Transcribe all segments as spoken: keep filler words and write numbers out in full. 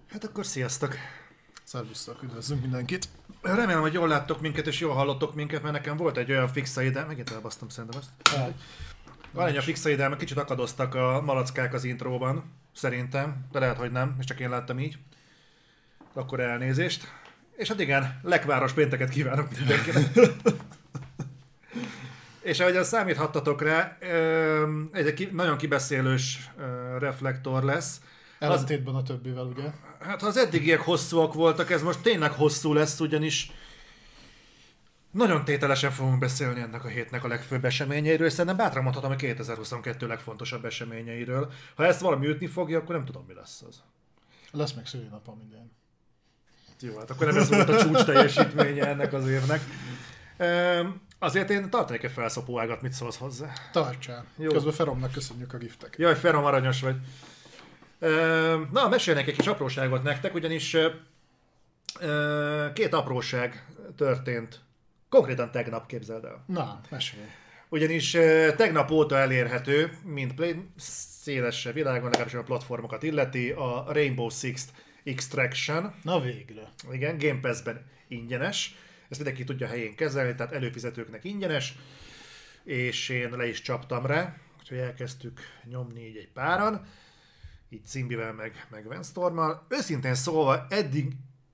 Hát akkor sziasztok! Szervusztok, üdvözlünk mindenkit! Remélem, hogy jól láttok minket és jól hallottok minket, mert nekem volt egy olyan fixa ide, megint elbasztam szerintem ezt. Hát, Van egy olyan fixa ide, mert kicsit akadoztak a malackák az intróban, szerintem, de lehet, hogy nem, és csak én láttam így. Akkor elnézést. És hát igen, lekváros pénteket kívánok mindenkinek. És ahogyan számíthattatok rá, egy nagyon kibeszélős reflektor lesz. ellentétben a többivel, ugye? Hát ha az eddigiek hosszúak voltak, ez most tényleg hosszú lesz, ugyanis nagyon tételesen fogunk beszélni ennek a hétnek a legfőbb eseményeiről, és szerintem bátran mondhatom, hogy kétezer-huszonkettő legfontosabb eseményeiről. Ha ezt valami ütni fogja, akkor nem tudom, mi lesz az. Lesz meg szülinapom idén. Jó, hát akkor nem ez volt a csúcs teljesítménye ennek az évnek. Üm, azért én tartanék egy felszopó ágat, mit szólsz hozzá? Tartsál. Jó. Közben Feromnak köszönjük a gifteket. Jaj, Ferom, aranyos vagy. Üm, na, mesélnek egy kis apróságot nektek, ugyanis üm, két apróság történt. Konkrétan tegnap, képzeld el. Na, mesélj. Ugyanis uh, tegnap óta elérhető, mint Play szélesebb világon, legalábbis a platformokat illeti, a Rainbow Six Extraction. Na végre. Igen, Game Pass-ben ingyenes. Ezt mindenki tudja helyén kezelni, tehát előfizetőknek ingyenes. És én le is csaptam rá, úgyhogy elkezdtük nyomni így egy páran. Így Cimbivel meg, meg Venstormmal. Őszintén szólva eddig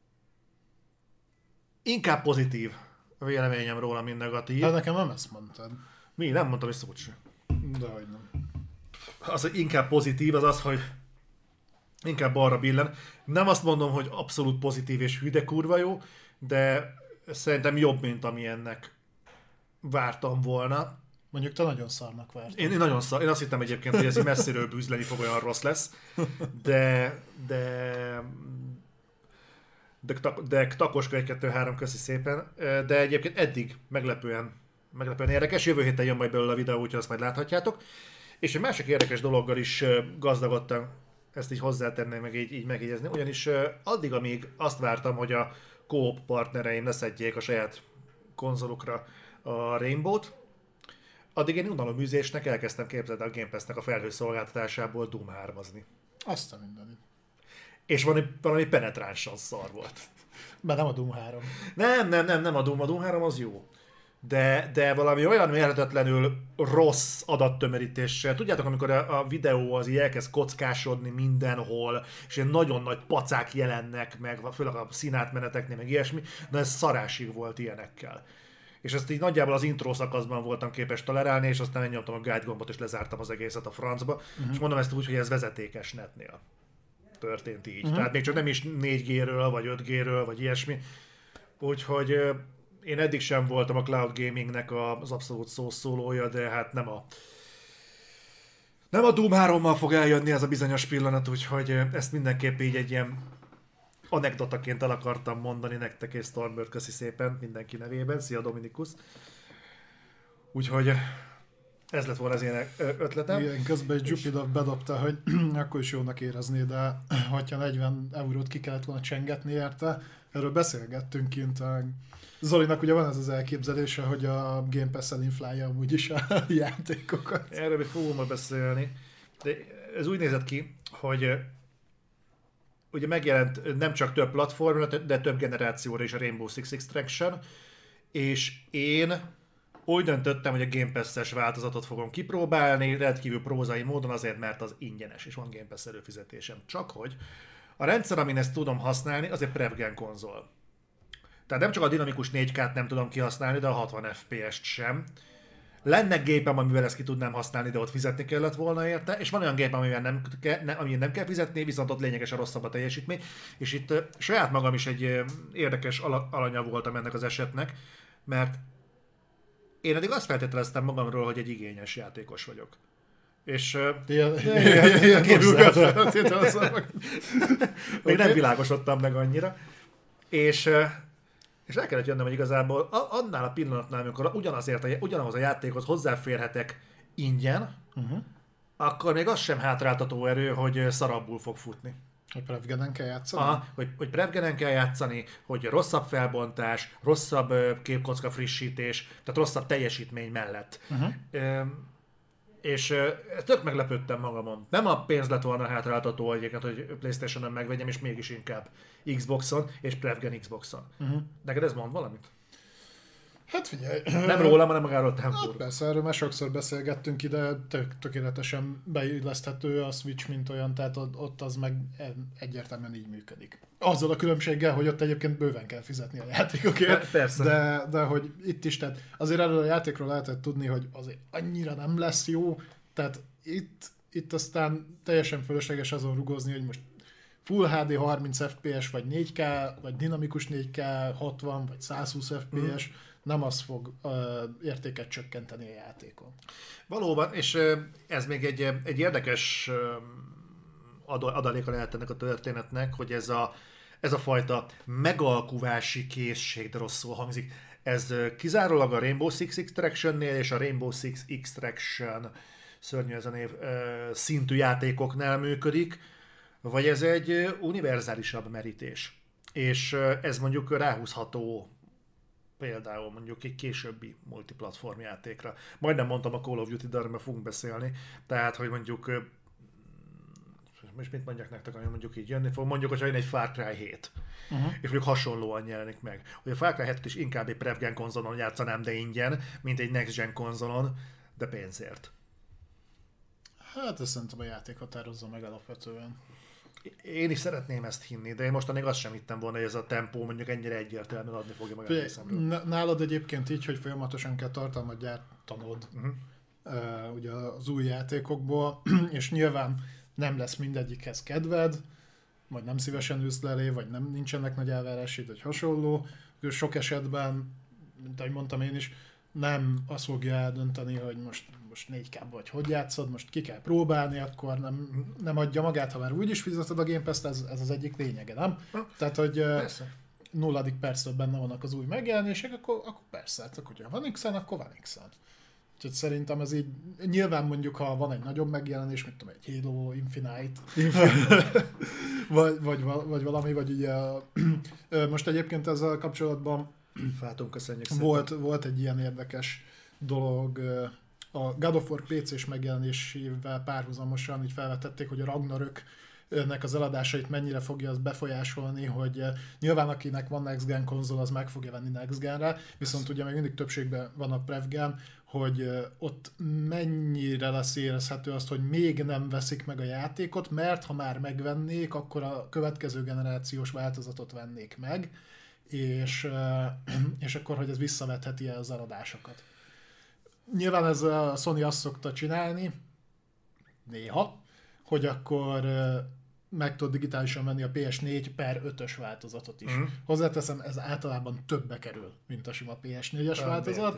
inkább pozitív a véleményem róla, mint negatív. Hát nekem nem ezt mondtad. Mi? Nem mondtam egy szót sem. Dehogy nem. Az, hogy inkább pozitív, az az, hogy inkább arra billen. Nem azt mondom, hogy abszolút pozitív és hű, de kurva jó, de szerintem jobb, mint amilyennek vártam volna. Mondjuk te nagyon szarnak vártad. Én, én nagyon szar, én azt hittem egyébként, hogy ez így messziről bűzleni fog, olyan rossz lesz, de de de, de takoska egy kettő három köszi szépen, de egyébként eddig meglepően, meglepően érdekes, jövő héten jön majd belőle a videó, úgyhogy azt majd láthatjátok. És egy másik érdekes dologgal is gazdagodtam, ezt így hozzátenném, meg így, így megjegyezni, ugyanis addig, amíg azt vártam, hogy a co-op partnereim leszedjék a saját konzolukra a Rainbow-t, addig én unaloműzésnek elkezdtem képzelni a Game Pass-nek a felhőszolgáltatásából Doom hármazni. Azt a mindenit. És valami, valami penetránsan szar volt. Be nem a Doom három. Nem, nem, nem, nem a Doom, a Doom három az jó. De, de valami olyan mérhetetlenül rossz adattömörítéssel. Tudjátok, amikor a, a videó az így elkezd kockásodni mindenhol, és ilyen nagyon nagy pacák jelennek meg, főleg a színátmeneteknél, meg ilyesmi, de ez szarásig volt ilyenekkel. És ezt így nagyjából az intro szakaszban voltam képes tolerálni, és aztán megnyomtam a guide gombot, és lezártam az egészet a francba. Uh-huh. És mondom ezt úgy, hogy ez vezetékes netnél történt így. Uh-huh. Tehát még csak nem is négy G-ről, vagy öt G-ről, vagy ilyesmi. Úgyhogy én eddig sem voltam a cloud gamingnek az abszolút szószólója, de hát nem a nem a Doom hárommal fog eljönni ez a bizonyos pillanat, úgyhogy ezt mindenképp így egy ilyen anekdotaként el akartam mondani nektek, és Stormbird, köszi szépen mindenki nevében. Szia Dominikus! Úgyhogy ez lett volna az én ötletem. Igen, közben egy Jupiter bedobta, hogy akkor is jónak érezné, de hogyha negyven eurót ki kellett volna csengetni érte, erről beszélgettünk kint. Zolinak ugye van ez az elképzelése, hogy a Game Pass-en inflálja amúgy is a játékokat. Erről még fogunk ma beszélni. De ez úgy nézett ki, hogy ugye megjelent nem csak több platformra, de több generációra is a Rainbow Six Extraction, és én úgy döntöttem, hogy a Game Pass-es változatot fogom kipróbálni, rendkívül prózai módon azért, mert az ingyenes, és van Game Pass előfizetésem. Csak hogy a rendszer, amin ezt tudom használni, az egy Prevgen konzol. Tehát nem csak a dinamikus négy K-t nem tudom kihasználni, de a hatvan F P S-t sem. Lenne gépem, amivel ezt ki tudnám használni, de ott fizetni kellett volna érte, és van olyan gépem, amivel nem, ke, ne, amivel nem kell fizetni, viszont ott lényegesen rosszabb a teljesítmény, és itt uh, saját magam is egy uh, érdekes ala, alanya voltam ennek az esetnek, mert én eddig azt feltételeztem magamról, hogy egy igényes játékos vagyok. És még nem világosodtam meg annyira. És, és el kellett jönnöm, hogy igazából annál a pillanatnál, amikor ugyanazért a, ugyanaz a játékhoz hozzáférhetek ingyen, uh-huh. akkor még az sem hátráltató erő, hogy szarabbul fog futni. Hogy Prevgenen kell játszani? Aha, hogy, hogy Prevgenen kell játszani, hogy rosszabb felbontás, rosszabb képkocka frissítés, tehát rosszabb teljesítmény mellett. Uh-huh. És uh, tök meglepődtem magamon. Nem a pénz lett volna hátráltató egyébként, hogy PlayStation-on megvegyem, és mégis inkább Xboxon, és Prevgen Xboxon. Uh-huh. Neked ez mond valamit? Hát figyelj. Nem rólam, hanem magáról a tempóról. Hát persze, erről már sokszor beszélgettünk ide, tök, tökéletesen beilleszthető a Switch, mint olyan, tehát ott az meg egyértelműen így működik. Azzal a különbséggel, hogy ott egyébként bőven kell fizetni a játékokért. Persze. De, de hogy itt is, tehát azért erről a játékról lehetett tudni, hogy azért annyira nem lesz jó, tehát itt, itt aztán teljesen fölösleges azon rugózni, hogy most Full há dé harminc ef pé es, vagy négy ká, vagy dinamikus négy ká hatvan, vagy százhúsz ef pé es, mm. nem az fog uh, értéket csökkenteni a játékon. Valóban, és uh, ez még egy, egy érdekes uh, adaléka lehet ennek a történetnek, hogy ez a, ez a fajta megalkuvási készség, de rosszul hangzik, ez uh, kizárólag a Rainbow Six Extraction-nél és a Rainbow Six Extraction, szörnyű ez a név, uh, szintű játékoknál működik, vagy ez egy univerzálisabb merítés. És ez mondjuk ráhúzható például mondjuk egy későbbi multiplatform játékra. Majdnem mondtam a Call of Duty, de arra fogunk beszélni. Tehát, hogy mondjuk, most mit mondjak nektek, ami mondjuk így jönni fog, mondjuk, hogyha jön egy Far Cry hét, uh-huh. és mondjuk hasonlóan jelenik meg. Hogy a Far Cry hetet is inkább egy Prevgen konzolon játszanám, de ingyen, mint egy Next Gen konzolon, de pénzért. Hát ezt szerintem a játék határozza meg alapvetően. Én is szeretném ezt hinni, de én mostanig azt sem hittem volna, hogy ez a tempó mondjuk ennyire egyértelműen adni fogja magát részemről. Nálad egyébként így, hogy folyamatosan kell tartalmat gyártanod uh-huh. uh, ugye az új játékokból, és nyilván nem lesz mindegyikhez kedved, vagy nem szívesen ülsz le elé, vagy nem nincsenek nagy elvárásid, vagy hasonló. Sok esetben, mint ahogy mondtam én is, nem azt fogja eldönteni, hogy most, most négy ká vagy hogy játszod, most ki kell próbálni, akkor nem, nem adja magát, ha már úgyis fizeted a Game Pass-t, ez, ez az egyik lényege, nem? Ha, tehát, hogy persze. nulladik percben benne vannak az új megjelenések, akkor, akkor persze, hát, akkor, hogyha van X-en, akkor van X-en. Úgyhogy szerintem ez így, nyilván mondjuk, ha van egy nagyobb megjelenés, mint tudom, egy Halo Infinite, vagy, vagy, vagy valami, vagy ugye most egyébként ezzel kapcsolatban Fátunk, köszönjük volt, volt egy ilyen érdekes dolog, a God of War pé cés megjelenésével párhuzamosan így felvetették, hogy a Ragnaröknek az eladásait mennyire fogja az befolyásolni, hogy nyilván akinek van Next Gen konzol, az meg fogja venni Next Genre, viszont ugye még mindig többségben van a Prevgen, hogy ott mennyire lesz érezhető azt, hogy még nem veszik meg a játékot, mert ha már megvennék, akkor a következő generációs változatot vennék meg, és, és akkor, hogy ez visszavetheti el az eladásokat. Nyilván ez a Sony azt szokta csinálni, néha, hogy akkor meg tud digitálisan venni a pé es négy per ötös változatot is. Mm. Hozzáteszem, ez általában többbe kerül, mint a sima pé es négyes Ön változat,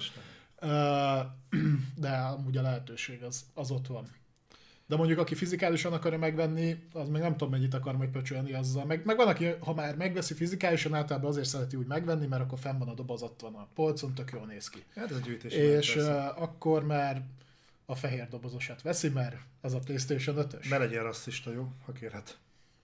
de amúgy a lehetőség az, az ott van. De mondjuk, aki fizikálisan akarja megvenni, az meg nem tudom, mennyit akar majd pöcsölni azzal. Meg, meg van, aki, ha már megveszi fizikálisan, általában azért szereti úgy megvenni, mert akkor fenn van a doboz, ott van a polcon, tök jól néz ki. Hát ez a gyűjtés. És uh, akkor már a fehér dobozosát veszi, mert ez a PlayStation ötös. Ne legyen rasszista, jó? Ha kérhet.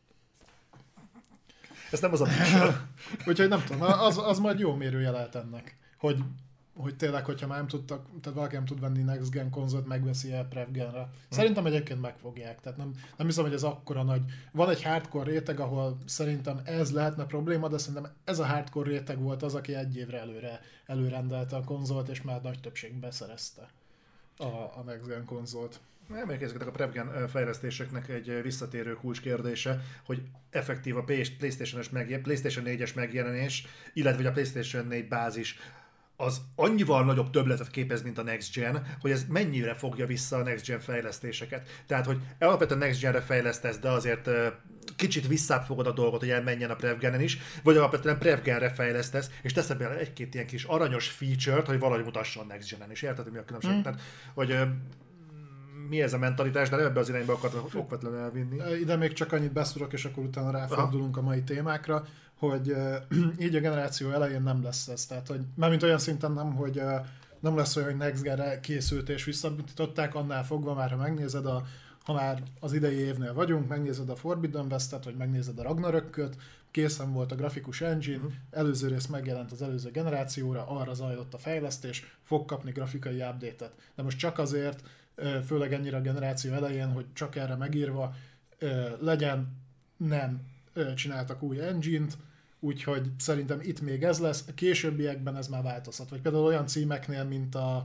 Ez nem az a műsor. Úgyhogy nem tudom, az, az majd jó mérője lehet ennek, hogy hogy tényleg, hogyha már nem tudtak, tehát valaki nem tud venni Next Gen konzolt, megveszi el Prevgenre. Szerintem egyébként megfogják, tehát nem, nem hiszem, hogy ez akkora nagy. Van egy hardcore réteg, ahol szerintem ez lehetne probléma, de szerintem ez a hardcore réteg volt az, aki egy évre előre előrendelte a konzolt, és már nagy többség beszerezte a, a Next Gen konzolt. Emlékezzetek a Prevgen fejlesztéseknek egy visszatérő kulcskérdése, hogy effektív a PlayStation-es megje- PlayStation négyes megjelenés, illetve a PlayStation négy bázis az annyival nagyobb többletet képez, mint a Next Gen, hogy ez mennyire fogja vissza a Next Gen fejlesztéseket. Tehát, hogy alapvetően Next Genre fejlesztesz, de azért uh, kicsit visszább fogod a dolgot, hogy elmenjen a Prevgenen is, vagy alapvetően Prevgenre fejlesztesz, és teszed bele egy-két ilyen kis aranyos feature-t, hogy valahogy mutasson Next Genen is. Érted, hogy mi a különbség? Mm. Tehát, hogy uh, mi ez a mentalitás, de ebbe az irányba akartam okvetlenül elvinni. Ide még csak annyit beszúrok, és akkor utána ráfordulunk a mai témákra, hogy uh, így a generáció elején nem lesz ez. Tehát, hogy mármint olyan szinten nem, hogy uh, nem lesz olyan, hogy Next Gen-re készült és visszabutították, annál fogva már, ha megnézed, a, ha már az idei évnél vagyunk, megnézed a Forbidden West-et, vagy megnézed a Ragnarököt, készen volt a grafikus engine, uh-huh. előző rész megjelent az előző generációra, arra zajlott a fejlesztés, fog kapni grafikai update-et. De most csak azért, főleg ennyire a generáció elején, hogy csak erre megírva legyen, nem csináltak új engine-t, úgyhogy szerintem itt még ez lesz, a későbbiekben ez már változhat. Vagy például olyan címeknél, mint a,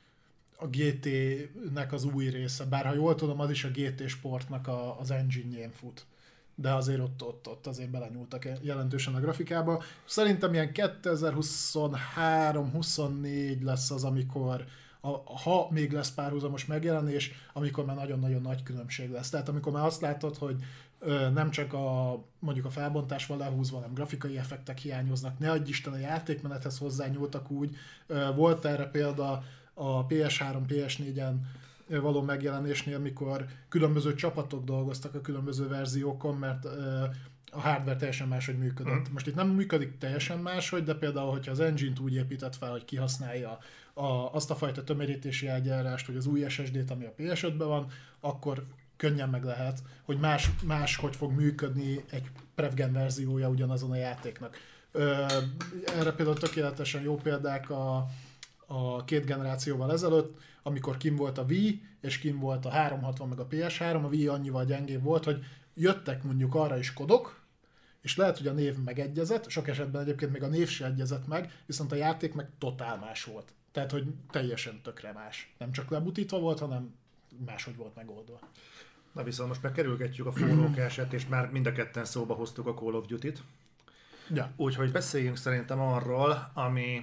a gé té-nek az új része, bár ha jól tudom, az is a gé té Sportnak a, az engine-jén fut. De azért ott, ott, ott azért belenyúltak jelentősen a grafikába. Szerintem ilyen kétezer-huszonhárom huszonnégy lesz az, amikor a, ha még lesz párhuzamos megjelenés, amikor már nagyon-nagyon nagy különbség lesz. Tehát amikor már azt látod, hogy ö, nem csak a, mondjuk a felbontás van lehúzva, hanem grafikai effektek hiányoznak, ne adj Isten a játékmenethez hozzányúltak úgy. Ö, volt erre példa a pé es három pé es négyen való megjelenésnél, mikor különböző csapatok dolgoztak a különböző verziókon, mert ö, a hardware teljesen máshogy működött. Mm. Most itt nem működik teljesen máshogy, de például, hogyha az engine-t úgy épített fel, hogy kihasználja a, azt a fajta tömörítési eljárást, hogy az új es es dé-t, ami a pé es ötben van, akkor könnyen meg lehet, hogy más, más hogy fog működni egy prevgen verziója ugyanazon a játéknak. Ö, erre például tökéletesen jó példák a, a két generációval ezelőtt, amikor kim volt a Wii, és kim volt a háromszázhatvan meg a pé es három, a Wii annyival gyengébb volt, hogy jöttek mondjuk arra is kodok, és lehet, hogy a név megegyezett, sok esetben egyébként még a név se egyezett meg, viszont a játék meg totál más volt. Tehát, hogy teljesen tökre más. Nem csak lebutítva volt, hanem máshogy volt megoldva. Na viszont most megkerülgetjük a forrókását, és már mind a ketten szóba hoztuk a Call of Duty-t. Ja. Úgyhogy beszéljünk szerintem arról, ami,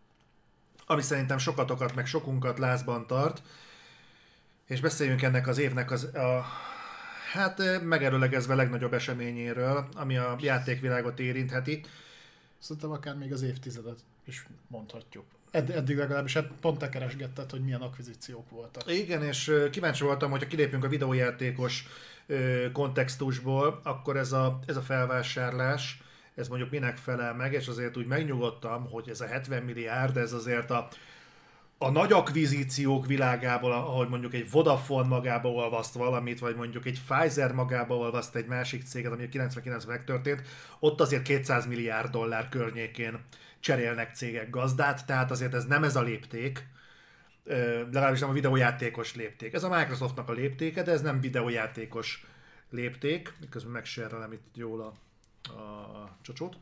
ami szerintem sokatokat, meg sokunkat lázban tart, és beszéljünk ennek az évnek az, a, hát megerőlegezve legnagyobb eseményéről, ami a játékvilágot érintheti. Szerintem akár még az évtizedet is mondhatjuk. Edd- eddig legalábbis hát pont te keresgetted, hogy milyen akvizíciók voltak. Igen, és kíváncsi voltam, hogyha kilépünk a videójátékos kontextusból, akkor ez a, ez a felvásárlás, ez mondjuk minek felel meg, és azért úgy megnyugodtam, hogy ez a hetven milliárd, ez azért a, a nagy akvizíciók világából, ahogy mondjuk egy Vodafone magába olvaszt valamit, vagy mondjuk egy Pfizer magába olvaszt egy másik céget, ami a kilencvenkilencben megtörtént, ott azért kétszáz milliárd dollár környékén cserélnek cégek gazdát, tehát azért ez nem ez a lépték, legalábbis nem a videójátékos lépték. Ez a Microsoftnak a léptéke, de ez nem videójátékos lépték. Közben megsérrelem itt jól a, a csocsót.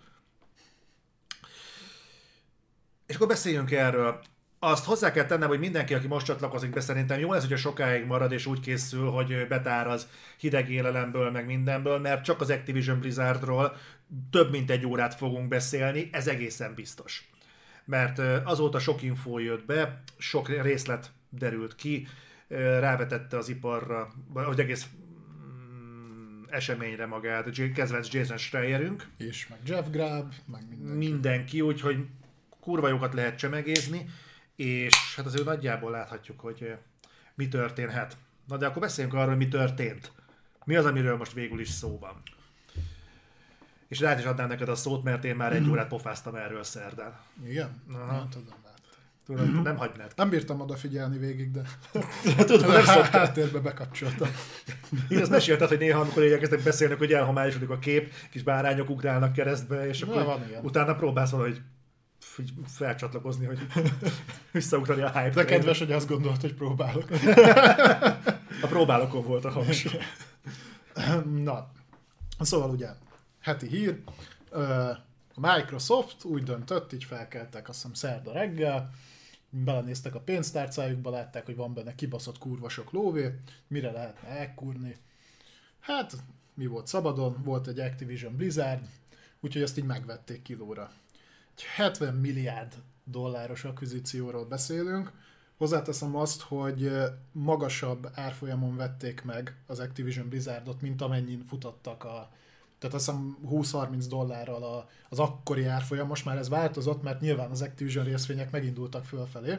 És akkor beszéljünk erről. Azt hozzá kell tennem, hogy mindenki, aki most csatlakozik be, szerintem jó lesz, hogyha sokáig marad és úgy készül, hogy betáraz hideg élelemből, meg mindenből, mert csak az Activision Blizzardról több mint egy órát fogunk beszélni, ez egészen biztos. Mert azóta sok infó jött be, sok részlet derült ki, rávetette az iparra, vagy egész eseményre magát, kedvenc Jason Schreierünk. És meg Jeff Grubb, meg mindenki. Mindenki, úgyhogy kurva jókat lehet csemegézni, és hát azért nagyjából láthatjuk, hogy mi történhet. Na de akkor beszéljünk arról, hogy mi történt. Mi az, amiről most végül is szó van. És rá is adnám neked a szót, mert én már egy órát pofáztam erről szerdán. Igen? Aha. tudom, Tudod, mm-hmm. nem hagynád. Nem bírtam odafigyelni végig, de tudom, nem szoktam. Háttérbe bekapcsoltam. Így azt mesélted, hogy néha, amikor elkezdtek beszélni, hogy elhomályosodik a kép, kis bárányok ugrálnak keresztbe, és akkor van, utána próbálsz valahogy felcsatlakozni, hogy visszaugrani a hype-re. De kedves, hogy azt gondolt, hogy próbálok. A próbálokon volt a hangsúly. Na, szóval ugye, heti hír, a Microsoft úgy döntött, így felkeltek azt hiszem szerda reggel, belenéztek a pénztárcájukba, látták, hogy van benne kibaszott kurva sok lóvé, mire lehetne elkúrni. Hát, mi volt szabadon, volt egy Activision Blizzard, úgyhogy ezt így megvették kilóra. Egy hetven milliárd dolláros akvizícióról beszélünk. Hozzáteszem azt, hogy magasabb árfolyamon vették meg az Activision Blizzardot, mint amennyin futottak a... Tehát azt hiszem húsz-harminc dollárral az akkori árfolyam, most már ez változott, mert nyilván az Activision részvények megindultak fölfelé.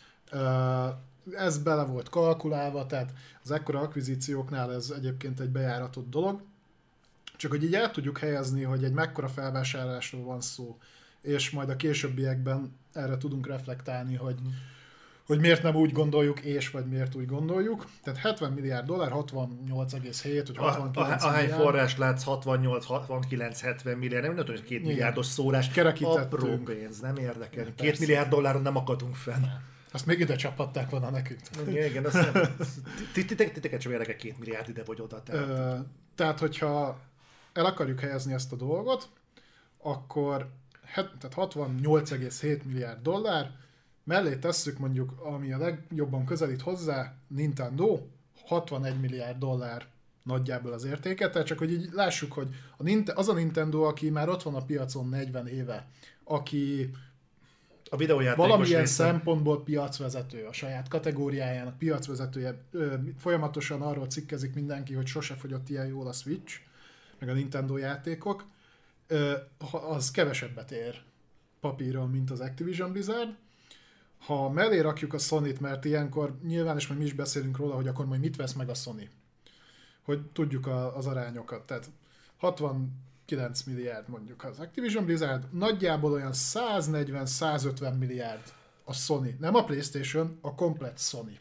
Ez bele volt kalkulálva, tehát az ekkora akvizícióknál ez egyébként egy bejáratott dolog. Csak hogy így el tudjuk helyezni, hogy egy mekkora felvásárlásról van szó, és majd a későbbiekben erre tudunk reflektálni, hogy hogy miért nem úgy gondoljuk, és vagy miért úgy gondoljuk. Tehát hetven milliárd dollár, hatvannyolc egész hét vagy hatvankilenc a, a, milliárd. Ahány forrás látsz, hatvannyolc, hatvankilenc, hetven milliárd, nem tudom, hogy két milliárdos szórás, apró pénz, nem érdekel. Két persze. Milliárd dolláron nem akadunk fenn. Azt még ide csaphatták volna nekünk. Igen, igen, azt nem. Titeket sem érdekel két milliárd ide vagy oda. Tehát. Ö, tehát, hogyha el akarjuk helyezni ezt a dolgot, akkor tehát hatvannyolc egész hét milliárd dollár, mellé tesszük mondjuk, ami a legjobban közelít hozzá, Nintendo, hatvanegy milliárd dollár nagyjából az értéke, tehát csak hogy így lássuk, hogy a Nintendo, az a Nintendo, aki már ott van a piacon negyven éve, aki a videójátékos valamilyen részen szempontból piacvezető, a saját kategóriájának piacvezetője, folyamatosan arról cikkezik mindenki, hogy sose fogyott ilyen jól a Switch, meg a Nintendo játékok, az kevesebbet ér papíron, mint az Activision Blizzard. Ha mellé rakjuk a Sony-t, mert ilyenkor nyilván, és majd mi is beszélünk róla, hogy akkor majd mit vesz meg a Sony, hogy tudjuk a, az arányokat. Tehát hatvankilenc milliárd mondjuk az Activision Blizzard, nagyjából olyan száznegyven-százötven milliárd a Sony. Nem a PlayStation, a komplett Sony.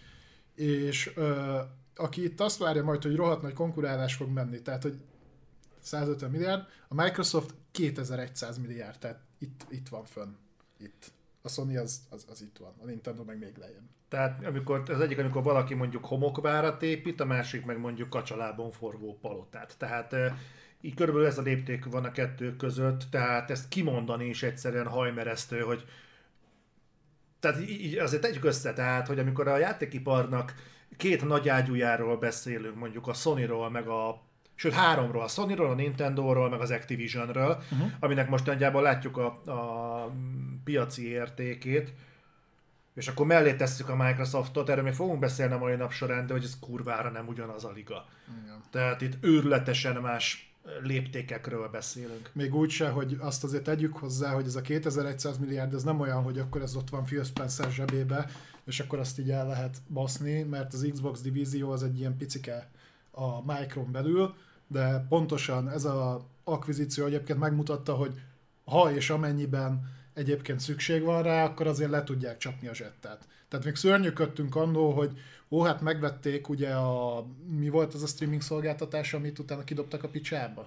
És ö, aki itt azt várja majd, hogy rohadt nagy konkurálás fog menni, tehát hogy százötven milliárd, a Microsoft kétezer-száz milliárd, tehát itt, itt van fönn. Itt. A Sony az, az, az itt van, a Nintendo meg még lejjebb. Tehát amikor, az egyik, amikor valaki mondjuk homokvárat épít, a másik meg mondjuk kacsalábon forgó palotát. Tehát így körülbelül ez a lépték van a kettő között, tehát ezt kimondani is egyszerűen hajmeresztő, hogy tehát így azért tegyük össze, tehát, hogy amikor a játékiparnak két nagy ágyújáról beszélünk, mondjuk a Sonyról, meg a sőt háromról, a Sonyról, a Nintendóról, meg az Activisionről, uh-huh. aminek most nagyjából látjuk a, a piaci értékét, és akkor mellé tesszük a Microsoftot, erről még fogunk beszélni a mai nap során, de hogy ez kurvára nem ugyanaz a liga. Igen. Tehát itt őrületesen más léptékekről beszélünk. Még úgy se, hogy azt azért tegyük hozzá, hogy ez a kétezer-száz milliárd, ez nem olyan, hogy akkor ez ott van Phil Spencer zsebébe, és akkor azt így el lehet baszni, mert az Xbox divízió az egy ilyen picike a Micron belül, de pontosan ez az akvizíció egyébként megmutatta, hogy ha és amennyiben egyébként szükség van rá, akkor azért le tudják csapni a zsettát. Tehát még szörnyűködtünk annól, hogy ó, hát megvették ugye a... mi volt az a streaming szolgáltatás, amit utána kidobtak a picsába?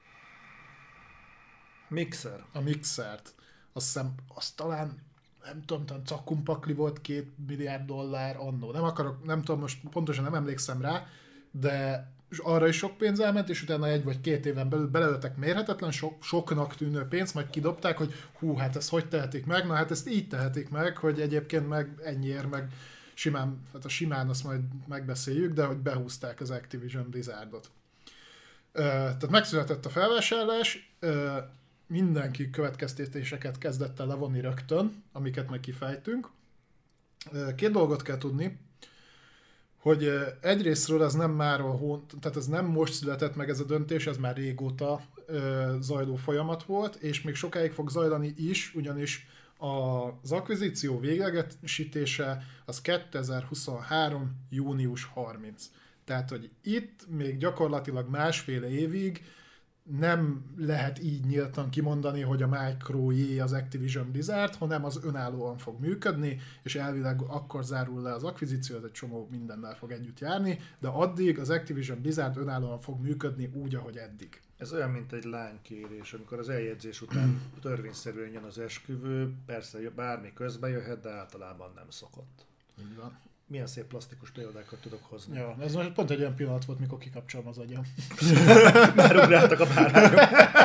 Mixer. A Mixert. Azt hiszem, azt talán nem tudom, talán cakkumpakli volt két milliárd dollár annó. Nem akarok, nem tudom, most pontosan nem emlékszem rá, de arra is sok pénz elment, és utána egy vagy két éven belül belelőttek mérhetetlen sok, soknak tűnő pénzt, majd kidobták, hogy hú, hát ezt hogy tehetik meg? Na hát ezt így tehetik meg, hogy egyébként meg ennyiért, meg simán, hát a simán azt majd megbeszéljük, de hogy behúzták az Activision Blizzardot. Tehát megszületett a felvásárlás, mindenki következtetéseket kezdett el levonni rögtön, amiket meg kifejtünk. Két dolgot kell tudni, hogy egyrésztről ez nem már a hón, tehát ez nem most született meg ez a döntés, ez már régóta ö, zajló folyamat volt, és még sokáig fog zajlani is, ugyanis az akvizíció véglegesítése az kétezer-huszonhárom. június harmincadika. Tehát, hogy itt még gyakorlatilag másfél évig nem lehet így nyíltan kimondani, hogy a Micro-jé az Activision Blizzard, hanem az önállóan fog működni, és elvileg akkor zárul le az akvizíció, ez egy csomó mindennel fog együtt járni, de addig az Activision Blizzard önállóan fog működni úgy, ahogy eddig. Ez olyan, mint egy lánykérés, amikor az eljegyzés után törvényszerűen jön az esküvő, persze bármi közbe jöhet, de általában nem szokott. Így van. Milyen szép plastikus példákat tudok hozni. Ja, ez most pont egy olyan pillanat volt, mikor kikapcsolom az agyam. Már ugráltak a bárányok.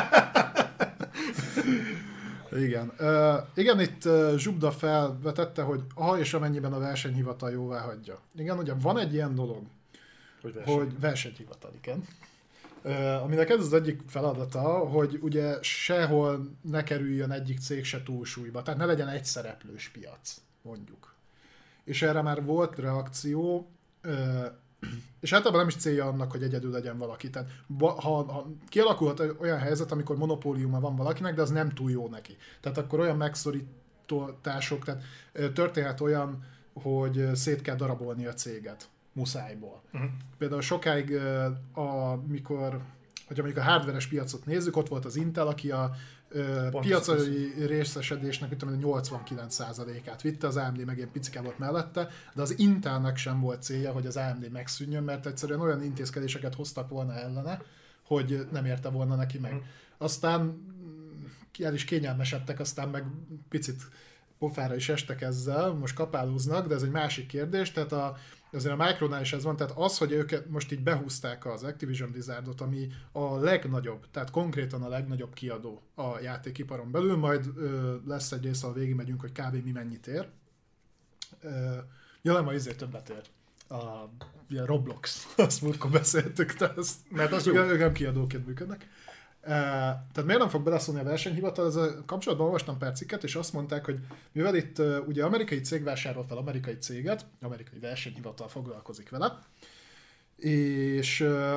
Igen. Uh, igen, itt uh, Zsubda felvetette, hogy ha és amennyiben a versenyhivatal jóvá hagyja. Igen, ugye van egy ilyen dolog, hogy, verseny. hogy versenyhivatal, igen. Uh, aminek ez az egyik feladata, hogy ugye sehol ne kerüljön egyik cég se túlsúlyba, tehát ne legyen egy szereplős piac, mondjuk. És erre már volt reakció, és általában nem is célja annak, hogy egyedül legyen valaki. Tehát ha, ha kialakulhat olyan helyzet, amikor monopóliuma van valakinek, de az nem túl jó neki. Tehát akkor olyan megszorítások, tehát történhet olyan, hogy szét kell darabolni a céget muszájból. Uh-huh. Például sokáig, amikor, hogyha mondjuk a hardveres piacot nézzük, ott volt az Intel, aki a piacai részesedésnek mit tudom, nyolcvankilenc százalékát vitte, az á em dé meg ilyen picike volt mellette, de az Intelnek sem volt célja, hogy az á em dé megszűnjön, mert egyszerűen olyan intézkedéseket hoztak volna ellene, hogy nem érte volna neki meg. Hmm. Aztán el is kényelmesedtek, aztán meg picit pofára is estek ezzel, most kapálóznak, de ez egy másik kérdés, tehát a, azért a Micronál is ez van, tehát az, hogy őket most így behúzták az Activision Blizzardot, ami a legnagyobb, tehát konkrétan a legnagyobb kiadó a játékiparon belül, majd ö, lesz egy rész, ahol végig megyünk, hogy kb. Mi mennyit ér. Ö, ja, nem, azért többet ér. A ilyen Roblox, azt múltkor beszéltük, tehát azt, mert az jó. Ők nem kiadóként működnek. Uh, tehát miért nem fog beleszólni a versenyhivatal? Ez a kapcsolatban olvastam pár cikket, és azt mondták, hogy mivel itt uh, ugye amerikai cég vásárol fel amerikai céget, amerikai versenyhivatal foglalkozik vele, és uh,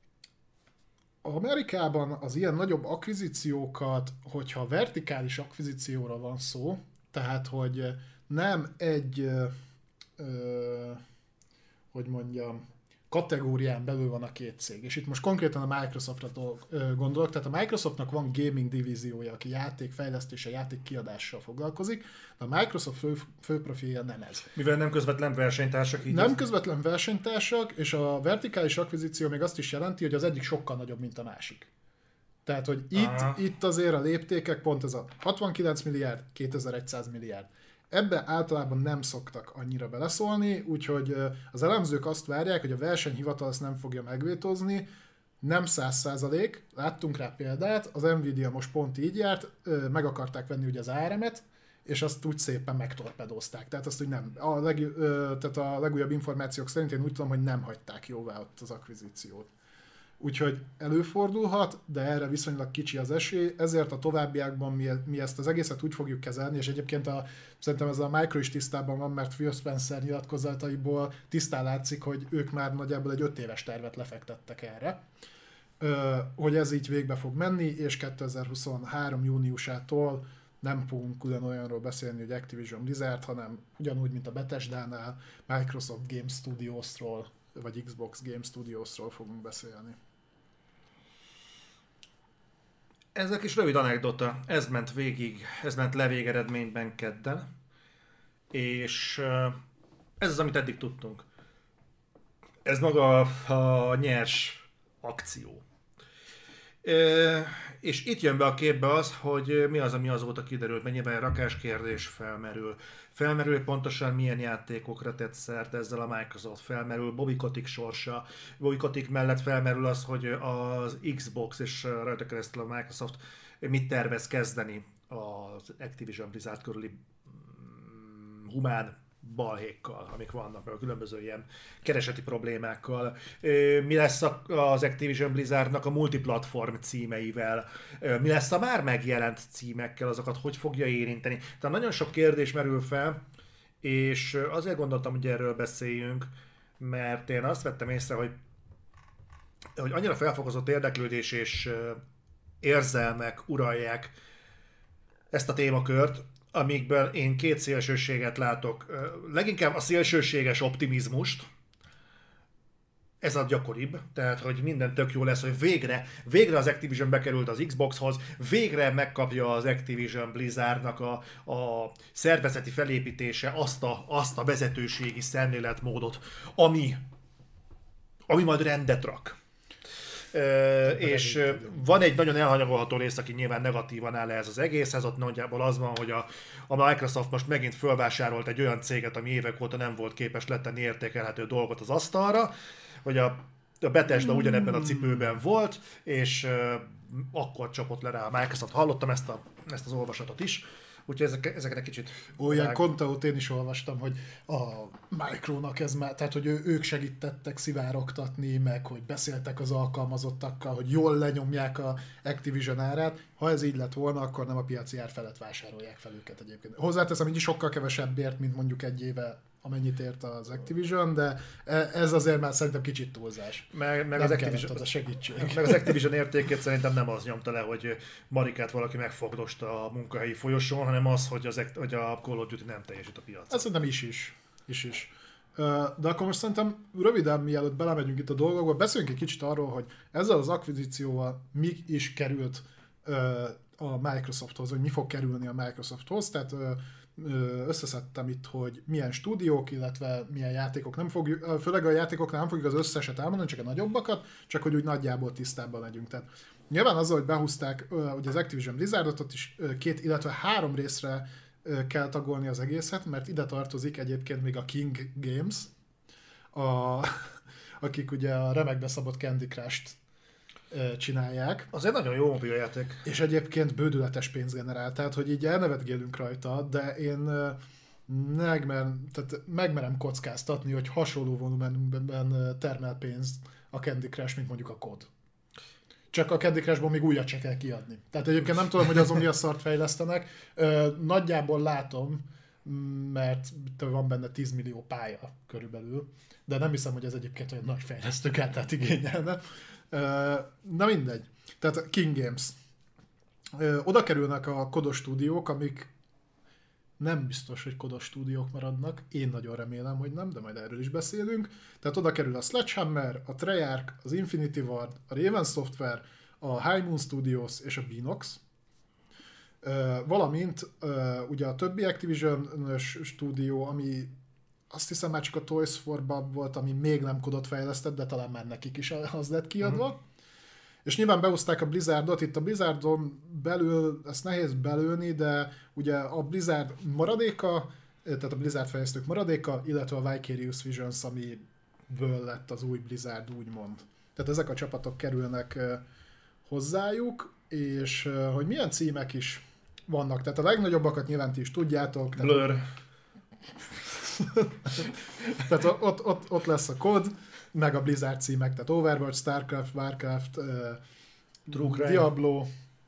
Amerikában az ilyen nagyobb akvizíciókat, hogyha vertikális akvizícióra van szó, tehát hogy nem egy, uh, uh, hogy mondjam, kategórián belül van a két cég. És itt most konkrétan a Microsoftra gondolok, tehát a Microsoftnak van gaming divíziója, aki játékfejlesztése, játékkiadással foglalkozik, de a Microsoft fő, fő profilja nem ez. Mivel nem közvetlen versenytársak így? Nem közvetlen versenytársak, és a vertikális akvizíció még azt is jelenti, hogy az egyik sokkal nagyobb, mint a másik. Tehát, hogy itt, itt azért a léptékek pont ez a hatvankilenc milliárd, kétezer-száz milliárd. Ebbe általában nem szoktak annyira beleszólni, úgyhogy az elemzők azt várják, hogy a versenyhivatal ezt nem fogja megvétózni, nem száz százalék, láttunk rá példát, az Nvidia most pont így járt, meg akarták venni ugye az á er em-et, és azt úgy szépen megtorpedózták. Tehát azt, hogy nem. A, leg, tehát a legújabb információk szerint én úgy tudom, hogy nem hagyták jóvá ott az akvizíciót. Úgyhogy előfordulhat, de erre viszonylag kicsi az esély, ezért a továbbiakban mi, mi ezt az egészet úgy fogjuk kezelni, és egyébként a, szerintem ez a Micro is tisztában van, mert Phil Spencer nyilatkozataiból tisztán látszik, hogy ők már nagyjából egy öt éves tervet lefektettek erre, hogy ez így végbe fog menni, és kétezer-huszonhárom júniusától nem fogunk külön olyanról beszélni, hogy Activision Blizzard, hanem ugyanúgy, mint a Bethesda-nál, Microsoft Game Studiosról, vagy Xbox Game Studiosról fogunk beszélni. Ez egy kis rövid anekdota, ez ment végig, ez ment le végeredményben kedden, és ez az, amit eddig tudtunk. Ez maga a nyers akció. És itt jön be a képbe az, hogy mi az, ami azóta kiderült, mennyiben rakáskérdés felmerül. Felmerül pontosan milyen játékokra tett szert ezzel a Microsoft, felmerül Bobby Kotick sorsa. Bobby Kotick mellett felmerül az, hogy az Xbox és rajta keresztül a Microsoft mit tervez kezdeni az Activision Blizzard körüli humán balhékkal, amik vannak, meg a különböző ilyen kereseti problémákkal. Mi lesz az Activision Blizzardnak a multiplatform címeivel? Mi lesz a már megjelent címekkel? Azokat hogy fogja érinteni? Tehát nagyon sok kérdés merül fel, és azért gondoltam, hogy erről beszéljünk, mert én azt vettem észre, hogy, hogy annyira felfokozott érdeklődés és érzelmek uralják ezt a témakört, amikből én két szélsőséget látok. Leginkább a szélsőséges optimizmust, ez a gyakoribb, tehát hogy minden tök jó lesz, hogy végre, végre az Activision bekerült az Xboxhoz, végre megkapja az Activision Blizzardnak a, a szervezeti felépítése azt a, azt a vezetőségi szemléletmódot, ami, ami majd rendet rak. Uh, és uh, van egy nagyon elhanyagolható rész, aki nyilván negatívan áll ez az egészhez, ott nagyjából az van, hogy a, a Microsoft most megint fölvásárolt egy olyan céget, ami évek óta nem volt képes letenni értékelhető dolgot az asztalra, hogy a, a Bethesda ugyanebben a cipőben volt, és uh, akkor csapott le rá a Microsoft. Hallottam ezt, a, ezt az olvasatot is, úgyhogy ezek, ezeket egy kicsit... Olyan kontaut én is olvastam, hogy a Micronak ez már, tehát hogy ők segítettek szivárogtatni, meg hogy beszéltek az alkalmazottakkal, hogy jól lenyomják a Activision árát. Ha ez így lett volna, akkor nem a piaci ár felett vásárolják fel őket egyébként. Hozzáteszem, így sokkal kevesebbért, mint mondjuk egy éve, amennyit ért az Activision, de ez azért már szerintem kicsit túlzás. Meg, meg, nem az Activision, a segítség. meg az Activision értékét szerintem nem az nyomta le, hogy Marikát valaki megfogdosta a munkahelyi folyosón, hanem az, hogy, az, hogy a Call of Duty nem teljesít a piacon. Ez szerintem is is. is, is. De akkor most szerintem röviden, mielőtt belemegyünk itt a dolgokba, beszéljünk egy kicsit arról, hogy ezzel az akvizícióval mi is került a Microsofthoz, hogy mi fog kerülni a Microsofthoz, tehát összeszedtem itt, hogy milyen stúdiók, illetve milyen játékok, nem fogjuk, főleg a játékoknál nem fogjuk az összeset elmondani, csak a nagyobbakat, csak hogy úgy nagyjából tisztában legyünk. Tehát nyilván azzal, hogy behúzták ugye az Activision Blizzardot, ott is két, illetve három részre kell tagolni az egészet, mert ide tartozik egyébként még a King Games, a, akik ugye a remekbe szabott Candy Crush-t csinálják. Azért nagyon jó mobiljáték. És egyébként bődületes pénz generál, tehát hogy így elnevetgélünk rajta, de én megmerem, tehát megmerem kockáztatni, hogy hasonló volumenben termel pénzt a Candy Crush, mint mondjuk a kod. Csak a Candy Crushból még újat se kell kiadni. Tehát egyébként nem tudom, hogy azon mi a szart fejlesztenek. Nagyjából látom, mert van benne tíz millió pálya körülbelül, de nem hiszem, hogy ez egyébként olyan nagy fejlesztőkártyát igényelne. Na mindegy. Tehát King Games. Oda kerülnek a kodos stúdiók, amik nem biztos, hogy kodos stúdiók maradnak. Én nagyon remélem, hogy nem, de majd erről is beszélünk. Tehát oda kerül a Sledgehammer, a Treyarch, az Infinity Ward, a Raven Software, a High Moon Studios és a Beanox. Valamint ugye a többi Activision-ös stúdió, ami azt hiszem már csak a Toys for Bob volt, ami még nem kodot fejlesztett, de talán már nekik is az lett kiadva. Uh-huh. És nyilván behozták a Blizzardot, itt a Blizzardon belül, ezt nehéz belőni, de ugye a Blizzard maradéka, tehát a Blizzard fejlesztők maradéka, illetve a Vicarious Visions, amiből lett az új Blizzard, úgymond. Tehát ezek a csapatok kerülnek hozzájuk, és hogy milyen címek is vannak. Tehát a legnagyobbakat nyilván ti is tudjátok. Blur. Tehát tehát ott, ott, ott lesz a kod, meg a Blizzard címek, tehát Overwatch, Starcraft, Warcraft, uh, Diablo,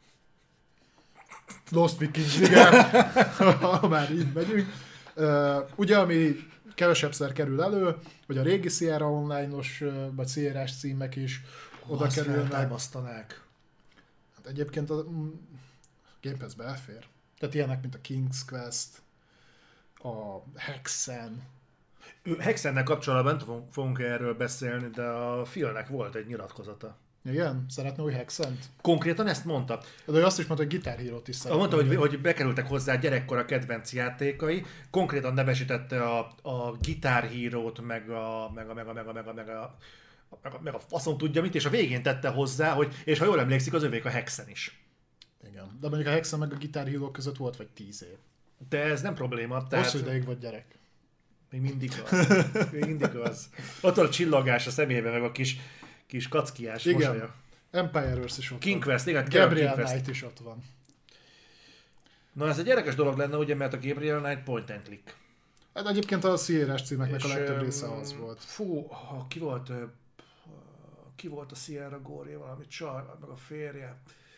Lost Vikings, igen, ha már így megyünk. Uh, ugye, ami kevesebbszer kerül elő, hogy a régi Sierra Online-os, uh, vagy Sierra-s címek is oda azt kerülnek. feltámasztanák. Hát egyébként a Game Pass-be elfér. Tehát ilyenek, mint a King's Quest, a Hexen. Hexennel kapcsolatban fogunk, fogunk erről beszélni, de a Philnek volt egy nyilatkozata. Igen? Szeretne új Hexent? Konkrétan ezt mondta. De ő azt is mondta, hogy Guitar Hero-t is szeretne. Mondta, hogy, hogy bekerültek hozzá gyerekkora kedvenc játékai, konkrétan nevesítette a, a Guitar Hero-t, meg a, meg a, meg a, meg a, meg a, meg a, meg a, meg a faszom tudja mit, és a végén tette hozzá, hogy, és ha jól emlékszik, az övék a Hexen is. Igen. De mondjuk a Hexen meg a Guitar Hero között volt vagy tíz év. De ez nem probléma. Tehát... Hosszú ideig vagy gyerek. Még mindig az. Még mindig az. Ott a csillagás a szemébe, meg a kis, kis kackiás igen. mosolya. Empire Earth is ott King van. Quest, igen. Gabriel Knight is ott van. Na ez egy érdekes dolog lenne, ugye, mert a Gabriel Knight point and click. Hát egyébként a Sierra-s címeknek és, a legtöbb része az volt. Fú, ki volt, ki volt a Sierra Goré, valami csaj, meg a férje.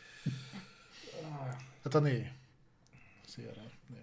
Hát a né. Sierra. Né.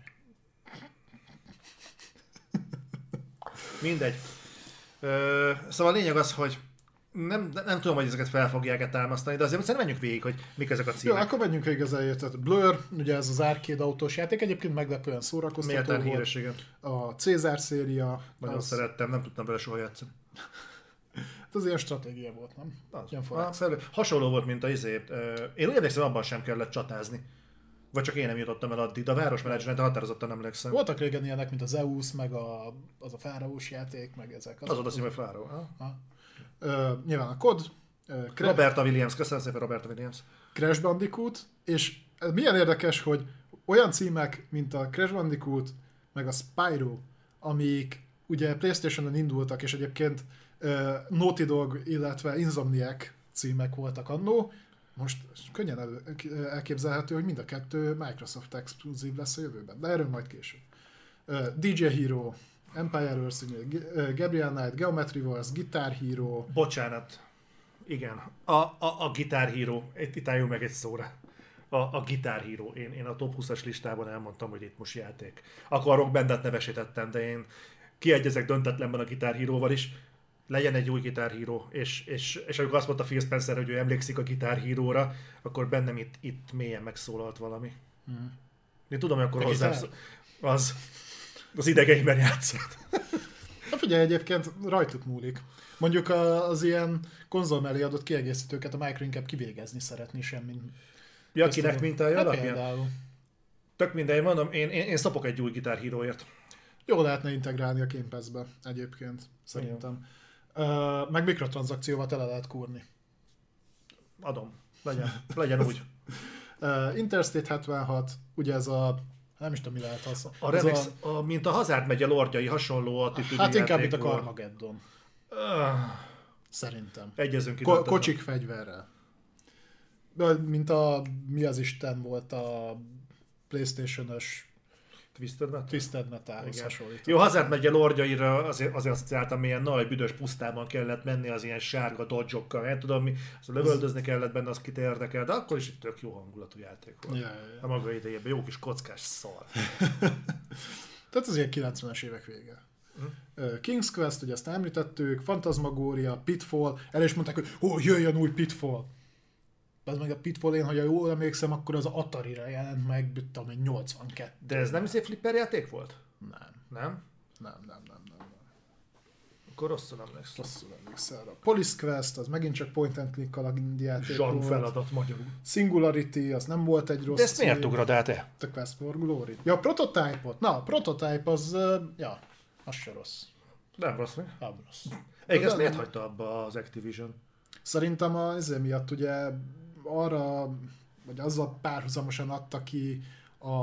Mindegy. Ö, szóval a lényeg az, hogy nem, nem tudom, hogy ezeket fel fogják-e támasztani, de azért szerintem menjünk végig, hogy mik ezek a címek. Jó, akkor menjünk végig az elejét. Tehát Blur, ugye ez az arcade autós játék, egyébként meglepően szórakoztató Méltán volt. híres, igen. A Cézár széria. Nagyon az... szerettem, nem tudtam vele soha játszani. Hát az ilyen stratégia volt, nem? Az. Ah, hasonló volt, mint a izé. Én úgy emlékszem, abban sem kellett csatázni. Vagy csak én nem jutottam el addig, de a városmenedzsmentre határozottan nem emlékszem. Voltak régen ilyenek, mint a Zeus, meg a, az a Fáraós játék, meg ezek. Az, az volt az, hogy Fáró. Uh, nyilván a kod. Uh, Roberta Williams, köszönöm szépen Roberta Williams. Crash Bandicoot, és milyen érdekes, hogy olyan címek, mint a Crash Bandicoot, meg a Spyro, amik ugye PlayStation-on indultak, és egyébként uh, Naughty Dog, illetve Insomniac címek voltak annó, most könnyen elő, elképzelhető, hogy mind a kettő Microsoft exkluzív lesz a jövőben, de erről majd később. Uh, dé dzsé Hero, Empire Earth, Gabriel Knight, Geometry Wars, Guitar Hero... Bocsánat. Igen. A, a, a Guitar Hero. Itt, itt álljunk meg egy szóra. A, a Guitar Hero. Én, én a top húszas listában elmondtam, hogy itt most játék. Akkor a Rock Bandet nevesítettem, de én kiegyezek döntetlenben a Guitar Hero-val is. Legyen egy új Guitar Hero, és, és, és amikor azt mondta Phil Spencer, hogy ő emlékszik a Guitar Hero-ra, akkor bennem itt, itt mélyen megszólalt valami. Hmm. Én tudom, hogy akkor hozzá... Az, az idegeimben játszott. Hát figyelj, egyébként rajtuk múlik. Mondjuk az ilyen konzol mellé adott kiegészítőket a Micro inkább kivégezni szeretni, semmi Ja, kinek mintája hát alapján? Például. Tök mindegy, mondom, én, én, én szopok egy új Guitar Hero-ért. Jó lehetne integrálni a Game Pass-be egyébként, szerintem. Uh, meg mikrotranszakcióval tele lehet kúrni. Adom. Legyen, legyen úgy. Uh, Interstate hetvenhat, ugye ez a... Nem is tudom, mi lehet az. A remix, a... A, mint a Hazard megye lordjai, hasonló attitűdű Hát inkább, mint a játék volt. Carmageddon. Uh, Szerintem. Egyezünk itt. Ko- kocsik fegyverrel. De, mint a... Mi az Isten volt a PlayStation-ös Twisted Metal? Twisted Metalhoz hasonlít. Jó, Hazard megye lordjaira azért, azért asszociáltam, ilyen nagy büdös pusztában kellett menni az ilyen sárga dodge-okkal. Nem tudom mi, azt lövöldözni kellett benne, az kit érdekel, de akkor is egy tök jó hangulatú játék volt. Ja, ja, ja. A maga idejében jó kis kockás szar. Tehát az ilyen kilencvenes évek vége. Hm? King's Quest, ugye ezt említettük, Phantasmagoria, Pitfall, el is mondták, hogy ó, jöjjön új Pitfall. Az meg a Pitfall, én, ha jól emlékszem, akkor az Atari-ra jelent meg, tudom én, nyolcvankettő. De ez nem is egy flipper játék volt? Nem. Nem? Nem, nem, nem, nem. nem. Akkor rosszul emlékszem. Rosszul emlékszel. A Police Quest, az megint csak point and click játék Zsaru volt. feladat magyarul. Singularity, az nem volt egy rossz. De ezt miért ugrad át te? The Quest for Glory. Ja, a Prototype-ot. Na, a Prototype az, uh, ja, az se rossz. Nem rossz, mi? Nem rossz. Egyébként ezt miért hagyta abba az Activision? Szerintem az ezért miatt ugye arra, vagy azzal párhuzamosan adta ki a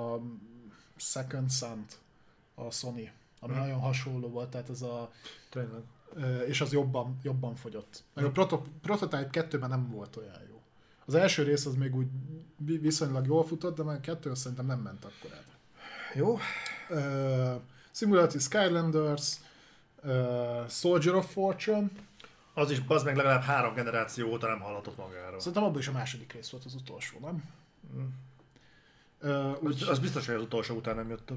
Second Son-t a Sony, ami hmm. nagyon hasonló volt, tehát ez a... Tényleg. És az jobban, jobban fogyott. Meg a Proto- Prototype kettőben nem volt olyan jó. Az első rész az még úgy viszonylag jól futott, de már kettő szerintem nem ment akkor át. Jó. Uh, Singularity Skylanders, uh, Soldier of Fortune. Az is, bazd meg, legalább három generáció óta nem hallatott magáról. Szerintem abban is a második rész volt az utolsó, nem? Mm. Uh, úgy... az, az biztos, hogy az utolsó után nem jött több.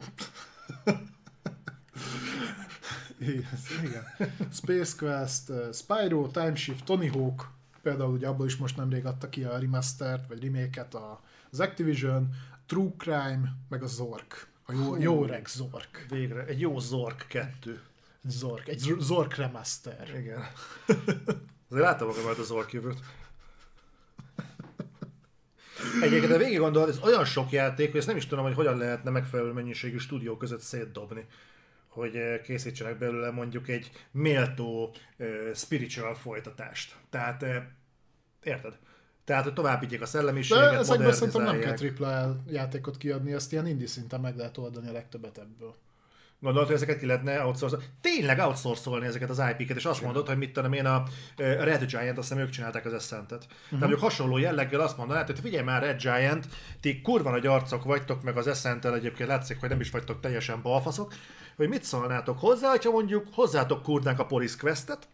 igen, igen. Space Quest, uh, Spyro, Time Shift, Tony Hawk, például ugye abból is most nemrég adta ki a remastert, vagy remake-et az Activision, True Crime, meg a Zork. A jó, jó reg Zork. Végre, egy jó Zork kettő. Zork, egy Zork remaster. Igen. Azért láttam magam majd a Zork jövőt. Egyébként, de végig gondolod, ez olyan sok játék, hogy ezt nem is tudom, hogy hogyan lehetne megfelelő mennyiségű stúdió között szétdobni, hogy készítsenek belőle mondjuk egy méltó uh, spiritual folytatást. Tehát, uh, érted? Tehát, hogy tovább vigyék a szellemiséget, de ezekben szerintem nem kell modernizálják. tripla A játékot kiadni, ezt ilyen indie szinten meg lehet oldani a legtöbbet ebből. Gondolod, hogy ezeket ki lehetne outsourcolni? Tényleg outsourcolni ezeket az I P-ket, és azt mondod, hogy mit tudom én, a Red Giant, azt hiszem ők csinálták az Ascentet. Uh-huh. Tehát mondjuk hasonló jelleggel azt mondanád, hogy figyelj már Red Giant, ti kurva nagy arcok vagytok, meg az Ascenttel egyébként látszik, hogy nem is vagytok teljesen balfaszok, hogy mit szólnátok hozzá, hogyha mondjuk hozzátok kurnánk a Police Questet,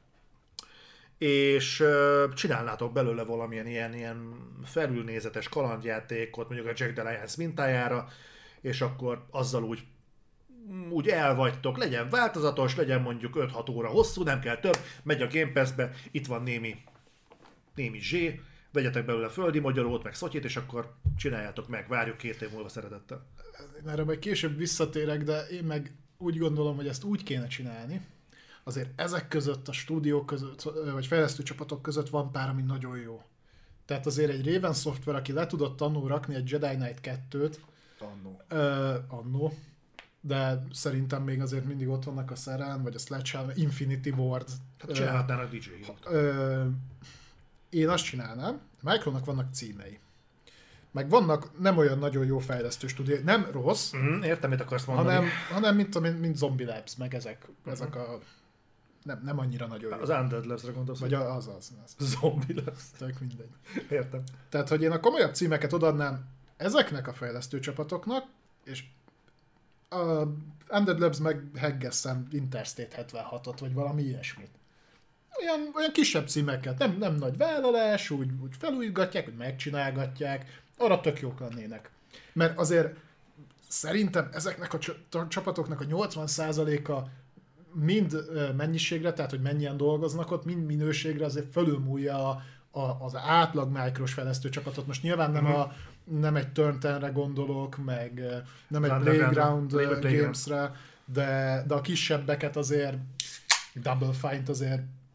és uh, csinálnátok belőle valamilyen ilyen, ilyen felülnézetes kalandjátékot, mondjuk a Jack the Lions mintájára, és akkor azzal úgy úgy elvagytok, legyen változatos, legyen mondjuk öt-hat óra hosszú, nem kell több, megy a Game Pass-be, itt van némi, némi zsé, vegyetek belőle földi magyarót, meg szotyit, és akkor csináljátok meg, várjuk két év múlva szeretettel. Én erre majd később visszatérek, de én meg úgy gondolom, hogy ezt úgy kéne csinálni, azért ezek között, a stúdiók között, vagy fejlesztő csapatok között van pár, ami nagyon jó. Tehát azért egy Raven Software, aki le tudott annó rakni egy Jedi Knight kettőt, Annó. Uh, annó, de szerintem még azért mindig ott vannak a Seren, vagy a Sledgehammer, Infinity Ward. Hát csinálhatnának dé jé Hero-t. Uh, én azt csinálnám, Micronak vannak címei. Meg vannak nem olyan nagyon jó fejlesztő stúdió, nem rossz, Mm, értem, mit akarsz mondani. hanem, hanem mint, mint, mint Zombie Labs, meg ezek, uh-huh. ezek a nem, nem annyira nagyon jó. Az Undead Labs-re gondolsz? Vagy az az. az. Zombie Labs. Tök mindegy. Értem. Tehát, hogy én a komolyabb címeket odaadnám ezeknek a fejlesztő csapatoknak, és a Undead Labs meg heggesszen Interstate hetvenhatot, vagy valami ilyesmit. Olyan, olyan kisebb címeket, nem, nem nagy vállalás, úgy, úgy felújítgatják, úgy megcsinálgatják, arra tök jók lennének. Mert azért szerintem ezeknek a csapatoknak a nyolcvan százaléka mind mennyiségre, tehát hogy mennyien dolgoznak ott, mind minőségre azért fölülmúlja a, a, az átlag Micros fejlesztő csapatot. Most nyilván nem, a, nem egy Turn tízre gondolok, meg nem egy Playground, Playground Games-re, de, de a kisebbeket azért Double Fine-t azért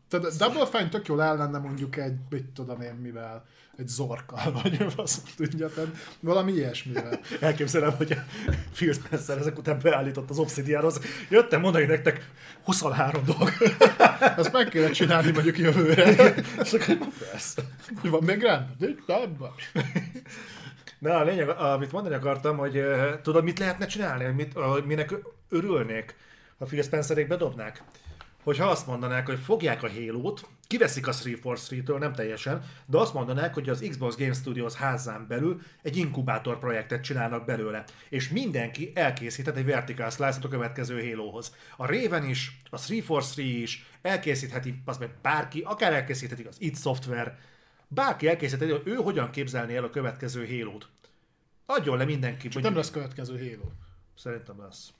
Tehát Double Fine tök jól el lenne mondjuk egy, mit tudom én mivel, egy zorkkal, vagy azt tudja, tehát valami ilyesmivel. Elképzelem, hogy a Phil Spencer ezek után beállított az Obsidianhoz. Jöttem mondani nektek huszonhárom dolg. Ezt meg kellett csinálni mondjuk jövőre. És akkor persze. Van még rám? Nem van. Na, a lényeg, amit mondani akartam, hogy uh, tudod, mit lehetne csinálni, mit, uh, minek örülnék, ha Phil Spencerék bedobnák? Hogyha azt mondanák, hogy fogják a Halo-t, kiveszik a három három-től, nem teljesen, de azt mondanák, hogy az Xbox Game Studios házán belül egy inkubátor projektet csinálnak belőle, és mindenki elkészíthet egy vertical slice-ot a következő Halohoz. A Raven is, a három három-három is elkészítheti, az meg bárki, akár elkészíthetik az id Software, bárki elkészítheti, hogy ő hogyan képzelné el a következő Halo-t. Adjon le mindenki. Csak nem lesz következő Halo. Szerintem lesz.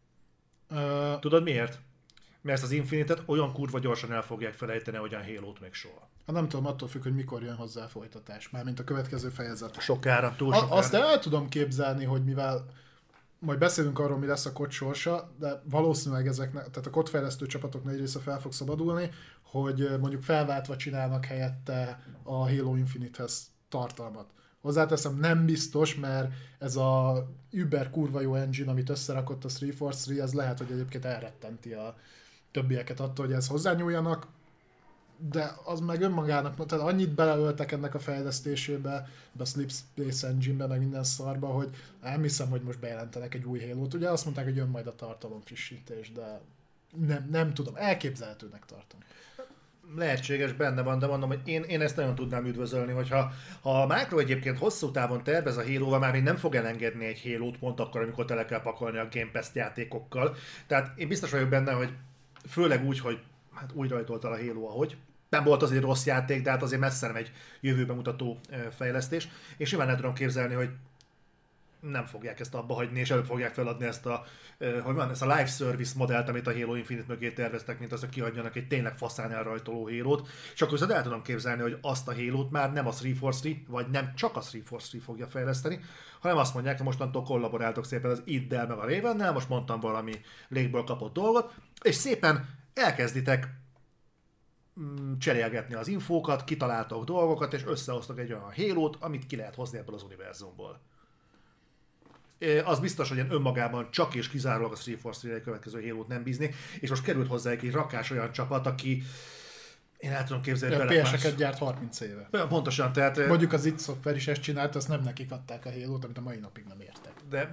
Uh, Tudod miért? Mert az Infinite-et olyan kurva gyorsan el fogják felejteni, hogyan Halo-t még soha. Hát nem tudom, attól függ, hogy mikor jön hozzá a folytatás, mármint a következő fejezet. Sokára, túl sokára. A, azt el tudom képzelni, hogy mivel majd beszélünk arról, mi lesz a kod sorsa, de valószínűleg ezeknek, tehát a kodfejlesztő csapatoknak egy része fel fog szabadulni, hogy mondjuk felváltva csinálnak helyette a Halo Infinite-hez tartalmat. Hozzáteszem, nem biztos, mert ez a über kurva jó engine, amit összerakott a három három-három, ez lehet, hogy egyébként elrettenti a többieket attól, hogy ezt hozzányúljanak, de az meg önmagának, tehát annyit beleöltek ennek a fejlesztésébe, a Slipspace Engine-be, meg minden szarba, hogy nem hiszem, hogy most bejelentenek egy új Halo-t. Ugye azt mondták, hogy jön majd a tartalom frissítés, de nem, nem tudom, elképzelhetőnek tartom. Lehetséges, benne van, de mondom, hogy én, én ezt nagyon tudnám üdvözölni, hogyha ha a Micro egyébként hosszú távon tervez a Halo-val, már még nem fog elengedni egy Halo-t pont akkor, amikor tele kell pakolni a Game Pass játékokkal. Tehát én biztos vagyok benne, hogy főleg úgy, hogy hát úgy rajtolta a Halo, ahogy. Nem volt azért rossz játék, de hát azért messze nem egy jövőbe mutató fejlesztés. És simán el tudom képzelni, hogy nem fogják ezt abba hagyni, és előbb fogják feladni ezt a, hogy van, ezt a live service modellt, amit a Halo Infinite mögé terveztek, mint az, hogy kihagyjanak egy tényleg faszán elrajtoló Halo-t. És akkor viszont el tudom képzelni, hogy azt a Halo-t már nem a három három-három, vagy nem csak a három három-három fogja fejleszteni, hanem azt mondják, hogy mostantól kollaboráltok szépen az iddel meg a Ravennel, most mondtam valami légből kapott dolgot, és szépen elkezditek cserélgetni az infókat, kitaláltok dolgokat, és összehoztok egy olyan Halo-t, amit ki lehet hozni ebből az univerzumból. Az biztos, hogy én önmagában csak és kizárólag a három három-három következő Halo-t nem bízni, és most került hozzá egy rakás olyan csapat, aki én el tudom képzelni, hogy pé es-eket gyárt harminc éve. Pontosan, tehát... Mondjuk az id Software is ezt csinált, azt nem nekik adták a Halo-t, amit a mai napig nem értek. De...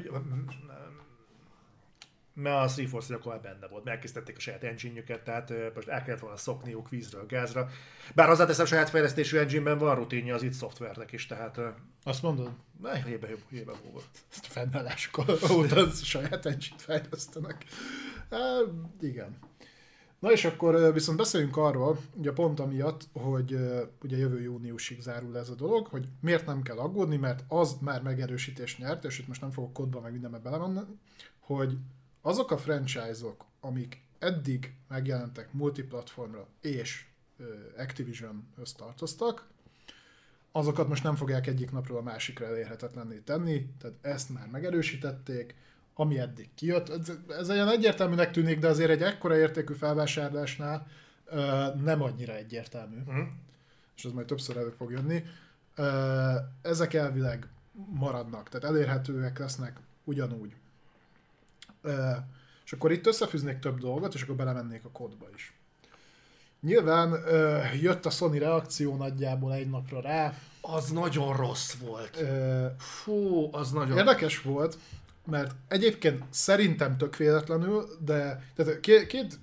mert a három három-három akkor benne volt, elkészítették a saját engine-jüket, tehát most el kellett volna szokniuk vízről gázra. Bár hozzáteszem, saját fejlesztésű engine-ben van rutinja az id Software-nek is, tehát... Azt mondod? Ne, hébe, hébe volt. Fennállások óta saját engine-t fejlesztenek. E, igen. Na és akkor viszont beszéljünk arról, ugye pont amiatt, hogy ugye jövő júniusig zárul le ez a dolog, hogy miért nem kell aggódni, mert az már megerősítést nyert, és itt most nem fogok kodba meg mindenbe belemenni, hogy azok a franchise-ok, amik eddig megjelentek multiplatformra és Activision-höz tartoztak, azokat most nem fogják egyik napról a másikra elérhetetlenné tenni, tehát ezt már megerősítették, ami eddig kijött. Ez, ez olyan egyértelműnek tűnik, de azért egy ekkora értékű felvásárlásnál uh, nem annyira egyértelmű, uh-huh. és ez majd többször elő fog jönni. Uh, ezek elvileg maradnak, tehát elérhetőek lesznek ugyanúgy. Uh, és akkor itt összefűznék több dolgot, és akkor belemennék a kódba is. Nyilván uh, jött a Sony reakció nagyjából egy napra rá. Az nagyon rossz volt. Uh, Fú, az nagyon... Érdekes volt, mert egyébként szerintem tök véletlenül, de tehát két, két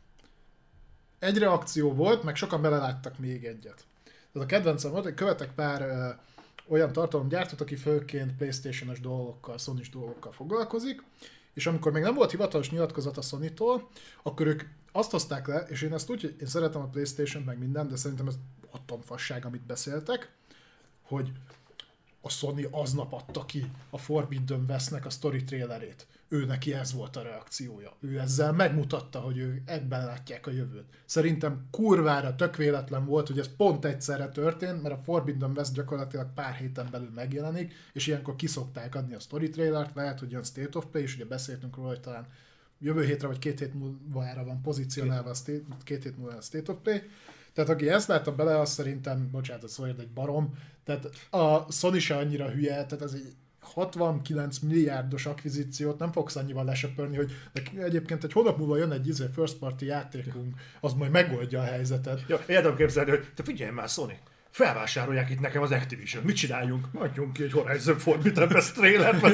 egy reakció volt, meg sokan beleláttak még egyet. Tehát a kedvencem volt, hogy követek pár uh, olyan tartalomgyártót, aki főként PlayStation-os dolgokkal, Sony-s dolgokkal foglalkozik, és amikor még nem volt hivatalos nyilatkozat a Sony-tól, akkor ők azt hozták le, és én ezt úgy, hogy én szeretem a PlayStation-t meg minden, de szerintem ez atomfasság, amit beszéltek, hogy a Sony aznap adta ki a Forbidden Westnek a story trailerét. Ő neki ez volt a reakciója. Ő ezzel megmutatta, hogy ő ebben látják a jövőt. Szerintem kurvára tök véletlen volt, hogy ez pont egyszerre történt, mert a Forbidden West gyakorlatilag pár héten belül megjelenik, és ilyenkor kiszokták adni a story trailert, lehet, hogy jön State of Play, és ugye beszéltünk róla, hogy talán jövő hétre vagy két hét múlva van pozícionálva a state, két hét múlva a State of Play. Tehát aki ezt látta bele, az szerintem, bocsánat, szó egy barom, tehát a Sony se annyira hülye, tehát ez egy hatvankilenc milliárdos akvizíciót nem fogsz annyival lesöpörni, hogy de egyébként egy hónap múlva jön egy izé first party játékunk, az majd megoldja a helyzetet. Ja, el tudom képzelni, hogy te figyelj már, Sony, felvásárolják itt nekem az Activision, mit csináljunk? Adjunk ki egy Horizon Forbidden West trailert,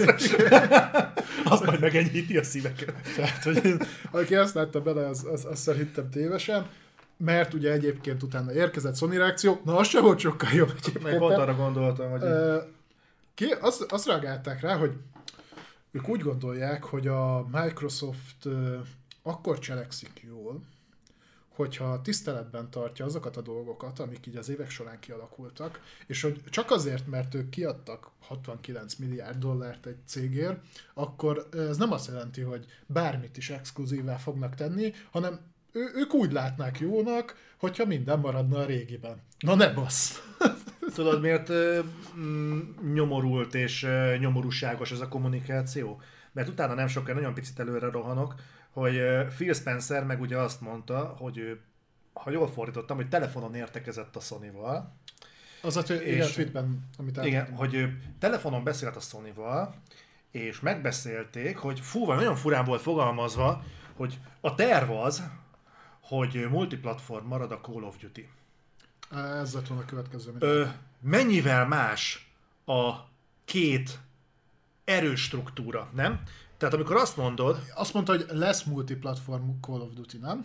az majd megenyhíti a szíveket. Tehát, hogy aki ezt látta bele, az, az, az szerintem tévesen, mert ugye egyébként utána érkezett Sony reakció, na az sem volt sokkal jobb egyébként. Meg pont arra gondoltam, hogy... Uh, ki, azt, azt reagálták rá, hogy ők úgy gondolják, hogy a Microsoft uh, akkor cselekszik jól, hogyha tiszteletben tartja azokat a dolgokat, amik így az évek során kialakultak, és hogy csak azért, mert ők kiadtak hatvankilenc milliárd dollárt egy cégért, akkor ez nem azt jelenti, hogy bármit is exkluzívvá fognak tenni, hanem ő, ők úgy látnák jónak, hogyha minden maradna a régiben. Na ne bassz! Tudod, miért mm, nyomorult és nyomorúságos ez a kommunikáció? Mert utána nem sokkal, nagyon picit előre rohanok, hogy Phil Spencer meg ugye azt mondta, hogy ő, ha jól fordítottam, hogy telefonon értekezett a Sony-val. Az a tő, igen, tweetben, amit igen, átadom. Hogy ő telefonon beszélt a Sony-val, és megbeszélték, hogy fú, vagy nagyon furán volt fogalmazva, hogy a terv az, hogy multiplatform marad a Call of Duty. Ez lett volna a következő. Ö, mennyivel más a két erős struktúra, nem? Tehát amikor azt mondod... Azt mondta, hogy lesz multiplatform Call of Duty, nem?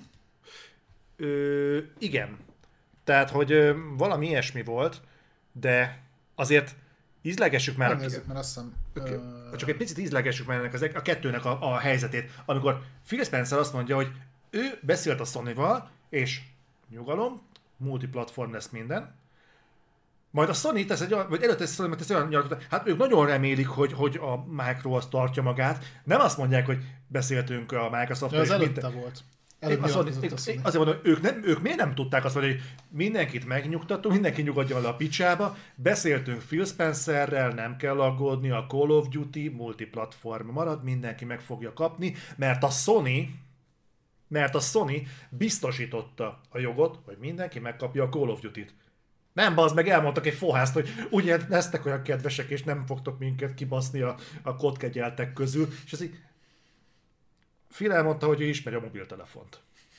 Ö, igen. Tehát, hogy ö, valami ilyesmi volt, de azért ízlegessük már... Nem nézzük, mert azt hiszem... Okay. Ö... Csak egy picit ízlegessük már ennek az, a kettőnek a, a helyzetét. Amikor Phil Spencer azt mondja, hogy ő beszélt a Sony-val, és nyugalom, multiplatform lesz minden. Majd a Sony tesz egy olyan, vagy előtte tesz, tesz olyan nyilatkozatot, hát ők nagyon remélik, hogy, hogy a Micro az tartja magát. Nem azt mondják, hogy beszéltünk a Microsoft-tal. Ez előtte minden... volt. Előbb Sony, azért mondom, ők, nem, ők miért nem tudták azt mondani, hogy mindenkit megnyugtatunk, mindenki nyugodjon le a picsába, beszéltünk Phil Spencerrel, nem kell aggódni, a Call of Duty multiplatform marad, mindenki meg fogja kapni, mert a Sony mert a Sony biztosította a jogot, hogy mindenki megkapja a Call of Duty-t. Nem, bazd meg, elmondtak egy fohászt, hogy ugye lesznek olyan kedvesek, és nem fogtok minket kibaszni a, a kódkegyeltek közül. És ez így... Phil elmondta, hogy ő ismeri a mobiltelefont.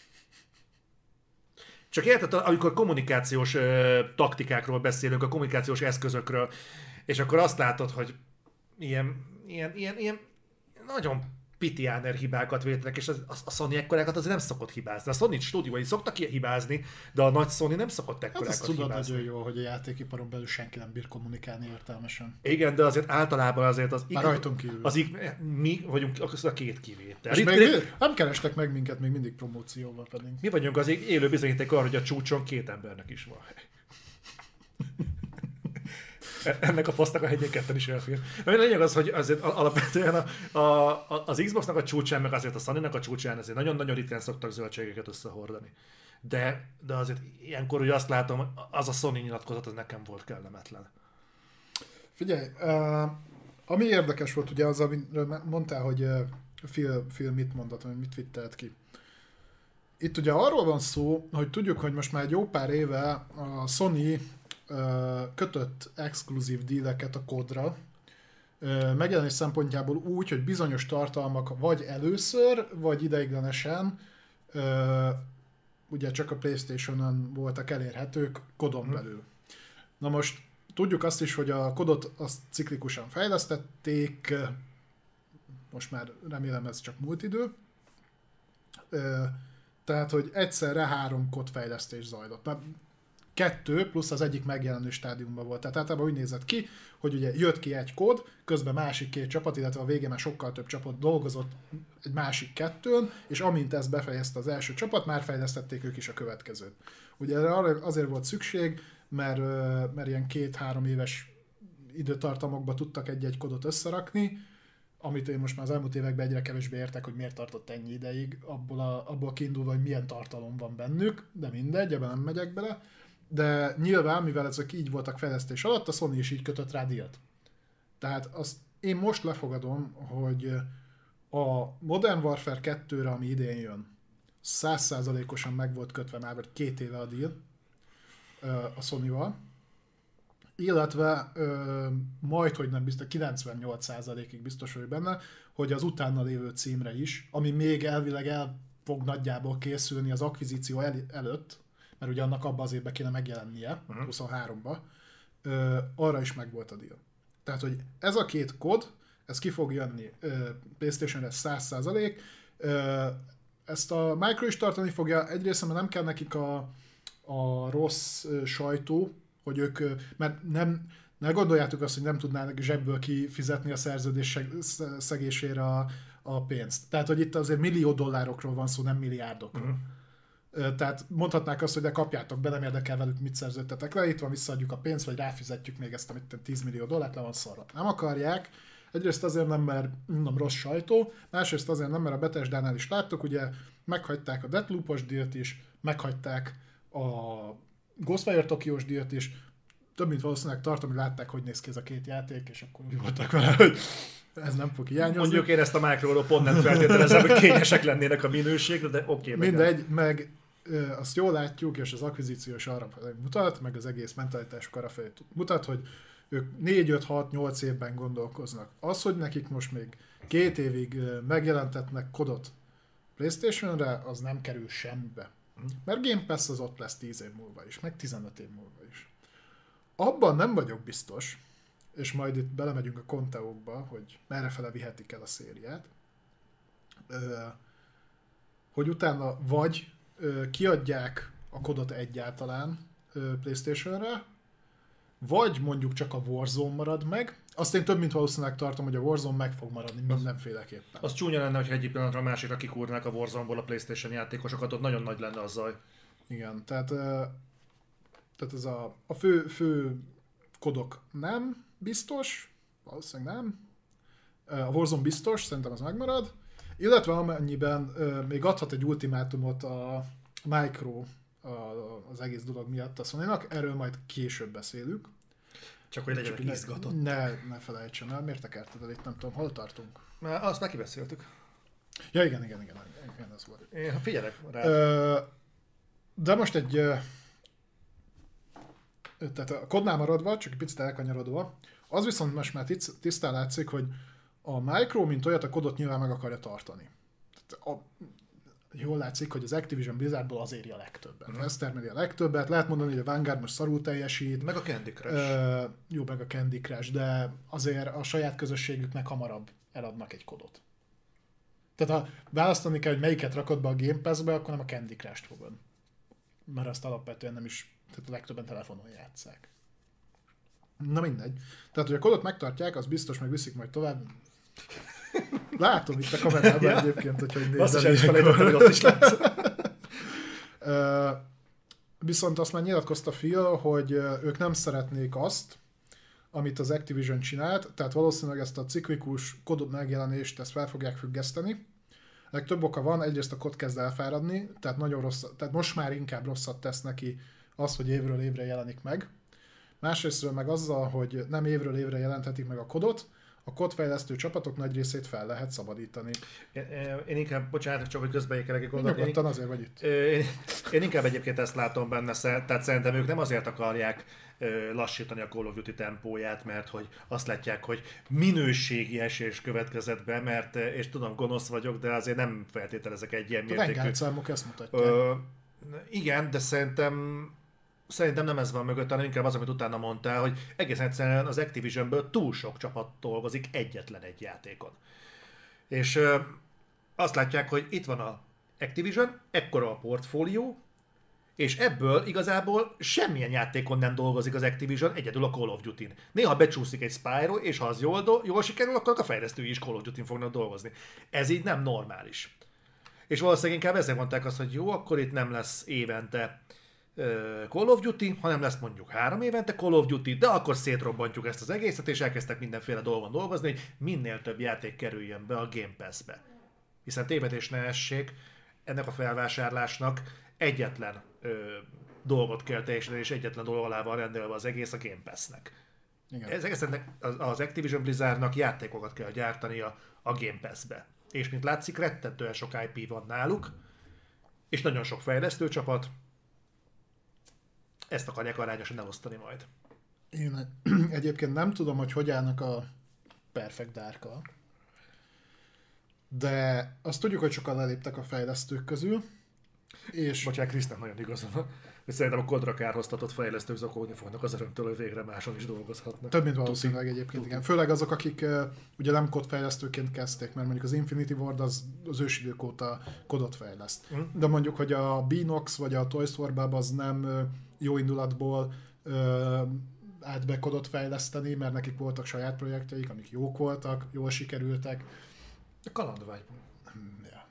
Csak érted, amikor kommunikációs ö, taktikákról beszélünk, a kommunikációs eszközökről, és akkor azt látod, hogy ilyen, ilyen, ilyen, ilyen nagyon pitiáner hibákat védtek, és az, az, a Sony ekkorákat azért nem szokott hibázni. A Sony stúdiói szoktak hibázni, de a nagy Sony nem szokott ekkorákat hát hibázni. Hát tudod nagyon jó, hogy a játékiparon belül senki nem bír kommunikálni értelmesen. Igen, de azért általában azért az... Már rajtunk kívül. Az, mi vagyunk a két kivétel. És még ré... nem kerestek meg minket még mindig promócióval pedig. Mi vagyunk az élő bizonyíték arra, hogy a csúcson két embernek is van hely. Ennek a fasznak a hegyén ketten is elfér. A lényeg az, hogy azért alapvetően a, a, az Xboxnak a csúcsán, meg azért a Sony-nak a csúcsán azért nagyon-nagyon ritkán szoktak zöldségeket összehordani. De, de azért ilyenkor ugye azt látom, az a Sony nyilatkozat, az nekem volt kellemetlen. Figyelj, uh, ami érdekes volt ugye az, amiről mondtál, hogy uh, Phil, Phil mit mondott, vagy mit vittelt ki. Itt ugye arról van szó, hogy tudjuk, hogy most már egy jó pár éve a Sony kötött exkluzív díleket a kódra, megjelenés szempontjából úgy, hogy bizonyos tartalmak vagy először, vagy ideiglenesen ugye csak a PlayStation-on voltak elérhetők kodon belül. Na most tudjuk azt is, hogy a kodot azt ciklikusan fejlesztették, most már remélem ez csak múlt idő, tehát hogy egyszerre három kódfejlesztés zajlott. Kettő plusz az egyik megjelenő stádiumban volt. Tehát általában úgy nézett ki, hogy ugye jött ki egy kód, közben másik két csapat, illetve a végén már sokkal több csapat dolgozott egy másik kettőn, és amint ezt befejezte az első csapat, már fejlesztették ők is a következőt. Ugye azért volt szükség, mert, mert ilyen két-három éves időtartamokba tudtak egy-egy kódot összerakni, amit én most már az elmúlt években egyre kevésbé értek, hogy miért tartott ennyi ideig, abból, a, abból kiindulva, hogy milyen tartalom van bennük, de mindegy, ebben nem megyek bele. De nyilván, mivel ezek így voltak fejlesztés alatt, a Sony is így kötött rá díjat. Tehát azt én most lefogadom, hogy A Modern Warfare kettőre, ami idén jön, száz százalékosan meg volt kötve már, vagy két éve a deal a Sony-val, illetve ö, majd, hogy nem biztos, kilencvennyolc százalékig biztos vagyok benne, hogy az utána lévő címre is, ami még elvileg el fog nagyjából készülni az akvizíció el, előtt, mert ugye annak abban az évben kéne megjelennie, uh-huh. huszonháromba, ö, arra is meg volt a deal. Tehát, hogy ez a két kód, ez ki fog jönni ö, PlayStation-re száz százalék, ö, ezt a Micro is tartani fogja, egyrészt, mert nem kell nekik a, a rossz ö, sajtó, hogy ők, ö, mert nem, ne gondoljátok azt, hogy nem tudnának zsebből kifizetni a szerződés szegésére a, a pénzt. Tehát, hogy itt azért millió dollárokról van szó, nem milliárdokról. Uh-huh. Tehát mondhatnák azt, hogy de kapjátok be, nem érdekel velük, mit szerződtetek le, itt van, visszaadjuk a pénzt, vagy ráfizetjük még ezt, amit tíz millió dollárt, le van szarra. Nem akarják. Egyrészt azért nem, mert mondom, rossz sajtó, másrészt azért nem, mert a Bethesdánál is láttuk, ugye meghagyták a Deathloop-os dílt is, meghagyták a Ghostwire Tokiós dílt is, több mint valószínűleg tartom, hogy látták, hogy néz ki ez a két játék, és akkor úgy voltak vele, hogy ez nem fog hiányozni. Mondjuk én ezt a Microról pont nem feltételezem, hogy kényesek lennének a minőségre, de oké. Okay, mindegy, meg ö, azt jól látjuk, és az akvizíciós arra mutat, meg az egész mentalitásuk arra felé mutat, hogy ők négy, öt, hat, nyolc évben gondolkoznak. Az, hogy nekik most még két évig megjelentetnek kodot PlayStation-re, az nem kerül semmibe. Mert Game Pass az ott lesz tíz év múlva is, meg tizenöt év múlva is. Abban nem vagyok biztos, és majd itt belemegyünk a konteókba, hogy merrefele vihetik el a szériát, hogy utána vagy kiadják a kodot egyáltalán PlayStation-re, vagy mondjuk csak a Warzone marad meg. Azt én több mint valószínűleg tartom, hogy a Warzone meg fog maradni mindenféleképpen. Az csúnya lenne, hogyha egyik pillanatra a másikra kikúrnák a Warzone-ból a PlayStation játékosokat, ott nagyon nagy lenne a zaj. Igen, tehát, tehát ez a, a fő, fő kodok nem biztos, valószínűleg nem. A Warzone biztos, szerintem az megmarad. Illetve amennyiben még adhat egy ultimátumot a Micro az egész dolog miatt a Sony-nak, erről majd később beszélünk. Csak hogy legyenek izgatott. Ne, ne felejtsen el, miért tekerted el itt, nem tudom, hol tartunk? Már azt már kibeszéltük. Ja, igen, igen, igen, igen, ez volt. Én figyelek rá. Ö, de most egy, tehát a kodnál maradva, csak egy picit elkanyarodva, az viszont most már tisztán látszik, hogy a Micro, mint olyat, a kodot nyilván meg akarja tartani. Tehát a, jól látszik, hogy az Activision Blizzardból az éri a legtöbbet. Mm. Ez termeli a legtöbbet. Lehet mondani, hogy a Vanguard most szarul teljesít. Meg a Candy Crush. Ö, jó, meg a Candy Crush, de azért a saját közösségüknek hamarabb eladnak egy kodot. Tehát ha választani kell, hogy melyiket rakod be a Game Pass-be, akkor nem a Candy Crush-t fogod. Mert azt alapvetően nem is, tehát a legtöbben telefonon játsszák. Na mindegy. Tehát, hogy a kodot megtartják, az biztos, meg viszik majd tovább. Látom itt a kamerában ja. Egyébként, hogyha így nézem. Azt is el is felejtettem, hogy ott is látsz. Viszont azt már nyilatkozta Phil, hogy ők nem szeretnék azt, amit az Activision csinált, tehát valószínűleg ezt a ciklikus kodot megjelenést ezt fel fogják függeszteni. Legtöbb oka van, egyrészt a kod kezd elfáradni, tehát nagyon rossz, tehát most már inkább rosszat tesz neki az, hogy évről évre jelenik meg. Másrésztről meg azzal, hogy nem évről évre jelenthetik meg a kodot, a kódfejlesztő csapatok nagy részét fel lehet szabadítani. Én, én inkább, bocsánat, csak hogy közbeékelek. Nyugodtan azért vagy itt. Én, én inkább egyébként ezt látom benne, tehát szerintem ők nem azért akarják lassítani a Call of Duty tempóját, mert hogy azt látják, hogy minőségi esés következett be, mert, és tudom, gonosz vagyok, de azért nem feltételezek egy ilyen mértékű. A Vanguard számok ezt mutatják. Ö, igen, de szerintem Szerintem nem ez van mögött, hanem inkább az, amit utána mondtál, hogy egész egyszerűen az Activisionből túl sok csapat dolgozik egyetlen egy játékon. És ö, azt látják, hogy itt van a Activision, ekkora a portfólió, és ebből igazából semmilyen játékon nem dolgozik az Activision, egyedül a Call of Duty-n. Néha becsúszik egy Spyro, és ha az jól, do- jól sikerül, akkor a fejlesztői is Call of Duty-n fognak dolgozni. Ez így nem normális. És valószínűleg inkább ezzel mondták azt, hogy jó, akkor itt nem lesz évente Call of Duty, hanem lesz mondjuk három évente Call of Duty, de akkor szétrobbantjuk ezt az egészet, és elkezdtek mindenféle dolgon dolgozni, hogy minél több játék kerüljön be a Game Pass-be. Hiszen tévedés ne essék, ennek a felvásárlásnak egyetlen ö, dolgot kell teljesíteni, és egyetlen dolog alá van rendelve az egész a Game Pass-nek. Ez, az Activision Blizzardnak játékokat kell gyártani a, a Game Pass-be. És mint látszik, rettentően sok i pé van náluk, és nagyon sok fejlesztő csapat. Ezt akarják arányosan elosztani majd. Én egyébként nem tudom, hogy hogy állnak a Perfect Dark-kal, de azt tudjuk, hogy sokan leléptek a fejlesztők közül, és... Bocsánat, Krisztán nagyon igazán, hogy szerintem a kodra kárhoztatott fejlesztők zakódni fognak az örömtől, hogy végre máson is dolgozhatnak. Több mint valószínűleg egyébként, igen. Főleg azok, akik uh, ugye nem kodfejlesztőként kezdték, mert mondjuk az Infinity Ward az, az ősidők óta kodot fejleszt. Mm. De mondjuk, hogy a Beanox vagy a Toys for Bob az nem uh, jó indulatból uh, át be kodot fejleszteni, mert nekik voltak saját projektjeik, amik jók voltak, jól sikerültek. A kalandvágy. Ja.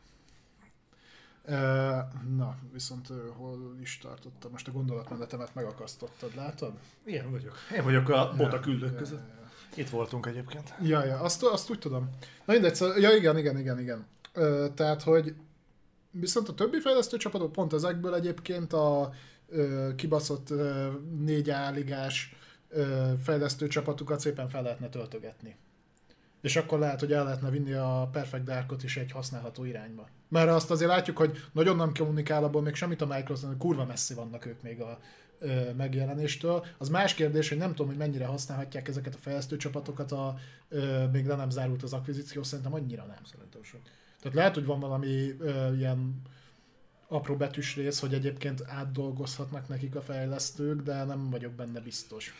Na, viszont hol is tartottam? Most a gondolatmenetemet megakasztottad, látod? Ilyen vagyok. Én vagyok a bota küldők között. Ja, ja. Itt voltunk egyébként. Ja, ja, azt, azt úgy tudom. Na mindegy, szóval, ja igen, igen, igen, igen. Ö, tehát, hogy viszont a többi fejlesztő csapatok pont ezekből egyébként a ö, kibaszott ö, négy A-ligás ö, fejlesztő csapatukat szépen fel lehetne töltögetni. És akkor lehet, hogy el lehetne vinni a Perfect Darkot is egy használható irányba. Mert azt azért látjuk, hogy nagyon nem kommunikál abból még semmit a Microsoft, kurva messzi vannak ők még a ö, megjelenéstől. Az más kérdés, hogy nem tudom, hogy mennyire használhatják ezeket a fejlesztő csapatokat, a, ö, még le nem zárult az akvizíció, szerintem annyira nem. Szerintem sok. Tehát lehet, hogy van valami ö, ilyen apró betűs rész, hogy egyébként átdolgozhatnak nekik a fejlesztők, de nem vagyok benne biztos.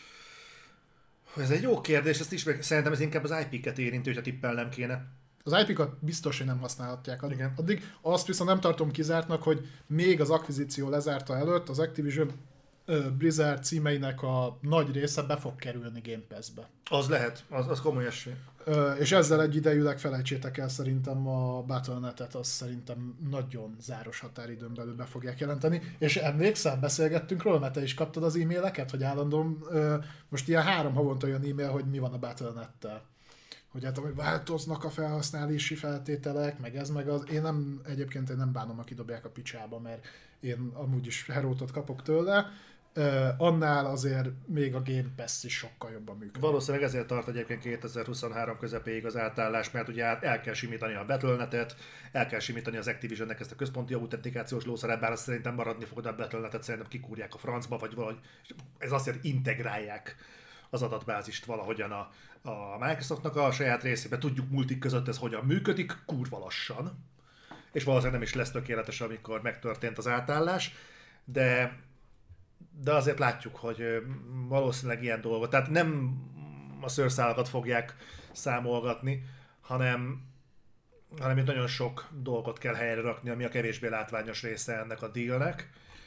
Ez egy jó kérdés, ezt is, szerintem ez inkább az i pé-ket érinti, hogyha tippelnem kéne. Az i pé-kat biztos, hogy nem használhatják. Addig, Igen. addig azt viszont nem tartom kizártnak, hogy még az akvizíció lezárta előtt az Activision uh, Blizzard címeinek a nagy része be fog kerülni Game Pass-be. Az lehet, az, az komoly esély. Uh, és ezzel egyidejűleg felejtsétek el szerintem a Battle dot net-et, azt szerintem nagyon záros határidőn belül be fogják jelenteni. És emlékszel, beszélgettünk róla, mert te is kaptad az e-maileket, hogy állandóan uh, most ilyen három havonta jön e-mail, hogy mi van a Battle dot net-tel. Hogy hát, hogy változnak a felhasználási feltételek, meg ez, meg az. Én nem, egyébként én nem bánom, aki dobják a picsába, mert én amúgy is herótot kapok tőle. Uh, annál azért még a Game Pass is sokkal jobban működik. Valószínűleg ezért tart egyébként kétezer-huszonhárom közepéig az átállás, mert ugye el kell simítani a Battle dot net-et, el kell simítani az Activisionnek ezt a központi autentikációs lószeret, bár azt szerintem maradni fog, de a Battle dot net-et szerintem kikúrják a francba, vagy valahogy, ez azt jelenti, integrálják az adatbázist valahogyan a, a Microsoftnak a saját részébe. Tudjuk multik között ez hogyan működik, kurva lassan, és valószínűleg nem is lesz tökéletes, amikor megtörtént az átállás, de de azért látjuk, hogy valószínűleg ilyen dolgot, tehát nem a szőrszálakat fogják számolgatni, hanem, hanem itt nagyon sok dolgot kell helyre rakni, ami a kevésbé látványos része ennek a dealnek.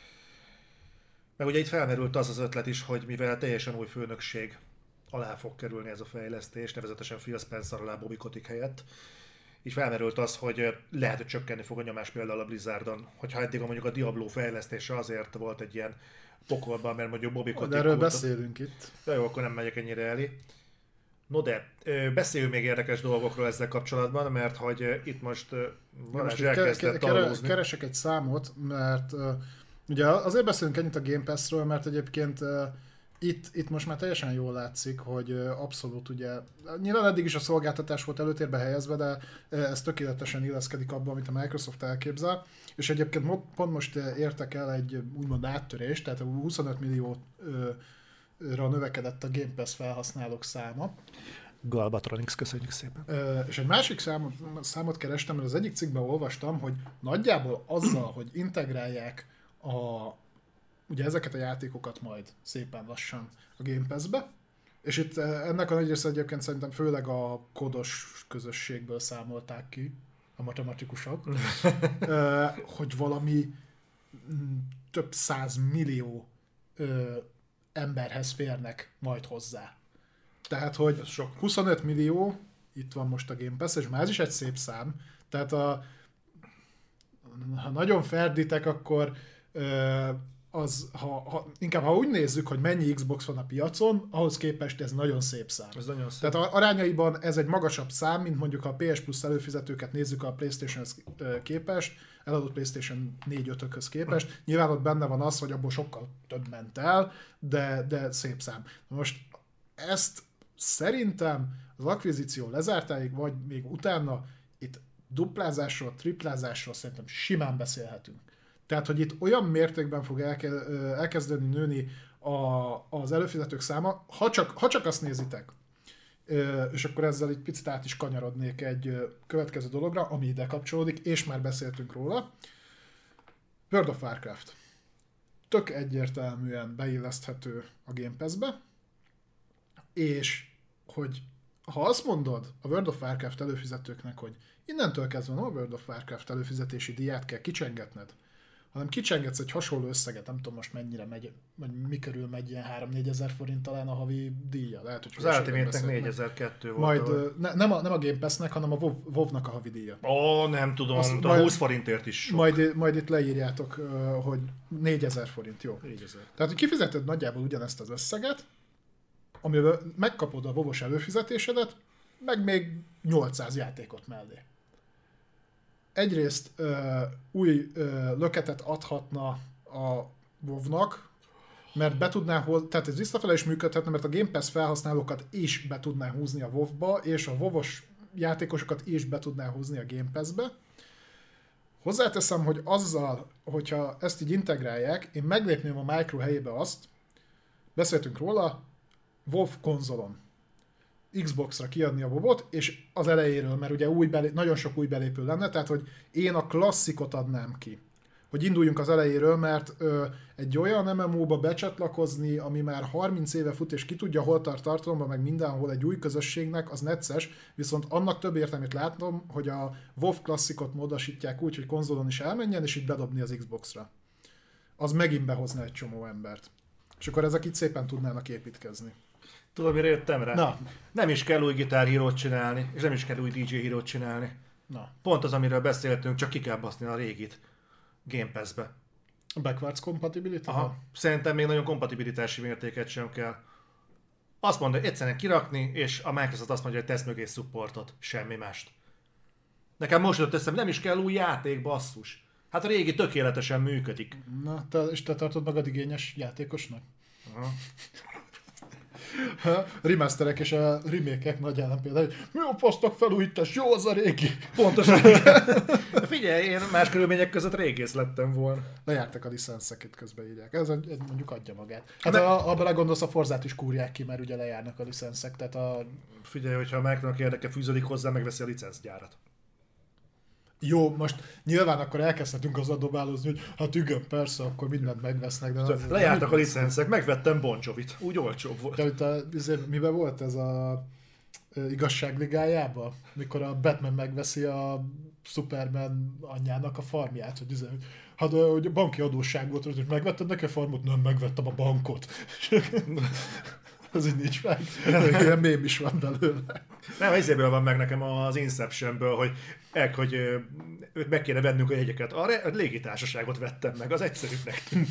Meg ugye itt felmerült az az ötlet is, hogy mivel teljesen új főnökség alá fog kerülni ez a fejlesztés, nevezetesen Phil Spencer alá Bobby Kotick helyett, így felmerült az, hogy lehet, hogy csökkenni fog a nyomás például a Blizzardon, hogyha eddig mondjuk a Diablo fejlesztése azért volt egy ilyen pokolban, mert mondjuk Bobby Kotick... De erről beszélünk itt. De jó, akkor nem megyek ennyire elé. No de, beszéljünk még érdekes dolgokról ezzel kapcsolatban, mert hogy itt most Balázs elkezdett találózni. Keresek egy számot, mert uh, ugye azért beszélünk ennyit a Game Pass-ről, mert egyébként uh, itt, itt most már teljesen jól látszik, hogy uh, abszolút ugye, nyilván eddig is a szolgáltatás volt előtérbe helyezve, de uh, ez tökéletesen illeszkedik abba, amit a Microsoft elképzel. És egyébként pont most értek el egy úgymond áttörést, tehát huszonöt millióra növekedett a Game Pass felhasználók száma. Galbatronics, köszönjük szépen. És egy másik számot, számot kerestem, mert az egyik cikkben olvastam, hogy nagyjából azzal, hogy integrálják a, ugye ezeket a játékokat majd szépen lassan a Game Pass-be, és itt ennek a nagy része egyébként szerintem főleg a kodos közösségből számolták ki, a matematikusok, hogy valami több száz millió emberhez férnek majd hozzá. Tehát, hogy huszonöt millió, itt van most a Game Pass, és már ez is egy szép szám, tehát a, ha nagyon ferdítek, akkor az, ha, ha, inkább ha úgy nézzük, hogy mennyi Xbox van a piacon, ahhoz képest ez nagyon szép szám. Ez nagyon szép. Tehát arányaiban ez egy magasabb szám, mint mondjuk a pé es Plus előfizetőket nézzük a PlayStation-hez képest, eladott PlayStation négy ötökhöz képest. Nyilván ott benne van az, hogy abból sokkal több ment el, de, de szép szám. Most ezt szerintem az akvizíció lezártáig, vagy még utána itt duplázásról, triplázásról szerintem simán beszélhetünk. Tehát, hogy itt olyan mértékben fog elke, elkezdeni nőni a, az előfizetők száma, ha csak, ha csak azt nézitek, és akkor ezzel egy picit át is kanyarodnék egy következő dologra, ami ide kapcsolódik, és már beszéltünk róla. World of Warcraft. Tök egyértelműen beilleszthető a Game Pass-be, és hogy ha azt mondod a World of Warcraft előfizetőknek, hogy innentől kezdve nem a World of Warcraft előfizetési díját kell kicsengetned, hanem kicsengetsz egy hasonló összeget, nem tudom most mennyire megy, vagy mi körül megy, ilyen három-négy ezer forint talán a havi díja. Lehet, hogy az Ultimate-nek négyezer-kettő volt. Majd ne, nem, a, nem a Game Pass-nek, hanem a WoW, WoW-nak a havi díja. Ó, nem tudom, Azt de majd, húsz forintért is sok. Majd, majd itt leírjátok, hogy négyezer forint, jó. négyezer. Tehát, hogy kifizeted nagyjából ugyanezt az összeget, amivel megkapod a WoW-os előfizetésedet, meg még nyolcszáz játékot mellé. Egyrészt uh, új uh, löketet adhatna a WoW-nak, mert be tudná hozni, tehát ez visszafele is működhetne, mert a Game Pass felhasználókat is be tudná húzni a WoW-ba, és a WoW-os játékosokat is be tudná húzni a Game Pass-be. Hozzáteszem, hogy azzal, hogyha ezt így integrálják, én meglépném a Micro helyébe azt, beszéltünk róla, WoW konzolon. Xbox-ra kiadni a WoW-ot, és az elejéről, mert ugye új belé- nagyon sok új belépő lenne, tehát hogy én a klasszikot adnám ki. Hogy induljunk az elejéről, mert ö, egy olyan em em o-ba becsatlakozni, ami már harminc éve fut, és ki tudja, hol tart tartalomban, meg mindenhol egy új közösségnek, az necces, viszont annak több értelmét látom, hogy a WoW klasszikot módosítják úgy, hogy konzolon is elmenjen, és így bedobni az Xbox-ra. Az megint behozna egy csomó embert. És akkor ezek itt szépen tudnának építkezni. Tudod, mire jöttem rá? Na. Nem is kell új gitárhírót csinálni, és nem is kell új dé dzsé hírót csinálni. Na. Pont az, amiről beszéltünk, csak ki kell baszni a régit Game Pass-be. A backwards compatibility? Aha. Szerintem még nagyon kompatibilitási mértéket sem kell. Azt mondja, hogy egyszerűen kirakni, és a Microsoft azt mondja, hogy tesz mögé supportot, semmi mást. Nekem most jött eszem, nem is kell új játék, basszus. Hát a régi tökéletesen működik. Na, te, és te tartod magad igényes játékosnak? Aha. A remasterek és a remake-ek nagy ellen például, hogy mi a posztok felújítás, jó az a régi. Pontosan. Figyelj, én más körülmények között régész lettem volna. Lejártak a licenszek, itt közben írják. Ez, ez mondjuk adja magát. Hát ne... ha belegondolsz, a Forzát is kúrják ki, mert ugye lejárnak a licenszek, tehát a... Figyelj, hogyha a Microsoftnak érdeke fűződik hozzá, megveszi a licenszgyárat. Jó, most nyilván akkor elkezdhetünk az adobálózni, hogy hát igen, persze, akkor mindent megvesznek. De az lejártak a licenszek, megvettem Bon Jovit, úgy olcsóbb volt. De itt a, azért, miben volt ez a igazságligájában, mikor a Batman megveszi a Superman anyjának a farmját, hogy, azért, hát hogy banki adósság volt, hogy megvetted neki a farmot? Nem, megvettem a bankot. Ez így nincs meg. Ilyen mém is van belőle. Nem, ezéből van meg nekem az Inceptionből, hogy, ek, hogy őt meg kéne vennünk a jegyeket. A légitársaságot vettem meg, az egyszerűbbnek tűnt.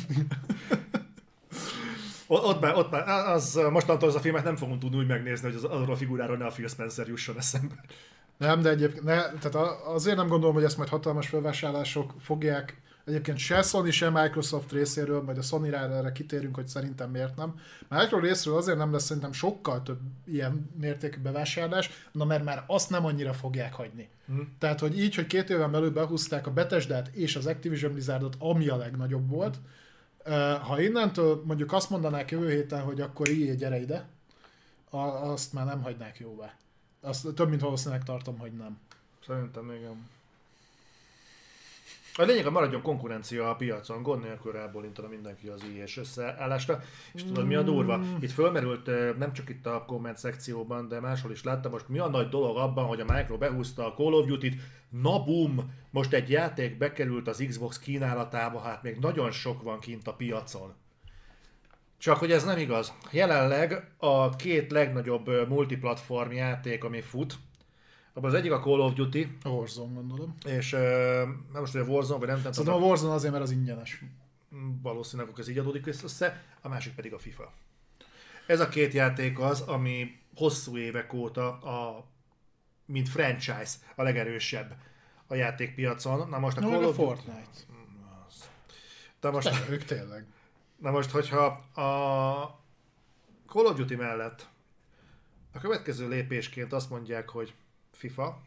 Ott már, ott már, az, mostantól az a filmet nem fogunk tudni úgy megnézni, hogy az arról a figuráról ne a Phil Spencer jusson eszembe. Nem, de egyébként ne, tehát azért nem gondolom, hogy ezt majd hatalmas felvásárlások fogják. Egyébként se Sony, se Microsoft részéről, majd a Sony-ra erre kitérünk, hogy szerintem miért nem. Microsoft részéről azért nem lesz szerintem sokkal több ilyen mértékű bevásárlás, na mert már azt nem annyira fogják hagyni. Hmm. Tehát, hogy így, hogy két éven belül behúzták a Bethesdát és az Activision Blizzardot, ami a legnagyobb volt, ha innentől mondjuk azt mondanák jövő héten, hogy akkor í á gyere ide, azt már nem hagynák jóvá. Azt több mint valószínűleg tartom, hogy nem. Szerintem igen. A lényeg, hogy maradjon konkurencia a piacon, gond nélkül rábólintana mindenki az í á-s összeállásra. És tudod, mi a durva? Itt fölmerült, nem csak itt a komment szekcióban, de máshol is láttam, most mi a nagy dolog abban, hogy a Micro behúzta a Call of Duty-t. Na bum! Most egy játék bekerült az Xbox kínálatába, hát még nagyon sok van kint a piacon. Csak hogy ez nem igaz. Jelenleg a két legnagyobb multiplatform játék, ami fut, abban az egyik a Call of Duty. A Warzone, gondolom. És uh, nem most, hogy a Warzone, vagy nem tudom. Szerintem a Warzone azért, mert az ingyenes. Valószínűleg ez így adódik össze, a másik pedig a FIFA. Ez a két játék az, ami hosszú évek óta, a, mint franchise, a legerősebb a játékpiacon. Na most a no, Call a of Fortnite. De most, Te, ők tényleg. Na most, hogyha a Call of Duty mellett a következő lépésként azt mondják, hogy FIFA,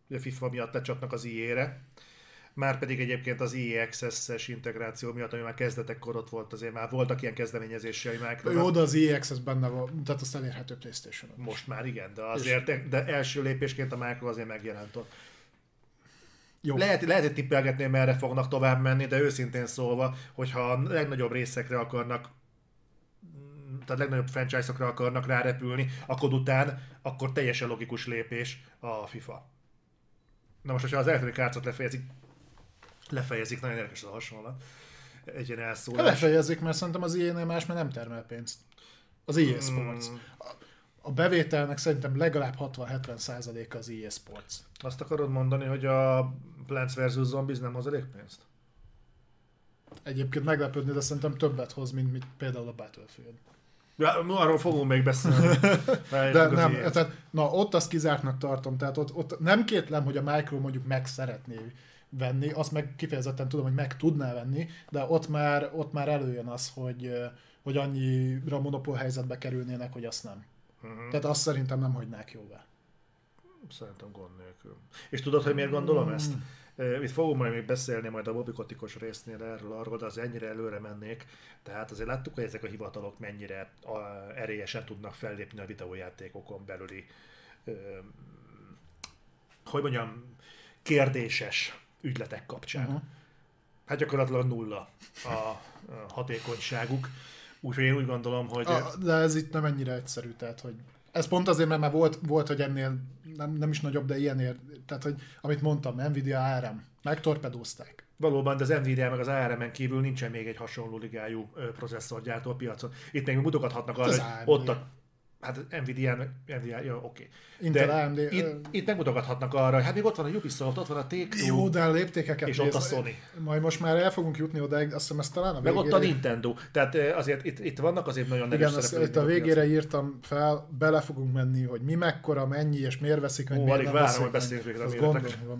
hogy a FIFA miatt lecsapnak az í á-re. Márpedig egyébként az í á Access-es integráció miatt, ami már kezdetekkor ott volt, azért már voltak ilyen kezdeményezései Microsoft. Jó, de az í á Access benne van, tehát azt elérhető PlayStation-on. Most már igen, de azért de első lépésként a Micro azért megjelent ott. Jó. Lehet, lehet, hogy tippelgetni, merre fognak tovább menni, de őszintén szólva, hogyha a legnagyobb részekre akarnak, tehát legnagyobb franchise-okra akarnak rárepülni, akkor után, akkor teljesen logikus lépés a FIFA. Na most, hogyha az Electronic Arts-ot lefejezik, lefejezik, nagyon érdekes az a hasonlat. Egy ilyen elszólás. Lefejezik, mert szerintem az í á-nél más, mert nem termel pénzt. Az í á Sports. Hmm. A bevételnek szerintem legalább hatvan-hetven százaléka az í á Sports. Azt akarod mondani, hogy a Plants versus. Zombies nem hoz elég pénzt? Egyébként meglepődni, de szerintem többet hoz, mint, mint például a Battlefield. Ja, arról fogunk még beszélni. De nem, tehát, na ott azt kizártnak tartom, tehát ott, ott nem kétlem, hogy a Micro mondjuk meg szeretné venni, azt meg kifejezetten tudom, hogy meg tudná venni, de ott már, ott már előjön az, hogy, hogy annyira monopól helyzetbe kerülnének, hogy azt nem. Uh-huh. Tehát azt szerintem nem hagynák jóvá. Szerintem gond nélkül. És tudod, hogy miért gondolom ezt? Itt fogunk majd még beszélni majd a bobikotikos résznél erről arról, de az ennyire előre mennék. Tehát azért láttuk, hogy ezek a hivatalok mennyire erélyesen tudnak fellépni a videójátékokon belüli, hogy mondjam, kérdéses ügyletek kapcsán. Uh-huh. Hát gyakorlatilag nulla a hatékonyságuk. Úgyhogy én úgy gondolom, hogy... A, de ez itt nem ennyire egyszerű, tehát hogy... Ez pont azért, mert már volt, volt hogy ennél nem, nem is nagyobb, de ilyenért, tehát hogy amit mondtam, Nvidia á er em, megtorpedózták. Valóban, de az Nvidia meg az á er em-en kívül nincsen még egy hasonló ligájú processzorgyártó a piacon. Itt még mutogathatnak arra, hogy ott a... Hát Nvidia, Nvidia, jó, oké. Intel, á em dé, itt, itt megmutogathatnak arra, hogy hát még ott van a Ubisoft, ott van a Take-Two. Jó, de a léptékeket és néz, ott a Sony. Majd most már el fogunk jutni odáig, azt hiszem ezt talán a végére... végére... Meg ott a Nintendo. Tehát azért itt, itt vannak azért nagyon nevés szereplők. Igen, itt a végére piacon. Írtam fel, bele fogunk menni, hogy mi mekkora, mennyi, és miért veszik, hogy Ó, miért nem várom, veszik. Hogy beszéljünk végre a méretek.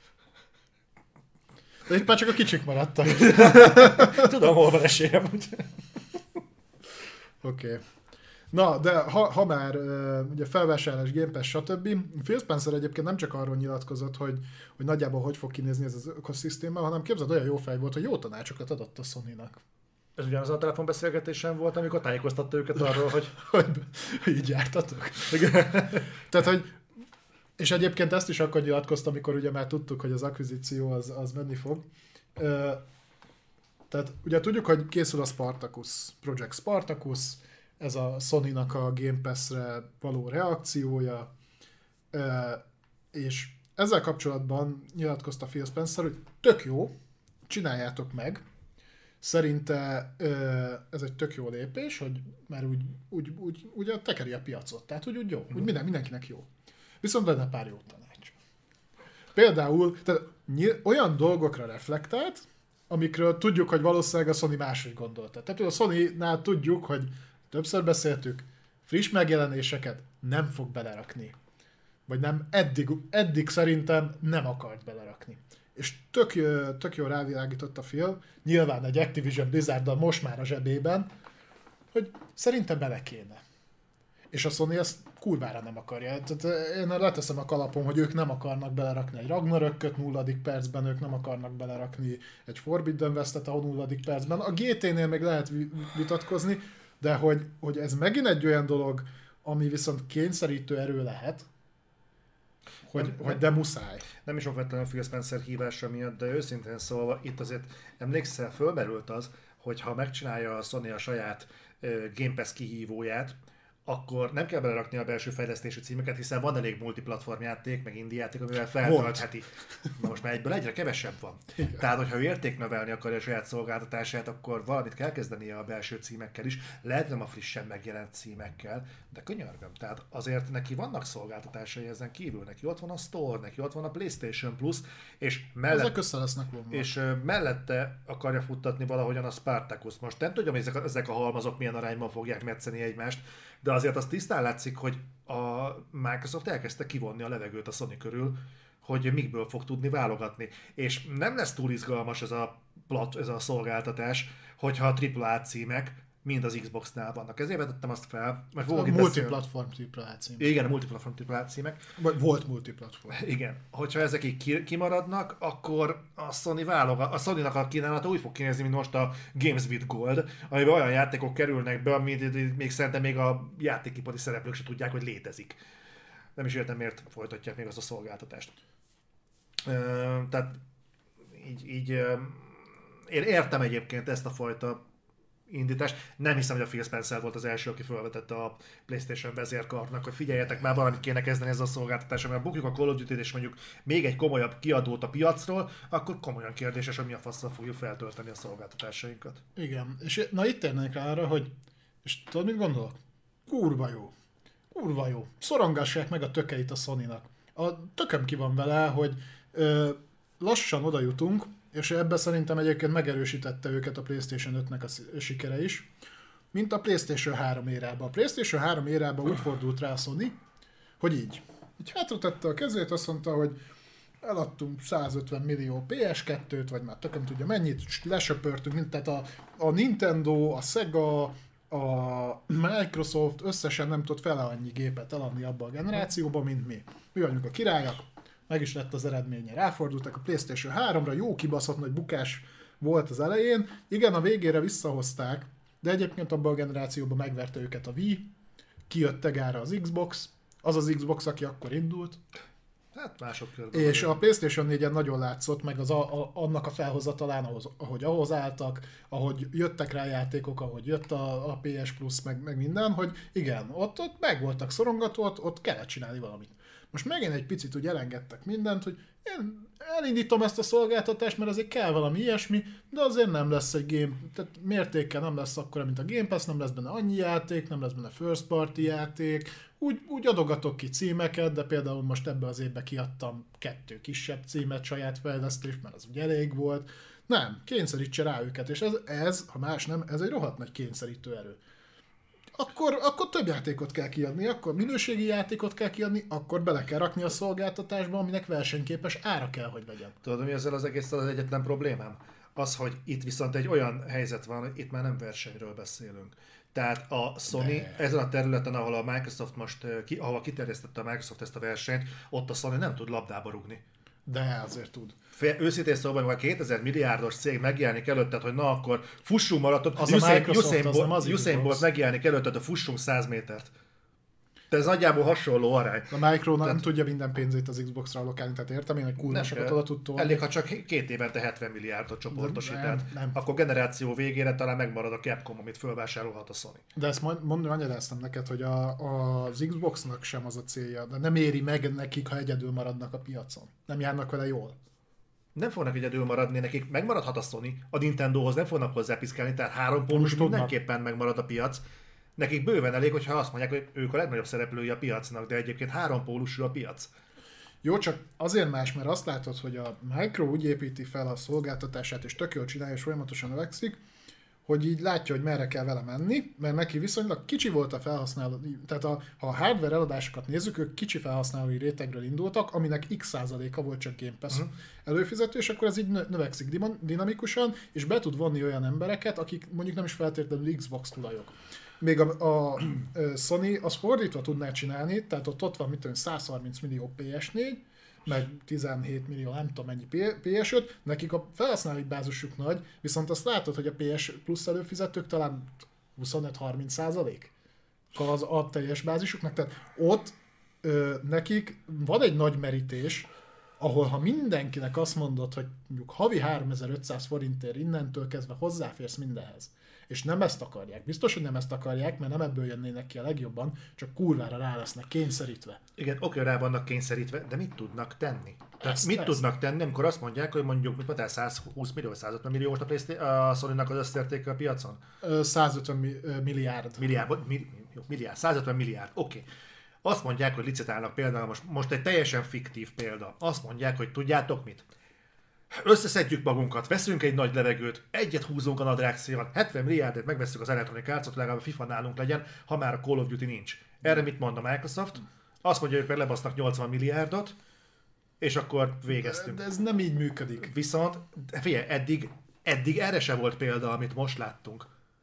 De itt már csak a kicsik maradtak. Tudom, hol van esélyem. Oké. Okay. Na, de ha, ha már uh, ugye felvásárlás, Game Pass, stb. Phil Spencer egyébként nem csak arról nyilatkozott, hogy, hogy nagyjából hogy fog kinézni ez az ökoszisztéma, hanem képzeld, olyan jó fej volt, hogy jó tanácsokat adott a Sony-nak. Ez ugyanaz a telefonbeszélgetésen volt, amikor tájékoztatta őket arról, hogy... hogy így jártatok. Tehát, hogy... És egyébként ezt is akkor nyilatkoztam, amikor ugye már tudtuk, hogy az akvizíció az, az menni fog. Uh, tehát ugye tudjuk, hogy készül a Spartacus, Project Spartacus, ez a Sony-nak a Game Pass-re való reakciója, és ezzel kapcsolatban nyilatkozta Phil Spencer, hogy tök jó, csináljátok meg, szerinte ez egy tök jó lépés, hogy már úgy, úgy, úgy, úgy tekeri a piacot, tehát úgy, úgy jó, úgy minden, mindenkinek jó. Viszont lenne pár jó tanács. Például tehát olyan dolgokra reflektált, amikről tudjuk, hogy valószínűleg a Sony máshogy gondolta. Tehát a Sony-nál tudjuk, hogy többször beszéltük, friss megjelenéseket nem fog belerakni. Vagy nem, eddig, eddig szerintem nem akart belerakni. És tök, tök jól rávilágított a Phil, nyilván egy Activision Blizzarddal most már a zsebében, hogy szerintem bele kéne. És a Sony ezt kurvára nem akarja. Tehát én leteszem a kalapom, hogy ők nem akarnak belerakni egy Ragnarököt nulladik percben, ők nem akarnak belerakni egy Forbidden Westet a nulladik percben. A gé té-nél még lehet vitatkozni, de hogy, hogy ez megint egy olyan dolog, ami viszont kényszerítő erő lehet, hogy, nem, hogy de muszáj. Nem is okvetlenül a Phil Spencer hívása miatt, de őszintén szólva itt azért emlékszel, fölmerült az, hogy ha megcsinálja a Sony a saját uh, Game Pass kihívóját, akkor nem kell belerakni a belső fejlesztési címeket, hiszen van elég multiplatform játék, meg indie játék, amivel feltöltheti. Na most már egyből egyre kevesebb van. Igen. Tehát, hogyha ő értéknövelni akarja a saját szolgáltatását, akkor valamit kell kezdenie a belső címekkel is. Lehet nem a frissen megjelent címekkel, de könyörgöm. Tehát azért neki vannak szolgáltatásai ezen kívül. Neki ott van a Store, neki ott van a PlayStation Plus, és, mellett, ezek össze lesznek vonva. És uh, mellette akarja futtatni valahogyan a Spartacus. Most nem tudom, hogy ezek a, ezek a halmazok milyen arányban fogják metszeni egymást, de azért az tisztán látszik, hogy a Microsoft elkezdte kivonni a levegőt a Sony körül, hogy mikből fog tudni válogatni. És nem lesz túl izgalmas ez a, plat, ez a szolgáltatás, hogyha a á á á címek mind az Xbox-nál vannak. Ezért vetettem azt fel, mert A fogok itt multiplatform tripla á címek. Igen, a multiplatform tripla á címek. Vagy volt multiplatform. Igen. Hogyha ezek így ki- kimaradnak, akkor a Sony válogat, a Sony-nak a kínálata úgy fog kinézni, mint most a Games with Gold, amiben olyan játékok kerülnek be, amit még szerintem még a játékipari szereplők se tudják, hogy létezik. Nem is értem, miért folytatják még azt a szolgáltatást. Ö, tehát így, így ö, én értem egyébként ezt a fajta indítást. Nem hiszem, hogy a Phil Spencer volt az első, aki felvetette a PlayStation vezérkarnak, hogy figyeljetek már, valamit kéne kezdeni ezzel a szolgáltatással, mert bukjuk a Call of Duty-t és mondjuk még egy komolyabb kiadót a piacról, akkor komolyan kérdéses, hogy mi a faszra fogjuk feltölteni a szolgáltatásainkat. Igen, és na itt érnék rá arra, hogy és tudod, mit gondolok? Kurva jó. Kurva jó. Szorongassák meg a tökeit a Sony-nak. A tököm ki van vele, hogy ö, lassan oda jutunk, és ebben szerintem egyébként megerősítette őket a PlayStation ötnek a sikere is, mint a PlayStation három érában. A PlayStation három érában úgy fordult rá a Sony, hogy így. Így hátra tette a kezét, azt mondta, hogy eladtunk százötven millió pé es kettőt, vagy már tököm tudja mennyit, és lesöpörtünk, mint tehát a, a Nintendo, a Sega, a Microsoft összesen nem tudott fele annyi gépet eladni abba a generációba, mint mi. Mi vagyunk a királyak, meg is lett az eredménye. Ráfordultak a PlayStation háromra, jó kibaszott nagy bukás volt az elején. Igen, a végére visszahozták, de egyébként abban a generációban megverte őket a Wii, kijött tegára az Xbox, az az Xbox, aki akkor indult. Hát másodkörben. És a PlayStation négyen nagyon látszott, meg az a, a, annak a felhozatalán, ahhoz, ahogy ahhoz álltak, ahogy jöttek rá játékok, ahogy jött a, a pé es Plus, meg, meg minden, hogy igen, ott, ott meg voltak szorongatva, ott, ott kellett csinálni valamit. Most megint egy picit úgy elengedtek mindent, hogy én elindítom ezt a szolgáltatást, mert azért kell valami ilyesmi, de azért nem lesz egy game, tehát mértékkel nem lesz akkora, mint a Game Pass, nem lesz benne annyi játék, nem lesz benne first party játék, úgy, úgy adogatok ki címeket, de például most ebbe az évben kiadtam kettő kisebb címet saját fejlesztés, mert az ugye elég volt. Nem, kényszerítse rá őket, és ez, ez, ha más nem, ez egy rohadt nagy kényszerítő erő. Akkor, akkor több játékot kell kiadni, akkor minőségi játékot kell kiadni, akkor bele kell rakni a szolgáltatásba, aminek versenyképes ára kell, hogy legyen. Tudod, mi ezzel az egész az egyetlen problémám? Az, hogy itt viszont egy olyan helyzet van, hogy itt már nem versenyről beszélünk. Tehát a Sony De. ezen a területen, ahol a Microsoft most, ki, ahol kiterjesztette a Microsoft ezt a versenyt, ott a Sony nem tud labdába rugni. De azért tud. Fél, őszintén szóval, amikor a kétezer milliárdos cég megjelenik előtted, hogy na akkor fussunk maraton, az Usain, a Microsoft, Usain, az nem az Usain Bolt megjelenik előtted, a fussunk száz métert. De ez nagyjából hasonló arány. A Micro nem tehát, tudja minden pénzét az Xbox-ra allokálni, tehát értem én, hogy kurvásokat oda tud tolni. Elég, ha csak két évente hetven milliárdot csoportosít, tehát akkor generáció végére talán megmarad a Capcom, amit fölvásárolhat a Sony. De ezt mondom, magyaráztam neked, hogy a, az Xboxnak sem az a célja, de nem éri meg nekik, ha egyedül maradnak a piacon. Nem járnak vele jól. Nem fognak egyedül maradni, nekik megmaradhat a Sony, a Nintendohoz nem fognak hozzápiszkálni, tehát három pólusú mindenképpen megmarad a piac. Nekik bőven elég, hogyha azt mondják, hogy ők a legnagyobb szereplői a piacnak, de egyébként három pólusú a piac. Jó, csak azért más, mert azt látod, hogy a Micro úgy építi fel a szolgáltatását, és tök jól csinálja, és folyamatosan növekszik, hogy így látja, hogy merre kell vele menni, mert neki viszonylag kicsi volt a felhasználó, tehát a, ha a hardware eladásokat nézzük, ők kicsi felhasználói rétegről indultak, aminek x százaléka volt csak Game Pass uh-huh. előfizető, és akkor ez így növekszik dinamikusan, és be tud vonni olyan embereket, akik mondjuk nem is feltétlenül Xbox tulajok. Még a, a, a Sony az fordítva tudná csinálni, tehát ott, ott van mit tudom, száz harminc millió pé es négy, meg tizenhét millió, nem tudom mennyi pé es öt, nekik a felhasználói bázisuk nagy, viszont azt látod, hogy a pé es Plus előfizetők talán huszonöt-harminc százalék az a teljes bázisuknak, tehát ott ö, nekik van egy nagy merítés, ahol ha mindenkinek azt mondod, hogy mondjuk havi háromezer-ötszáz forintért innentől kezdve hozzáférsz mindenhez, és nem ezt akarják. Biztos, hogy nem ezt akarják, mert nem ebből jönnének ki a legjobban, csak kurvára rá lesznek kényszerítve. Igen, oké, rá vannak kényszerítve, de mit tudnak tenni? Tehát ezt, mit ezt. tudnak tenni, amikor azt mondják, hogy mondjuk mit mondtál, száz húsz millió, száz ötven millió most a, PlayStation, a Sony-nak az összértéke a piacon? száz ötven milliárd. Milliárd, mi, jó, milliárd, száz ötven milliárd, oké. Okay. Azt mondják, hogy licitálnak például, most, most egy teljesen fiktív példa. Azt mondják, hogy tudjátok mit? Összeszedjük magunkat, veszünk egy nagy levegőt, egyet húzunk a nadrág szélon, hetven milliárdért megveszünk az Electronic Arts-ot, legalább a FIFA nálunk legyen, ha már a Call of Duty nincs. Erre mit mond a Microsoft? Azt mondja, hogy meg lebasznak nyolcvan milliárdot, és akkor végeztünk. De ez nem így működik. Viszont, figyelj, eddig, eddig erre se volt példa, amit most láttunk.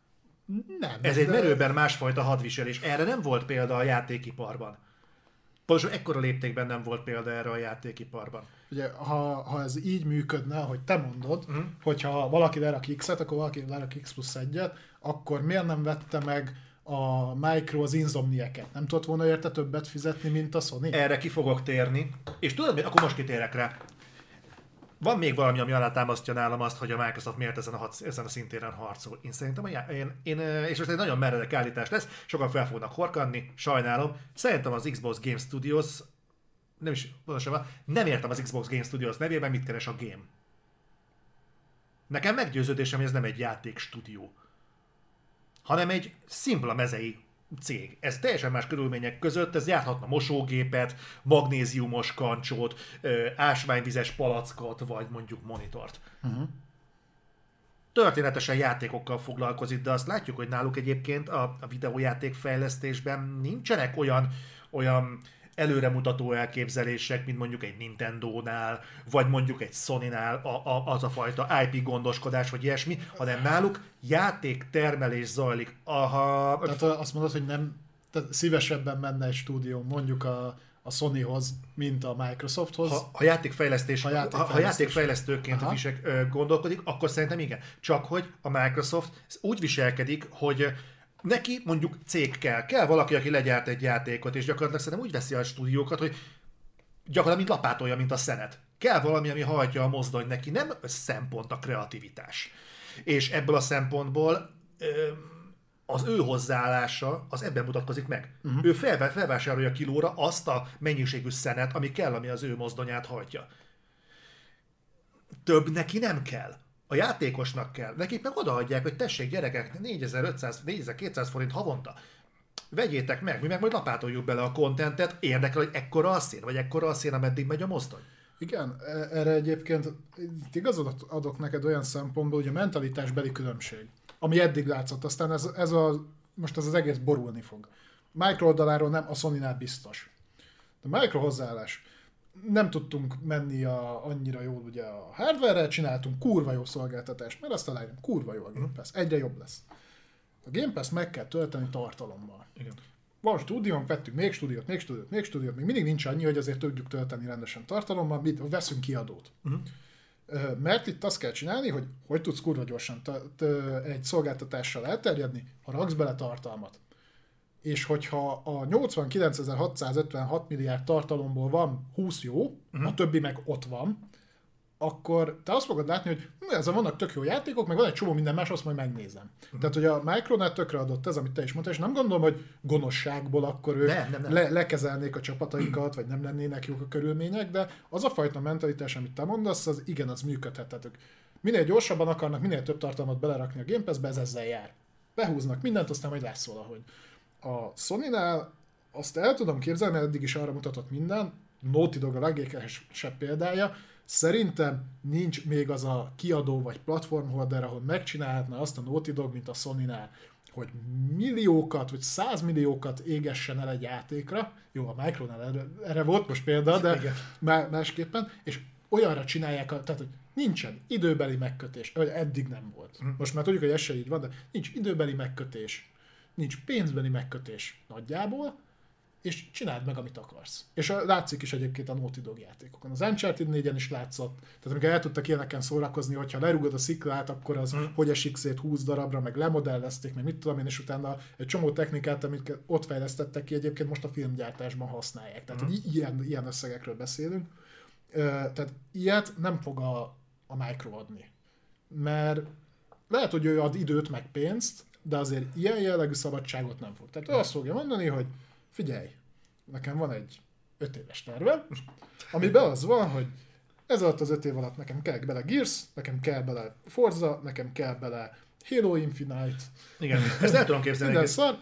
Nem. Ez de... egy merőben másfajta hadviselés. Erre nem volt példa a játékiparban. Pontosan ekkora léptékben nem volt példa erre a játékiparban. Ugye, ha, ha ez így működne, hogy te mondod, uh-huh. hogyha valaki lerak X-et, akkor valaki lerak X plusz egyet, akkor miért nem vette meg a Micro az Insomniac-et? Nem tudott volna érte többet fizetni, mint a Sony? Erre ki fogok térni, és tudod mi? Akkor most kitérek rá. Van még valami, ami alátámasztja nálam azt, hogy a Microsoft miért ezen a, hat, ezen a szintéren harcol. Én szerintem, a já- én, én, és most egy nagyon meredek állítás lesz, sokan fel fognak horkanni, sajnálom. Szerintem az Xbox Game Studios, nem is pontosabban, nem értem az Xbox Game Studios nevében, mit keres a game. Nekem meggyőződésem, hogy ez nem egy játékstúdió, hanem egy szimpla mezei cég. Ez teljesen más körülmények között, ez járhatna mosógépet, magnéziumos kancsót, ásványvizes palackot, vagy mondjuk monitort. Uh-huh. Történetesen játékokkal foglalkozik, de azt látjuk, hogy náluk egyébként a, a videójáték fejlesztésben nincsenek olyan, olyan előremutató elképzelések, mint mondjuk egy Nintendónál, vagy mondjuk egy Sonynál a, a, az a fajta i pé gondoskodás, vagy ilyesmi, hanem náluk játéktermelés zajlik. Aha. Tehát azt mondod, hogy nem tehát szívesebben menne egy stúdió mondjuk a, a Sonyhoz, mint a Microsofthoz. Ha, ha játékfejlesztés, ha, játékfejlesztés. ha játékfejlesztőként Aha. visek, gondolkodik, akkor szerintem igen. Csak hogy a Microsoft úgy viselkedik, hogy neki mondjuk cég kell. Kell valaki, aki legyárt egy játékot, és gyakorlatilag szerintem úgy veszi a stúdiókat, hogy gyakorlatilag mint lapátolja, mint a szenet. Kell valami, ami hajtja a mozdony neki. Nem szempont a kreativitás. És ebből a szempontból az ő hozzáállása az ebben mutatkozik meg. Uh-huh. Ő fel, felvásárolja kilóra azt a mennyiségű szenet, ami kell, ami az ő mozdonyát hajtja. Több neki nem kell. A játékosnak kell. Nekik meg odaadják, hogy tessék gyerekek, négyezer-ötszáz, négyezer-kétszáz forint havonta. Vegyétek meg, mi meg majd lapátoljuk bele a kontentet, érdekel, hogy ekkora a szín, vagy ekkora a szín, ameddig megy a mozdony. Igen, erre egyébként igazat adok neked olyan szempontból, hogy a mentalitásbeli különbség, ami eddig látszott, aztán ez, ez a, most ez az egész borulni fog. Micro oldaláról nem, a Sonynál biztos. De Micro hozzáállás. Nem tudtunk menni a, annyira jól ugye a hardware-rel, csináltunk kurva jó szolgáltatást, mert azt találjuk, kurva jó a Game Pass, egyre jobb lesz. A Game Pass meg kell tölteni tartalommal. Igen. Van stúdiónk, vettük még stúdiót, még stúdiót, még stúdiót, még mindig nincs annyi, hogy azért tudjuk tölteni rendesen tartalommal, mit, veszünk kiadót. Uh-huh. Mert itt azt kell csinálni, hogy hogy tudsz kurva gyorsan t- t- egy szolgáltatással elterjedni, ha raksz bele tartalmat. És hogyha a nyolcvankilencezer-hatszázötvenhat milliárd tartalomból van húsz jó, uh-huh. a többi meg ott van, akkor te azt fogod látni, hogy ezzel vannak tök jó játékok, meg van egy csomó minden más, azt majd megnézem. Uh-huh. Tehát, hogy a Micronál tökre adott ez, amit te is mondtál, és nem gondolom, hogy gonoszságból akkor ők nem, nem, nem. Le- lekezelnék a csapataikat, vagy nem lennének jók a körülmények, de az a fajta mentalitás, amit te mondasz, az igen, az működhet. Minél gyorsabban akarnak, minél több tartalmat belerakni a Game Pass-be, ez ezzel jár. Behúznak mindent, aztán majd lesz valahogy. A Sonynál azt el tudom képzelni, mert eddig is arra mutatott minden, Naughty Dog a legékesebb példája, szerintem nincs még az a kiadó vagy platformholder, ahol megcsinálhatna azt a Naughty Dog, mint a Sonynál, hogy milliókat vagy százmilliókat égessen el egy játékra, jó, a Micronál erre, erre volt most példa, de má, másképpen, és olyanra csinálják, tehát hogy nincsen időbeli megkötés, vagy eddig nem volt. Most már tudjuk, hogy ez se így van, de nincs időbeli megkötés, nincs pénzbeli megkötés nagyjából, és csináld meg, amit akarsz. És látszik is egyébként a Naughty Dog játékokon. Az Uncharted négyen is látszott, tehát amikor el tudtak ilyeneken szórakozni, hogyha lerugod a sziklát, akkor az hmm. hogy esik szét húsz darabra, meg lemodellezték, meg mit tudom én, és utána egy csomó technikát, amit ott fejlesztettek ki, egyébként most a filmgyártásban használják. Tehát hmm. ilyen, ilyen összegekről beszélünk. Tehát ilyet nem fog a, a Micro adni. Mert lehet, hogy ő ad időt, meg pénzt, de azért ilyen jellegű szabadságot nem fog. Tehát ő azt fogja mondani, hogy figyelj, nekem van egy öt éves tervem, amiben az van, hogy ez alatt az öt év alatt nekem kell bele Gears, nekem kell bele Forza, nekem kell bele Halo Infinite. Igen, ezt el tudom képzelni. Minden szar.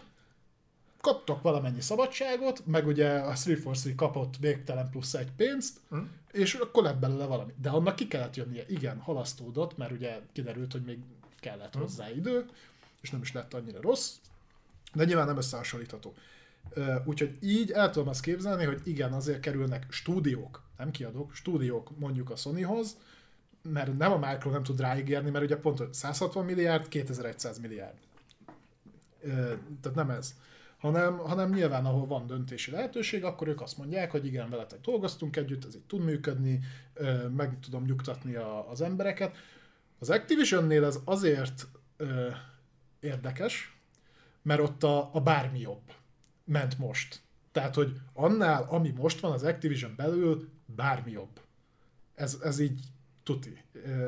Kaptok valamennyi szabadságot, meg ugye a három negyvenhárom kapott végtelen plusz egy pénzt, hm. és akkor lett belőle valami. De annak ki kellett jönnie. Igen, halasztódott, mert ugye kiderült, hogy még kellett hm. hozzá idő, és nem is lett annyira rossz, de nyilván nem összehasonlítható. Úgyhogy így el tudom azt képzelni, hogy igen, azért kerülnek stúdiók, nem kiadók, stúdiók mondjuk a Sonyhoz, mert nem a Micro nem tud ráígérni, mert ugye pont száz hatvan milliárd, kétezer-száz milliárd. Tehát nem ez. Hanem, hanem nyilván, ahol van döntési lehetőség, akkor ők azt mondják, hogy igen, veletek dolgoztunk együtt, ez így tud működni, meg tudom nyugtatni a, az embereket. Az Activisionnél ez azért ö, érdekes, mert ott a, a bármi jobb ment most. Tehát, hogy annál, ami most van az Activision belül, bármi jobb. Ez, ez így tuti.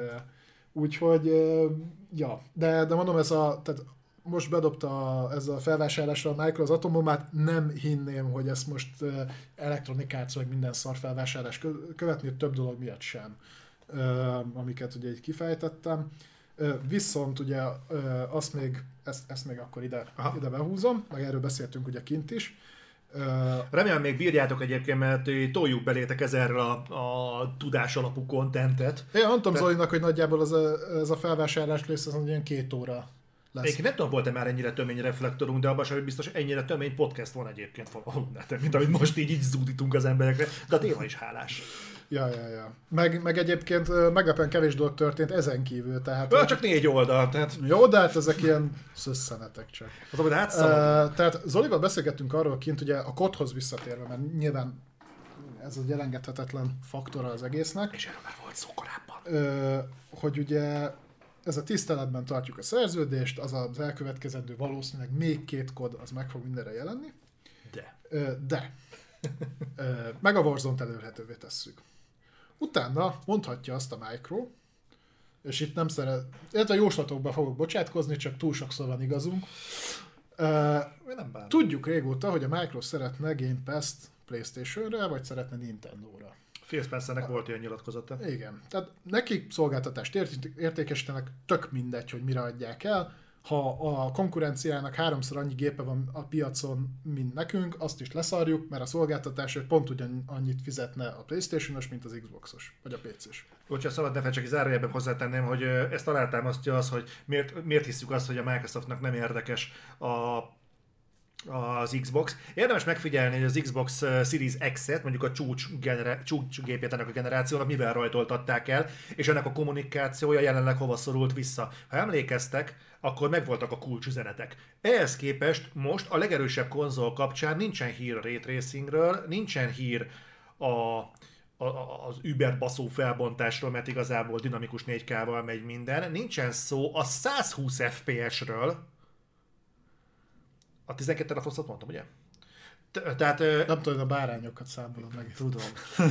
Úgyhogy, ja, de, de mondom, ez a, tehát most bedobta ez a felvásárlásra a Micro az atombombát, nem hinném, hogy ezt most Electronic Arts vagy minden szar felvásárlás követni, több dolog miatt sem, amiket ugye így kifejtettem. Viszont ugye azt még, ezt, ezt még akkor ide, ide behúzom, meg erről beszéltünk ugye kint is. Remélem még bírjátok egyébként, mert toljuk belétek ezerrel a, a tudás alapú kontentet. Én mondtam Te... Zolinak, hogy nagyjából ez a, ez a felvásárlás lesz, az ilyen két óra lesz. Egyébként nem tudom, volt-e már ennyire tömény reflektorunk, de abban sem, hogy biztos ennyire tömény podcast van egyébként, mint amit most így, így zúdítunk az emberekre, de a téma is hálás. Ja, ja, ja. Meg, meg egyébként meglepően kevés dolog történt ezen kívül, tehát... Ö, csak négy oldal, tehát... Jó, de hát ezek ilyen szösszenetek csak. Az, amit uh, Tehát Zolival beszélgettünk arról kint, ugye a kodhoz visszatérve, mert nyilván ez egy elengedhetetlen faktora az egésznek. És erről már volt szó korábban. Uh, hogy ugye ez a tiszteletben tartjuk a szerződést, az az elkövetkezendő valószínűleg még két kod, az meg fog mindenre jelenni. De. Uh, de. uh, meg a Warzone-t elérhetővé tesszük. Utána mondhatja azt a Micro, és itt nem szeret, illetve jóslatokba fogok bocsátkozni, csak túl sokszor van igazunk. Uh, nem tudjuk régóta, hogy a Micro szeretne Game Pass-t PlayStation-re, vagy szeretne Nintendo-ra. Phil Spencernek volt ilyen nyilatkozata. Igen. Tehát nekik szolgáltatást értékesítenek, tök mindegy, hogy mire adják el. Ha a konkurenciának háromszor annyi gépe van a piacon, mint nekünk, azt is leszarjuk, mert a szolgáltatásért pont ugyan annyit fizetne a PlayStation-os, mint az Xbox-os, vagy a pé cés. Bocsánat, szabad ne fel, csak zárójelben hozzátenném, hogy ezt alátámasztja az, hogy miért, miért hiszük azt, hogy a Microsoftnak nem érdekes a az Xbox. Érdemes megfigyelni, hogy az Xbox Series X-et, mondjuk a csúcs, genera- csúcs gépét ennek a generációnak mivel rajtoltatták el, és ennek a kommunikációja jelenleg hova szorult vissza. Ha emlékeztek, akkor megvoltak a kulcsüzenetek. Ehhez képest most a legerősebb konzol kapcsán nincsen hír a Ray Tracingről, nincsen hír a, a, az Uber baszó felbontásról, mert igazából dinamikus négy ká-val megy minden, nincsen szó a száz húsz ef pé es-ről, a tizenkettő a rosszat mondtam, ugye? Tehát... Nem tudom, a bárányokat számolom meg. Tudom.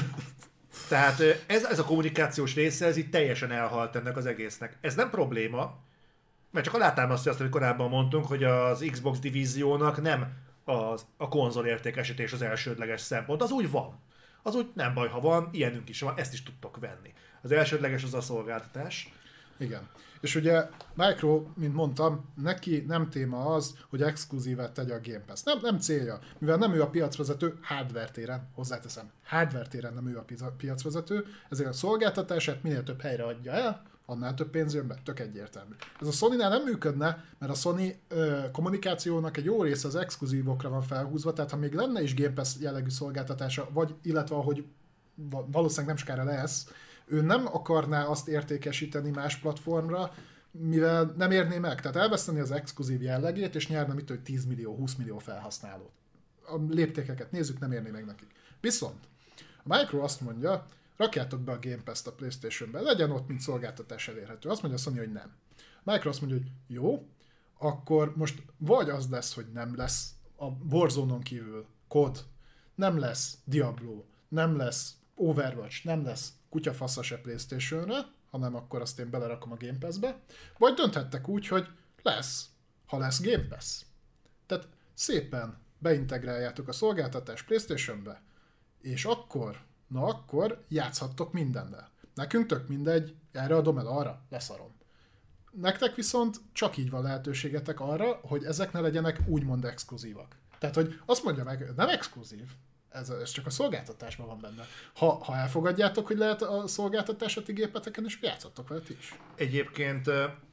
Tehát ez, ez a kommunikációs része, ez itt teljesen elhalt ennek az egésznek. Ez nem probléma, mert csak alátámasztja azt, amit korábban mondtunk, hogy az Xbox divíziónak nem az, a konzol értékesítés az elsődleges szempont. Az úgy van. Az úgy nem baj, ha van, ilyenünk is van, ezt is tudtok venni. Az elsődleges az a szolgáltatás. Igen. És ugye Micro, mint mondtam, neki nem téma az, hogy exkluzívet tegye a Game Pass. Nem, nem célja. Mivel nem ő a piacvezető, hardware téren, hozzáteszem, hardware téren nem ő a piacvezető, ezért a szolgáltatását minél több helyre adja el, annál több pénz jön be, tök egyértelmű. Ez a Sony-nál nem működne, mert a Sony ö, kommunikációnak egy jó része az exkluzívokra van felhúzva, tehát ha még lenne is Game Pass jellegű szolgáltatása, vagy illetve ahogy valószínűleg nem sokára lesz, ő nem akarná azt értékesíteni más platformra, mivel nem érné meg. Tehát elveszteni az exkluzív jellegét, és nyerne mit, hogy tíz millió, húsz millió felhasználót. A léptékeket nézzük, nem érné meg nekik. Viszont a Micro azt mondja, rakjátok be a Game Pass-t a PlayStation-be, legyen ott, mint szolgáltatás elérhető. Azt mondja a Sony, hogy nem. A Micro azt mondja, hogy jó, akkor most vagy az lesz, hogy nem lesz a Warzone-on kívül kod, nem lesz Diablo, nem lesz Overwatch, nem lesz kutyafasza se PlayStation-re, hanem akkor azt én belerakom a Game Pass-be, vagy dönthettek úgy, hogy lesz, ha lesz Game Pass. Tehát szépen beintegráljátok a szolgáltatást PlayStation-be, és akkor, na akkor játszhattok mindennel. Nekünk tök mindegy, erre adom el, arra leszarom. Nektek viszont csak így van lehetőségetek arra, hogy ezek ne legyenek úgymond exkluzívak. Tehát, hogy azt mondja meg, nem exkluzív, Ez, ez csak a szolgáltatásban van benne. Ha, ha elfogadjátok, hogy lehet a szolgáltatás a ti gépeteken, és játszottok vele is. Egyébként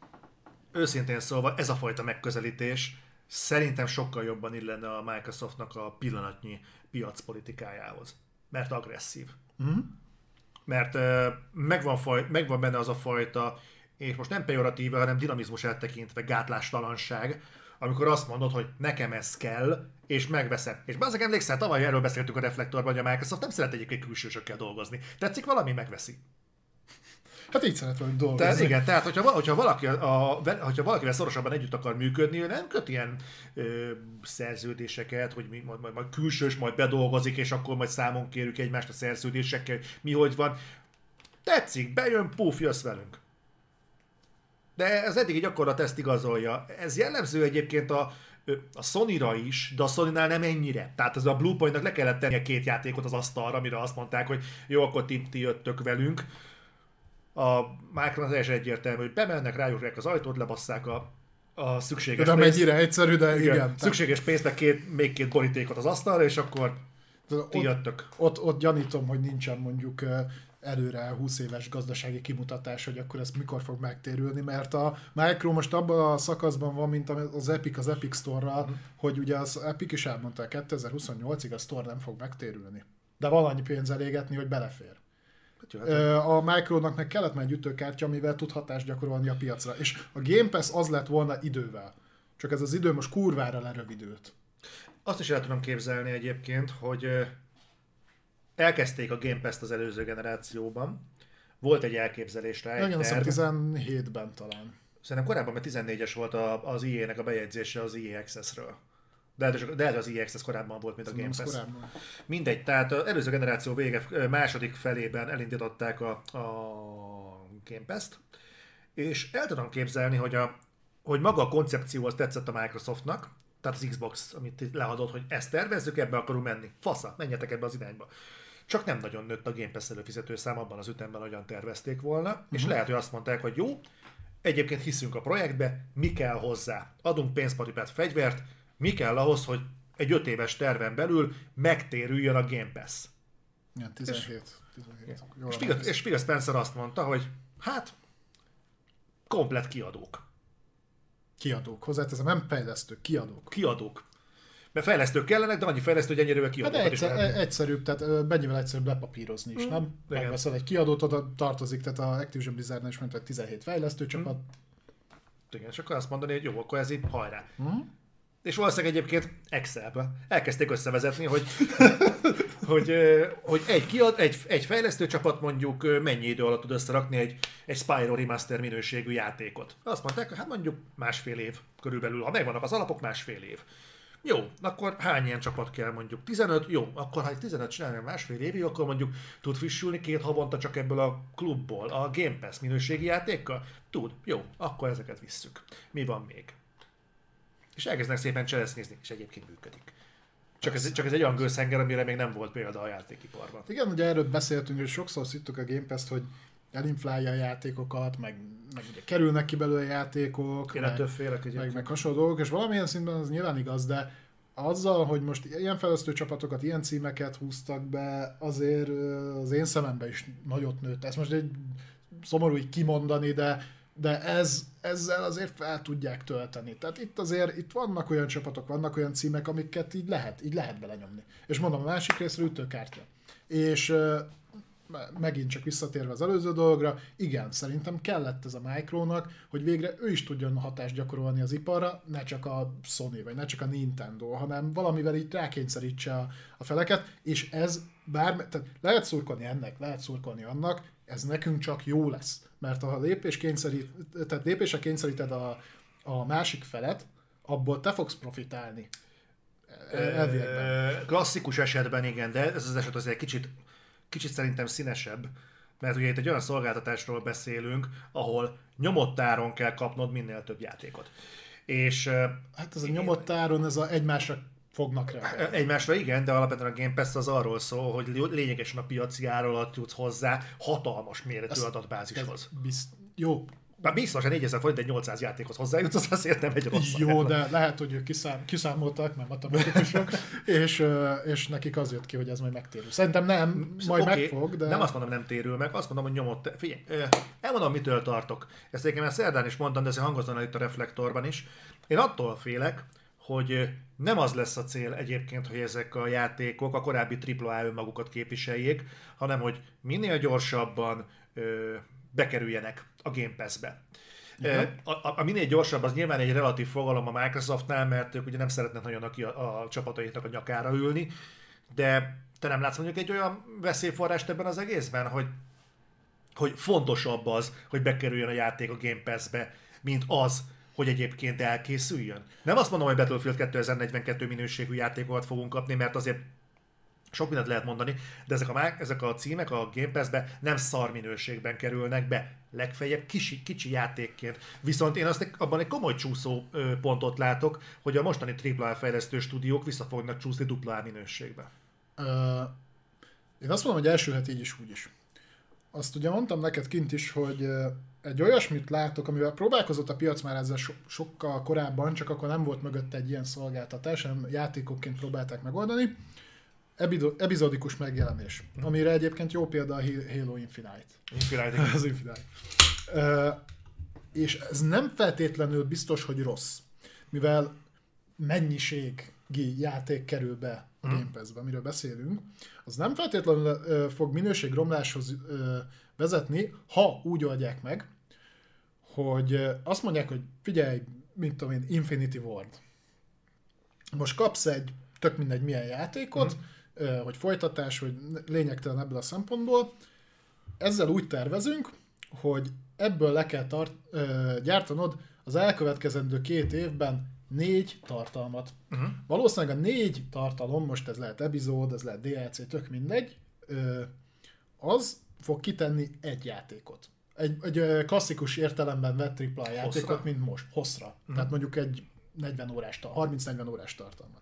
őszintén szólva ez a fajta megközelítés szerintem sokkal jobban illene a Microsoftnak a pillanatnyi piacpolitikájához. Mert agresszív. Mm. Mert megvan, faj, megvan benne az a fajta, és most nem pejoratíve, hanem dinamizmus eltekintve gátlástalanság, amikor azt mondod, hogy nekem ez kell, és megveszem. És bazzeg, emlékszel, tavaly erről beszéltünk a Reflektorban, hogy a Microsoft nem szeret egyébként külsősökkel dolgozni. Tetszik valami, megveszi. Hát így szeret velünk dolgozni. Tehát igen, tehát hogyha, hogyha, valaki a, a, hogyha valakivel szorosabban együtt akar működni, ő nem köt ilyen ö, szerződéseket, hogy mi, majd, majd, majd külsős, majd bedolgozik, és akkor majd számon kérjük egymást a szerződésekkel, mi hogy van. Tetszik, bejön, puf, jössz velünk. De ez eddigi gyakorlat ezt igazolja. Ez jellemző egyébként a, a Sony-ra is, de a Sony-nál nem ennyire. Tehát ez a Bluepointnak le kellett tennie két játékot az asztalra, amire azt mondták, hogy jó, akkor ti, ti jöttök velünk. A Microsoft az egyértelmű, hogy bemennek, rájuk az ajtót, lebasszák a, a szükséges pénzt. De mennyire egyszerű, de igen. igen szükséges pénznek két, még két borítékot az asztalra, és akkor ti ott, jöttök. Ott, ott gyanítom, hogy nincsen mondjuk előre húsz éves gazdasági kimutatás, hogy akkor ez mikor fog megtérülni, mert a Micro most abban a szakaszban van, mint az Epic az Epic Store-ral, mm. hogy ugye az Epic is elmondta, kétezer-huszonnyolcig a Store nem fog megtérülni. De van annyi pénzzel égetni, hogy belefér. A Micronak meg kellett már egy ütőkártya, amivel tud hatást gyakorolni a piacra. És a Game Pass az lett volna idővel. Csak ez az idő most kurvára lerövidült. Azt is el tudom képzelni egyébként, hogy elkezdték a Game Pass-t az előző generációban. Volt egy elképzelés rá, egy igen, terv. tizenhétben talán. Szerintem korábban, mert tizennégyes volt az í á-nek a bejegyzése az í á Access-ről. De, de az í á Access korábban volt, mint a Game Pass. Mindegy, tehát az előző generáció vége második felében elindították a, a Game Pass-t, és el tudom képzelni, hogy, a, hogy maga a koncepció az tetszett a Microsoftnak, tehát az Xbox, amit leadott, hogy ezt tervezzük, ebbe akarunk menni. Fasza, menjetek ebbe az irányba. Csak nem nagyon nőtt a Game Pass előfizető szám abban az ütemben, hogyan tervezték volna, uh-huh. és lehet, hogy azt mondták, hogy jó, egyébként hiszünk a projektbe, mi kell hozzá? Adunk pénzparipát, fegyvert, mi kell ahhoz, hogy egy öt éves terven belül megtérüljön a Game Pass? Ja, tizenhét. tizenhét. És, Phil, és Phil Spencer azt mondta, hogy hát, komplett kiadók. Kiadók, hozzáteszem, nem fejlesztők, kiadók. Kiadók. Mert fejlesztők kellenek, de annyi fejlesztő, hogy ennyire kiadókat hát egyszer, is lehet. egyszerűbb, tehát mennyivel egyszerűbb lepapírozni is, mm. nem? Megveszel egy kiadót, oda tartozik, tehát a Activision Blizzardnál is mondta, hogy tizenhét fejlesztő csapat. Mm. Igen, és akkor azt mondani, hogy jó, akkor ez így hajrá. Mm. És valószínűleg egyébként Excelbe elkezdték összevezetni, hogy, hogy, hogy egy, kiad, egy, egy fejlesztő csapat mondjuk mennyi idő alatt tud összerakni egy, egy Spyro Remaster minőségű játékot. Azt mondták, hogy hát mondjuk másfél év körülbelül, ha megvannak az alapok, másfél év. Jó, akkor hány ilyen csapat kell mondjuk? tizenöt? Jó, akkor ha egy tizenöt csinálja másfél évig, akkor mondjuk tud frissülni két havonta csak ebből a klubból, a Game Pass minőségi játékkal? Tud, jó, akkor ezeket visszük. Mi van még? És elkezdenek szépen cseresznézni, és egyébként működik. Csak ez, csak ez egy olyan gőzhenger, amire még nem volt példa a játékiparban. Igen, ugye erről beszéltünk, és sokszor szittuk a Game Pass-t, hogy elinflálja a játékokat, meg, meg ugye kerülnek ki belőle játékok, Én meg, félek, meg, meg hasonló dolgok, és valamilyen szinten az nyilván igaz, de azzal, hogy most ilyen fejlesztő csapatokat, ilyen címeket húztak be, azért az én szemembe is nagyot nőtt. Ez most egy szomorú így kimondani, de de ez, ezzel azért fel tudják tölteni. Tehát itt azért itt vannak olyan csapatok, vannak olyan címek, amiket így lehet, így lehet belenyomni. És mondom, a másik részről ütőkártya. És uh, megint csak visszatérve az előző dologra, igen, szerintem kellett ez a Micronak, hogy végre ő is tudjon hatást gyakorolni az iparra, ne csak a Sony, vagy ne csak a Nintendo, hanem valamivel így rákényszerítse a, a feleket, és ez bármi, tehát lehet szurkolni ennek, lehet szurkolni annak, ez nekünk csak jó lesz. Mert ha lépés kényszerít, tehát lépésre kényszeríted a, a másik felet, abból te fogsz profitálni. Elviekben. Klasszikus esetben igen, de ez az eset azért egy kicsit, kicsit szerintem színesebb, mert ugye itt egy olyan szolgáltatásról beszélünk, ahol nyomott áron kell kapnod minél több játékot. És hát ez a nyomott áron, ez a egymásra fognak rá. Egymásra igen, de alapvetően a Game Pass az arról szól, hogy lényegesen a piaci áralat jutsz hozzá hatalmas méretű adatbázishoz. Bizt, jó. Már biztosan négyezer forint egy nyolcszáz játékhoz hozzájut, az azért nem egy rossz. Jó, de lehet, hogy ők kiszám, kiszámoltak, mert matematikusok, és, és nekik az jött ki, hogy ez majd megtérül. Szerintem nem, majd okay, megfog, de... Nem azt mondom, nem térül meg, azt mondom, hogy nyomott... Figyelj, elmondom, mitől tartok. Ezt egyébként már szerdán is mondtam, de ez hangozzon itt a Reflektorban is. Én attól félek, hogy nem az lesz a cél egyébként, hogy ezek a játékok a korábbi tripla á önmagukat képviseljék, hanem hogy minél gyorsabban ö, bekerüljenek a Game Pass-be. A, a, a minél gyorsabb az nyilván egy relatív fogalom a Microsoftnál, mert ők ugye nem szeretnek nagyon a, a, a csapataiknak a nyakára ülni, de te nem látsz mondjuk egy olyan veszélyforrást ebben az egészben, hogy, hogy fontosabb az, hogy bekerüljön a játék a Game Pass-be, mint az, hogy egyébként elkészüljön. Nem azt mondom, hogy Battlefield kétezer-negyvenkettő minőségű játékokat fogunk kapni, mert azért sok mindent lehet mondani, de ezek a, ezek a címek a Game Pass-be nem szar minőségben kerülnek be, legfeljebb kicsi, kicsi játékként. Viszont én azt abban egy komoly csúszó pontot látok, hogy a mostani á á á fejlesztő stúdiók vissza fognak csúszni dupla A minőségbe. Uh, én azt mondom, hogy elsülhet így is, úgy is. Azt ugye mondtam neked kint is, hogy egy olyasmit látok, amivel próbálkozott a piac már ezzel so- sokkal korábban, csak akkor nem volt mögötte egy ilyen szolgáltatás, hanem játékokként próbálták megoldani. Ebido- epizódikus megjelenés, amire egyébként jó példa a Halo Infinite. Infinite. Az Infinite. Uh, és ez nem feltétlenül biztos, hogy rossz, mivel mennyiségi játék kerül be a Game Pass-be, amiről beszélünk, az nem feltétlenül uh, fog minőségromláshoz uh, vezetni, ha úgy oldják meg, hogy uh, azt mondják, hogy figyelj, mint tudom én, Infinity Ward. Most kapsz egy tök mindegy milyen játékot, mm. uh, hogy folytatás, vagy lényegtelen ebből a szempontból. Ezzel úgy tervezünk, hogy ebből le kell tart, uh, gyártanod az elkövetkezendő két évben négy tartalmat. Uh-huh. Valószínűleg a négy tartalom, most ez lehet epizód, ez lehet dé el cé, tök mindegy, uh, az fog kitenni egy játékot. Egy, egy klasszikus értelemben vett tripla A játékot, hosszra? Mint most, hosszra. Uh-huh. Tehát mondjuk egy negyven órás, harminc-negyven órás tartalmat.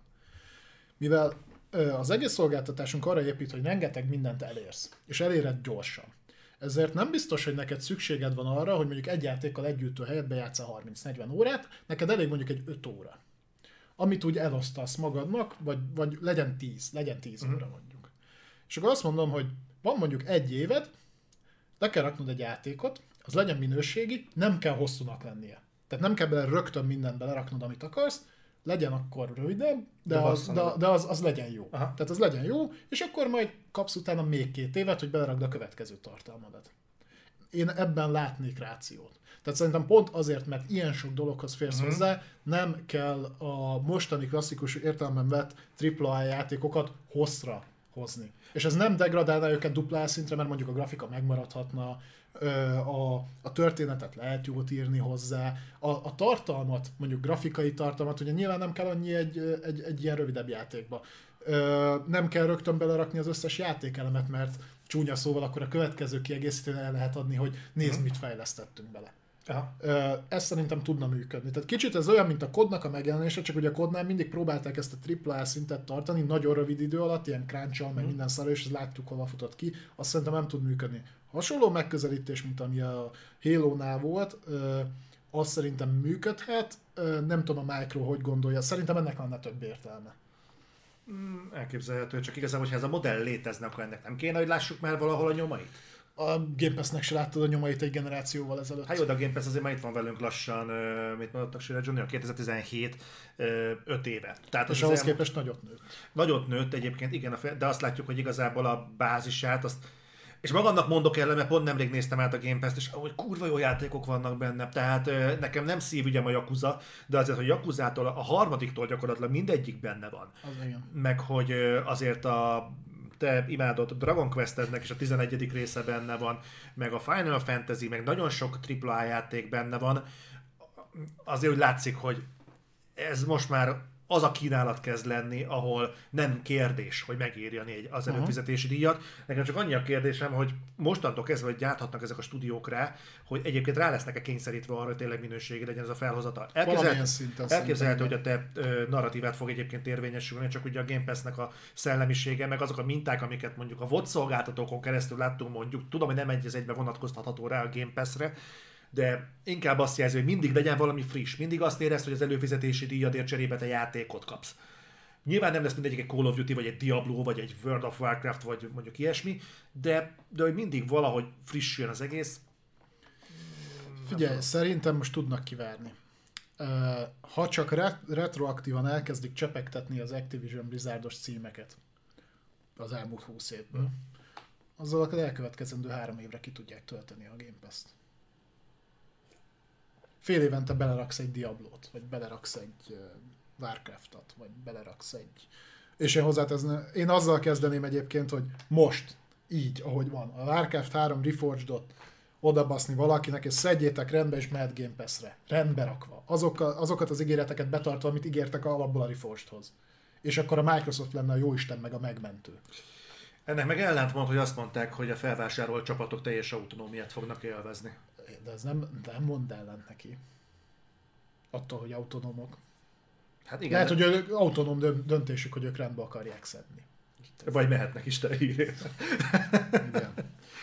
Mivel az egész szolgáltatásunk arra épít, hogy rengeteg mindent elérsz, és eléred gyorsan. Ezért nem biztos, hogy neked szükséged van arra, hogy mondjuk egy játékkal együttő helyet bejátszál harminc-negyven órát, neked elég mondjuk egy öt óra. Amit úgy elosztasz magadnak, vagy, vagy legyen tíz, legyen tíz mm. óra mondjuk. És akkor azt mondom, hogy van mondjuk egy éved, le kell raknod egy játékot, az legyen minőségi, nem kell hosszúnak lennie. Tehát nem kell bele rögtön mindent beleraknod, amit akarsz, legyen akkor rövidebb, de, de, az, de, de az, az legyen jó. Aha. Tehát az legyen jó, és akkor majd kapsz utána még két évet, hogy belerakd a következő tartalmadat. Én ebben látnék rációt. Tehát szerintem pont azért, mert ilyen sok dologhoz férsz mm-hmm. hozzá, nem kell a mostani klasszikus értelemben vett tripla A játékokat hosszra hozni. És ez nem degradálná őket dupla A szintre, mert mondjuk a grafika megmaradhatna, A, a történetet lehet jót írni hozzá, a, a tartalmat, mondjuk grafikai tartalmat, ugye nyilván nem kell annyi egy, egy, egy ilyen rövidebb játékba. Ö, nem kell rögtön belerakni az összes játékelemet, mert csúnya szóval akkor a következő kiegészítőn el lehet adni, hogy nézd, mit fejlesztettünk bele. Aha. Ö, ez szerintem tudna működni. Tehát kicsit ez olyan, mint a kodnak a megjelenése, csak ugye a kodnál mindig próbálták ezt a tripla A szintet tartani, nagyon rövid idő alatt, ilyen crunch-al, meg mm. minden szarra, és láttuk, hova futott ki. Azt szerintem nem tud működni. Hasonló megközelítés, mint ami a Halo-nál volt, az szerintem működhet, nem tudom a Micro hogy gondolja, szerintem ennek lenne több értelme. Mm, elképzelhető, csak igazából, hogyha ez a modell létezne, akkor ennek nem kéne, hogy lássuk már valahol a nyomait? A Game Pass-nek se láttad a nyomait egy generációval ezelőtt. Hát jó, de a Game Pass azért már itt van velünk lassan, mit mondottak Sire Johnny, a kétezer-tizenhét, öt éve. Tehát és ahhoz képest nagyot nőtt. Nagyot nőtt egyébként, igen, de azt látjuk, hogy igazából a bázisát, azt és magamnak mondok ellen, mert pont nemrég néztem át a Game Pass-t, és ahogy kurva jó játékok vannak benne. Tehát nekem nem szívügyem a Yakuza, de azért, hogy Yakuzától, a harmadiktól gyakorlatilag mindegyik benne van. Az igen. Meg hogy azért a te imádott Dragon Questednek is a tizenegyedik része benne van, meg a Final Fantasy, meg nagyon sok tripla A játék benne van. Azért úgy látszik, hogy ez most már az a kínálat kezd lenni, ahol nem kérdés, hogy megírjani egy az előfizetési díjat. Nekem csak annyi a kérdésem, hogy mostantól kezdve, hogy gyárthatnak ezek a stúdiók rá, hogy egyébként rá lesznek-e kényszerítve arra, hogy tényleg minőségi legyen ez a felhozatal. Elképzelhető, hogy a te ö, narratívát fog egyébként érvényesülni, csak ugye a Game Pass-nek a szellemisége, meg azok a minták, amiket mondjuk a vé o dé szolgáltatókon keresztül láttunk, mondjuk, tudom, hogy nem egy az egybe vonatkoztatható rá a Game Pass-re, de inkább azt jelzi, hogy mindig legyen valami friss, mindig azt érezd, hogy az előfizetési díjadért cserébe te játékot kapsz. Nyilván nem lesz mindegyik egy Call of Duty, vagy egy Diablo, vagy egy World of Warcraft, vagy mondjuk ilyesmi, de, de hogy mindig valahogy frissüljön az egész. Figyelj, szerintem most tudnak kivárni. Ha csak re- retroaktívan elkezdik csepegtetni az Activision Blizzardos címeket az elmúlt húsz évből, hmm. azzal az elkövetkezendő három évre ki tudják tölteni a Game Pass-t. fél évente beleraksz egy Diablót, vagy beleraksz egy uh, Warcraftot, vagy beleraksz egy... És én hozzáteszem, én azzal kezdeném egyébként, hogy most, így, ahogy van, a Warcraft három Reforged-ot odabaszni valakinek, és szedjétek rendbe, és mehet Game Pass-re. Rendbe rakva. Azokkal, azokat az ígéreteket betartva, amit ígértek alapból a Reforged-hoz. És akkor a Microsoft lenne a jóisten meg a megmentő. Ennek meg ellentmond, hogy azt mondták, hogy a felvásárolt csapatok teljes autonómiát fognak élvezni. De ez nem, nem mond ellent neki. Attól, hogy autonómok. Hát igen. Lehet, hogy ők autonóm döntésük, hogy ők rendbe akarják szedni. Vagy mehetnek is te hírére. Igen.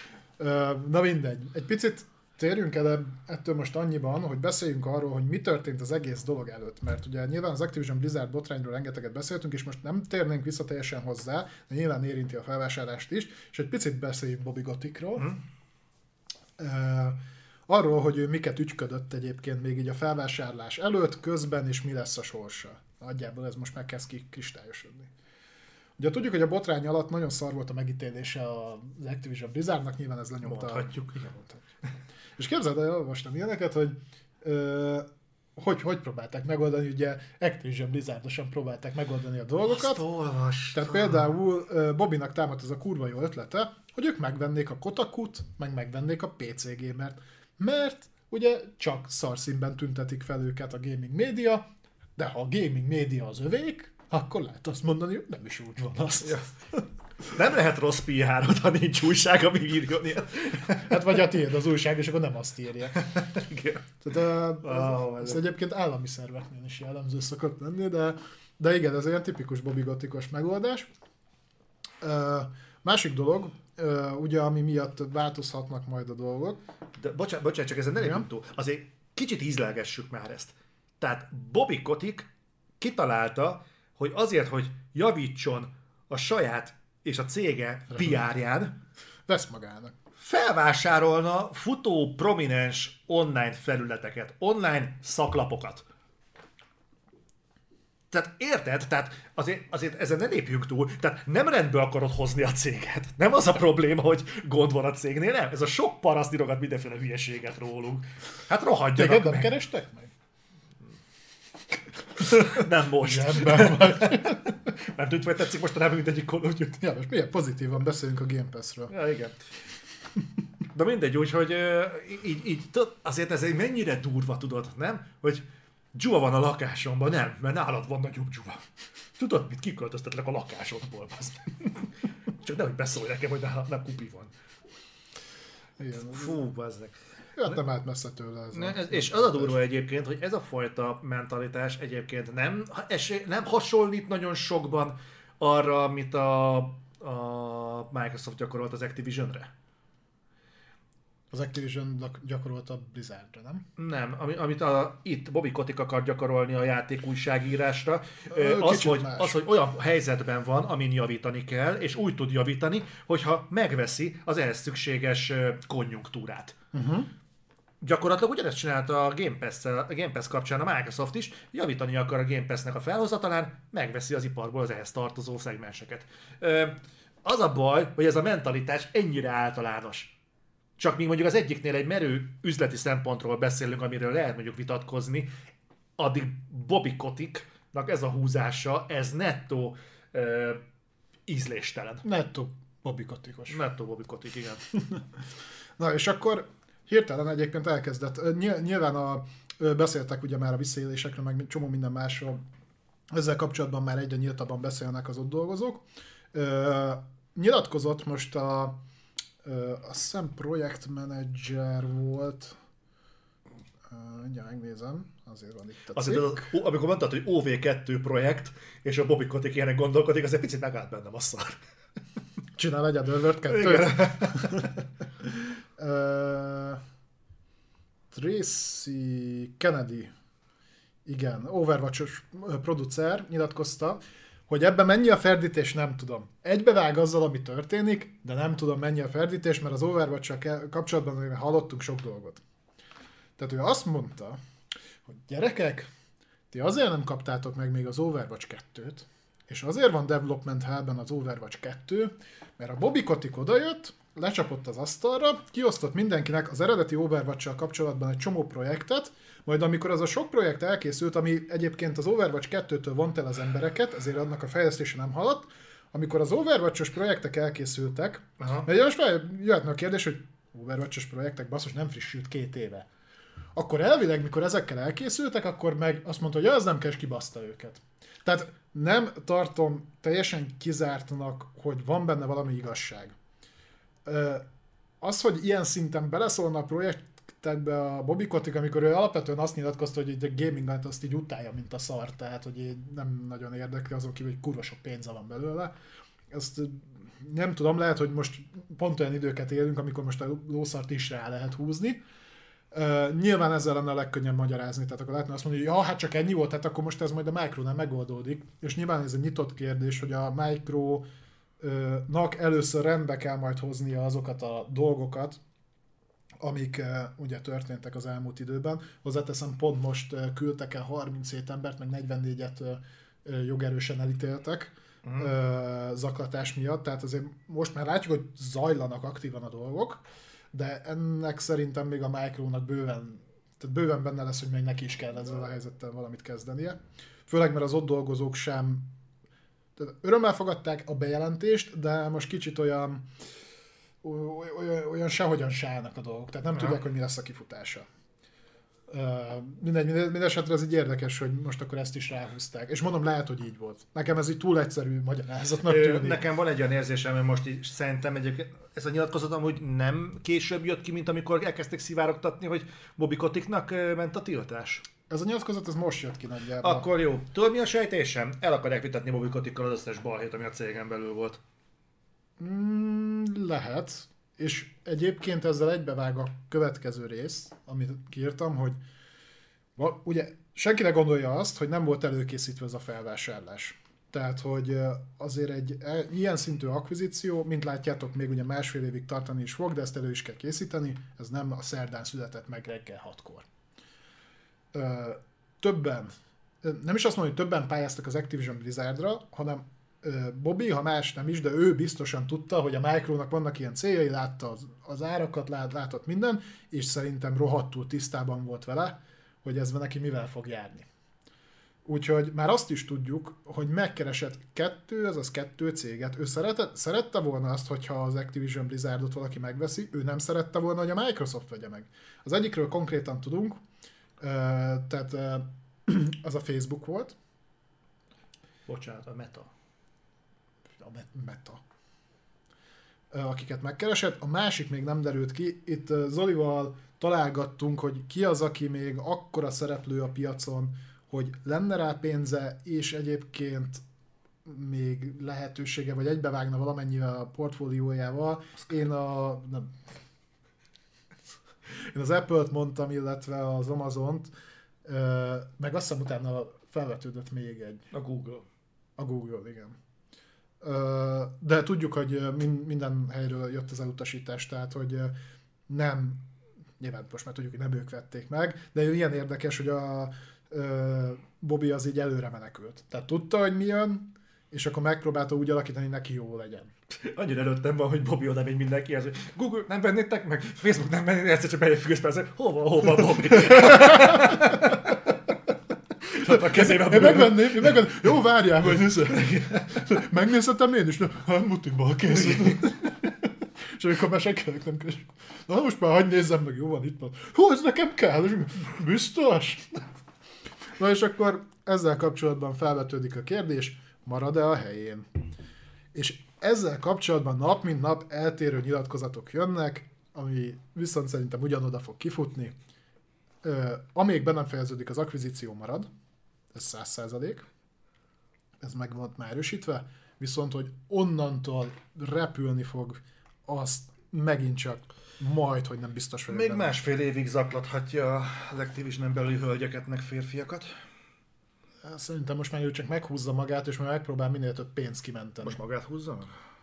Na mindegy. Egy picit térjünk el ettől most annyiban, hogy beszéljünk arról, hogy mi történt az egész dolog előtt. Mert ugye nyilván az Activision Blizzard botrányról rengeteget beszéltünk, és most nem térnénk vissza teljesen hozzá, de nyilván érinti a felvásárlást is, és egy picit beszéljünk Bobby Kotickról. Mm. Uh, arról, hogy ő miket ügyködött egyébként még így a felvásárlás előtt, közben, és mi lesz a sorsa. Nagyjából ez most már kezd kikristályosodni. Ugye tudjuk, hogy a botrány alatt nagyon szar volt a megítélése az Activision Blizzardnak, nyilván ez lenyomta. Mondhatjuk. Igen, mondhatjuk. És képzeld el, olvastam ilyeneket, hogy, ö, hogy hogy próbálták megoldani, ugye Activision Blizzardosan próbálták megoldani a dolgokat. Azt olvastam. Tehát például ö, Bobbynak támadt ez a kurva jó ötlete, hogy ők megvennék a Kotakut, meg megvennék a pé cé Gamert, mert ugye csak szarszínben tüntetik fel őket a gaming média, de ha a gaming média az övék, akkor lehet azt mondani, hogy nem is úgy van az. Ja. Nem lehet rossz pé er-od, ha nincs újság, ami írjon ilyet. Hát vagy a tiéd az újság, és akkor nem azt írja. Igen. Tehát uh, oh, ez, ez egyébként állami szerveknél is jellemző szokott lenni, de, de igen, ez egy tipikus Bobby Kotickos megoldás. Uh, másik dolog, uh, ugye ami miatt változhatnak majd a dolgok. De bocsánat, bocsánat, csak ezen ne lépjünk túl. Azért kicsit ízlelgessük már ezt. Tehát Bobby Kotick kitalálta, hogy azért, hogy javítson a saját és a cége pé er-ján, vesz magának. Felvásárolna futó prominens online felületeket, online szaklapokat. Tehát érted? Tehát azért, azért ezen ne lépjünk túl. Tehát nem rendbe akarod hozni a céget. Nem az a probléma, hogy gond van a cégnél, nem. Ez a sok paraszt írogat mindenféle hülyeséget rólunk. Hát rohadjanak Téged meg. nem kerestek meg? Nem most. Zsebben vagy. Nem tűnt, vagy tetszik most a nem mindegyik Call of Duty. Ja, most milyen pozitívan beszélünk a Game Pass-ről. Ja, igen. De mindegy, úgyhogy így, így, azért ez egy mennyire durva, tudod, nem? Hogy dzsuva van a lakásomban, nem, mert nálad van nagyobb dzsuva. Tudod, mit kiköltöztetlek a lakásodból, bazd. Csak nehogy beszólj nekem, hogy nálam nem kupi van. Igen. Fú, bazdnek. Jöttem át messze tőle. Ez ne, a... ez, és az a durva egyébként, hogy ez a fajta mentalitás egyébként nem, esély, nem hasonlít nagyon sokban arra, amit a, a Microsoft gyakorolt az Activisionre. Az Activision gyakorolt a Blizzardra, nem? Nem, ami, amit a, itt Bobby Kotick akar gyakorolni a játék újságírásra, Ö, az hogy, más. az, hogy olyan helyzetben van, amin javítani kell, és úgy tud javítani, hogyha megveszi az ehhez szükséges konjunktúrát. Uh-huh. Gyakorlatilag ugyanezt csinálta a Game Pass, a Game Pass kapcsán a Microsoft is, javítani akar a Game Pass-nek a felhozatalán, megveszi az iparból az ehhez tartozó szegmenseket. Az a baj, hogy ez a mentalitás ennyire általános. Csak míg mondjuk az egyiknél egy merő üzleti szempontról beszélünk, amiről lehet mondjuk vitatkozni, addig Bobby Koticknak ez a húzása, ez nettó uh, ízléstelen. Nettó Bobby Kotickos. Nettó Bobby Kotick, igen. Na és akkor hirtelen egyébként elkezdett. Nyilván a, beszéltek ugye már a visszaélésekről, meg csomó minden másról. Ezzel kapcsolatban már egyre nyíltabban beszélnek az ott dolgozók. Nyilatkozott most a Uh, azt hiszem projektmenedzser volt, uh, mindjárt megnézem, azért van itt a azért az, amikor mondtad, hogy ó vé kettő projekt, és a Bobby Kotick ilyenek gondolkodik, az egy picit megállt bennem a szar. Csinál egy Adderworld kettőt. uh, Tracy Kennedy, igen, Overwatch-os producer nyilatkozta, hogy ebben mennyi a ferdítés, nem tudom. Egybevág azzal, ami történik, de nem tudom mennyi a ferdítés, mert az Overwatch-sal kapcsolatban hallottunk sok dolgot. Tehát ő azt mondta, hogy gyerekek, ti azért nem kaptátok meg még az Overwatch kettőt, és azért van Development Hell-ben az Overwatch kettő, mert a Bobby Kotick odajött, lecsapott az asztalra, kiosztott mindenkinek az eredeti Overwatch-sal kapcsolatban egy csomó projektet, majd amikor az a sok projekt elkészült, ami egyébként az Overwatch kettőtől vont el az embereket, ezért annak a fejlesztése nem haladt, amikor az Overwatch-os projektek elkészültek, aha. Mert most jöhetne a kérdés, hogy Overwatch-os projektek basszus nem frissült két éve. Akkor elvileg, mikor ezekkel elkészültek, akkor meg azt mondta, hogy az nem kell, és kibaszta őket. Tehát nem tartom teljesen kizártnak, hogy van benne valami igazság. Az, hogy ilyen szinten beleszólna a projektekbe a Bobby Kotick, amikor ő alapvetően azt nyilatkozta, hogy a Gaming Night azt így utálja, mint a szar, tehát hogy nem nagyon érdekli azon kívül, hogy kurva sok pénze van belőle. Ezt nem tudom, lehet, hogy most pont olyan időket élünk, amikor most a lószart is rá lehet húzni. Uh, nyilván ezzel lenne a legkönnyebb magyarázni, tehát akkor lehetne azt mondani, hogy ja, hát csak ennyi volt, tehát akkor most ez majd a Micronál megoldódik. És nyilván ez egy nyitott kérdés, hogy a Micronak először rendbe kell majd hoznia azokat a dolgokat, amik uh, ugye történtek az elmúlt időben. Hozzáteszem, pont most uh, küldtek el harminchét embert, meg negyvennégyet uh, uh, jogerősen elítéltek uh-huh. uh, zaklatás miatt, tehát azért most már látjuk, hogy zajlanak aktívan a dolgok, de ennek szerintem még a Micronak bőven, tehát bőven benne lesz, hogy még neki is kell ezzel a helyzettel valamit kezdenie. Főleg, mert az ott dolgozók sem tehát örömmel fogadták a bejelentést, de most kicsit olyan, olyan, olyan sehogyan se állnak a dolgok, tehát nem ja. tudják, hogy mi lesz a kifutása. Uh, mindegy, mindesetre ez így érdekes, hogy most akkor ezt is ráhúzták. És mondom, lehet, hogy így volt. Nekem ez így túl egyszerű magyarázatnak tűnik. Nekem van egy olyan érzésem, hogy most így szerintem egyébként ez a nyilatkozat amúgy nem később jött ki, mint amikor elkezdték szivárogtatni, hogy Bobby Koticknak ment a tiltás. Ez a nyilatkozat ez most jött ki nagyjából. Akkor jó. Tudod mi a sejtésem? El akarják vitatni Bobby Kotickkal az összes balhét, ami a cégen belül volt. Mm, lehet. És egyébként ezzel egybevág a következő rész, amit kiírtam, hogy ugye senki ne gondolja azt, hogy nem volt előkészítve ez a felvásárlás. Tehát, hogy azért egy ilyen szintű akvizíció, mint látjátok, még ugye másfél évig tartani is fog, de ezt elő is kell készíteni, ez nem a szerdán született meg reggel hatkor. Többen, nem is azt mondom, hogy többen pályáztak az Activision Blizzardra, hanem Bobby, ha más nem is, de ő biztosan tudta, hogy a Micronak vannak ilyen céljai, látta az, az árakat, lát, látott minden, és szerintem rohadtul tisztában volt vele, hogy ez neki mivel fog járni. Úgyhogy már azt is tudjuk, hogy megkeresett kettő, azaz kettő céget. Ő szerette, szerette volna azt, hogyha az Activision Blizzardot valaki megveszi, ő nem szerette volna, hogy a Microsoft vegye meg. Az egyikről konkrétan tudunk, tehát az a Facebook volt. Bocsánat, a Meta. A Meta. Akiket megkeresett. A másik még nem derült ki. Itt Zolival találgattunk, hogy ki az, aki még akkora szereplő a piacon, hogy lenne rá pénze, és egyébként még lehetősége, vagy egybevágna valamennyivel a portfóliójával. Én a... Nem. Én az Apple-t mondtam, illetve az Amazont, meg azt hiszem utána felvetődött még egy. A Google. A Google, igen. De tudjuk, hogy minden helyről jött az elutasítás, tehát hogy nem, nyilván most már tudjuk, hogy nem ők vették meg, de ilyen érdekes, hogy a Bobby az így előre menekült. Tehát tudta, hogy mi jön, és akkor megpróbálta úgy alakítani, hogy neki jó legyen. Annyira előttem van, hogy Bobby oda megy mindenkihez, hogy Google nem vennétek meg, Facebook nem vennétek, egyszer csak bejöfülsz persze, hova, hova Bobby? A kezében én megvenném, én megvenném. Jó, várjál, vagy megnézhetem én is? Hát mutiból készült. És amikor már senkinek nem keresik. Na most már hagyd nézzem meg, jó van, itt van. Hú, ez nekem kell, biztos? Na és akkor ezzel kapcsolatban felvetődik a kérdés, marad-e a helyén? És ezzel kapcsolatban nap mint nap eltérő nyilatkozatok jönnek, ami viszont szerintem ugyanoda fog kifutni. Amíg be nem fejeződik az akvizíció, marad, ez száz százalék, ez meg volt már erősítve, viszont hogy onnantól repülni fog, azt megint csak majd, hogy nem biztos vagyok Még benne. másfél évig zaklathatja az Activision belüli hölgyeket meg férfiakat. Szerintem most már ő csak meghúzza magát, és már megpróbál minél több pénzt kimenteni. Most magát húzza?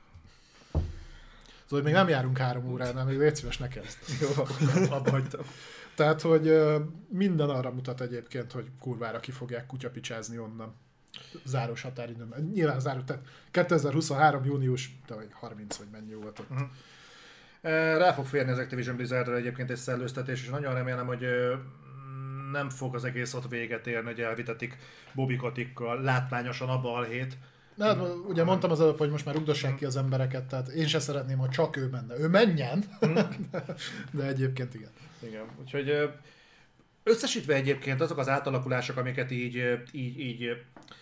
Szóval még nem járunk három óránál, még légy szíves, ne kezd. Jó, abba hagytam. Tehát, hogy minden arra mutat egyébként, hogy kurvára ki fogják kutyapicsázni onnan. Záros határidőben. Nyilván záró, tehát kétezer-huszonhárom június, de vagy harminc, vagy mennyi volt ott. Uh-huh. Rá fog férni az Activision Blizzardra egyébként egy szellőztetés, és nagyon remélem, hogy nem fog az egész ott véget érni, hogy elvitetik Bobby Kotickkal látványosan a balhét. De hát, ugye mondtam az előbb, hogy most már rugdossák ki az embereket, tehát én se szeretném, hogy csak ő menne. Ő menjen, de egyébként igen. Igen, úgyhogy összesítve egyébként azok az átalakulások, amiket így, így, így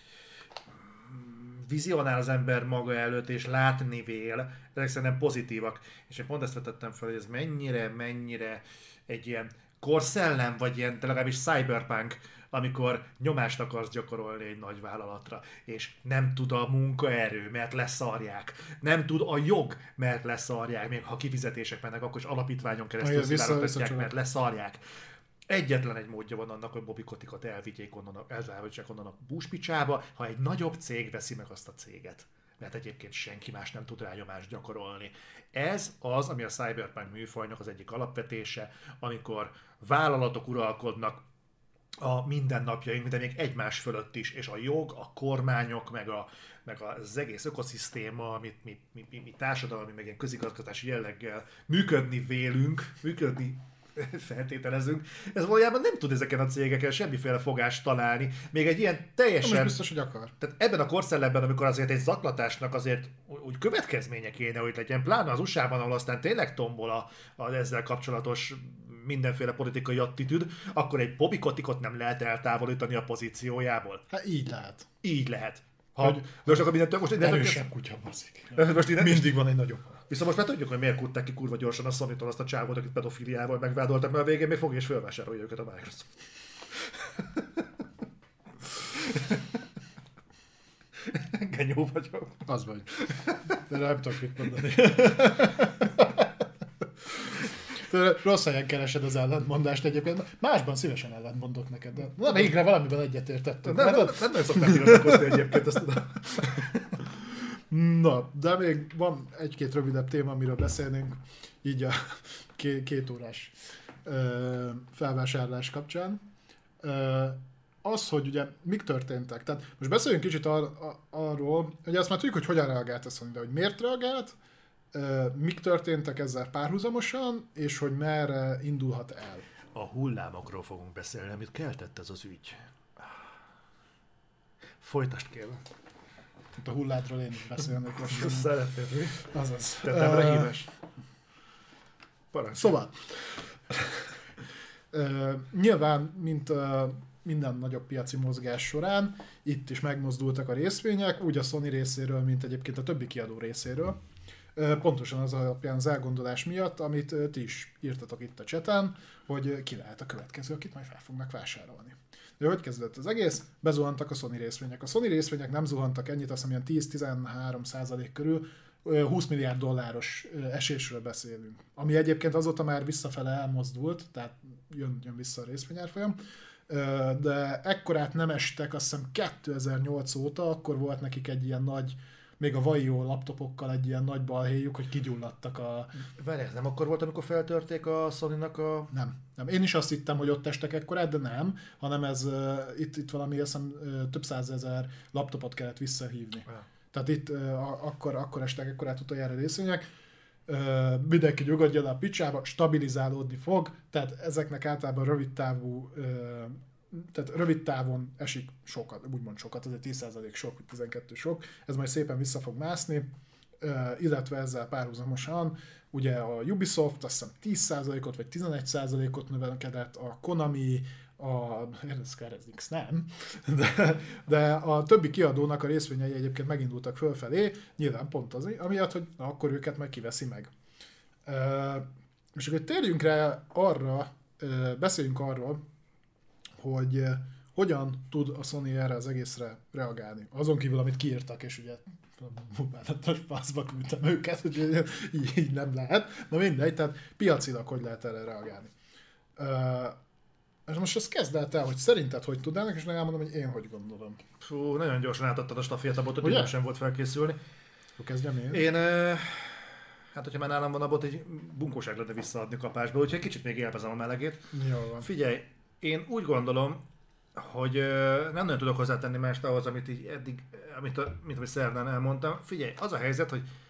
vizionál az ember maga előtt, és látni vél, ezek szerintem pozitívak. És én pont ezt vetettem fel, hogy ez mennyire, mennyire egy ilyen korszellem, vagy ilyen, de legalábbis cyberpunk, amikor nyomást akarsz gyakorolni egy nagy vállalatra, és nem tud a munkaerő, mert leszarják. Nem tud a jog, mert leszarják. Még ha kifizetések mennek, akkor is alapítványon keresztül szivárogtatják, mert leszarják. Egyetlen egy módja van annak, hogy Bobby Kotickot elvigyék onnan, elvigyék onnan a búspicsába, ha egy nagyobb cég veszi meg azt a céget. Mert egyébként senki más nem tud rá nyomást gyakorolni. Ez az, ami a cyberpunk műfajnak az egyik alapvetése, amikor vállalatok uralkodnak a mindennapjaink, de még egymás fölött is, és a jog, a kormányok, meg, a, meg az egész ökoszisztéma, amit mi, mi, mi, mi társadalmi, meg ilyen közigazgatási jelleggel működni vélünk, működni feltételezünk, ez valójában nem tud ezeken a cégeken semmiféle fogást találni, még egy ilyen teljesen... Most biztos, hogy akar. Tehát ebben a korszellemben, amikor azért egy zaklatásnak azért úgy következménye kéne, hogy legyen, pláne az u es á-ban, ahol aztán tényleg tombol a, az ezzel kapcsolatos mindenféle politikai attitűd, akkor egy Bobby Kotickot nem lehet eltávolítani a pozíciójából. Hát így lehet. Így lehet. Ha, hogy, most akkor mindent, most erősebb kutya baszik. Most innen, mindig van egy nagyobb. Viszont most már tudjuk, hogy miért kutták ki kurva gyorsan a Sony-tól azt a csávót, akit pedofiliával megvádoltak, mert a végén még fogja és fölvásárolja őket a Microsoft. Genyó vagyok. Az vagy. De nem tudok mit mondani. Rossz helyen keresed az ellentmondást egyébként. Másban szívesen ellentmondok neked, de na, végre valamiben egyetértettünk. Nem, nem, nem, nem szokták nyilatkozni egyébként, ezt tudom. Na, de még van egy-két rövidebb téma, amiről beszélnénk, így a két, két órás ö, felvásárlás kapcsán. Ö, az, hogy ugye mik történtek. Tehát most beszéljünk kicsit ar- ar- arról, hogy azt már tudjuk, hogy hogyan reagált a Sony, de hogy miért reagált, ö, mik történtek ezzel párhuzamosan, és hogy merre indulhat el. A hullámokról fogunk beszélni, amit keltett ez az ügy. Folytasd kérlek. Itt a hullátról én is beszélnék lassan. Szeretnéd, mi? Azaz. Tettemre híves. Parancsolj. Szóval. uh, nyilván, mint uh, minden nagyobb piaci mozgás során, itt is megmozdultak a részvények, úgy a Sony részéről, mint egyébként a többi kiadó részéről. Uh, pontosan az alapján az elgondolás miatt, amit uh, ti is írtatok itt a cseten, hogy uh, ki lehet a következő, akit majd fel fognak vásárolni. De hogy kezdődött az egész? Bezuhantak a Sony részvények. A Sony részvények nem zuhantak ennyit, azt hiszem ilyen tíz-tizenhárom százalék körül, húsz milliárd dolláros esésről beszélünk. Ami egyébként azóta már visszafele elmozdult, tehát jön, jön vissza a részvényárfolyam, de ekkorát nem estek, azt hiszem kétezer-nyolc óta, akkor volt nekik egy ilyen nagy, még a Vaio laptopokkal egy ilyen nagy balhéjuk, hogy kigyulladtak a... Várj, ez nem akkor volt, amikor feltörték a Sony-nak a... Nem, nem. Én is azt hittem, hogy ott estek ekkorát, de nem, hanem ez uh, itt, itt valami, azt hiszem, uh, több százezer laptopot kellett visszahívni. Ja. Tehát itt uh, akkor, akkor estek ekkorát utoljára részvények. Uh, mindenki nyugodjon le a picsába, stabilizálódni fog, tehát ezeknek általában rövid távú uh, tehát rövid távon esik sokat, úgymond sokat, ez egy tíz százalék sok, vagy tizenkettő sok, ez majd szépen vissza fog mászni, illetve ezzel párhuzamosan ugye a Ubisoft azt hiszem tíz százalékot vagy tizenegy százalékot növelkedett, a Konami, a Square Enix nem, de, de a többi kiadónak a részvényei egyébként megindultak fölfelé, nyilván pont az, amiatt, hogy na, akkor őket majd kiveszi meg. És akkor térjünk rá arra, beszéljünk arról, hogy uh, hogyan tud a Sony erre az egészre reagálni. Azon kívül, amit kiírtak, és ugye bánatos pászba küldtem őket, hogy így, így nem lehet. Na mindegy, tehát piacilag hogy lehet erre reagálni. Uh, és most azt kezd el te, hogy szerinted hogy tudnának, és meg elmondom, hogy én hogy gondolom. Fú, nagyon gyorsan átadtad a stafétabot, hogy nem sem volt felkészülni. Akkor kezdjem én. Én... Uh... Hát, hogyha már nálam van a bot, egy bunkóság lenne visszaadni kapásba, úgyhogy kicsit még élvezem a melegét. Jól van. Figyelj, én úgy gondolom, hogy nem nagyon tudok hozzátenni mást ahhoz, amit így eddig, amit, a, mint amit szerdán elmondtam. Figyelj, az a helyzet, hogy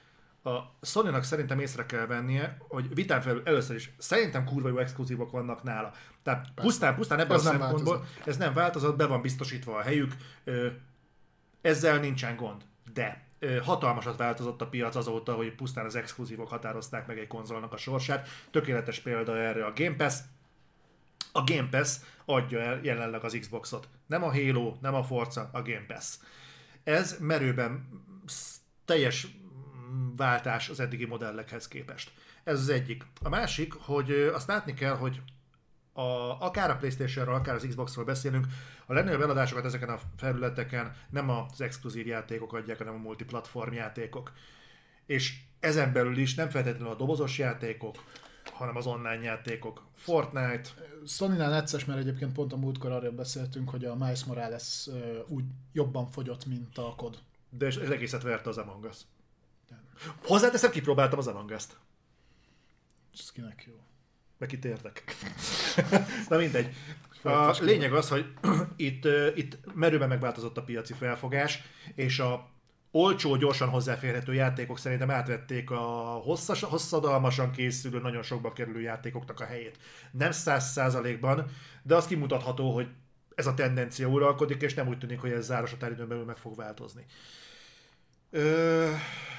A Sony-nak szerintem észre kell vennie, hogy vitán felül először is szerintem kurva jó exkluzívok vannak nála. Tehát pusztán, pusztán ebben Ez a nem szempontból változott. ez nem változott, be van biztosítva a helyük, ö, ezzel nincsen gond. De ö, hatalmasat változott a piac azóta, hogy pusztán az exkluzívok határozták meg egy konzolnak a sorsát. Tökéletes példa erre a Game Pass. A Game Pass adja el jelenleg az Xboxot. Nem a Halo, nem a Forza, a Game Pass. Ez merőben teljes váltás az eddigi modellekhez képest. Ez az egyik. A másik, hogy azt látni kell, hogy a, akár a PlayStation-ről, akár az Xbox-ról beszélünk, a legnagyobb eladásokat ezeken a felületeken nem az exkluzív játékok adják, hanem a multiplatform játékok. És ezen belül is nem feltétlenül a dobozos játékok, hanem az online játékok. Fortnite. Sony-nál necces, mert egyébként pont a múltkor arról beszéltünk, hogy a Miles Morales uh, úgy jobban fogyott, mint a kod. De ez egészet verte az Among Us. Hozzáteszem, kipróbáltam az Among Us-t. Ez kinek jó. Meg itt értek. Na mindegy. A lényeg az, hogy itt, itt merőben megváltozott a piaci felfogás, és a olcsó, gyorsan hozzáférhető játékok szerintem átvették a hosszas, hosszadalmasan készülő, nagyon sokba kerülő játékoknak a helyét. Nem száz százalékban, de az kimutatható, hogy ez a tendencia uralkodik, és nem úgy tűnik, hogy ez záros határidőn belül meg fog változni. Ö...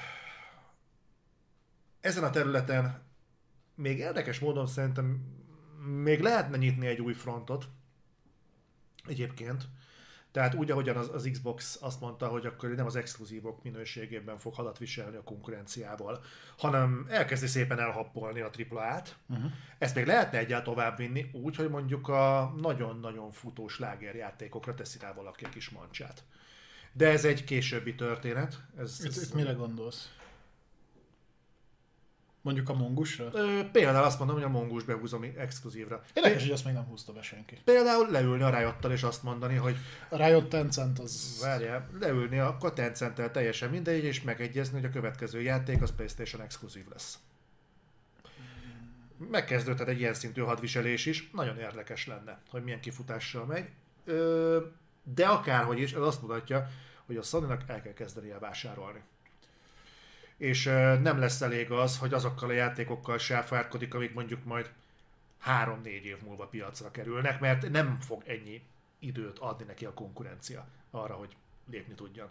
Ezen a területen még érdekes módon szerintem még lehetne nyitni egy új frontot egyébként. Tehát úgy, ahogyan az, az Xbox azt mondta, hogy akkor nem az exkluzívok minőségében fog hadat viselni a konkurenciával, hanem elkezdi szépen elhappolni a tripla á-t. Uh-huh. Ezt még lehetne egyáltalán továbbvinni úgy, hogy mondjuk a nagyon-nagyon futó slágerjátékokra teszi rá valaki a kis mancsát. De ez egy későbbi történet. Ez, Itt, ez... itt mire gondolsz? Mondjuk a Mongusra? Ö, például azt mondom, hogy a Mongus behúzom exkluzívra. Érdekes, hogy azt még nem húzta be senki. Például leülni a Riottal és azt mondani, hogy A Riot Tencent az... várjál, leülni a Tencenttel teljesen mindegy, és megegyezni, hogy a következő játék az PlayStation exkluzív lesz. Megkezdődhet egy ilyen szintű hadviselés is, nagyon érdekes lenne, hogy milyen kifutással megy. Ö, de akárhogy is, ez azt mutatja, hogy a Sony-nak el kell kezdenie vásárolni. És nem lesz elég az, hogy azokkal a játékokkal sáfárkodik, amik mondjuk majd három-négy év múlva piacra kerülnek, mert nem fog ennyi időt adni neki a konkurencia arra, hogy lépni tudjon.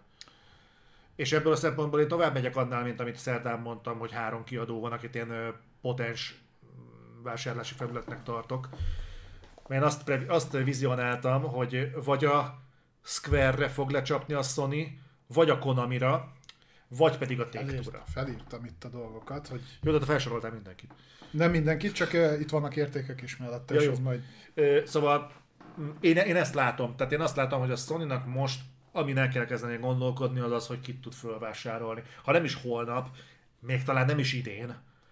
És ebből a szempontból én tovább megyek annál, mint amit szerdán mondtam, hogy három kiadó van, akit én potens vásárlási felületnek tartok. Mert én azt, azt vizionáltam, hogy vagy a Square-re fog lecsapni a Sony, vagy a Konamira, vagy pedig a Take-Two-ra. Felírtam itt a dolgokat, hogy... Jó, de te felsoroltál mindenkit. Nem mindenkit, csak uh, itt vannak értékek is mellette, ja, és az majd... Ö, szóval én, én ezt látom. Tehát én azt látom, hogy a Sony-nak most, amin el kell kezdeni gondolkodni, az az, hogy kit tud fölvásárolni. Ha nem is holnap, még talán nem is idén,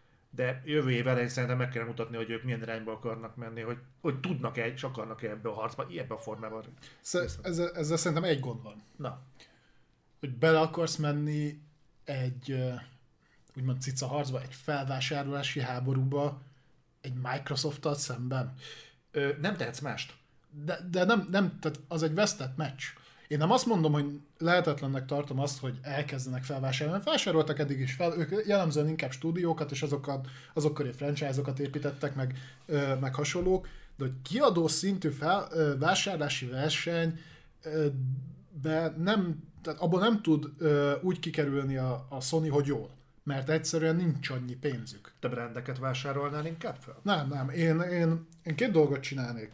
de jövő év elején szerintem meg kell mutatni, hogy ők milyen irányba akarnak menni, hogy, hogy tudnak-e és akarnak-e ebbe a harcba, ebbe a formában. Ezzel, ezzel szerintem egy gond van. Na. Hogy bele akarsz menni egy úgymond cica harcba, egy felvásárlási háborúba, egy Microsofttal szemben. Ö, nem tehetsz mást. De, de nem, nem, tehát az egy vesztett meccs. Én nem azt mondom, hogy lehetetlennek tartom azt, hogy elkezdenek felvásárolni. Vásároltak eddig is fel, ők jellemzően inkább stúdiókat, és azokat, azok köré franchise-okat építettek, meg, ö, meg hasonlók, de hogy kiadó szintű fel, ö, vásárlási verseny, ö, de nem, tehát abból nem tud ö, úgy kikerülni a, a Sony, hogy jól. Mert egyszerűen nincs annyi pénzük. Te brandeket vásárolnál inkább fel? Nem, nem. Én, én, én két dolgot csinálnék.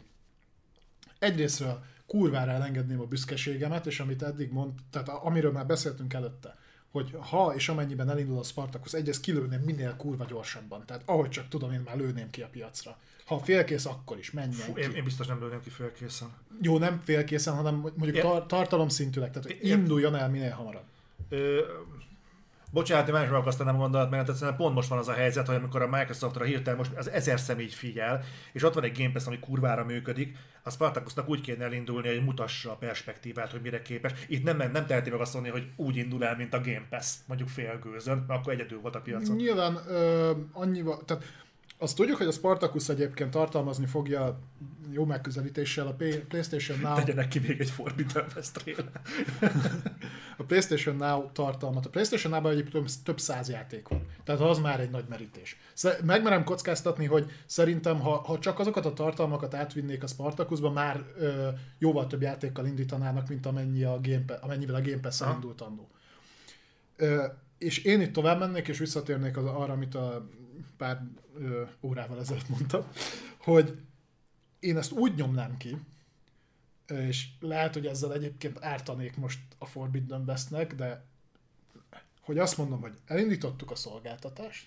Egyrésztről kurvára elengedném a büszkeségemet, és amit eddig mond, tehát amiről már beszéltünk előtte, hogy ha és amennyiben elindul a Spartacus egy, ezt kilőném minél kurva gyorsabban. Tehát ahogy csak tudom, én már lőném ki a piacra. Ha félkész, akkor is menjen Fú, ki. én, én biztos nem lőném ki félkészen. Jó, nem félkészen, hanem mondjuk tar- tartalomszintűleg, tehát hogy induljon el minél hamarabb. Ö, bocsánat, én másról akartam gondolatmenetet, szerintem pont most van az a helyzet, hogy amikor a Microsoftra hirtelen most az ezer személy figyel, és ott van egy Game Pass, ami kurvára működik, a Spartacusnak úgy kéne elindulni, hogy mutassa a perspektívát, hogy mire képes. Itt nem, nem teheti meg azt mondani, hogy úgy indul el, mint a Game Pass, mondjuk félgőzön, mert akkor egyedül volt a piacon. Nyilván ö, annyival, tehát Azt tudjuk, hogy a Spartacus egyébként tartalmazni fogja jó megközelítéssel a PlayStation Now... Tegyenek ki még egy Forbidden West trailer. A PlayStation Now tartalmat. A PlayStation Now-ban egyébként több száz játék van. Tehát az már egy nagy merítés. Megmerem kockáztatni, hogy szerintem, ha, ha csak azokat a tartalmakat átvinnék a Spartacusba, már ö, jóval több játékkal indítanának, mint amennyi a Game Pass, amennyivel a Game Pass-en indult annó. Ö, és én itt tovább mennék, és visszatérnék az, arra, amit a pár ö, órával ezelőtt mondtam, hogy én ezt úgy nyomnám ki, és lehet, hogy ezzel egyébként ártanék most a Forbidden Westnek, de hogy azt mondom, hogy elindítottuk a szolgáltatást,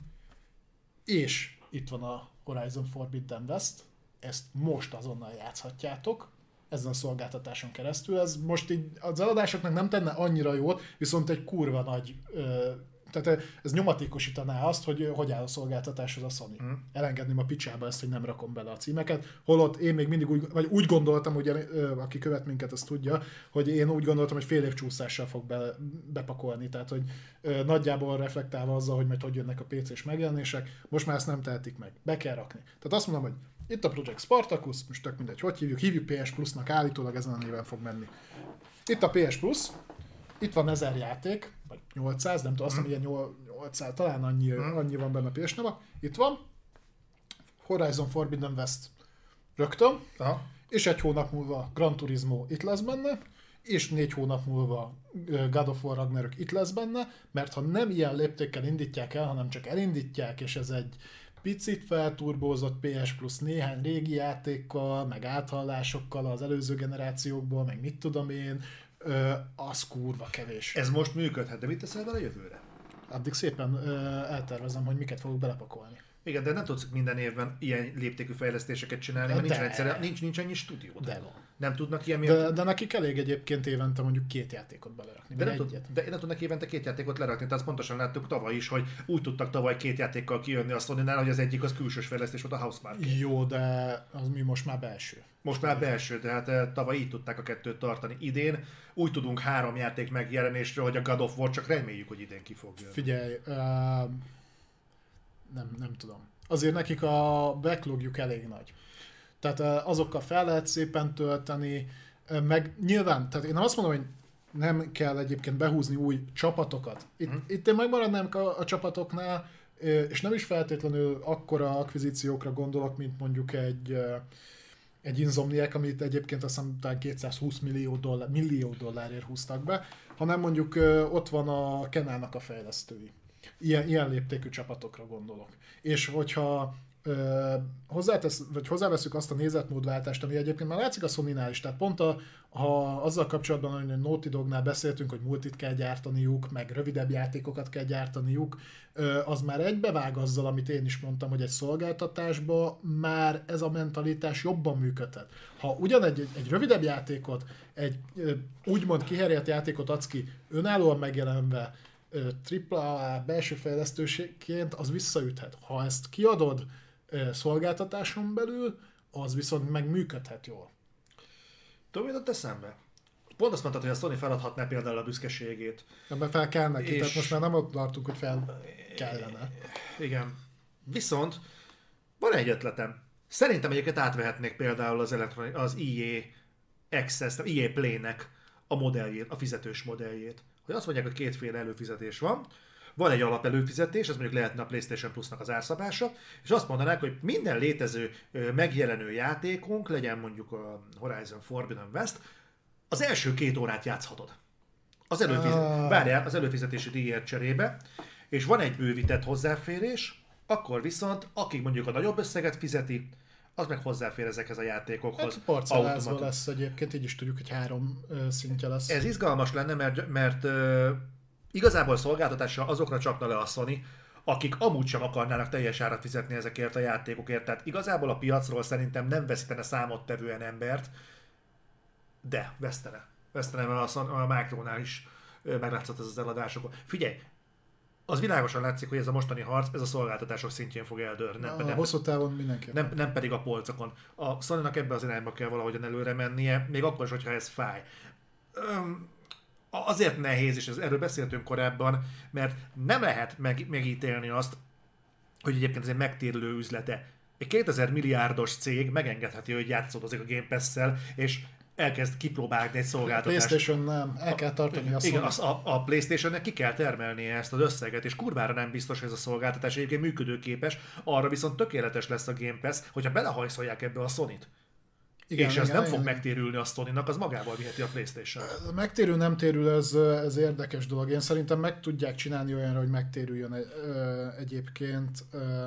és itt van a Horizon Forbidden West, ezt most azonnal játszhatjátok, ezen a szolgáltatáson keresztül. Ez most így az eladásoknak nem tenne annyira jót, viszont egy kurva nagy, ö, tehát ez nyomatékosítaná azt, hogy hogy áll a szolgáltatáshoz a Sony. Mm. Elengedném a picsába ezt, hogy nem rakom bele a címeket, holott én még mindig úgy, vagy úgy gondoltam, hogy ö, aki követ minket, azt tudja, hogy én úgy gondoltam, hogy fél év csúszással fog be, bepakolni, tehát hogy ö, nagyjából reflektálva azzal, hogy majd hogy jönnek a pé cés megjelenések, most már ezt nem tehetik meg, be kell rakni. Tehát azt mondom, hogy itt a Project Spartacus, most tök mindegy, hogy hívjuk, hívjuk pé es Plus-nak, állítólag ezen a néven fog menni. Itt a pé es Plus, itt van ezer játék, vagy nyolcszáz, nem tudom, azt hiszem, ilyen nyolcszáz, talán annyi, annyi van benne a pé es Now-ba. Itt van, Horizon Forbidden West rögtön, aha. És egy hónap múlva Gran Turismo itt lesz benne, és négy hónap múlva God of War Ragnarök itt lesz benne, mert ha nem ilyen léptékkel indítják el, hanem csak elindítják, és ez egy picit felturbózott pé es Plus néhány régi játékkal, meg áthallásokkal az előző generációkból, meg mit tudom én, ö, az kurva kevés. Ez most működhet, de mit teszel vele jövőre? Addig szépen ö, eltervezem, hogy miket fogok belepakolni. Igen, de nem tudsz minden évben ilyen léptékű fejlesztéseket csinálni, mert nincs, egyszerre, nincs, nincs annyi stúdió. De van. Nem tudnak ilyen de, de nekik elég egyébként évente mondjuk két játékot belerakni. De, nem tud, de nem tudnak évente két játékot lerakni, tehát azt pontosan láttuk tavaly is, hogy úgy tudtak tavaly két játékkal kijönni a Sony-nál, hogy az egyik az külsős fejlesztés volt, a Housemarque. Jó, de az mi most már belső. Most már belső, tehát tavaly így tudták a kettőt tartani. Idén úgy tudunk három játék megjelenésről, hogy a God of War, csak reméljük, hogy idén ki fog jönni. Figyelj, uh, nem, nem tudom. Azért nekik a backlogjuk elég nagy. Tehát azokkal fel lehet szépen tölteni, meg nyilván, tehát én nem azt mondom, hogy nem kell egyébként behúzni új csapatokat. Itt, hmm. itt én megmaradnám a, a csapatoknál, és nem is feltétlenül akkora akvizíciókra gondolok, mint mondjuk egy, egy Insomniac, amit egyébként azt hiszem talán kétszázhúsz millió, dollár, millió dollárért húztak be, hanem mondjuk ott van a Kenálnak a fejlesztői. Ilyen, ilyen léptékű csapatokra gondolok. És hogyha Ö, hozzátesz, vagy hozzáveszünk azt a nézetmódváltást, ami egyébként már látszik a Sony-nál is, tehát pont a, ha azzal kapcsolatban, hogy a Naughty Dognál beszéltünk, hogy multit kell gyártaniuk, meg rövidebb játékokat kell gyártaniuk, ö, az már egybevág azzal, amit én is mondtam, hogy egy szolgáltatásban már ez a mentalitás jobban működhet. Ha ugyan egy, egy rövidebb játékot, egy ö, úgymond kiherjedt játékot adsz ki önállóan megjelenve, ö, tripla á belső fejlesztőségként, az visszaüthet. Ha ezt kiadod szolgáltatáson belül, az viszont meg működhet jól. Tudom, mit ott eszembe? Pont azt mondtad, hogy a Sony feladhatná például a büszkeségét. Ebben fel kell neki, és... tehát most már nem ott tartunk, hogy fel kellene. Igen. Viszont van egy ötletem. Szerintem egyébként átvehetnék például az, elektroni- az í á Access, í á Play-nek a modelljét, a fizetős modelljét. Hogy azt mondják, hogy kétféle előfizetés van. Van egy alapelőfizetés, ez mondjuk lehetne a PlayStation Plus-nak az árszabása, és azt mondanák, hogy minden létező megjelenő játékunk, legyen mondjuk a Horizon Forbidden West, az első két órát játszhatod. Az, előfiz... ah. Várjál, az előfizetési díjért cserébe, és van egy bővített hozzáférés, akkor viszont, akik mondjuk a nagyobb összeget fizeti, az meg hozzáfér ezekhez a játékokhoz. Hát parcellázva lesz egyébként, így is tudjuk, hogy három ö, szintje lesz. Ez izgalmas lenne, mert, mert ö, igazából szolgáltatással azokra csapna le a Sony, akik amúgy sem akarnának teljes árat fizetni ezekért a játékokért. Tehát igazából a piacról szerintem nem veszítene számottevően embert, de vesztene. Vesztene, mert a, a Micronál is meglátszott ez az eladásokon. Figyelj, az világosan látszik, hogy ez a mostani harc, ez a szolgáltatások szintjén fog eldőrni. Nem, a nem, hosszú távon mindenképpen. Nem, nem pedig a polcokon. A Sony-nak ebbe az irányba kell valahogyan előre mennie, még akkor is, hogyha ez fáj. Öm, azért nehéz, és erről beszéltünk korábban, mert nem lehet meg, megítélni azt, hogy egyébként ez egy megtérülő üzlete. Egy kétezer milliárdos cég megengedheti, hogy játszódozik a Game Pass-szel, és elkezd kipróbálni egy szolgáltatást. PlayStation nem, el kell tartani a, a Igen, az, a, a PlayStation-nek ki kell termelnie ezt az összeget, és kurvára nem biztos, hogy ez a szolgáltatás egyébként működőképes, arra viszont tökéletes lesz a Game Pass, hogyha belehajszolják ebbe a Sony-t. Igen, és igen, ez igen, nem igen, fog igen. megtérülni a Sony-nak, az magával viheti a PlayStation. Megtérül, nem térül, ez, ez érdekes dolog. Én szerintem meg tudják csinálni olyanra, hogy megtérüljön egy, ö, egyébként, ö,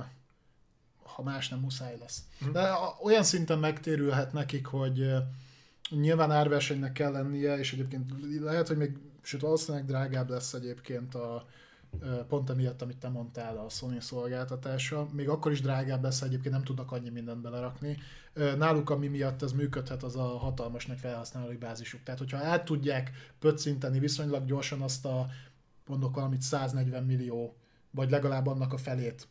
ha más nem muszáj lesz. Hm. De olyan szinten megtérülhet nekik, hogy ö, nyilván árversenynek kell lennie, és egyébként lehet, hogy még, sőt valószínűleg drágább lesz egyébként a pont emiatt, amit te mondtál, a Sony szolgáltatása. Még akkor is drágább lesz, egyébként nem tudnak annyi mindent belerakni. Náluk, ami miatt ez működhet, az a hatalmas nagy felhasználói bázisuk. Tehát, hogyha át tudják pöccinteni viszonylag gyorsan azt a, mondok valamit, száznegyven millió, vagy legalább annak a felét,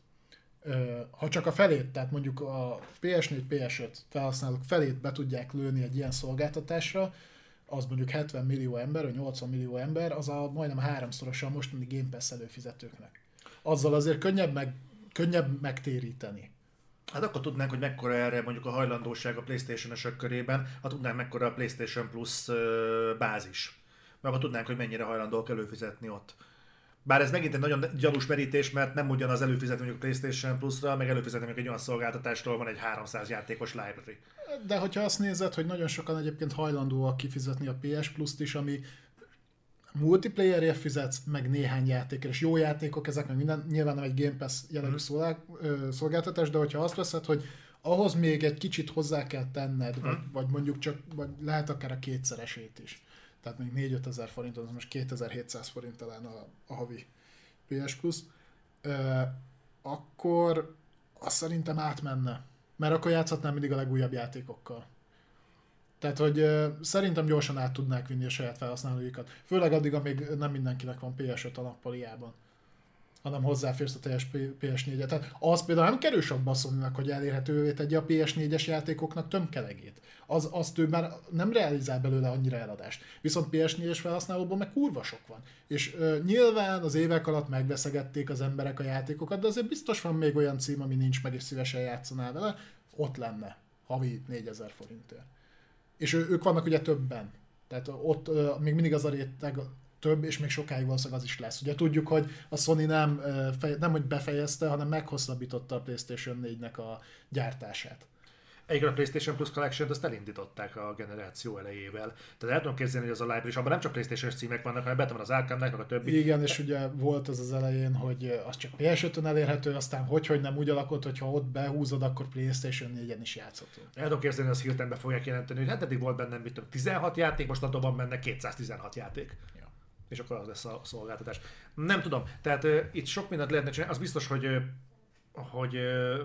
ha csak a felét, tehát mondjuk a pé es négy, pé es öt felhasználók felét be tudják lőni egy ilyen szolgáltatásra, az mondjuk hetven millió ember, vagy nyolcvan millió ember, az a majdnem háromszorosa a mostani Game Pass előfizetőknek. Azzal azért könnyebb, meg, könnyebb megtéríteni. Hát akkor tudnánk, hogy mekkora erre mondjuk a hajlandóság a PlayStation-ösök körében, ha tudnánk mekkora a PlayStation Plus bázis. Meg akkor tudnánk, hogy mennyire hajlandók előfizetni ott. Bár ez megint egy nagyon gyanús merítés, mert nem ugyanaz előfizetni mondjuk a PlayStation Plus-ra, meg előfizetni mondjuk egy olyan szolgáltatástól van egy háromszáz játékos library. De hogyha azt nézed, hogy nagyon sokan egyébként hajlandóak kifizetni a pé es Plus-t is, ami multiplayerért fizetsz, meg néhány játékért, és jó játékok, ezek meg minden, nyilván nem egy Game Pass jellegű mm. szolgáltatás, de hogyha azt veszed, hogy ahhoz még egy kicsit hozzá kell tenned, mm. vagy, vagy mondjuk csak, vagy lehet akár a kétszeresét is. Tehát még négy-öt ezer forint, az most kétezer-hétszáz forint talán a, a havi pé es Plus, ö, akkor azt szerintem átmenne. Mert akkor játszhatnám mindig a legújabb játékokkal. Tehát, hogy ö, szerintem gyorsan át tudnák vinni a saját felhasználóikat. Főleg addig, amíg nem mindenkinek van pé es öt a nappaliában, hanem hozzáférsz a teljes pé es négyet. Tehát az például nem kerül sokba a Sony-nak, hogy elérhetővé tegye a pé es négyes játékoknak tömkelegét. Az, azt ő már nem realizál belőle annyira eladást. Viszont pé es négyes felhasználóban meg kurva sok van. És ö, nyilván az évek alatt megveszegették az emberek a játékokat, de azért biztos van még olyan cím, ami nincs meg és szívesen játszanál vele, ott lenne havi négyezer forintért. És ő, ők vannak ugye többen. Tehát ott ö, még mindig az a réteg több, és még sokáig valószínűleg az is lesz. Ugye tudjuk, hogy a Sony nem, nem hogy befejezte, hanem meghosszabbította a PlayStation négynek a gyártását. Egyébként a PlayStation Plus Collection-t azt elindították a generáció elejével. Tehát el tudom képzelni, hogy az a library, és abban nem csak PlayStation-es címek vannak, hanem benne van az Arkham-nek, meg a többi. Igen, és ugye volt az az elején, hogy az csak pé es ötön elérhető, aztán hogy, hogy nem úgy alakult, hogy ha ott behúzod, akkor PlayStation négyen is játszható. El tudom képzelni, hogy az hirtelen be fogják jelenteni, hogy hát eddig volt benne mit tudom, tizenhat játék, most van benne kétszáztizenhat játék. Ja. És akkor az lesz a szolgáltatás. Nem tudom, tehát uh, itt sok mindent lehetne csinálni, az biztos, hogy, uh, hogy uh,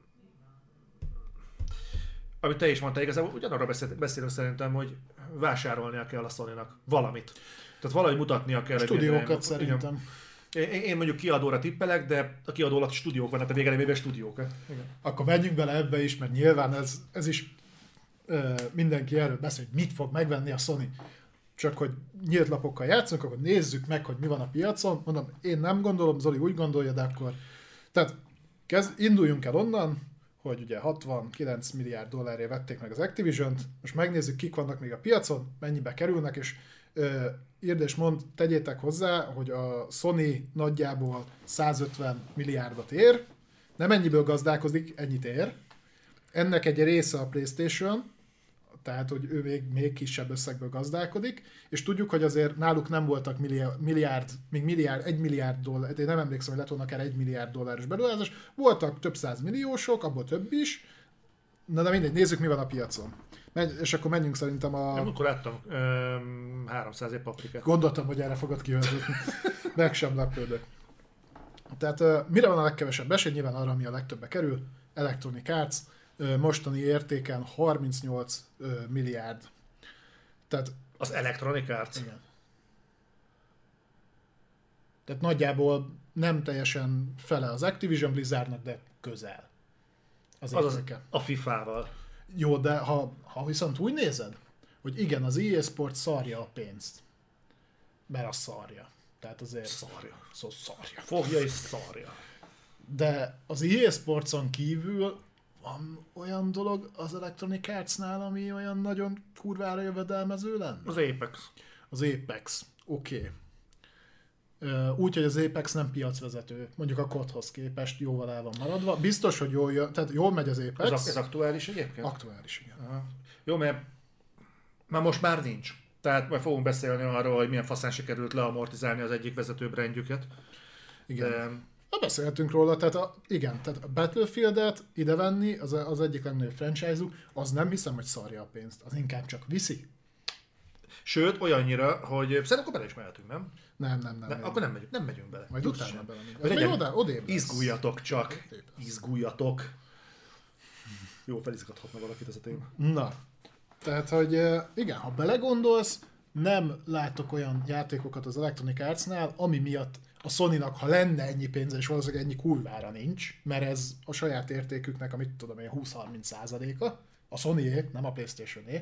amit te is mondtál, igazából ugyanarra beszélünk, beszélünk szerintem, hogy vásárolnia kell a Sony-nak valamit. Tehát valahogy mutatnia kell. Stúdiókat szerintem. Én, én mondjuk kiadóra tippelek, de a kiadó alatt stúdiók van, hát a végeredményben stúdiók. Igen. Akkor menjünk bele ebbe is, mert nyilván ez, ez is uh, mindenki erről beszél, hogy mit fog megvenni a Sony. Csak hogy nyílt lapokkal játszunk, akkor nézzük meg, hogy mi van a piacon. Mondom, én nem gondolom, Zoli úgy gondolja, de akkor... Tehát kezd, induljunk el onnan, hogy ugye hatvankilenc milliárd dollárért vették meg az Activision-t, most megnézzük, kik vannak még a piacon, mennyibe kerülnek, és ö, írd és mond, tegyétek hozzá, hogy a Sony nagyjából százötven milliárdot ér, nem ennyiből gazdálkodik, ennyit ér. Ennek egy része a PlayStation, tehát, hogy ő még, még kisebb összegből gazdálkodik, és tudjuk, hogy azért náluk nem voltak milliárd, milliárd még milliárd, egy milliárd dollár, én nem emlékszem, hogy lett volna akár egy milliárd dolláros beruházás, voltak több száz milliósok, abból több is, na de mindegy, nézzük, mi van a piacon. Menj, és akkor menjünk szerintem a... Nem, akkor láttam um, háromszáz év paprikát. Gondoltam, hogy erre fogod kihozni. Meg sem lepődök. Tehát uh, mire van a legkevesebb esély? Nyilván arra, ami a legtöbbe kerül, Electronic Arts, mostani értéken harmincnyolc milliárd. Tehát, az Electronic Arts? Igen. Tehát nagyjából nem teljesen fele az Activision Blizzardnak, de közel. Az az a fifával. Jó, de ha, ha viszont úgy nézed, hogy igen, az í á Sport szarja a pénzt. Mert az szarja. Tehát azért... Szarja. Szóval szarja. Fogja és szarja. De az í á Sportson kívül van olyan dolog az Electronic Artsnál, ami olyan nagyon kurvára jövedelmező lenne? Az Apex. Az Apex, oké. Okay. Úgyhogy az Apex nem piacvezető, mondjuk a kodhoz képest jóval el van maradva. Biztos, hogy jól, jön, tehát jól megy az Apex. Ez, ez aktuális egyébként? Aktuális, igen. Aha. Jó, mert már most már nincs. Tehát majd fogunk beszélni arról, hogy milyen faszán sikerült leamortizálni az egyik vezető brandjüket. Igen. De... Ha beszélhetünk róla, tehát a, igen, tehát a Battlefieldet idevenni, az, az egyik legnagyobb franchise-uk, az nem hiszem, hogy szarja a pénzt, az inkább csak viszi. Sőt, olyannyira, hogy szerintem akkor bele is mehetünk, nem? Nem, nem, nem. nem akkor nem megyünk, nem megyünk bele. Majd utána sem. Belemegyünk. Legyen, még oda, odébb lesz. Izguljatok csak. Izguljatok. Jó, felizgathatna valakit ez a téma. Na, tehát, hogy igen, ha belegondolsz, nem látok olyan játékokat az Electronic Artsnál, ami miatt a Sony-nak, ha lenne ennyi pénze, és valószínűleg ennyi kurvára nincs, mert ez a saját értéküknek, amit tudom én, húsz-harminc százaléka, a Sony-é, nem a PlayStation-é,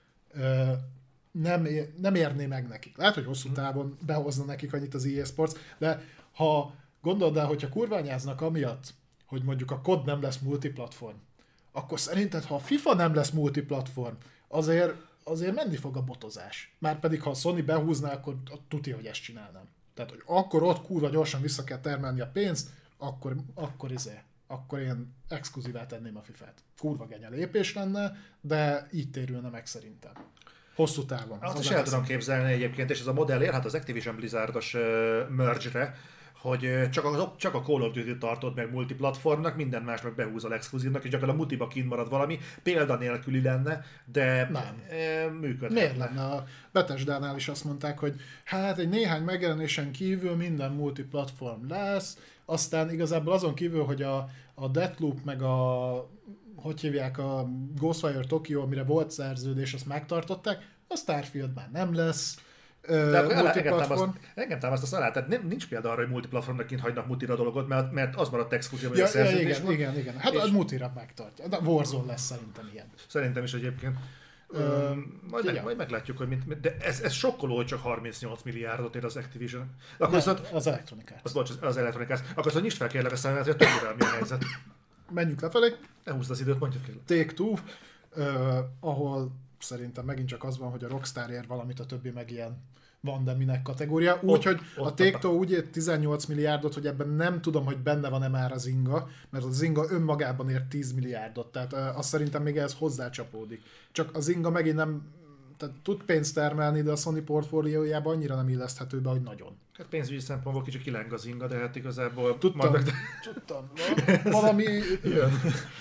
nem, nem érné meg nekik. Lehet, hogy hosszú távon behozna nekik annyit az í á Sports, de ha gondold el, hogyha kurványáznak amiatt, hogy mondjuk a kod nem lesz multiplatform, akkor szerinted, ha a FIFA nem lesz multiplatform, azért, azért menni fog a botozás. Márpedig, ha a Sony behúzná, akkor tuti, hogy ezt csinálnám. Tehát, hogy akkor ott kurva gyorsan vissza kell termelni a pénzt, akkor, akkor izé, akkor én exkluzívá tenném a fifát. Kurva genya lépés lenne, de így térülne meg szerintem. Hosszú távon. Azt is el tudom képzelni egyébként, és ez a modell érhet az Activision Blizzardos uh, merge-re, hogy csak a, csak a Call of Duty tartod meg multiplatformnak, minden más meg behúzol exkluzívnak, és gyakorlatilag a multiba kint marad valami, példa nélküli lenne, de nem. E, működhetne. Miért lenne? A Bethesda-nál is azt mondták, hogy hát egy néhány megjelenésen kívül minden multiplatform lesz, aztán igazából azon kívül, hogy a, a Deathloop meg a hogy hívják a Ghostwire Tokyo, amire volt szerződés, azt megtartották, a Starfield már nem lesz. De akkor engem támaszt a szalát, tehát nem, nincs példa arra, hogy multiplatformnak kint hagynak mutira dolgot, mert, mert az maradt exkluzív, hogy ja, a szerződés ja, igen, van. igen, igen. Hát és... a mutira megtartja. De Warzone lesz szerintem ilyen. Szerintem is egyébként. Ö, majd, meg, majd meglátjuk, hogy mit, de ez, ez sokkoló, hogy csak harmincnyolc milliárdot ér az Activision. Akkor nem, szóval, az Electronic Arts. Az, bocs, az Electronic Arts. Akkor szóval nyisd fel kérlek a szemet, hogy a többire mi a helyzet. Menjünk lefelé. Ne húzd az időt, mondjuk kérlek. Take-Two, uh, ahol szerintem megint csak az van, hogy a Rockstar ér valamit, a többi meg ilyen van, de minek kategória. Úgyhogy a Take-Two úgy ér tizennyolc milliárdot, hogy ebben nem tudom, hogy benne van-e már az Zynga, mert az Zynga önmagában ér tíz milliárdot, tehát uh, azt szerintem még ehhez hozzácsapódik. Csak az Zynga megint nem, tehát tud pénzt termelni, de a Sony portfóliójában annyira nem illeszthető be, hogy nagyon. Hát pénzügyi szempontból kicsit kileng az Zynga, de hát igazából... Tudtam, meg... tudtam. Valami jön.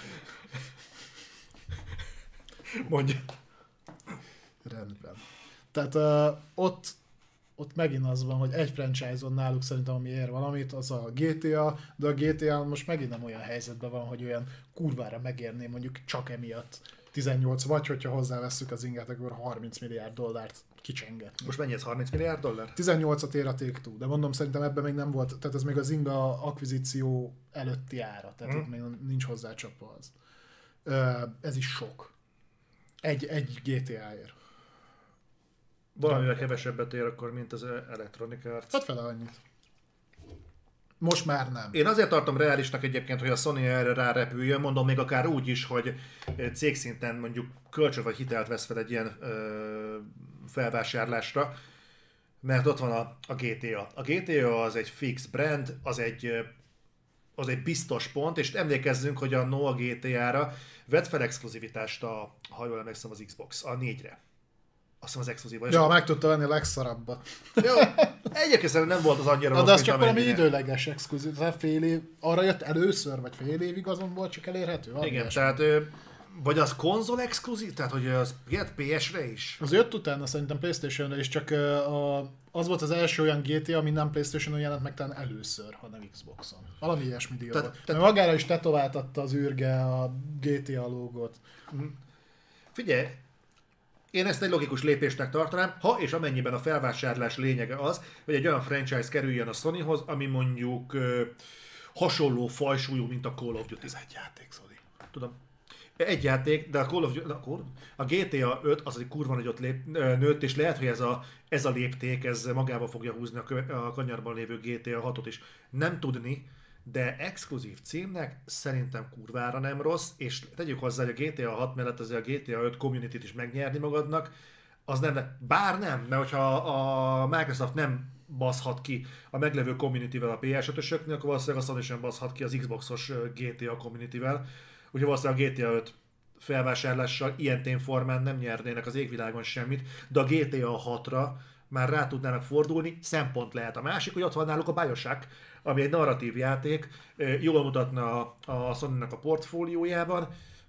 Mondja. Rendben. Tehát uh, ott, ott megint az van, hogy egy franchise-on náluk szerintem, ami ér valamit, az a gé té á, de a gé té á most megint nem olyan helyzetben van, hogy olyan kurvára megérné mondjuk csak emiatt tizennyolc, vagy hogyha hozzávesszük az ingát, akkor harminc milliárd dollárt kicsengetni. Most mennyi ez, harminc milliárd dollár? tizennyolcat ér a Take-Two, de mondom, szerintem ebben még nem volt, tehát ez még az Inga akvizíció előtti ára, tehát hmm. itt még nincs hozzácsapva az. Ez is sok. Egy, egy gé té á-ért. Valamivel kevesebbet ér akkor, mint az Electronic Arts. Hát fele annyit. Most már nem. Én azért tartom reálisnak egyébként, hogy a Sony erre rárepüljön, mondom még akár úgy is, hogy cégszinten mondjuk kölcsön vagy hitelt vesz fel egy ilyen ö, felvásárlásra, mert ott van a, a gé té á. A gé té á az egy fix brand, az egy, az egy biztos pont, és emlékezzünk, hogy a no a gé té á-ra vett fel exkluzivitást, a, ha jól emlékszem, az Xbox, a négyre. Azt hiszem az exkluzív. Ja, meg tudta venni a legszarabbat. Jó, egyébként nem volt az annyira rossz, de az csak valami időleges exkluzív, tehát fél év, arra jött először, vagy fél évig azon volt csak elérhető? Igen, tehát vagy az konzol exkluzív, tehát hogy az jött pé es-re is? Az jött utána szerintem PlayStation-re is, csak a, az volt az első olyan gé té á, ami nem PlayStation-on jelent meg talán először, hanem Xboxon. Valami ilyesmi díj volt. Tehát magára is tetováltatta az űrge a gé té á logót. Figyelj, én ezt egy logikus lépésnek tartanám, ha és amennyiben a felvásárlás lényege az, hogy egy olyan franchise kerüljön a Sonyhoz, ami mondjuk ö, hasonló fajsúlyú, mint a Call of Duty. Ez egy játék, Zoli. Tudom. Egy játék, de a Call of Duty, a, a gé té á öt az egy kurva nagyot lép, nőtt, és lehet, hogy ez a, ez a lépték, ez magába fogja húzni a, kö, a kanyarban lévő gé té á hatot is. Nem tudni, de exkluzív címnek szerintem kurvára nem rossz, és tegyük hozzá, hogy a gé té á hat mellett azért a gé té á öt community-t is megnyerni magadnak, az nem, bár nem, mert hogyha a Microsoft nem baszhat ki a meglevő community-vel a pé es ötösöknél, akkor valószínűleg a Sony sem baszhat ki az Xboxos gé té á community-vel, úgyhogy valószínűleg a gé té á öt felvásárlással ilyen témformán nem nyernének az égvilágon semmit, de a gé té á hatra már rá tudnának fordulni, szempont lehet. A másik, hogy ott van náluk a Bioshock, ami egy narratív játék, jól mutatna a Sony-nak a portfóliójában,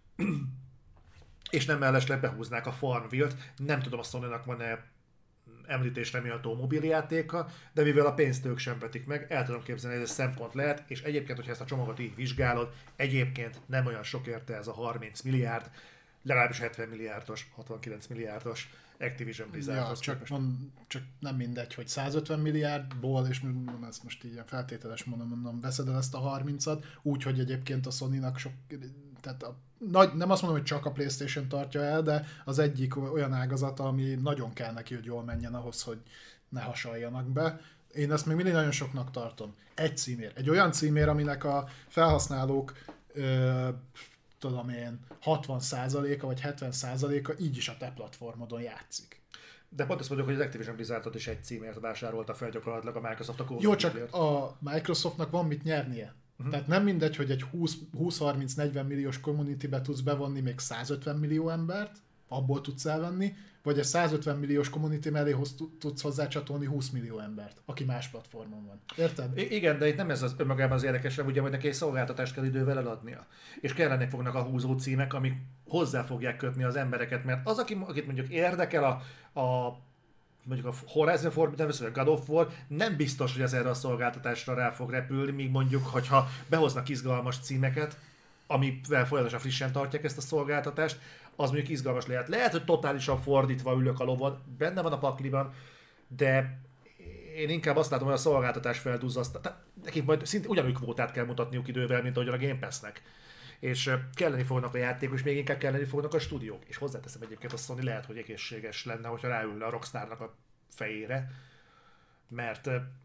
és nem mellesleg behúznák a Farmville-t. Nem tudom, a Sony-nak van-e említésre méltó mobiljátéka, de mivel a pénzt ők sem vetik meg, el tudom képzelni, hogy ez szempont lehet, és egyébként, hogyha ezt a csomagot így vizsgálod, egyébként nem olyan sok érte ez a harminc milliárd, legalábbis hetven milliárdos, hatvankilenc milliárdos Activision Blizzardhoz. Ja, csak, van, csak nem mindegy, hogy százötven milliárdból, és ezt most így feltételes mondom, mondom, veszed el ezt a harmincat, úgyhogy egyébként a Sony-nak sok, tehát a, nagy, nem azt mondom, hogy csak a PlayStation tartja el, de az egyik olyan ágazata, ami nagyon kell neki, hogy jól menjen ahhoz, hogy ne hasaljanak be. Én ezt még mindig nagyon soknak tartom. Egy címér. Egy olyan címér, aminek a felhasználók ö, tudom én, hatvan százaléka vagy hetven százaléka így is a te platformodon játszik. De pont azt mondjuk, hogy az Activision Blizzardot is egy címért vásárolta fel gyakorlatilag a Microsoft a Jó, csak a Microsoftnak van mit nyernie. Uh-huh. Tehát nem mindegy, hogy egy húsz-harminc-negyven milliós communitybe tudsz bevonni még százötven millió embert, abból tudsz elvenni, vagy egy százötven milliós community mellé tudsz hozzácsatolni húsz millió embert, aki más platformon van. Érted? I- igen, de itt nem ez az önmagában az érdekes, ugye, hogy neki egy szolgáltatást kell idővel eladnia. És kellene fognak a húzó címek, amik hozzá fogják kötni az embereket, mert az, aki, akit mondjuk érdekel a, a mondjuk a Horizon Forbidden West, vagy a God of War, nem biztos, hogy ez erre a szolgáltatásra rá fog repülni, míg mondjuk, hogyha behoznak izgalmas címeket, amivel folyamatosan frissen tartják ezt a szolgáltatást, az mondjuk izgalmas lehet. Lehet, hogy totálisan fordítva ülök a lovon, benne van a pakliban, de én inkább azt látom, hogy a szolgáltatás felduzzasztja. Nekik majd szinte ugyanúgy kvótát kell mutatniuk idővel, mint ahogyan a Game Pass-nek. És kelleni fognak a játékok, és még inkább kelleni fognak a stúdiók. És hozzáteszem egyébként, a Sony lehet, hogy egészséges lenne, hogyha ráülne a Rockstarnak a fejére, mert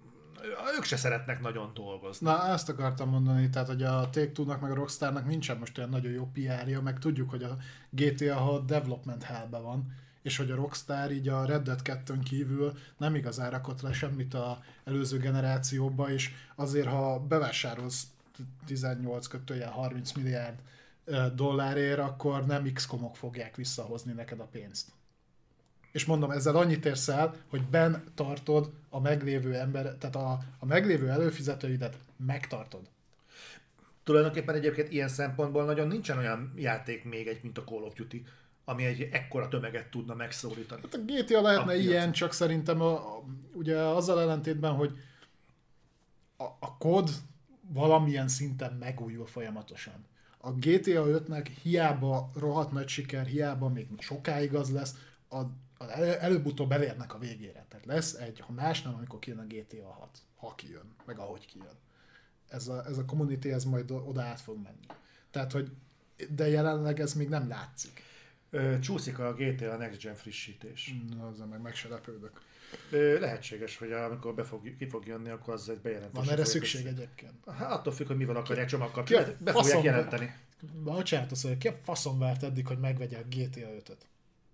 ők se szeretnek nagyon dolgozni. Na, ezt akartam mondani, tehát hogy a Take-Two-nak meg a Rockstarnak nincsen most olyan nagyon jó pé er-ja, meg tudjuk, hogy a gé té á hat development hellben van, és hogy a Rockstar így a Red Dead kettőn kívül nem igazán rakott le semmit az előző generációba, és azért, ha bevásárolsz tizennyolc harminc milliárd dollárért, akkor nem iksz komok fogják visszahozni neked a pénzt. És mondom, ezzel annyit érsz el, hogy benn tartod a meglévő ember, tehát a, a meglévő előfizetőidet megtartod. Tulajdonképpen egyébként ilyen szempontból nagyon nincsen olyan játék még egy, mint a Call of Duty, ami egy ekkora tömeget tudna megszólítani. Hát a gé té á lehetne a ilyen, csak szerintem a, a, ugye azzal ellentétben, hogy a, a kód valamilyen szinten megújul folyamatosan. A gé té á ötnek hiába rohadt nagy siker, hiába még sokáig az lesz, a, a, előbb-utóbb elérnek a végére. Tehát lesz egy, ha más nem, amikor kijön a gé té á hat. Ha kijön, meg ahogy kijön. Ez a, ez a community, ez majd oda át fog menni. Tehát, hogy de jelenleg ez még nem látszik. Ö, csúszik a gé té á Next Gen frissítés. Na, azzal meg meg se lepődök. Ö, lehetséges, hogy amikor be fog, ki fog jönni, akkor az egy bejelentés. Van erre szükség össze. Egyébként? Hát attól függ, hogy mi van akarják csomagkapcsolat. Be fogják jelenteni. Bocsánat, azt mondja, ki a faszom várt eddig, hogy megvegye a gé té á ötöt?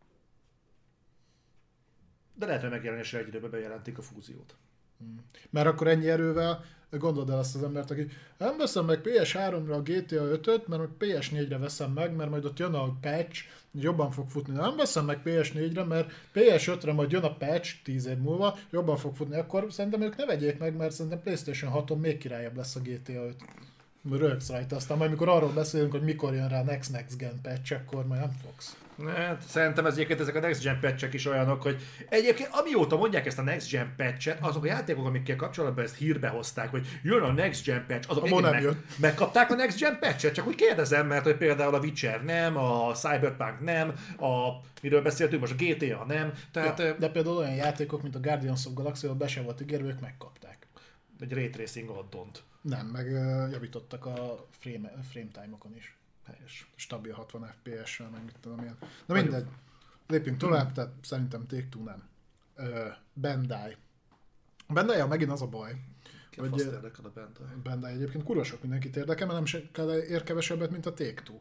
De lehet, hogy megjelenésre egy időben bejelentik a fúziót. Hmm. Mert akkor ennyi erővel gondold el azt az embert, aki nem veszem meg pé es háromra a gé té á ötöt, mert meg pé es négyre veszem meg, mert majd ott jön a patch, jobban fog futni. Nem veszem meg pé es négyre, mert pé es ötre majd jön a patch tíz év múlva, jobban fog futni. Akkor szerintem ők ne vegyék meg, mert szerintem PlayStation haton még királyabb lesz a gé té á öt. Rögsz rajta, aztán majd mikor arról beszélünk, hogy mikor jön rá a Next Next Gen patch, akkor majd nem fogsz. Hát, szerintem ez egyébként ezek a Next Gen patch-ek is olyanok, hogy egyébként amióta mondják ezt a Next Gen patch-et, azok a játékok, amikkel kapcsolatban ezt hírbe hozták, hogy jön a Next Gen patch, azok nem meg, jön. megkapták a Next Gen patch-et, csak úgy kérdezem, mert hogy például a Witcher nem, a Cyberpunk nem, a miről beszéltünk most, a gé té á nem, tehát... Ja, de például olyan játékok, mint a Guardians of Galaxy, ahol be sem volt ígérve, ők megkapták. Egy Ray Tracing addont. Nem, meg javítottak a frame, frame time-okon is. Helyes. Stabil hatvan ef pé es-sel, meg mit tudom ilyen. Na mindegy, lépjünk tovább, tehát szerintem Take-Two nem. Uh, Bandai. Bandai-jal megint az a baj, Ki a faszt érdekel a Bandai? Bandai egyébként kurva sok mindenkit érdekel, mert nem se kell ér kevesebbet, mint a Take-Two.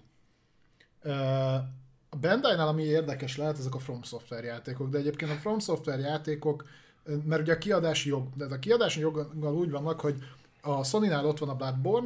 A Bandai-nál, ami érdekes lehet, ezek a From Software játékok, de egyébként a From Software játékok, mert ugye a kiadási jog, de a kiadási joggal úgy vannak, hogy a Sony-nál ott van a Bloodborne,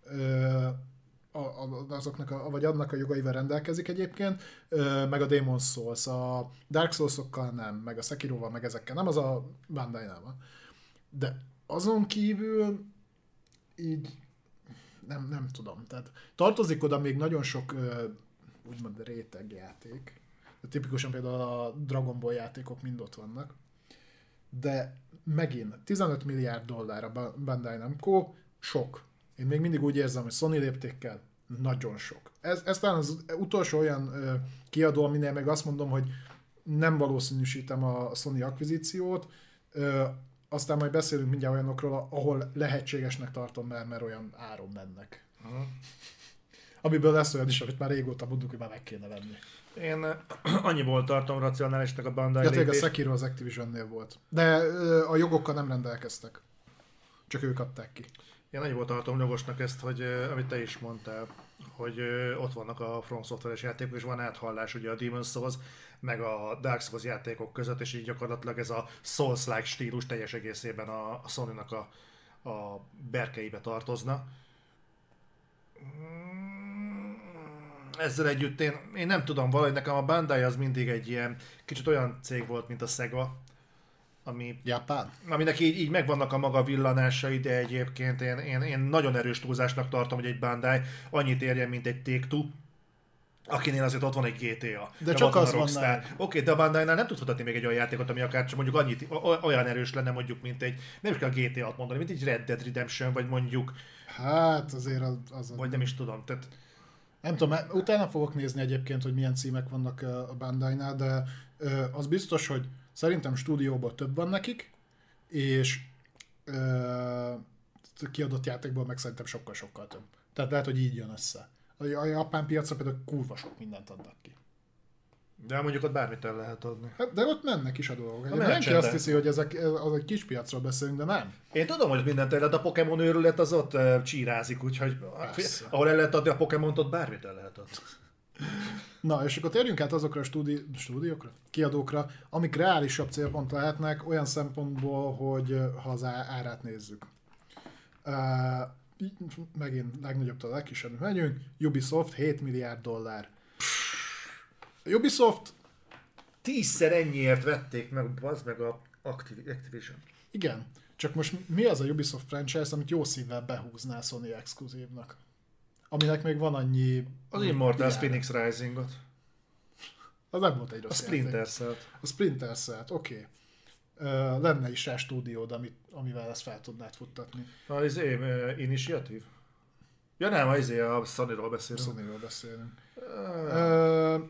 azoknak a, vagy annak a jogaival rendelkezik egyébként, meg a Demon's Souls, a Dark Souls-okkal nem, meg a Sekiroval, meg ezekkel nem, az a Bandai-nál van. De azon kívül így nem, nem tudom. Tehát tartozik oda még nagyon sok úgymond rétegjáték. De tipikusan például a Dragon Ball játékok mind ott vannak. De megint tizenöt milliárd dollár a Bandai Namco, sok. Én még mindig úgy érzem, hogy Sony léptékkel nagyon sok. Ez, ez talán az utolsó olyan ö, kiadó, aminél meg azt mondom, hogy nem valószínűsítem a Sony akvizíciót, ö, aztán majd beszélünk mindjárt olyanokról, ahol lehetségesnek tartom, mert, mert olyan áron mennek. Uh-huh. Amiből lesz olyan is, amit már régóta mondjuk, hogy már meg kéne venni. Én annyiból tartom racionálisnak a Bandai lépést. Ja, a Sekiro az Activisionnél volt. De ö, a jogokkal nem rendelkeztek. Csak ők adták ki. Én annyiból tartom jogosnak ezt, hogy amit te is mondtál, hogy ott vannak a From Software-es játékok, és van áthallás ugye a Demon's Souls, meg a Dark Souls játékok között, és így gyakorlatilag ez a Souls-like stílus teljes egészében a Sony-nak a, a berkeibe tartozna. Ezzel együtt én, én nem tudom, valahogy nekem a Bandai az mindig egy ilyen kicsit olyan cég volt, mint a Sega, ami, Japán. aminek így, így megvannak a maga villanásai, de egyébként én, én, én nagyon erős túlzásnak tartom, hogy egy Bandai annyit érjen, mint egy Take-Two, akinél azért ott van egy gé té á. De, de csak az van. Oké, okay, de a Bandai-nál nem tudsz mutatni még egy olyan játékot, ami akár csak mondjuk annyit, olyan erős lenne mondjuk, mint egy, nem is kell a gé té á-t mondani, mint egy Red Dead Redemption, vagy mondjuk... Hát azért az... az vagy nem is tudom, tehát... Nem tudom, utána fogok nézni egyébként, hogy milyen címek vannak a Bandai-nál, de az biztos, hogy szerintem stúdióból több van nekik, és ö, kiadott játékból meg szerintem sokkal-sokkal több. Tehát lehet, hogy így jön össze. A japán piacra például kurva sok mindent adnak ki. De mondjuk ott bármit el lehet adni. Hát, de ott mennek is a dolgok. Mindenki azt hiszi, hogy ezek, az egy kis piacról beszélünk, de nem. Én tudom, hogy mindent el lehet, a Pokémon őrület az ott uh, csírázik, úgyhogy persze. Ahol el lehet adni a Pokémont, ott bármit el lehet adni. Na, és akkor térjünk át azokra a stúdi- stúdiókra, kiadókra, amik reálisabb célpont lehetnek olyan szempontból, hogy ha az árát nézzük. Uh, megint legnagyobbtól a legkisebb megyünk, Ubisoft hét milliárd dollár. Ubisoft tízszer ennyiért vették meg, az meg a Activision. Igen, csak most mi az a Ubisoft franchise, amit jó szívvel behúznál Sony exkluzívnak? Aminek még van annyi... Az Immortals Phoenix Risingot. Az nem volt egy rossz A Splinter Cell-t. A Splinter Cell-t, oké. Okay. Uh, lenne is rá stúdiód, amit, amivel ezt fel tudnád futtatni. Az uh, Initiative? Ja nem, az a Sony-ról beszélünk. Sony-ról beszélünk. Uh, uh,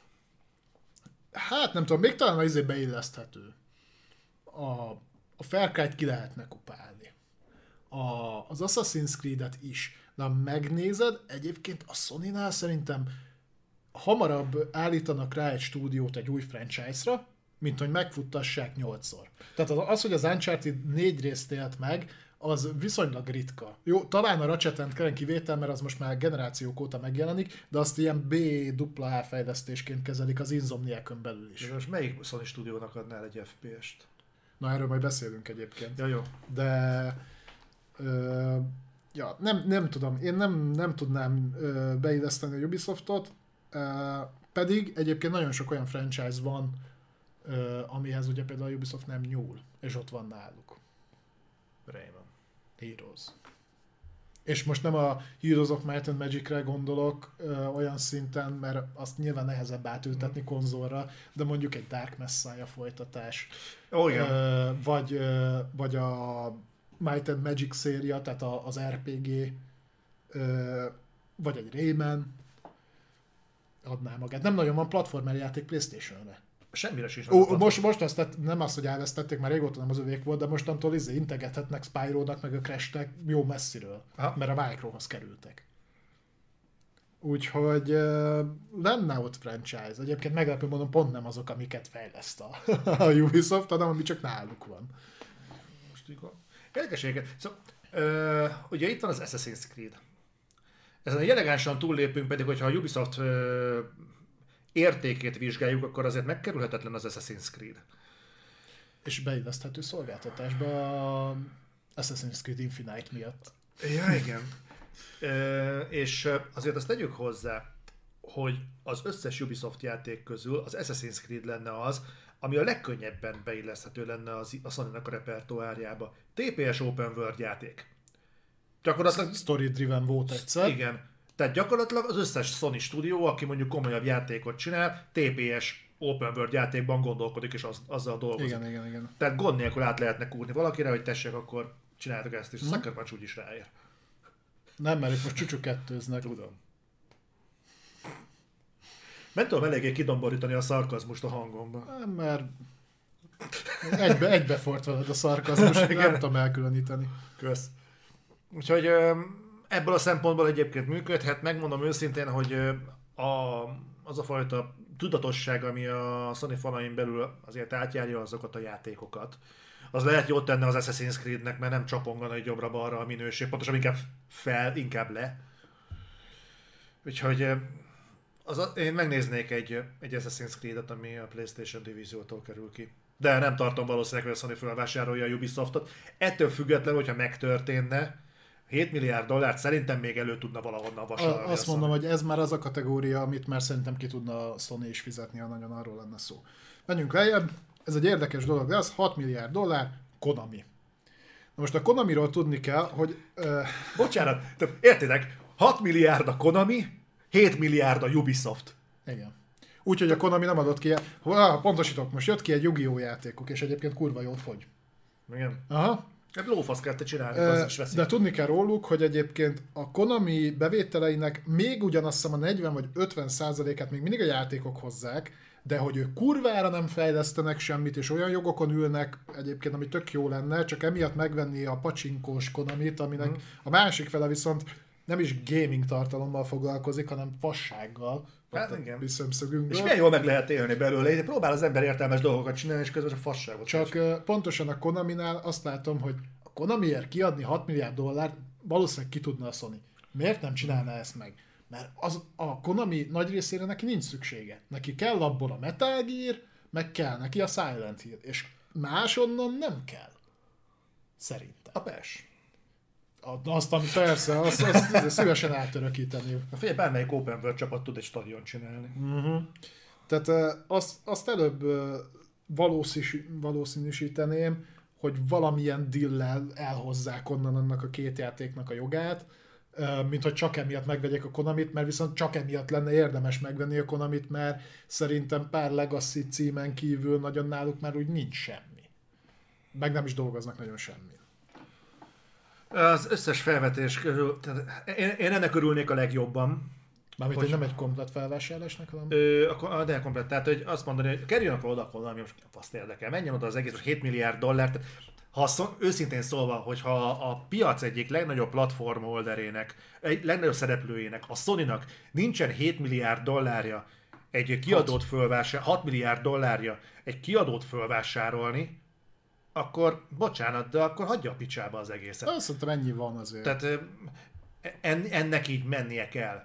hát nem tudom, még talán az izé beilleszthető. A, a Far Cry-t ki lehetne kupálni. A, az Assassin's Creed-et is. De ha megnézed, egyébként a Sony-nál szerintem hamarabb állítanak rá egy stúdiót egy új franchise-ra, mint hogy megfuttassák nyolcszor. Tehát az, az, hogy az Uncharted négy részt élt meg, az viszonylag ritka. Jó, talán a Ratchet and Clank kivétel, mert az most már generációk óta megjelenik, de azt ilyen B-A fejlesztésként kezelik az Insomniacon belül is. De most melyik Sony stúdiónak adnál egy ef pé est? Na, erről majd beszélünk egyébként. Ja, jó. De... Ö, ja, nem, nem tudom. Én nem, nem tudnám ö, beilleszteni a Ubisoftot, ö, pedig egyébként nagyon sok olyan franchise van, ö, amihez ugye például a Ubisoft nem nyúl, és ott van náluk. Rayman. Heroes. És most nem a Heroes of Might and Magic-re gondolok ö, olyan szinten, mert azt nyilván nehezebb átültetni mm. konzolra, de mondjuk egy Dark Messiah folytatás. Oh, igen. Ö, vagy, ö, vagy a Might and Magic széria, tehát a, az er pé gé, ö, vagy egy Rayman adná magát. Nem nagyon van platformer játék PlayStation-re. Semmire sincs. Ó, most, most azt tett, nem az, hogy elvesztették, már régóta nem az övék volt, de mostantól izé integethetnek Spyro-nak, meg a Crash-nek jó messziről, ha. mert a Microhoz kerültek. Úgyhogy uh, lenne ott franchise. Egyébként meglepő mondom, pont nem azok, amiket fejleszt a, a Ubisoft, hanem ami csak náluk van. Most igaz. Érdekességet. Szóval, ö, ugye itt van az Assassin's Creed. Ezen egy elegánsan túllépünk, pedig hogyha a Ubisoft ö, értékét vizsgáljuk, akkor azért megkerülhetetlen az Assassin's Creed. És beilleszthető szolgáltatásba a Assassin's Creed Infinite miatt. Ja, igen. Ö, és azért azt tegyük hozzá, hogy az összes Ubisoft játék közül az Assassin's Creed lenne az, ami a legkönnyebben beilleszthető lenne az, a Sony-nak a repertoárjába. té pé es Open World játék. Gyakorlatilag... Story-driven volt egyszer. Igen. Tehát gyakorlatilag az összes Sony stúdió, aki mondjuk komolyabb játékot csinál, té pé es Open World játékban gondolkodik, és az, azzal dolgozik. Igen, igen, igen. Tehát gond nélkül át lehetne kúrni valakire, hogy tessék, akkor csináljátok ezt is. A Hmm. Sucker Punch úgyis ráér. Nem, mert itt most csúcsú kettőznek. Tudom. Nem tudom eléggé kidomborítani a szarkazmust a hangomban. Nem, mert egybe, egybefort veled a szarkazmus, nem tudom elkülöníteni. Kösz. Úgyhogy ebből a szempontból egyébként működhet. Megmondom őszintén, hogy a, az a fajta tudatosság, ami a Sony falain belül azért átjárja azokat a játékokat, az lehet jót tenne az Assassin's Creednek, mert nem csapongana egy jobbra-balra a minőség, pontosan inkább fel, inkább le. Úgyhogy az a, én megnéznék egy, egy Assassin's Creed-et, ami a PlayStation divíziótól kerül ki. De nem tartom valószínűleg, hogy a Sony felvásárolja a Ubisoftot. Ettől függetlenül, hogyha megtörténne, hét milliárd dollárt szerintem még elő tudna valahonnan vasalni. Azt mondom, hogy ez már az a kategória, amit már szerintem ki tudna a Sony is fizetni, ha nagyon arról lenne szó. Menjünk lejjebb, ez egy érdekes dolog, de az hat milliárd dollár, Konami. Na most a Konamiról tudni kell, hogy... Uh... Bocsánat, értitek, hat milliárd a Konami, hét milliárd a Ubisoft. Igen. Úgyhogy a Konami nem adott ki, ah, pontosítok, most jött ki egy Yu-Gi-Oh! Játékuk, és egyébként kurva jól fogy. Igen. Aha. Hát lófasz kell te csinálni, E, az is veszik. De tudni kell róluk, hogy egyébként a Konami bevételeinek még ugyanazt hiszem a negyven vagy ötven százalékát még mindig a játékok hozzák, de hogy ők kurvára nem fejlesztenek semmit, és olyan jogokon ülnek egyébként, ami tök jó lenne, csak emiatt megvenni a pacsinkós Konamit, aminek mm. a másik fele viszont nem is gaming tartalommal foglalkozik, hanem fassággal. Hát igen. Visszömszögünkből. És milyen jól meg lehet élni belőle, így próbál az ember értelmes dolgokat csinálni, és közben a fasságot. Csak is. Pontosan a Konaminál azt látom, hogy a Konamiért kiadni hat milliárd dollárt valószínűleg ki tudna a Sony. Miért nem csinálná ezt meg? Mert az, a Konami nagy részére neki nincs szüksége. Neki kell abból a Metal Gear, meg kell neki a Silent Hill. És másonnan nem kell. Szerintem. A pers. Azt, ami persze, azt, azt szívesen átörökíteni. Figyelj, bármelyik open world csapat tud egy stadion csinálni. Uh-huh. Tehát azt, azt előbb valószínűsíteném, hogy valamilyen deal-lel elhozzák onnan annak a két játéknak a jogát, mint hogy csak emiatt megvegyék a Konamit, mert viszont csak emiatt lenne érdemes megvenni a Konamit, mert szerintem pár Legacy címen kívül nagyon náluk már úgy nincs semmi. Meg nem is dolgoznak nagyon semmi. Az összes felvetés körül, tehát én, én ennek örülnék a legjobban. Mármint, hogy nem egy komplet felvásárlásnak, hanem... Ö, akkor, de komplet, tehát hogy azt mondani, hogy kerüljön akkor oda, akkor most faszt érdekel, menjen oda az egész, most hét milliárd dollár, tehát ha szó, őszintén szólva, hogyha a piac egyik legnagyobb platform holderének, egy legnagyobb szereplőjének, a Sony-nak nincsen hét milliárd dollárja egy kiadót fölvásárolni, hat milliárd dollárja egy kiadót fölvásárolni, akkor, bocsánat, de akkor hagyja a picsába az egészet. Azt mondtam, ennyi van azért. Tehát en, ennek így mennie kell.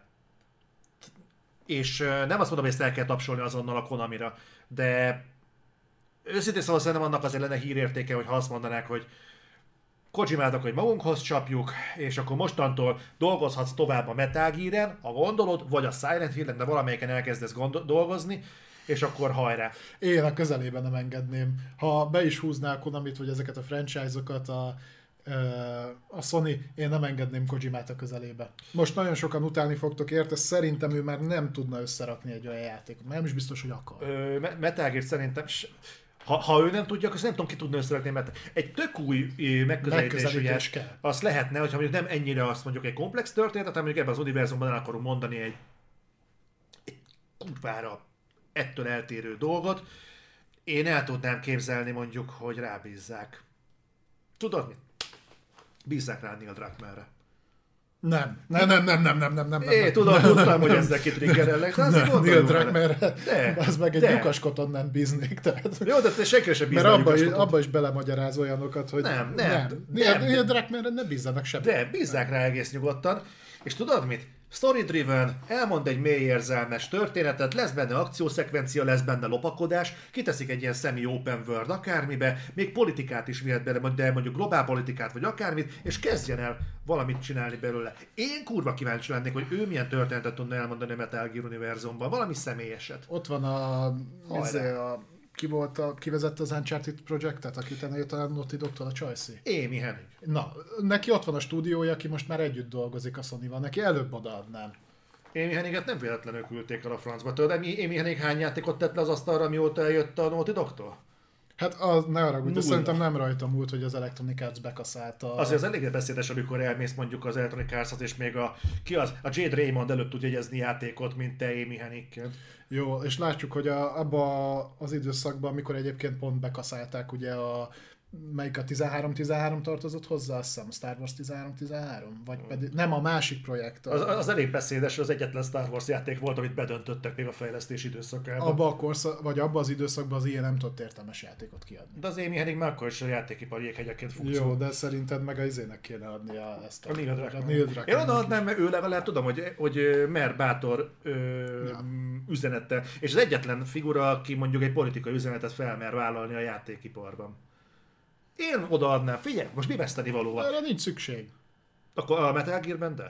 És nem azt mondom, hogy ezt el kell tapsolni azonnal a Konamira, de őszintén szóval szerintem annak azért lenne hírértéke, hogy ha azt mondanák, hogy Kojimának, hogy magunkhoz csapjuk, és akkor mostantól dolgozhatsz tovább a Metal Gear-en, ha gondolod, vagy a Silent Hill-en, de valamelyiken elkezdesz gond- dolgozni, és akkor hajrá. Én a közelében nem engedném. Ha be is húzná a Konamit, vagy ezeket a franchise-okat, a, a Sony, én nem engedném Kojimát a közelébe. Most nagyon sokan utálni fogtok érte, szerintem ő már nem tudna összerakni egy olyan játékot. Nem is biztos, hogy akar. Ö, Metal Gear szerintem, ha, ha ő nem tudja, akkor nem tudom, ki tudna összerakni, mert egy tök új megközelítés kell. Az lehetne, hogyha mondjuk nem ennyire azt mondjuk egy komplex történet, hanem mondjuk ebben az univerzumban el akarunk mondani egy, egy kurvára ettől eltérő dolgot. Én el tudnám képzelni mondjuk, hogy rábízzák. Tudod mit? Bízzák rá Neil Druckmannre. Nem. Nem, nem, nem, nem, nem, nem, nem. É, tudom, tudtam, hogy ezzel kitriggerellek, de azért Neil gondolom vele. Druckmann, az meg egy de. lyukaskoton nem bíznék. Tehát. Jó, de te senkire sem bízna Mert a abba, is, lyukaskotot. abba is belemagyaráz olyanokat, hogy Nem, nem, nem. nem. Neil Druckmannre ne bízzanak semmit. De bízzák rá egész nyugodtan. És tudod mit? Story-driven, elmond egy mély érzelmes történetet, lesz benne akciószekvencia, lesz benne lopakodás, kiteszik egy ilyen semi-open world akármibe, még politikát is vihet bele, de mondjuk globálpolitikát vagy akármit, és kezdjen el valamit csinálni belőle. Én kurva kíváncsi lennék, hogy ő milyen történetet tudna elmondani a Metal Gear univerzumban, valami személyeset. Ott van a... Izé, a ki volt a, kivezette az Uncharted projektet, aki utána jött a Naughty Dogtól, a Csajci? Amy Hennig. Na, neki ott van a stúdiója, aki most már együtt dolgozik a Sony-val, neki előbb odaadnám. Amy Henniget nem véletlenül küldték el a francba. Tudod, Amy Hennig hány játékot tett le az asztalra, mióta eljött a Naughty Dogtól? Hát az, ne haragudj, de szerintem nem rajta múlt, hogy az Electronic Arts bekaszálta. Azért az elég beszédes, amikor elmész mondjuk az Electronic Arts-ot, és még a, ki az, a Jade Raymond előtt tud jegyezni játékot, mint te Amy Hennigként. Jó, és látjuk, hogy a, abba az időszakban, amikor egyébként pont bekaszálták ugye a melyik a tizenhárom tizenhárom tartozott hozzá, azt hiszem, Star Wars tizenhárom tizenhárom, vagy pedig, nem a másik projekt. Az, az elég beszédes, az egyetlen Star Wars játék volt, amit bedöntöttek még a fejlesztés időszakában. Abba a korszak, vagy abba az időszakban az ilyen nem tudott értelmes játékot kiadni. De az Amy Hennig már akkor is a játékipari jéghegyeként funkció. Jó, de szerinted meg a izének kéne adnia ezt a... A Neil Druckmann. Neil Druckmann. Én odaadnám, mert ő legalább tudom, hogy, hogy mer bátor ö, ja. üzenete, és az egyetlen figura, aki mondjuk egy politikai üzenetet felmer vállalni a játékiparban. Én odaadnám. Figyelj, most mi veszteni valóval? Erre nincs szükség. Akkor a Metal Gearben, de?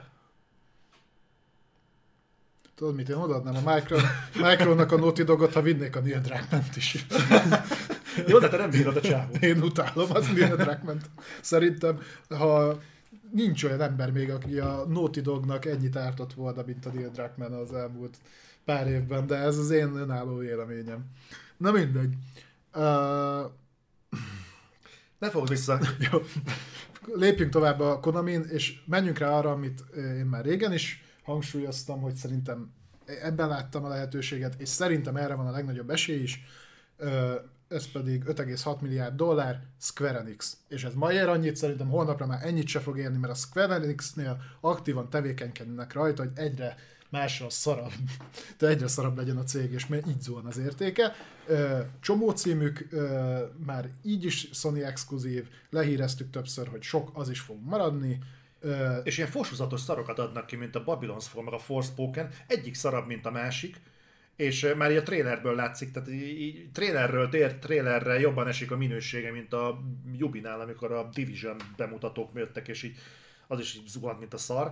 Tudod mit, én odaadnám a Micro, Micronak a Naughty Dogot, ha vinnék a Neil Druckmann-t is. Jó, de te nem bírod a csávót. Én utálom az Neil Druckmann-t. Szerintem, ha nincs olyan ember még, aki a Naughty Dognak ennyit ártott volna, mint a Neil Druckmann az elmúlt pár évben, de ez az én önálló véleményem. Na mindegy. Uh... Ne fogd vissza. Jó. Lépjünk tovább a Konamin, és menjünk rá arra, amit én már régen is hangsúlyoztam, hogy szerintem ebben láttam a lehetőséget, és szerintem erre van a legnagyobb esély is, ez pedig öt egész hat milliárd dollár, Square Enix. És ez ma ér annyit, szerintem holnapra már ennyit se fog érni, mert a Square Enixnél aktívan tevékenykednek rajta, hogy egyre másra szarabb, de egyre szarabb legyen a cég, és még így zuhan az értéke. Csomó címük már így is Sony exkluzív, lehíreztük többször, hogy sok az is fog maradni. És ilyen fosúzatos szarokat adnak ki, mint a Babylon's Fall, meg a Forspoken, egyik szarabb, mint a másik, és már így a trailerből látszik, tehát így trailerről tér, trailerre jobban esik a minősége, mint a Ubinál, amikor a Division bemutatók jöttek, és így az is így zuhant, mint a szar.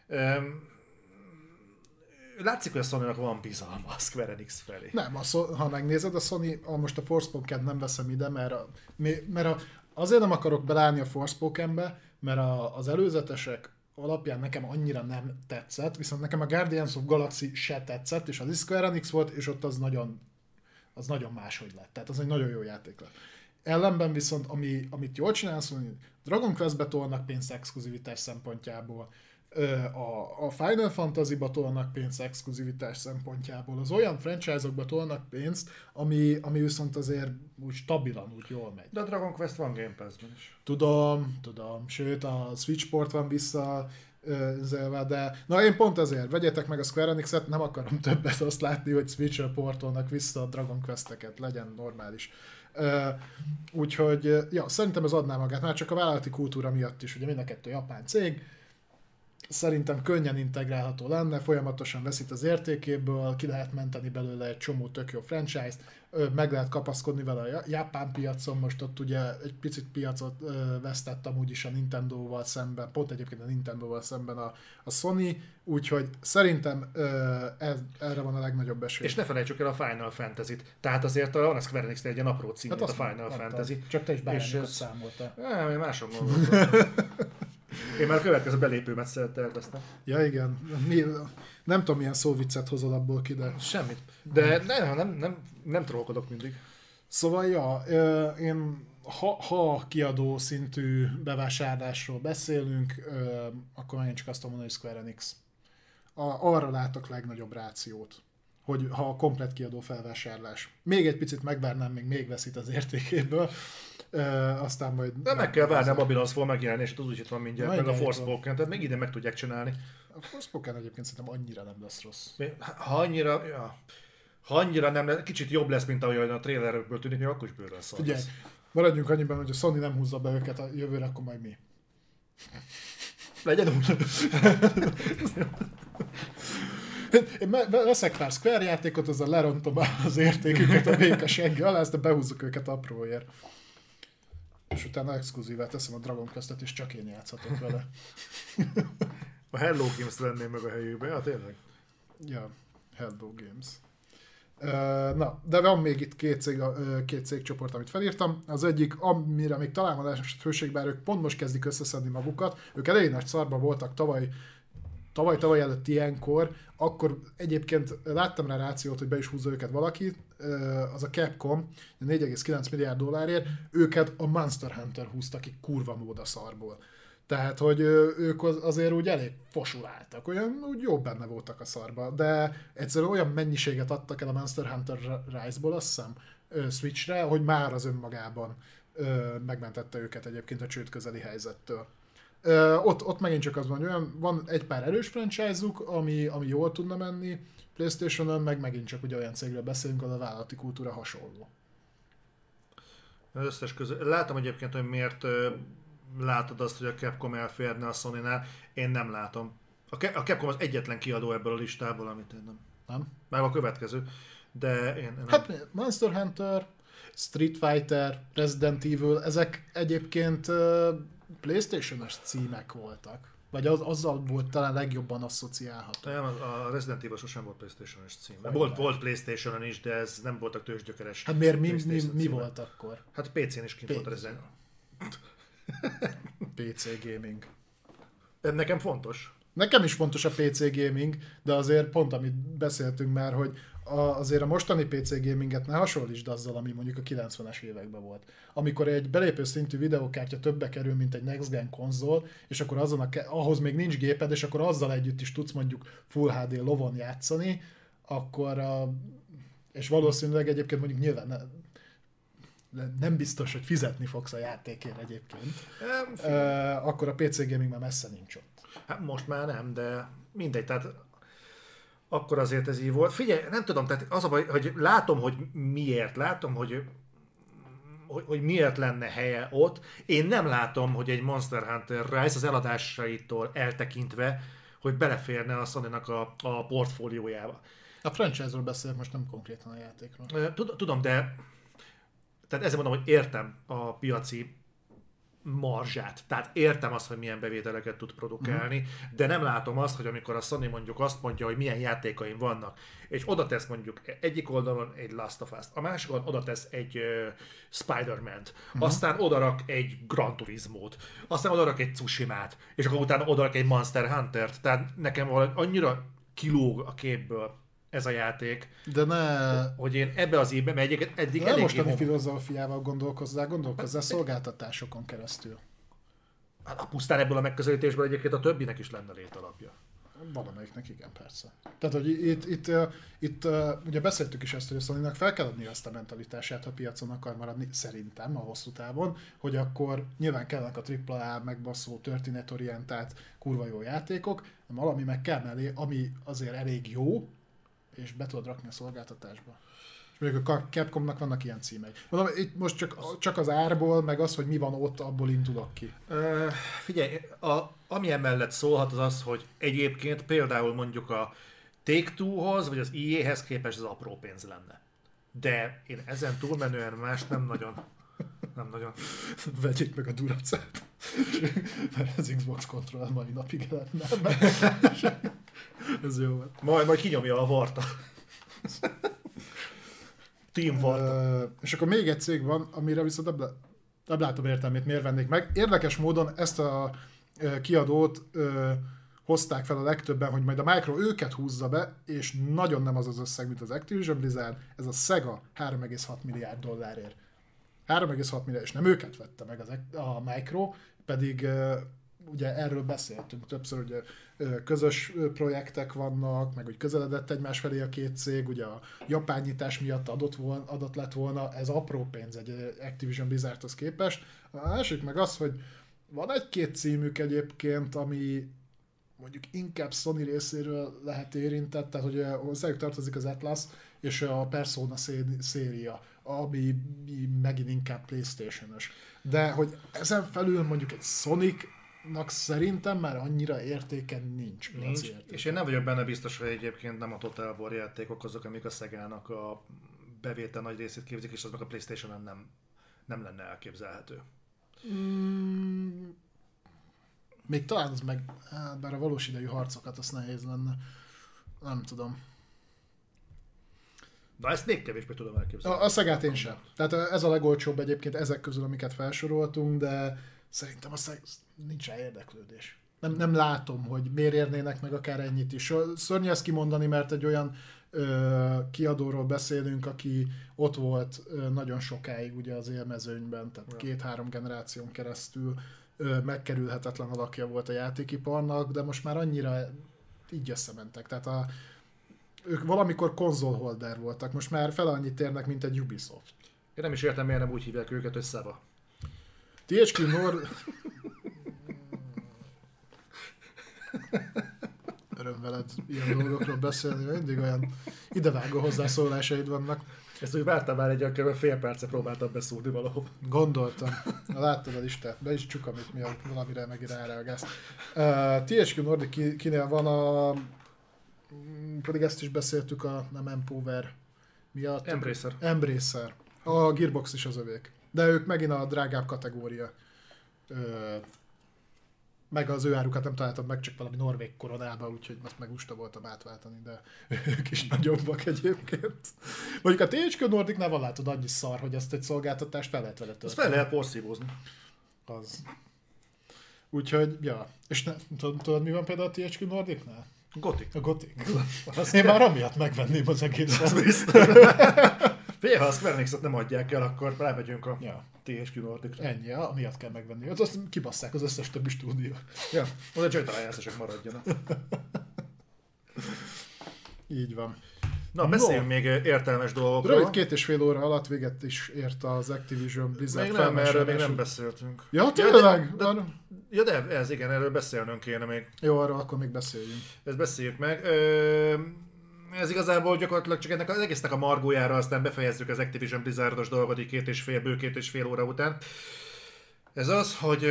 Látszik, hogy a Sony-nak van bizalma a Square Enix felé. Nem, a, ha megnézed, a Sony, a, most a Forspoken nem veszem ide, mert, a, mert a, azért nem akarok belállni a Forspokenbe, mert a, az előzetesek alapján nekem annyira nem tetszett, viszont nekem a Guardians of Galaxy se tetszett, és az Square Enix volt, és ott az nagyon, az nagyon máshogy lett. Tehát az egy nagyon jó játék lett. Ellenben viszont, ami, amit jól csinálsz, hogy Dragon Quest-be tolnak pénzt exkluzivitás szempontjából, a, a Final Fantasy-ba tolnak pénzt exkluzivitás szempontjából, az olyan franchise-okba tolnak pénzt, ami, ami viszont azért úgy stabilan, úgy jól megy. De a Dragon Quest van Game Pass-ben is. Tudom, tudom, sőt a Switch port van vissza, de na én pont ezért, vegyetek meg a Square Enix-et, nem akarom többet azt látni, hogy Switch-re portolnak vissza a Dragon Quest-eket, legyen normális. Uh, úgyhogy, ja, szerintem ez adná magát, már csak a vállalati kultúra miatt is, ugye mind a kettő japán cég, szerintem könnyen integrálható lenne, folyamatosan veszít az értékéből, ki lehet menteni belőle egy csomó tök jó franchise-t, meg lehet kapaszkodni vele a japán piacon, most ott ugye egy picit piacot vesztett amúgy is a Nintendo-val szemben, pont egyébként a Nintendo-val szemben a, a Sony, úgyhogy szerintem ez, erre van a legnagyobb esély. És ne felejtsük el a Final Fantasy-t, tehát azért a Square Enix-nél egy ilyen apró cím, hát a Final mondtam. Fantasy. Csak te is bárányokat ez... számoltál. Nem, én máson gondoltam. Én már a következő belépőmet terveztem. Ja igen, Mi, nem tudom milyen szóviccet hozol abból ki, de... Semmit. De nem, nem, nem, nem trollkodok mindig. Szóval ja, én ha, ha kiadó szintű bevásárlásról beszélünk, akkor én csak azt mondom, hogy Square Enix. A, arra látok legnagyobb rációt, hogy ha a komplet kiadó felvásárlás. Még egy picit megvárnám, még még veszít az értékéből. Uh, aztán majd... De meg kell várni a Babylon's Fall megjelenését, az úgy itt van mindjárt, Majd meg a eljön. Forspoken, tehát még idén meg tudják csinálni. A Forspoken egyébként szerintem annyira nem lesz rossz. Ha annyira, ja, ha annyira nem lesz, kicsit jobb lesz, mint ahogy a trailerekből tűnik, még akkor is bőrrel szar Figyelj, lesz. maradjunk annyiban, hogy a Sony nem húzza be őket a jövőre, akkor majd mi. Legyen úgy. Én veszek pár Square játékot, azzal lerontom az értéküket a béka senki alá, aztán behúzzuk őket apróért. És utána exkluzívát teszem a Dragon Quest-et, és csak én játszhatok vele. A Hello Games lenném meg a helyükbe, ja tényleg. Ja, Hello Games. Uh, na, de van még itt két, cég, uh, két cégcsoport, amit felírtam. Az egyik, amire még talán van lehetőség, bár ők pont most kezdik összeszedni magukat. Ők elég nagy szarban voltak tavaly, tavaly-tavaly előtt ilyenkor, akkor egyébként láttam rá rációt, hogy be is húzza őket valaki, uh, az a Capcom, négy egész kilenc milliárd dollárért, őket a Monster Hunter húzta ki kurva móda szarból. Tehát, hogy ők azért úgy elég fosuláltak, olyan úgy jó benne voltak a szarba, de egyszerűen olyan mennyiséget adtak el a Monster Hunter Rise-ból, azt hiszem, Switchre, hogy már az önmagában megmentette őket egyébként a csőd közeli helyzettől. Ott, ott megint csak az van, hogy olyan, van egy pár erős franchise-uk, ami, ami jól tudna menni, PlayStation-on, meg megint csak ugye olyan cégről beszélünk, ahol a vállalati kultúra hasonló. Az összes közül. Látom egyébként, hogy miért látod azt, hogy a Capcom elférne a Sony-nál. Én nem látom. A Capcom az egyetlen kiadó ebből a listából, amit én nem. Nem? Már a következő. De én, én nem. Hát Monster Hunter, Street Fighter, Resident Evil, ezek egyébként uh, PlayStation-os címek voltak. Vagy az, azzal volt talán legjobban asszociálható. Nem, a Resident Evil sosem volt PlayStation-os cím. Volt, volt PlayStation-on is, de ez nem voltak tőzsgyökeres. Hát miért, mi, mi, mi volt akkor? Hát pé cén is kint volt a Resident pé cé Gaming. Nekem fontos. Nekem is fontos a pé cé Gaming, de azért pont amit beszéltünk már, hogy a, azért a mostani pé cé Gaminget ne hasonlítsd azzal, ami mondjuk a kilencvenes években volt. Amikor egy belépő szintű videókártya többe kerül, mint egy Next Gen konzol, és akkor azon a, ahhoz még nincs géped, és akkor azzal együtt is tudsz mondjuk Full há dé lovon játszani, akkor a, és valószínűleg egyébként mondjuk nyilván ne, nem biztos, hogy fizetni fogsz a játékért egyébként, nem, uh, akkor a pé cé Gaming már messze nincs ott. Hát most már nem, de mindegy, tehát akkor azért ez így volt. Figyelj, nem tudom, tehát az a baj, hogy látom, hogy miért, látom, hogy, hogy, hogy miért lenne helye ott. Én nem látom, hogy egy Monster Hunter Rise az eladásaitól eltekintve, hogy beleférne a Sony-nak a, a portfóliójába. A franchise-ról beszélek, most nem konkrétan a játékról. Tudom, de tehát ezzel mondom, hogy értem a piaci marzsát. Tehát értem azt, hogy milyen bevételeket tud produkálni, mm. de nem látom azt, hogy amikor a Sony mondjuk azt mondja, hogy milyen játékaim vannak, és oda tesz mondjuk egyik oldalon egy Last of Us-t, a másik oldalon oda tesz egy uh, Spider-Man-t, mm. aztán odarak egy Gran Turismo-t, aztán odarak egy Tsushima-t, és akkor utána odarak egy Monster Hunter-t. Tehát nekem valahogy annyira kilóg a képből ez a játék, de ne... hogy én ebbe az évben, mert egyébként eddig de elég... mostani hom... filozófiával gondolkozzál, gondolkozzál szolgáltatásokon keresztül. Hát a pusztán ebből a megközelítésből egyébként a többinek is lenne létalapja. Valamelyiknek igen, persze. Tehát, hogy itt, itt, itt ugye beszéltük is ezt, hogy a Sony-nak fel kell adni azt a mentalitását, ha a piacon akar maradni, szerintem a hosszú távon, hogy akkor nyilván kellnek a tripla á megbaszó, történetorientált, kurva jó játékok, de valami meg kell mellé, ami azért elég jó, és be tudod rakni a szolgáltatásba. És mondjuk a Capcomnak vannak ilyen címei. Mondom, itt most csak, csak az árból, meg az, hogy mi van ott, abból indulok ki. Uh, figyelj, a, ami emellett szólhat az az, hogy egyébként például mondjuk a Take-Two-hoz, vagy az í á-hez képest az apró pénz lenne. De én ezen túlmenően más nem nagyon... Nem nagyon. Vegyék meg a Duracell-t. Mert az Xbox Control mai napig lenne. Ez jó volt. Majd, majd kinyomja a Varta. Team Varta. Uh, és akkor még egy cég van, amire viszont nem, nem látom értelmét, miért vennék meg. Érdekes módon ezt a uh, kiadót uh, hozták fel a legtöbben, hogy majd a Micro őket húzza be, és nagyon nem az az összeg, mint az Activision Blizzard, ez a Sega három egész hat milliárd dollárért. három egész hat milliárd, és nem őket vette meg az, a Micro, pedig uh, ugye erről beszéltünk többször, hogy közös projektek vannak, meg hogy közeledett egymás felé a két cég, ugye a japánnyitás miatt adott, volna, adott lett volna, ez apró pénz egy Activision Blizzardhoz képest. A másik meg az, hogy van egy-két címük egyébként, ami mondjuk inkább Sony részéről lehet érintett, tehát hogy hozzájuk tartozik az Atlas és a Persona széria, ami megint inkább PlayStation-ös. De hogy ezen felül mondjuk egy Sonicnak szerintem már annyira értéken nincs. nincs. És én nem vagyok benne biztos, hogy egyébként nem a Total War játékok azok, amik a Szegának a bevétel nagy részét képzik, és az meg a PlayStation-on nem, nem lenne elképzelhető. Mm, még talán az meg, hát bár a valós idejű harcokat az nehéz lenne. Nem tudom. Na ezt még kevésbé tudom elképzelni. A, a Szegát én sem. Tehát ez a legolcsóbb egyébként ezek közül, amiket felsoroltunk, de szerintem a Szeg... nincs rá érdeklődés. Nem, nem látom, hogy miért érnének meg akár ennyit is. Szörnyű ezt kimondani, mert egy olyan ö, kiadóról beszélünk, aki ott volt ö, nagyon sokáig ugye az élmezőnyben, tehát ja. két-három generáción keresztül ö, megkerülhetetlen alakja volt a játékiparnak, de most már annyira így összementek. Tehát a ők valamikor konzolholder voltak, most már fel annyit érnek, mint egy Ubisoft. Én nem is értem, miért nem úgy hívják őket, hogy Szeva. té há kú Nord... Öröm veled ilyen dolgokról beszélni, mindig olyan idevágó hozzászólásaid vannak. Ezt úgy vártam már egy kb. Fél perce próbáltam beszúrni valahol. Gondoltam. Na, láttad a listát, be is csuk, amit mi valamire meg ráreagálsz. Uh, té há kú Nordic kinél van a... pedig ezt is beszéltük a nem Empower miatt. Embracer. Embracer. A Gearbox is az övék. De ők megint a drágább kategória. Ö, meg az ő árukat nem találtam meg, csak valami norvég koronába, úgyhogy azt meg lusta voltam átváltani, de ők is nagyobbak egyébként. Mondjuk a té há kú Nordicnál van látod annyi szar, hogy ezt egy szolgáltatást fel lehet vele tölteni. Azt fel lehet porszívózni. Az. Úgyhogy, ja. És ne, tudod, tudod, mi van például a té há kú Nordicnál? Gothic. A Gothic. Én már amiatt megvenném az egészet. Figyelj, ha a Square Enixet nem adják el, akkor rámegyünk a ja. té há kú Nordicra. Ennyi, amiatt kell megvenni. Az azt kibasszák az összes többi stúdiót. Ja, oda csak találjászosok maradjanak. Így van. Na, beszéljünk no. még értelmes dolgokról. Rövid két és fél óra alatt véget is ért az Activision Blizzard. Még nem, erről még nem beszéltünk. Ja, tényleg? Ja, de, de, ja, de ez igen, erről beszélnünk kéne még. Jó, arról akkor még beszéljünk. Ezt beszéljük meg. Ö, ez igazából gyakorlatilag csak ennek az egésznek a margójára, aztán befejezzük az Activision Blizzardos dolgot így két és fél, bő két és fél óra után. Ez az, hogy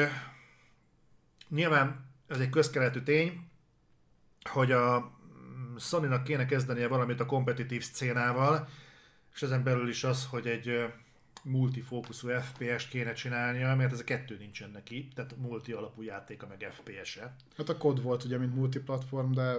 nyilván ez egy közkeletű tény, hogy a Sony-nak kéne kezdenie valamit a kompetitív szcénával, és ezen belül is az, hogy egy multifókuszú ef pé est kéne csinálnia, mert ez a kettő nincsen neki, tehát multi alapú játéka meg ef pé es-e. Hát a kod volt ugye, mint multiplatform, de...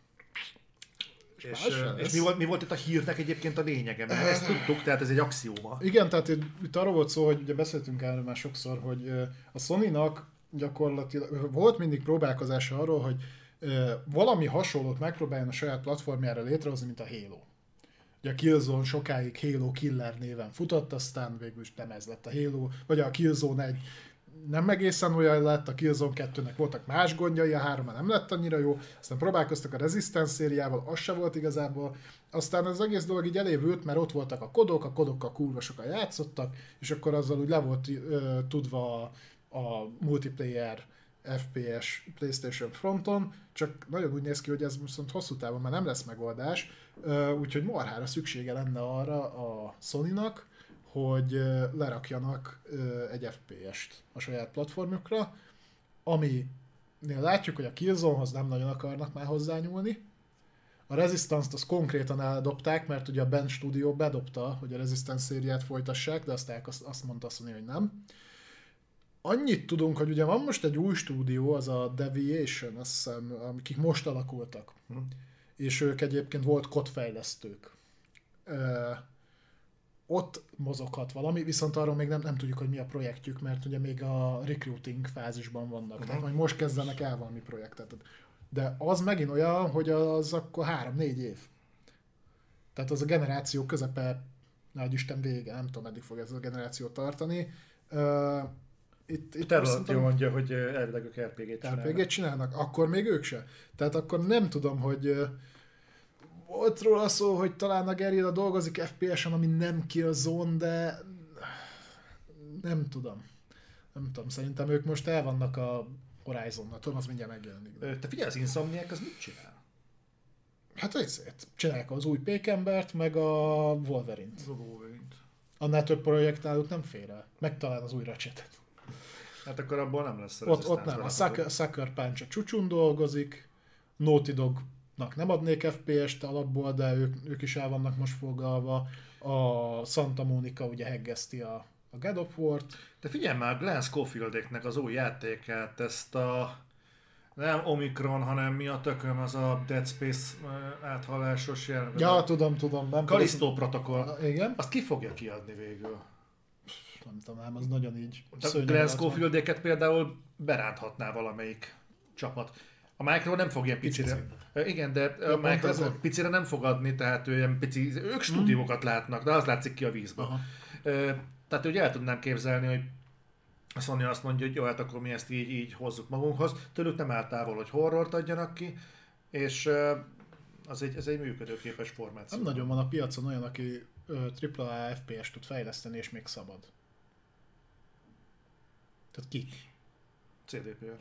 És, és, és mi, volt, mi volt itt a hírnek egyébként a lényege? Mert ezt tudtuk, tehát ez egy axióma. Igen, tehát itt arról volt szó, hogy ugye beszéltünk erről már sokszor, hogy a Sony-nak gyakorlatilag volt mindig próbálkozása arról, hogy valami hasonlót megpróbáljon a saját platformjára létrehozni, mint a Halo. Ugye a Killzone sokáig Halo Killer néven futott, aztán végül is nem ez lett a Halo, vagy a Killzone egy nem egészen olyan lett, a Killzone kettőnek voltak más gondjai, a három nem lett annyira jó, aztán próbálkoztak a Resistance szériával, az se volt igazából, aztán az egész dolog így elévült, mert ott voltak a kodok, a kodokkal kurva sokan játszottak, és akkor azzal úgy le volt ö, tudva a, a multiplayer ef pé es PlayStation fronton, csak nagyon úgy néz ki, hogy ez viszont hosszú távon már nem lesz megoldás, úgyhogy marhára szüksége lenne arra a Sony-nak, hogy lerakjanak egy ef pé est a saját platformjukra, aminél látjuk, hogy a Killzone-hoz nem nagyon akarnak már hozzányúlni. A Resistance-t azt konkrétan eldobták, mert ugye a Bend Studio bedobta, hogy a Resistance szériát folytassák, de azt, azt mondta Sony, hogy nem. Annyit tudunk, hogy ugye van most egy új stúdió, az a Deviation, azt hiszem, akik most alakultak. Hm. És ők egyébként volt kodfejlesztők. Ö, ott mozoghat valami, viszont arról még nem, nem tudjuk, hogy mi a projektjük, mert ugye még a recruiting fázisban vannak. Uh-huh. Tehát majd most kezdenek el valami projektet. De az megint olyan, hogy az akkor három-négy év. Tehát az a generáció közepe, nagy Isten vége, nem tudom, meddig fog ez a generáció tartani. Ö, itt, itt Tervezetül mondja, hogy elvileg ők er pé gét csinálnak. er pé gét csinálnak, akkor még ők se. Tehát akkor nem tudom, hogy volt róla szó, hogy talán a Guerrilla dolgozik ef pé es-en, ami nem Killzone, de nem tudom. Nem tudom, szerintem ők most el vannak a Horizon-nal, tudom, az mindjárt megjelenik. Te figyelj, az Insomniac az mit csinál? Hát ezért csinálják az új Pékembert, meg a Wolverine-t. A Wolverine-t. Annál több projekt náluk nem fér el. Meg talán az új Ratchetet. Hát akkor abból nem lesz. Ott, ott nem. A Sucker, Sucker Punch a csúcsun dolgozik, Naughty Dognak nem adnék ef pé est alapból, de ők, ők is el vannak most foglalva. A Santa Monica ugye heggeszti a, a God of War-t. De figyelj már, Glenn Schofieldéknek az új játékát, ezt a nem Omicron, hanem mi a tököm, az a Dead Space áthallásos jel. Ja, tudom, tudom. Nem Callisto protokoll. Igen. Azt ki fogja kiadni végül? Nem tudom, nem, az nagyon így. Glenn Schofieldéket például beránthatná valamelyik csapat. A Micro nem fog ilyen picire. Pici. Igen, de ja, a Micro picire nem fog adni, tehát ő ilyen pici, ők stúdiókat hmm. látnak, de az látszik ki a vízbe. Aha. Tehát ugye el tudnám képzelni, hogy a Sony azt mondja, hogy jó, hát akkor mi ezt így, így hozzuk magunkhoz. Tőlük nem áll távol, hogy horrort adjanak ki, és az egy, ez egy működőképes formáció. Nem nagyon van a piacon olyan, aki á á á ef pé es tud fejleszteni, és még szabad. Tehát ki? cé dé pé er.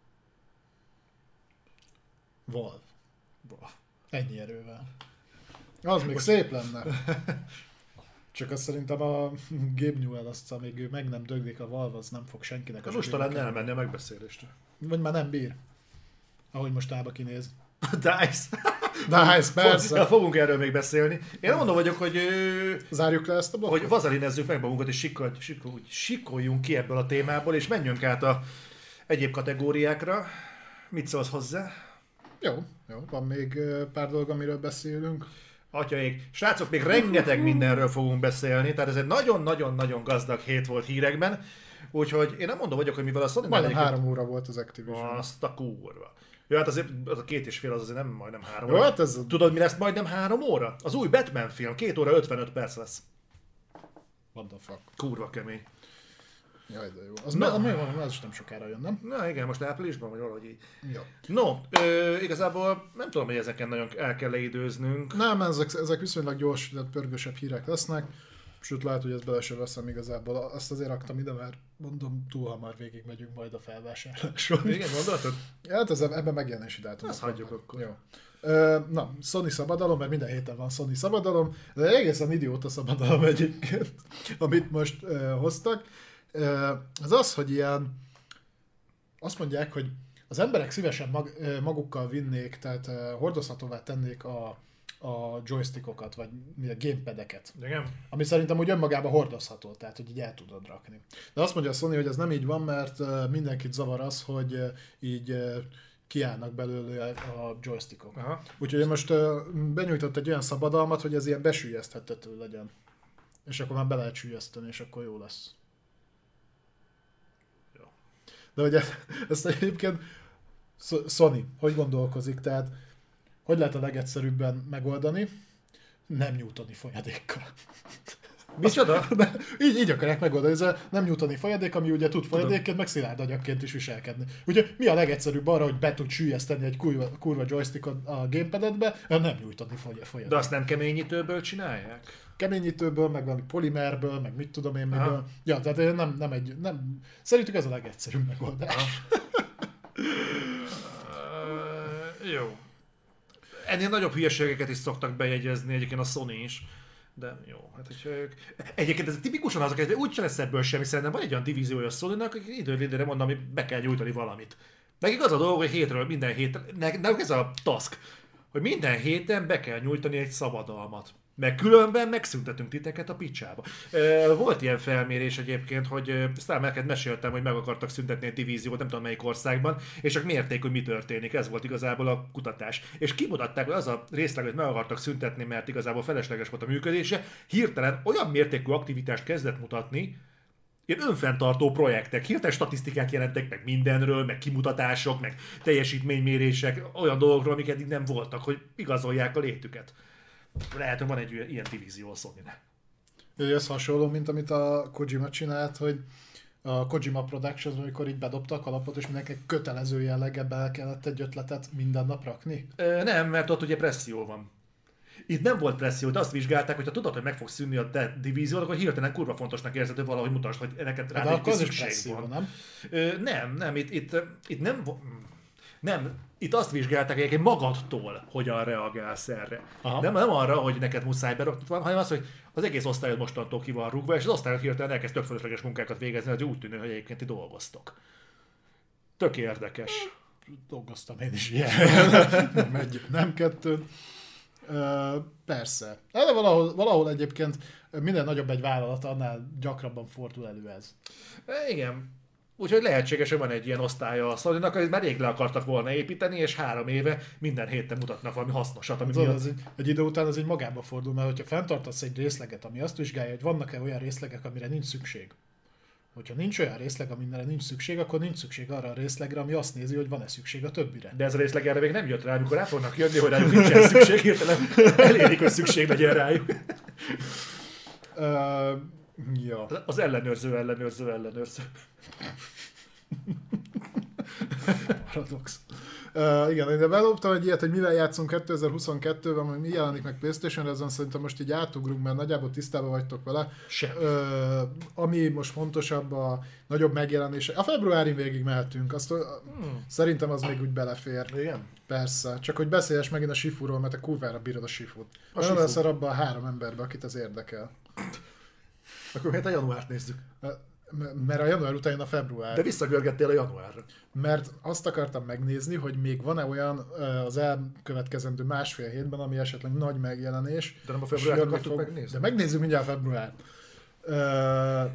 Valve. Valve. Ennyi erővel. Az még szép lenne. Csak azt szerintem a Gabe Newell azt, amíg ő meg nem döglik a Valve, az nem fog senkinek. Most talán elmenni a megbeszélésre. Vagy már nem bír. Ahogy most ába kinéz. Dice. Dice, persze. Fogunk erről még beszélni. Én mondom vagyok, hogy... Zárjuk le ezt a blokkot? Hogy vazalinezzük meg magunkat, és sikol, sikol, sikoljunk ki ebből a témából, és menjünk át a egyéb kategóriákra. Mit szólsz hozzá? Jó, jó. Van még pár dolog, amiről beszélünk. Atyaik, srácok, még rengeteg mindenről fogunk beszélni, tehát ez egy nagyon-nagyon-nagyon gazdag hét volt hírekben, úgyhogy én nem mondom vagyok, hogy mivel a Sony... Majdnem három óra volt az Activision. Azt a kurva. Jó, hát azért az a két és fél az azért nem majdnem három Jó, óra. Hát ez... Tudod, mi lesz majdnem három óra? Az új Batman film, két óra ötvenöt perc lesz. What the fuck? Kurva kemény. Jaj, de jó. Az, no. me, az is nem sokára jön, nem? Na igen, most áprilisban, vagy valahogy így. Jó. No, ö, igazából nem tudom, hogy ezeken nagyon el kell leidőznünk. Nem, ezek, ezek viszonylag gyors, de pörgősebb hírek lesznek. Sőt, lehet, hogy ezt bele sem veszem igazából. Azt azért raktam ide, mert mondom, túl hamar végig megyünk majd a felvásárláson. Igen, gondoltad? Hát ez, ebben megjelenési dátum. Ezt hagyjuk akkor. Jó. Na, Sony szabadalom, mert minden héten van Sony szabadalom, de egészen idióta szabadalom egyébként, amit most uh, hoztak. Uh, az az, hogy ilyen, azt mondják, hogy az emberek szívesen mag, uh, magukkal vinnék, tehát uh, hordozhatóvá tennék a, a joystickokat, vagy a gamepadeket. Igen. Ami szerintem úgy önmagában hordozható, tehát hogy így el tudod rakni. De azt mondja a Sony, hogy ez nem így van, mert uh, mindenkit zavar az, hogy uh, így uh, kiállnak belőle a joystickok. Aha. Úgyhogy most uh, benyújtott egy olyan szabadalmat, hogy ez ilyen besüllyeszthető legyen. És akkor már be lehet süllyeszteni, és akkor jó lesz. Jó. De ugye ezt egyébként Sony hogy gondolkozik? Tehát hogy lehet a legegyszerűbben megoldani? Nem newtoni folyadékkal. Micsoda? De így, így akarják megoldani, ez nem newtoni folyadék, ami ugye tud folyadékként, meg szilárd anyagként is viselkedni. Ugye mi a legegyszerűbb arra, hogy be tud süllyeszteni egy kurva, kurva joystickot a gamepadedbe, nem newtoni folyadék. De azt nem keményítőből csinálják? Keményítőből, meg valami polimerből, meg mit tudom én miből. Ja, tehát nem, nem egy, nem, szerintük ez a legegyszerűbb megoldás. uh, jó. Ennél nagyobb hülyeségeket is szoktak bejegyezni egyébként a Sony is. De jó, hát hogyha ők... Egyébként ez tipikusan azok, hogy úgyse lesz ebből semmi, szerintem van egy olyan divíziója a Sony-nak, hogy időről időre mondom, hogy be kell nyújtani valamit. Nekik az a dolog, hogy hétről minden héten, nekik ez a task, hogy minden héten be kell nyújtani egy szabadalmat. Meg különben megszüntetünk titeket a picsába. Volt ilyen felmérés egyébként, hogy aztán neked meséltem, hogy meg akartak szüntetni egy divíziót, nem tudom melyik országban, és csak mérték, hogy mi történik. Ez volt igazából a kutatás. És kimutatták, hogy az a részleg, hogy meg akartak szüntetni, mert igazából felesleges volt a működése, hirtelen olyan mértékű aktivitást kezdett mutatni, ilyen önfenntartó projektek, hirtelen statisztikák jelentek meg mindenről, meg kimutatások, meg teljesítménymérések, olyan dolgokról, amik eddig nem voltak, hogy igazolják a létüket. Lehet, hogy van egy ilyen divízió a Sony-ne. Ez hasonló, mint amit a Kojima csinált, hogy a Kojima Productions, amikor így bedobta a kalapot, és mindenkinek kötelező jelleggel bele kellett egy ötletet minden nap rakni? Ö, nem, mert ott ugye presszió van. Itt nem volt presszió, de azt vizsgálták, hogy ha tudod, hogy meg fog szűnni a Dead Division, akkor hirtelen kurva fontosnak érzed, hogy valahogy mutasd, hogy neked rá egy kis szükség van. Nem? Ö, nem, nem, itt, itt, itt nem, nem, itt azt vizsgálták egyébként magadtól, hogyan reagálsz erre. Nem, nem arra, hogy neked muszáj berakni van, hanem az, hogy az egész osztályod mostantól ki van rúgva, és az osztályod hirtelen elkezd tök fölösleges munkákat végezni, hogy úgy tűnő, hogy egyébként ti dolgoztok. Tök érdekes. Dolgoztam én is ilyen. nem egy, nem kettő. Uh, persze. De valahol, valahol egyébként minden nagyobb egy vállalat, annál gyakrabban fordul elő ez. E, igen. Úgyhogy lehetséges, hogy van egy ilyen osztálya a Sony-nak, amit már rég le akartak volna építeni, és három éve minden héten mutatnak valami hasznosat. Ami Tudod, az egy, egy idő után ez egy magába fordul, mert hogyha fenntartasz egy részleget, ami azt vizsgálja, hogy vannak-e olyan részlegek, amire nincs szükség. Hogyha nincs olyan részleg, amire nincs szükség, akkor nincs szükség arra a részlegre, ami azt nézi, hogy van-e szükség a többire. De ez a részleg erre még nem jött rá, amikor rá fognak jönni, hogy rájuk nincsen szükség, hirtelen elérik, hogy szükség legyen rájuk. Uh, ja. Az ellenőrző, ellenőrző, ellenőrző. Paradox. Uh, igen, én bedobtam egy ilyet, hogy mivel játszunk kétezer-huszonkettőben, hogy mi jelenik meg PlayStation-re, ezen szerintem most így átugrunk, mert nagyjából tisztában vagytok vele. Uh, ami most fontosabb, a nagyobb megjelenése. A februári végig mehetünk, azt hmm. szerintem az még úgy belefér. Igen? Persze, csak hogy beszéljess megint a Shifuról, mert te kurvára bírod a Shifut. Nem lesz abban a három emberbe, akit az érdekel. Akkor miért a januárt nézzük? Mert a január után jön a február. De visszagörgettél a januárra. Mert azt akartam megnézni, hogy még van-e olyan az elkövetkezendő másfél hétben, ami esetleg nagy megjelenés. De nem a februárt akartuk fog... megnézni? De megnézzük mindjárt a februárt. Uh,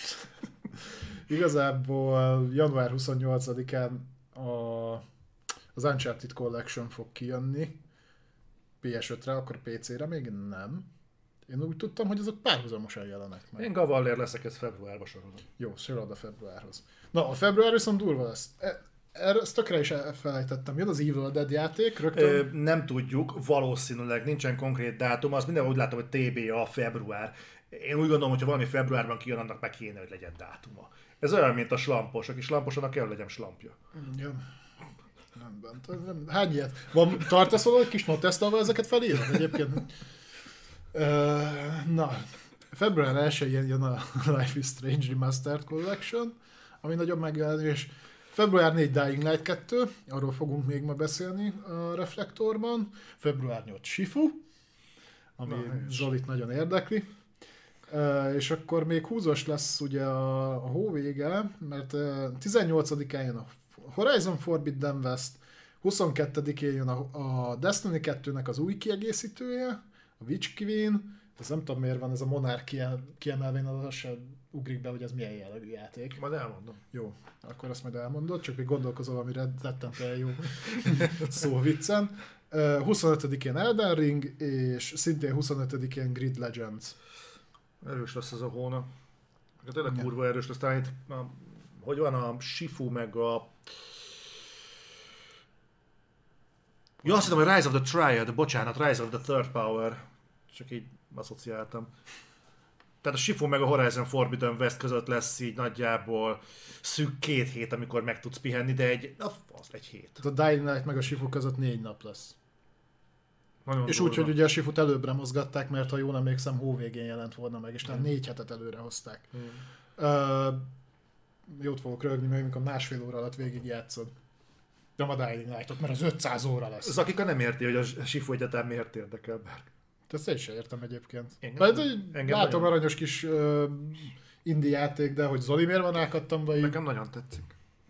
igazából január huszonnyolcadikán a, az Uncharted Collection fog kijönni pé es ötre, akkor pé cére még nem. Én úgy tudtam, hogy azok párhuzamosan jelenek meg. Én Gavallér leszek, ez februárba sorolom. Jó, sorolod a februárhoz. Na, a február viszont durva lesz. Erről ezt tökre is elfelejtettem. Jön az Evil Dead játék, rögtön... Ö, nem tudjuk, valószínűleg nincsen konkrét dátum, az mindenhol úgy látom, hogy té bé a február. Én úgy gondolom, hogy ha valami februárban kijön, annak meg kéne, hogy legyen dátuma. Ez olyan, mint a slampos, aki slamposanak kell, hogy legyen slampja. Igen. Nem, hány ilyet? Van, tartasz valahol egy kis notesztalva ezeket felírod egyébként? Uh, na, február elsején jön a Life is Strange Remastered Collection, ami nagyobb megjelenés. február negyedike Dying Light kettő, arról fogunk még ma beszélni a Reflektorban. február nyolcadika Shifu, ami na, Zolit nagyon érdekli. Uh, és akkor még húzós lesz ugye a, a hó vége, mert uh, tizennyolcadikán jön a Horizon Forbidden West, huszonkettedikén jön a, a Destiny kettőnek az új kiegészítője, a Witch Queen, ez nem tudom miért van ez a Monarch kiemelvén, az se ugrik be, hogy ez milyen jellegű játék. Majd elmondom. Jó, akkor azt majd elmondod, csak még gondolkozol, amire rettentően jó szó viccen. Uh, huszonötödikén Elden Ring, és szintén huszonötödikén Grid Legends. Erős lesz ez a hónap. Tényleg kurva erős lesz. Talán itt, a, hogy van a Shifu meg a... Ja, azt hittem, hogy Rise of the Triad, bocsánat, Rise of the Third Power. Csak így asszociáltam. Tehát a Shifu meg a Horizon Forbidden West között lesz így nagyjából szűk két hét, amikor meg tudsz pihenni, de egy, na, az egy hét. Tehát a Dying Light meg a Shifu között négy nap lesz. Nagyon és úgy, hogy ugye a Shifut előbbre mozgatták, mert ha jól emlékszem, hó végén jelent volna meg, és talán négy hetet előre hozták. Hmm. Uh, jót fogok rögni, mert amikor másfél óra alatt végig játszod. Nem a Dying Light-ot, mert az ötszáz óra lesz. Zakika nem érti, hogy a Shifu egyáltalán miért érdekel bár. Ezt én sem értem egyébként. Engem, Mert, engem látom nagyon... aranyos kis uh, indie játék, de hogy Zoli miért van elkattamva így? Nekem nagyon tetszik.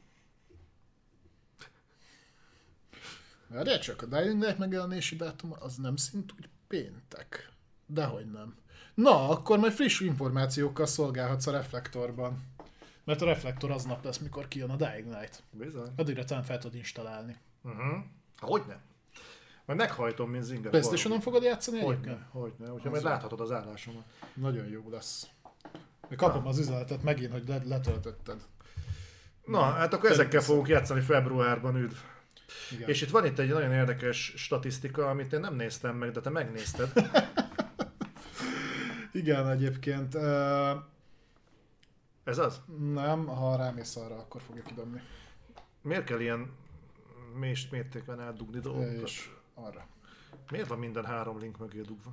Várjál csak, a Dying Light megjelenési dátum az nem szint úgy péntek. Dehogy nem. Na, akkor majd friss információkkal szolgálhatsz a Reflektorban. Mert a Reflektor aznap lesz, mikor kijön a Dying Light. Bizony. Addigra talán fel tudod installálni. Uh-huh. Hogyne? Majd meghajtom, mint Zinger. PlayStation-on fogod játszani? Hogyne, hogyne. Úgyhogy majd láthatod az állásomat. Nagyon jó lesz. Kapom az üzenetet megint, hogy letöltötted. Na, hát akkor ezekkel fogunk játszani februárban, üdv. Igen. És itt van itt egy nagyon érdekes statisztika, amit én nem néztem meg, de te megnézted. Igen, egyébként. Uh... Ez az? Nem, ha rámész arra, akkor fogja kidobni. Miért kell ilyen mést mértékben átdugni dolgokat? És arra. Miért van minden három link mögé dugva?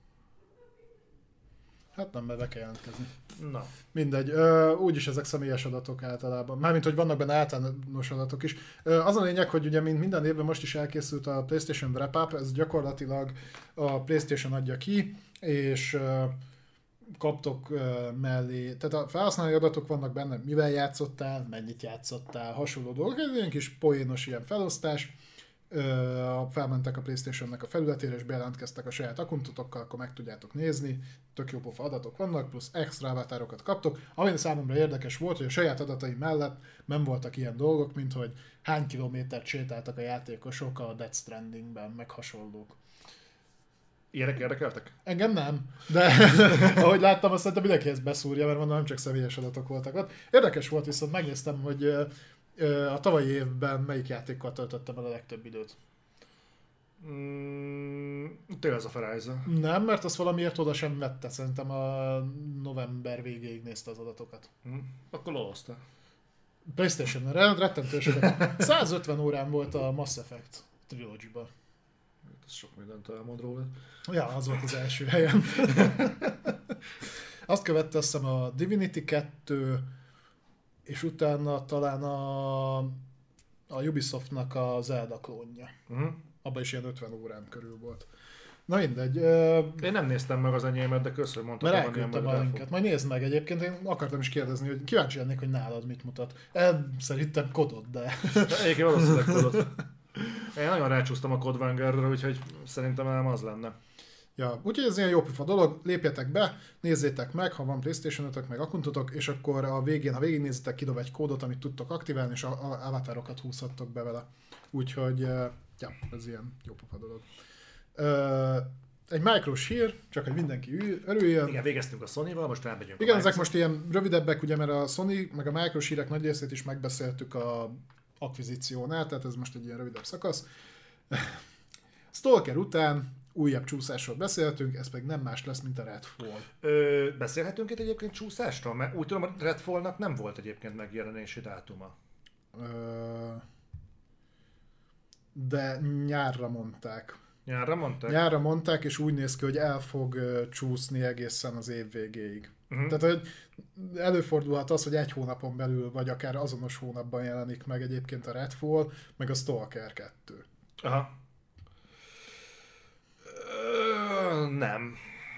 Hát nem, mert be kell jelentkezni. Na. Mindegy, ö, úgyis ezek személyes adatok általában. Mármint, hogy vannak benne általános adatok is. Ö, az a lényeg, hogy ugye mint minden évben most is elkészült a PlayStation Wrap-Up, ez gyakorlatilag a PlayStation adja ki, és ö, kaptok ö, mellé, tehát a felhasználói adatok vannak benne, mivel játszottál, mennyit játszottál, hasonló dolgok, ez egy kis poénos ilyen felosztás. Ö, felmentek a PlayStation-nek a felületére, és bejelentkeztek a saját akuntotokkal, akkor meg tudjátok nézni, tök jó pofa adatok vannak, plusz extra avatárokat kaptok. Ami számomra érdekes volt, hogy a saját adataim mellett nem voltak ilyen dolgok, mint hogy hány kilométert sétáltak a játékosok a Death Strandingben, meg hasonlók. Ilyenek érdekeltek? Engem nem, de ahogy láttam, azt szerintem mindenkihez beszúrja, mert mondom, nem csak személyes adatok voltak ott. Érdekes volt, viszont megnéztem, hogy a tavalyi évben melyik játékkal töltöttem el a legtöbb időt. Mm, Tales of Arise. Nem, mert azt valamiért oda sem vette, szerintem a november végéig nézte az adatokat. Mm. Akkor loloztál. PlayStation-re rettentő sokat. százötven órán volt a Mass Effect Trilogy-ban. Ez sok mindent elmond róla. Ja, az volt az első helyen. Azt követte azt hiszem a Divinity kettő, és utána talán a, a Ubisoftnak a Zelda klónja. Uh-huh. Abban is ilyen ötven órán körül volt. Na mindegy. Én nem néztem meg az enyémet, de köszönöm, mondtam. Mert elküldtem a linket. Majd nézd meg egyébként. Én akartam is kérdezni, hogy kíváncsi lennék, hogy nálad mit mutat. El, szerintem kodod, de... Egyébként valószínűleg kodod. Én nagyon rácsúsztam a Codwangerre, úgyhogy szerintem nem az lenne. Ja, úgyhogy ez ilyen jó pofa dolog, lépjetek be, nézzétek meg, ha van PlayStation ötök, meg akuntotok, és akkor a végén, ha végignézitek, kidob egy kódot, amit tudtok aktiválni, és a, a avatárokat húzhattok be vele. Úgyhogy, ja, ez ilyen jó pofa dolog. Egy micros hír, csak hogy mindenki örüljön. Igen, végeztünk a Sony-val, most rámegyünk. Igen, ezek most ilyen rövidebbek, ugye, mert a Sony, meg a micros hírek nagy részét is megbeszéltük a akvizíciónál, tehát ez most egy ilyen rövidebb szakasz. Stalker után újabb csúszásról beszéltünk, ez pedig nem más lesz, mint a Redfall. Ö, beszélhetünk itt egyébként csúszásról? Mert úgy tudom, a Redfallnak nem volt egyébként megjelenési dátuma. Ö, de nyárra mondták. Nyárra mondták? Nyárra mondták, és úgy néz ki, hogy el fog uh, csúszni egészen az év végéig. Uh-huh. Tehát, hogy előfordulhat az, hogy egy hónapon belül, vagy akár azonos hónapban jelenik meg egyébként a Redfall, meg a Stalker kettő. Aha. Ö, nem.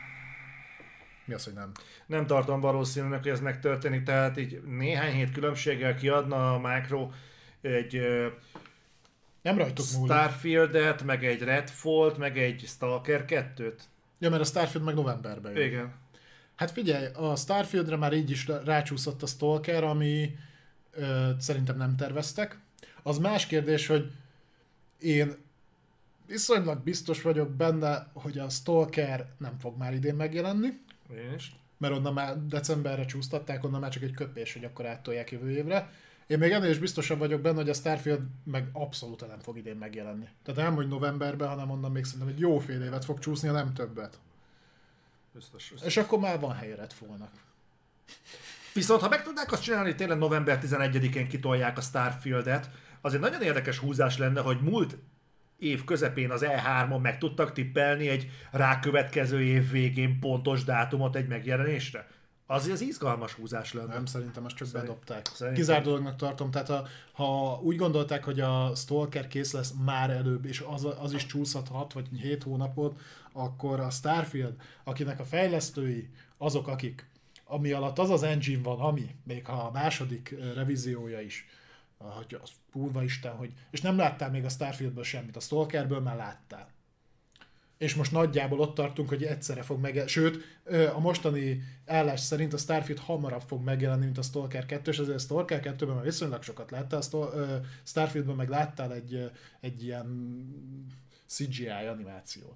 Mi az, hogy nem? Nem tartom valószínűleg, hogy ez megtörténik, tehát így néhány hét különbséggel kiadna a Micro egy nem rajtuk múlik. Starfieldet, meg egy Redfallt, meg egy Stalker kettőt. Ja, mert a Starfield meg novemberben jön. Igen. Hát figyelj, a Starfieldre már így is rácsúszott a Stalker, ami ö, szerintem nem terveztek. Az más kérdés, hogy én viszonylag biztos vagyok benne, hogy a Stalker nem fog már idén megjelenni. Én is. Mert onnan már decemberre csúsztatták, onnan már csak egy köpés, hogy akkor áttolják jövő évre. Én még ennél is biztosabb vagyok benne, hogy a Starfield meg abszolút nem fog idén megjelenni. Tehát nem, hogy novemberben, hanem onnan még szerintem egy jó fél évet fog csúszni, ha nem többet. Biztos, biztos. És akkor már van hely Redfallnak. Viszont ha meg tudnák azt csinálni, hogy tényleg november tizenegyedikén kitolják a Starfieldet, az egy nagyon érdekes húzás lenne, hogy múlt év közepén az E hármon meg tudtak tippelni egy rákövetkező év végén pontos dátumot egy megjelenésre. Azért az izgalmas húzás lenne. Nem, szerintem azt csak Szerint, bedobták. Szerintem. Kizár dolognak tartom, tehát a, ha úgy gondolták, hogy a Stalker kész lesz már előbb, és az, az is csúszhat vagy hét hónapot, akkor a Starfield, akinek a fejlesztői azok, akik, ami alatt az az engine van, ami, még ha a második revíziója is, hogy az kurva Isten, hogy, és nem láttál még a Starfieldből semmit, a Stalkerből már láttál. És most nagyjából ott tartunk, hogy egyszerre fog megjelenni. Sőt, a mostani állás szerint a Starfield hamarabb fog megjelenni, mint a Stalker kettő, és azért a Stalker kettőben már viszonylag sokat láttál, a Starfieldben meg láttál egy, egy ilyen cé gé i animációt.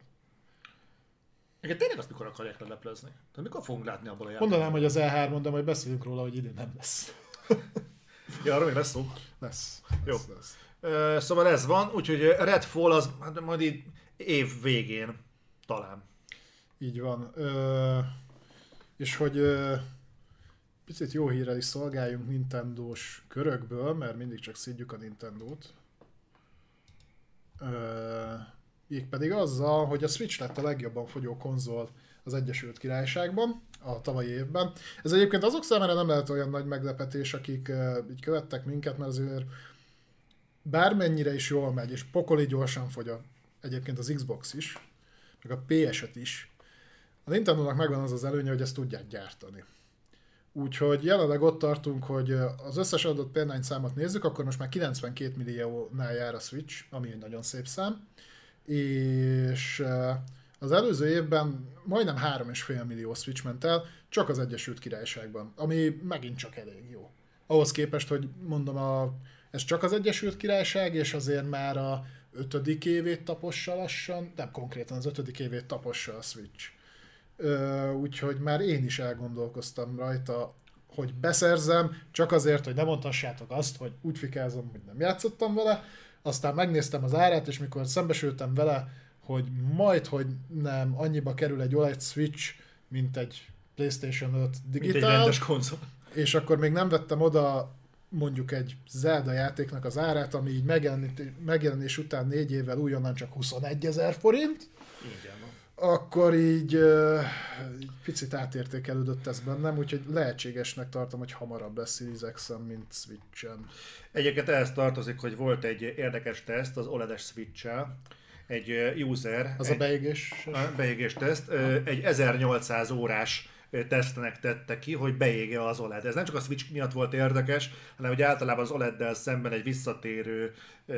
Igen, tényleg azt mikor akarják leleplezni? Tehát mikor fogunk látni abból a játékban? Mondanám, hogy az E három, de majd beszélünk róla, hogy idén nem lesz. Ja, arra még lesz szó. Lesz. Jó. Lesz, lesz. Uh, szóval ez van, úgyhogy Redfall az hát majd így év végén talán. Így van. Ö, és hogy ö, picit jó hírrel is szolgáljunk Nintendós körökből, mert mindig csak szidjuk a Nintendót. Így pedig azzal, hogy a Switch lett a legjobban fogyó konzol az Egyesült Királyságban a tavalyi évben. Ez egyébként azok számára nem lehet olyan nagy meglepetés, akik uh, így követtek minket, mert azért bármennyire is jól megy, és pokoli gyorsan fogy a, egyébként az Xbox is, meg a pé es-et is. A Nintendónak megvan az az előnye, hogy ezt tudják gyártani. Úgyhogy jelenleg ott tartunk, hogy az összes adott példányszámot nézzük, akkor most már kilencvenkét milliónál jár a Switch, ami egy nagyon szép szám. És az előző évben majdnem három egész öt millió Switch ment el, csak az Egyesült Királyságban, ami megint csak elég jó. Ahhoz képest, hogy mondom, a, ez csak az Egyesült Királyság, és azért már a ötödik évét tapossa lassan, nem konkrétan az ötödik évét tapossa a Switch. Úgyhogy már én is elgondolkoztam rajta, hogy beszerzem, csak azért, hogy ne mondhassátok azt, hogy úgy fikázom, hogy nem játszottam vele. Aztán megnéztem az árát, és mikor szembesültem vele, hogy majd, hogy nem annyiba kerül egy o el e dé Switch, mint egy PlayStation öt digitál. Mint egy rendes konzol. És akkor még nem vettem oda mondjuk egy Zelda játéknak az árát, ami így megjelenés után négy évvel újonnan csak huszonegyezer forint. Igen. Akkor így, uh, így picit átértékelődött ez bennem, úgyhogy lehetségesnek tartom, hogy hamarabb lesz Series X-en, mint Switch-en. Egyébként ehhez tartozik, hogy volt egy érdekes teszt az o el e dé-es Switch-el. Egy user... Az egy, a beégés? A beégés teszt. Egy ezernyolcszáz órás tesztnek tette ki, hogy beége az o el e dé. Ez nem csak a Switch miatt volt érdekes, hanem hogy általában az o el e dé-del szemben egy visszatérő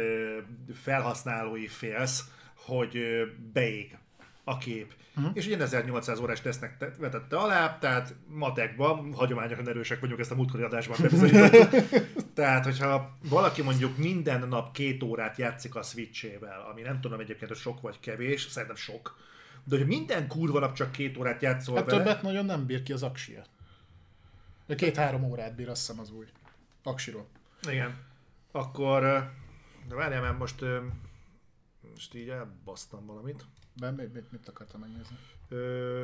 felhasználói félsz, hogy beég a kép. Uh-huh. És ilyen ezernyolcszáz órás tesznek te- vetette alá, tehát matekban hagyományosan erősek vagyunk, ezt a múltkori adásban bebizonyítottuk. Tehát, hogyha valaki mondjuk minden nap két órát játszik a Switch-ével, ami nem tudom egyébként, hogy sok vagy kevés, szerintem sok, de hogy minden kurva nap csak két órát játszol hát vele... többet nagyon nem bír ki az aksia. De két-három órát bír, azt hiszem az új aksiról. Igen. Akkor... De várjál, mert most... Most így elbasztam valamit. De mit, mit, mit akartam megnézni? Ö...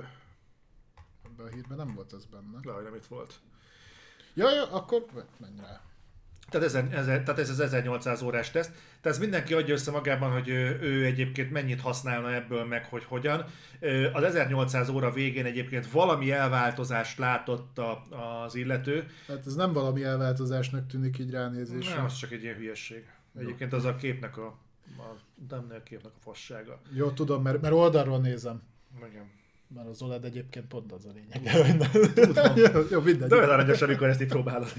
Ebben a hírben nem volt ez benne. Laj, nem itt volt. Ja, ja, akkor menj rá. Tehát, ezen, ezen, tehát ez az ezernyolcszáz órás teszt. Tehát ez mindenki adja össze magában, hogy ő, ő egyébként mennyit használna ebből, meg hogy hogyan. Az ezernyolcszáz óra végén egyébként valami elváltozást látott a, az illető. Hát ez nem valami elváltozásnak tűnik így ránézésre. Nem, az csak egy ilyen hülyesség. Egyébként az a képnek a, a nem a képnek a fassága. Jó, tudom, mert, mert oldalról nézem. Igen. Mert az o el e dé egyébként pont az a lényeg. Tudom. jó, jó, mindegy. De olyan aranyos, amikor ezt így próbálod.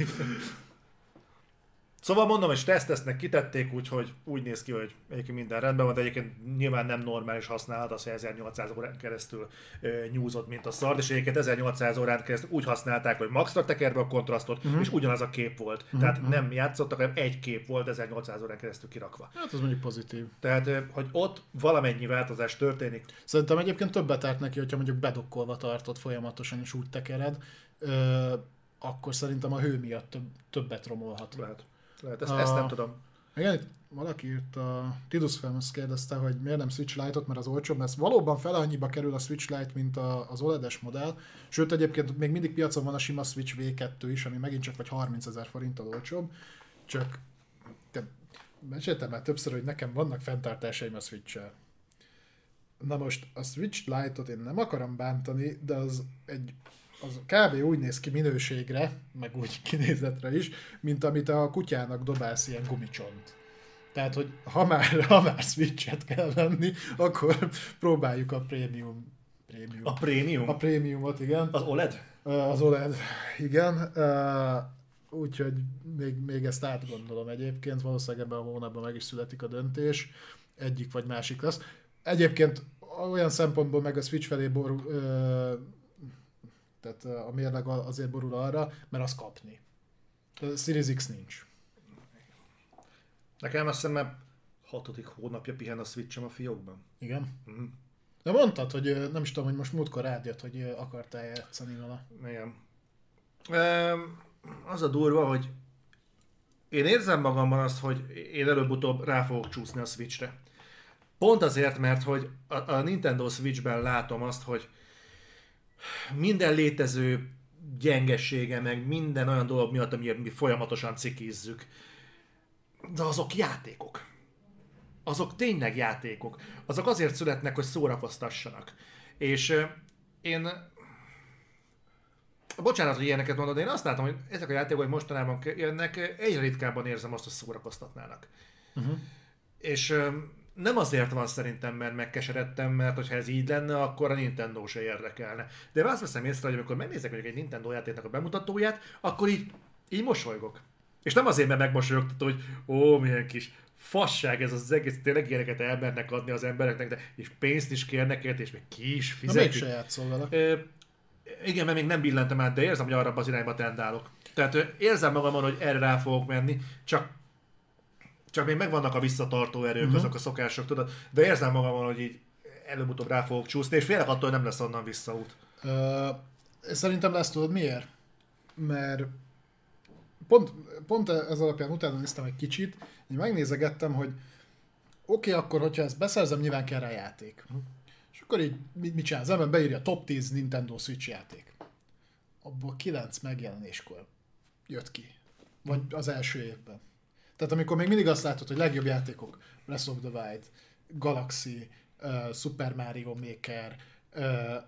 Szóval mondom, hogy tesztesznek kitették, úgyhogy úgy néz ki, hogy egyébként minden rendben van, de egyébként nyilván nem normális használat az, hogy ezernyolcszáz órán keresztül ö, nyúzott, mint a szard, és egyébként ezernyolcszáz órán keresztül úgy használták, hogy maxra tekerbe a kontrasztot, uh-huh. és ugyanaz a kép volt. Uh-huh. Tehát nem játszottak, hanem egy kép volt ezernyolcszáz órán keresztül kirakva. Hát az mondjuk pozitív. Tehát, hogy ott valamennyi változás történik. Szerintem egyébként többet árt neki, hogyha mondjuk bedokkolva tartott folyamatosan, és úgy tekered, ö, akkor szerintem a hő miatt több, többet romolhat. Lehet. Lehet, ezt, a... ezt nem tudom. Igen, itt valaki írt, a Tidus Famous kérdezte, hogy miért nem Switch Lite-ot, mert az olcsóbb, mert valóban fele annyiba kerül a Switch Lite, mint a, az o el e dé-es modell. Sőt, egyébként még mindig piacon van a sima Switch vé kettő is, ami megint csak vagy harmincezer forinttal olcsóbb. Csak, te meséltem már többször, hogy nekem vannak fenntartásaim a Switch-el. Na most a Switch Lite-ot én nem akarom bántani, de az egy az kb. Úgy néz ki minőségre, meg úgy kinézetre is, mint amit a kutyának dobálsz ilyen gumicsont. Tehát, hogy ha már, ha már Switch-et kell venni, akkor próbáljuk a prémium. prémium. A prémium? A prémiumot, igen. Az o el e dé? Az o el e dé, igen. Úgyhogy még, még ezt átgondolom egyébként. Valószínűleg ebben a hónapban meg is születik a döntés. Egyik vagy másik lesz. Egyébként olyan szempontból meg a Switch felé borul, tehát a mérleg azért borul arra, mert az kapni. A Series X nincs. Nekem azt hiszem, mert hatodik hónapja pihen a Switch-em a fiókban. Igen? Mm. De mondtad, hogy nem is tudom, hogy most múltkor rád jött, hogy akartál játszani vele. Igen. Az a durva, hogy én érzem magamban azt, hogy én előbb-utóbb rá fogok csúszni a Switch-re. Pont azért, mert hogy a, a Nintendo Switch-ben látom azt, hogy minden létező gyengessége, meg minden olyan dolog miatt, amiért mi folyamatosan cikizzük. De azok játékok. Azok tényleg játékok. Azok azért születnek, hogy szórakoztassanak. És euh, én... Bocsánat, hogy ilyeneket mondod, de én azt látom, hogy ezek a játékok, hogy mostanában jönnek, egyre ritkábban érzem azt, hogy szórakoztatnának. Uh-huh. És euh, nem azért van szerintem, mert megkeseredtem, mert hogyha ez így lenne, akkor a Nintendo se érdekelne. De azt veszem észre, hogy amikor megnézek mondjuk egy Nintendo játéknak a bemutatóját, akkor így, így mosolygok. És nem azért, mert megmosolyogtató, hogy ó, milyen kis fasság ez az egész, tényleg ilyeneket elmernek adni az embereknek, de és pénzt is kérnek ért, és még ki is fizetik. Na mégse játszol vele. Ö, igen, mert még nem billentem át, de érzem, hogy arra az irányba tendálok. Tehát ö, érzem magamon, hogy erre rá fogok menni, csak Csak még megvannak a visszatartó erők, uh-huh. azok a szokások, tudod, de érzem magamon, hogy így előbb-utóbb rá fogok csúszni, és félek attól, hogy nem lesz onnan visszaút. Uh, szerintem lesz, tudod miért? Mert pont, pont ez alapján utána néztem egy kicsit, így megnézegettem, hogy oké, okay, akkor hogyha ezt beszerzem, nyilván kell rá játék. Uh-huh. És akkor így mit, mit csinál? Az ember beírja a top tíz Nintendo Switch játék. Abból kilenc megjelenéskor jött ki. Vagy az első évben. Tehát amikor még mindig azt látod, hogy legjobb játékok, Breath of the Wild, Galaxy, uh, Super Mario Maker, uh,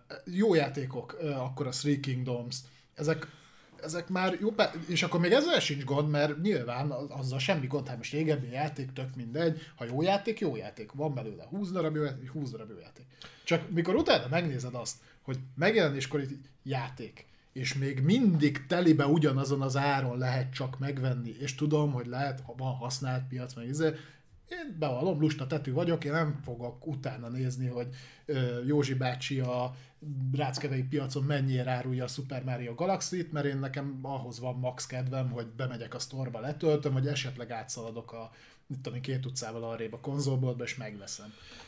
jó játékok, uh, akkor a Three Kingdoms, ezek, ezek már jó, és akkor még ezzel sincs gond, mert nyilván azzal semmi gond, hát most régebbi játék, tök mindegy, ha jó játék, jó játék, van belőle húsz darab jó játék, húsz darab jó játék. Csak mikor utána megnézed azt, hogy megjelenéskor játék, és még mindig telibe ugyanazon az áron lehet csak megvenni, és tudom, hogy lehet, ha van használt piac, meg izé, én bevallom, lusta tetű vagyok, én nem fogok utána nézni, hogy uh, Józsi bácsi a ráckevei piacon mennyire árulja a Super Mario Galaxy-t, mert én nekem ahhoz van max kedvem, hogy bemegyek a sztorba, letöltöm, hogy esetleg átszaladok a, mit tudom, két utcával arrébb a konzolboltba, és megveszem.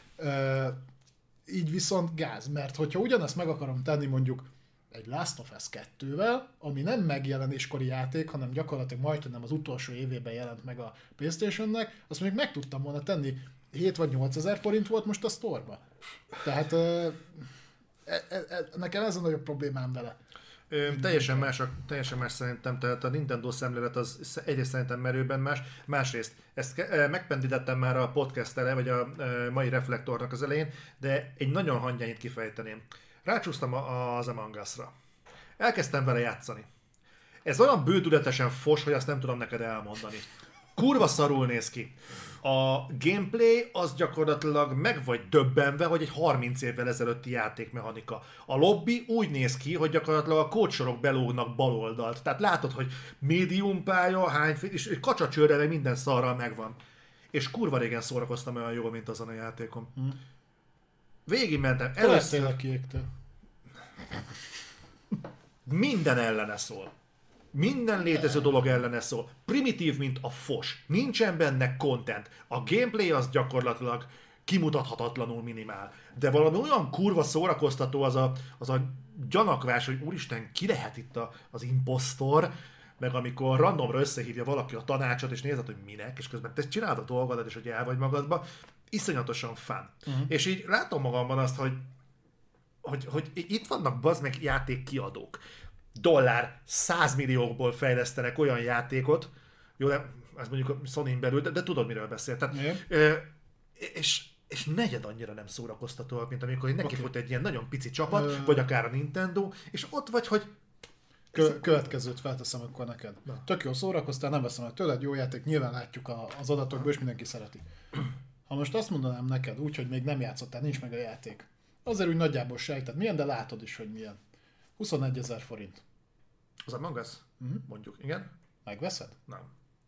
Uh, így viszont gáz, mert hogyha ugyanezt meg akarom tenni mondjuk egy Last of Us kettővel, ami nem megjelenéskori játék, hanem gyakorlatilag majdnem az utolsó évében jelent meg a PlayStation-nek, azt mondjuk meg tudtam volna tenni, hét vagy nyolcezer forint volt most a sztorba. Tehát e, e, e, nekem ez a nagyobb problémám vele. Ö, teljesen, más, teljesen más szerintem, tehát a Nintendo szemlélet az egyrészt szerintem merőben más, másrészt ezt e, megpendítettem már a podcast ele, vagy a e, mai reflektornak az elején, de egy nagyon hangyányit kifejteném. Rácsúsztam az Among Us-ra. Elkezdtem vele játszani. Ez olyan bődületesen fos, hogy azt nem tudom neked elmondani. Kurva szarul néz ki. A gameplay az gyakorlatilag meg vagy döbbenve, hogy egy harminc évvel ezelőtti játékmechanika. A lobby úgy néz ki, hogy gyakorlatilag a kódsorok belógnak baloldalt. Tehát látod, hogy médium pálya, hány, és kacsacsőrre minden szarral megvan. És kurva régen szórakoztam olyan jól, mint azon a játékon. Hmm. Végig mentem. Először a kiégtől. Minden ellene szól. Minden létező dolog ellene szól. Primitív, mint a fos. Nincsen benne content. A gameplay az gyakorlatilag kimutathatatlanul minimál. De valami olyan kurva szórakoztató az a, az a gyanakvás, hogy úristen, ki lehet itt a, az impostor, meg amikor randomra összehívja valaki a tanácsot, és nézed, hogy minek, és közben te csinálod a dolgodat, és hogy el vagy magadba, iszonyatosan fun. Uh-huh. És így látom magamban azt, hogy, hogy, hogy itt vannak bazd meg játékkiadók. Dollár százmilliókból fejlesztenek olyan játékot, jó, nem, ez mondjuk a Sony-n belül, de, de tudod, miről beszél. Tehát, uh-huh. ö, és, és negyed annyira nem szórakoztatóak, mint amikor neki okay. fut egy ilyen nagyon pici csapat, uh... vagy akár a Nintendo, és ott vagy, hogy Kö- következőt felteszem akkor neked. Na. Tök jó szórakoztál, nem veszem el tőled, jó játék, nyilván látjuk a, az adatokból, és mindenki szereti. Ha most azt mondanám neked úgy, hogy még nem játszottál, nincs meg a játék, azért úgy nagyjából sejted milyen, de látod is, hogy milyen. huszonegyezer forint. Az Among Us? Uh-huh. Mondjuk, igen. Megveszed? Nem.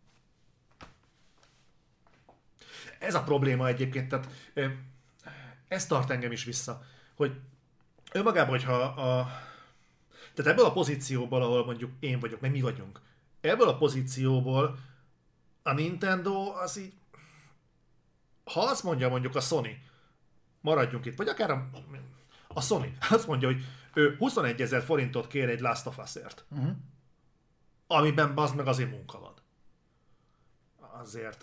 Ez a probléma egyébként, tehát ez tart engem is vissza, hogy önmagában, hogyha a Tehát ebből a pozícióból, ahol mondjuk én vagyok, meg mi vagyunk, ebből a pozícióból a Nintendo az így, ha azt mondja mondjuk a Sony, maradjunk itt, vagy akár a, a Sony, azt mondja, hogy ő huszonegyezer forintot kér egy Last of Us-ért, uh-huh. amiben bazd meg azért munka van. Azért,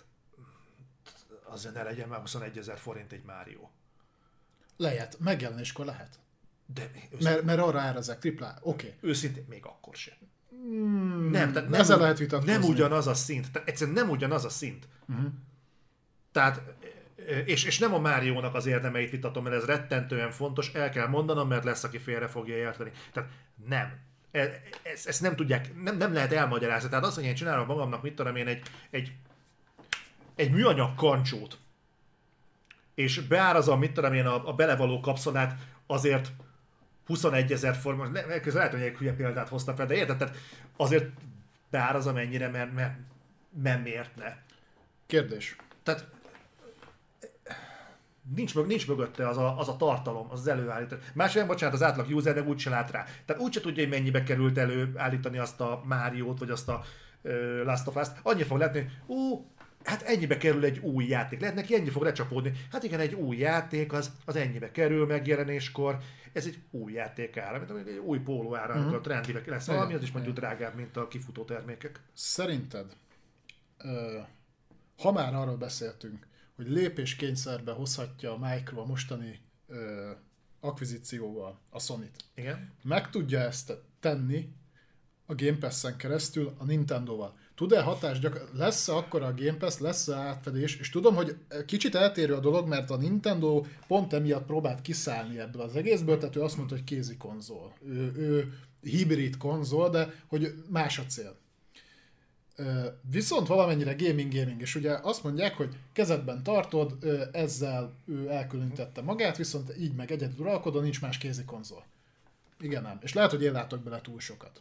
azért ne legyen már huszonegyezer forint egy Mario. Lehet, megjelenéskor lehet. De mert, mert arra árazzák, triplá, oké. Okay. Őszintén, még akkor sem. Hmm, nem, tehát nem, ezzel lehet vitatkozni. Nem ugyanaz a szint. Tehát egyszerűen nem ugyanaz a szint. Uh-huh. Tehát, és, és nem a Máriónak az érdemeit vitatom, mert ez rettentően fontos, el kell mondanom, mert lesz, aki félre fogja érteni. Tehát nem. Ezt, ezt nem tudják, nem, nem lehet elmagyarázni. Tehát azt, hogy én csinálom magamnak, mit tudom én, egy, egy, egy műanyag kancsót, és beárazom, mit tudom én, a, a belevaló kapszolát azért huszonegyezer forint, lehet, hogy egy hülye példát hoztam fel, de érted? Tehát azért beárazom ennyire, mert, mert, mert miért ne? Kérdés. Tehát nincs, nincs mögötte az a, az a tartalom, az, az előállítás. Másrészt, bocsánat, az átlag user meg úgyse lát rá. Tehát úgyse tudja, hogy mennyibe került előállítani azt a Máriót, vagy azt a uh, Last of Us-t. Annyi fog látni, hogy ú, hát ennyibe kerül egy új játék. Lehet neki ennyi fog lecsapódni. Hát igen, egy új játék, az, az ennyibe kerül megjelenéskor. Ez egy új játék ára, mint egy új póló ára, amikor uh-huh. a trendibe lesz valami, az is mondjuk drágább, mint a kifutó termékek. Szerinted, ha már arról beszéltünk, hogy lépéskényszerbe hozhatja a Micro a mostani ö, akvizícióval a Sony-t. Igen. Meg tudja ezt tenni a Game Pass-en keresztül a Nintendo-val. Tud-e hatás gyakor- lesz-e akkor a Game Pass, lesz-e átfedés, és tudom, hogy kicsit eltérő a dolog, mert a Nintendo pont emiatt próbált kiszállni ebből az egészből, tehát ő azt mondta, hogy kézi konzol. Ő, ő hibrid konzol, de hogy más a cél. Viszont valamennyire gaming-gaming, és ugye azt mondják, hogy kezedben tartod, ezzel ő elkülönítette magát, viszont így meg egyedül uralkodó, nincs más kézi konzol. Igen, nem. És lehet, hogy én látok bele túl sokat.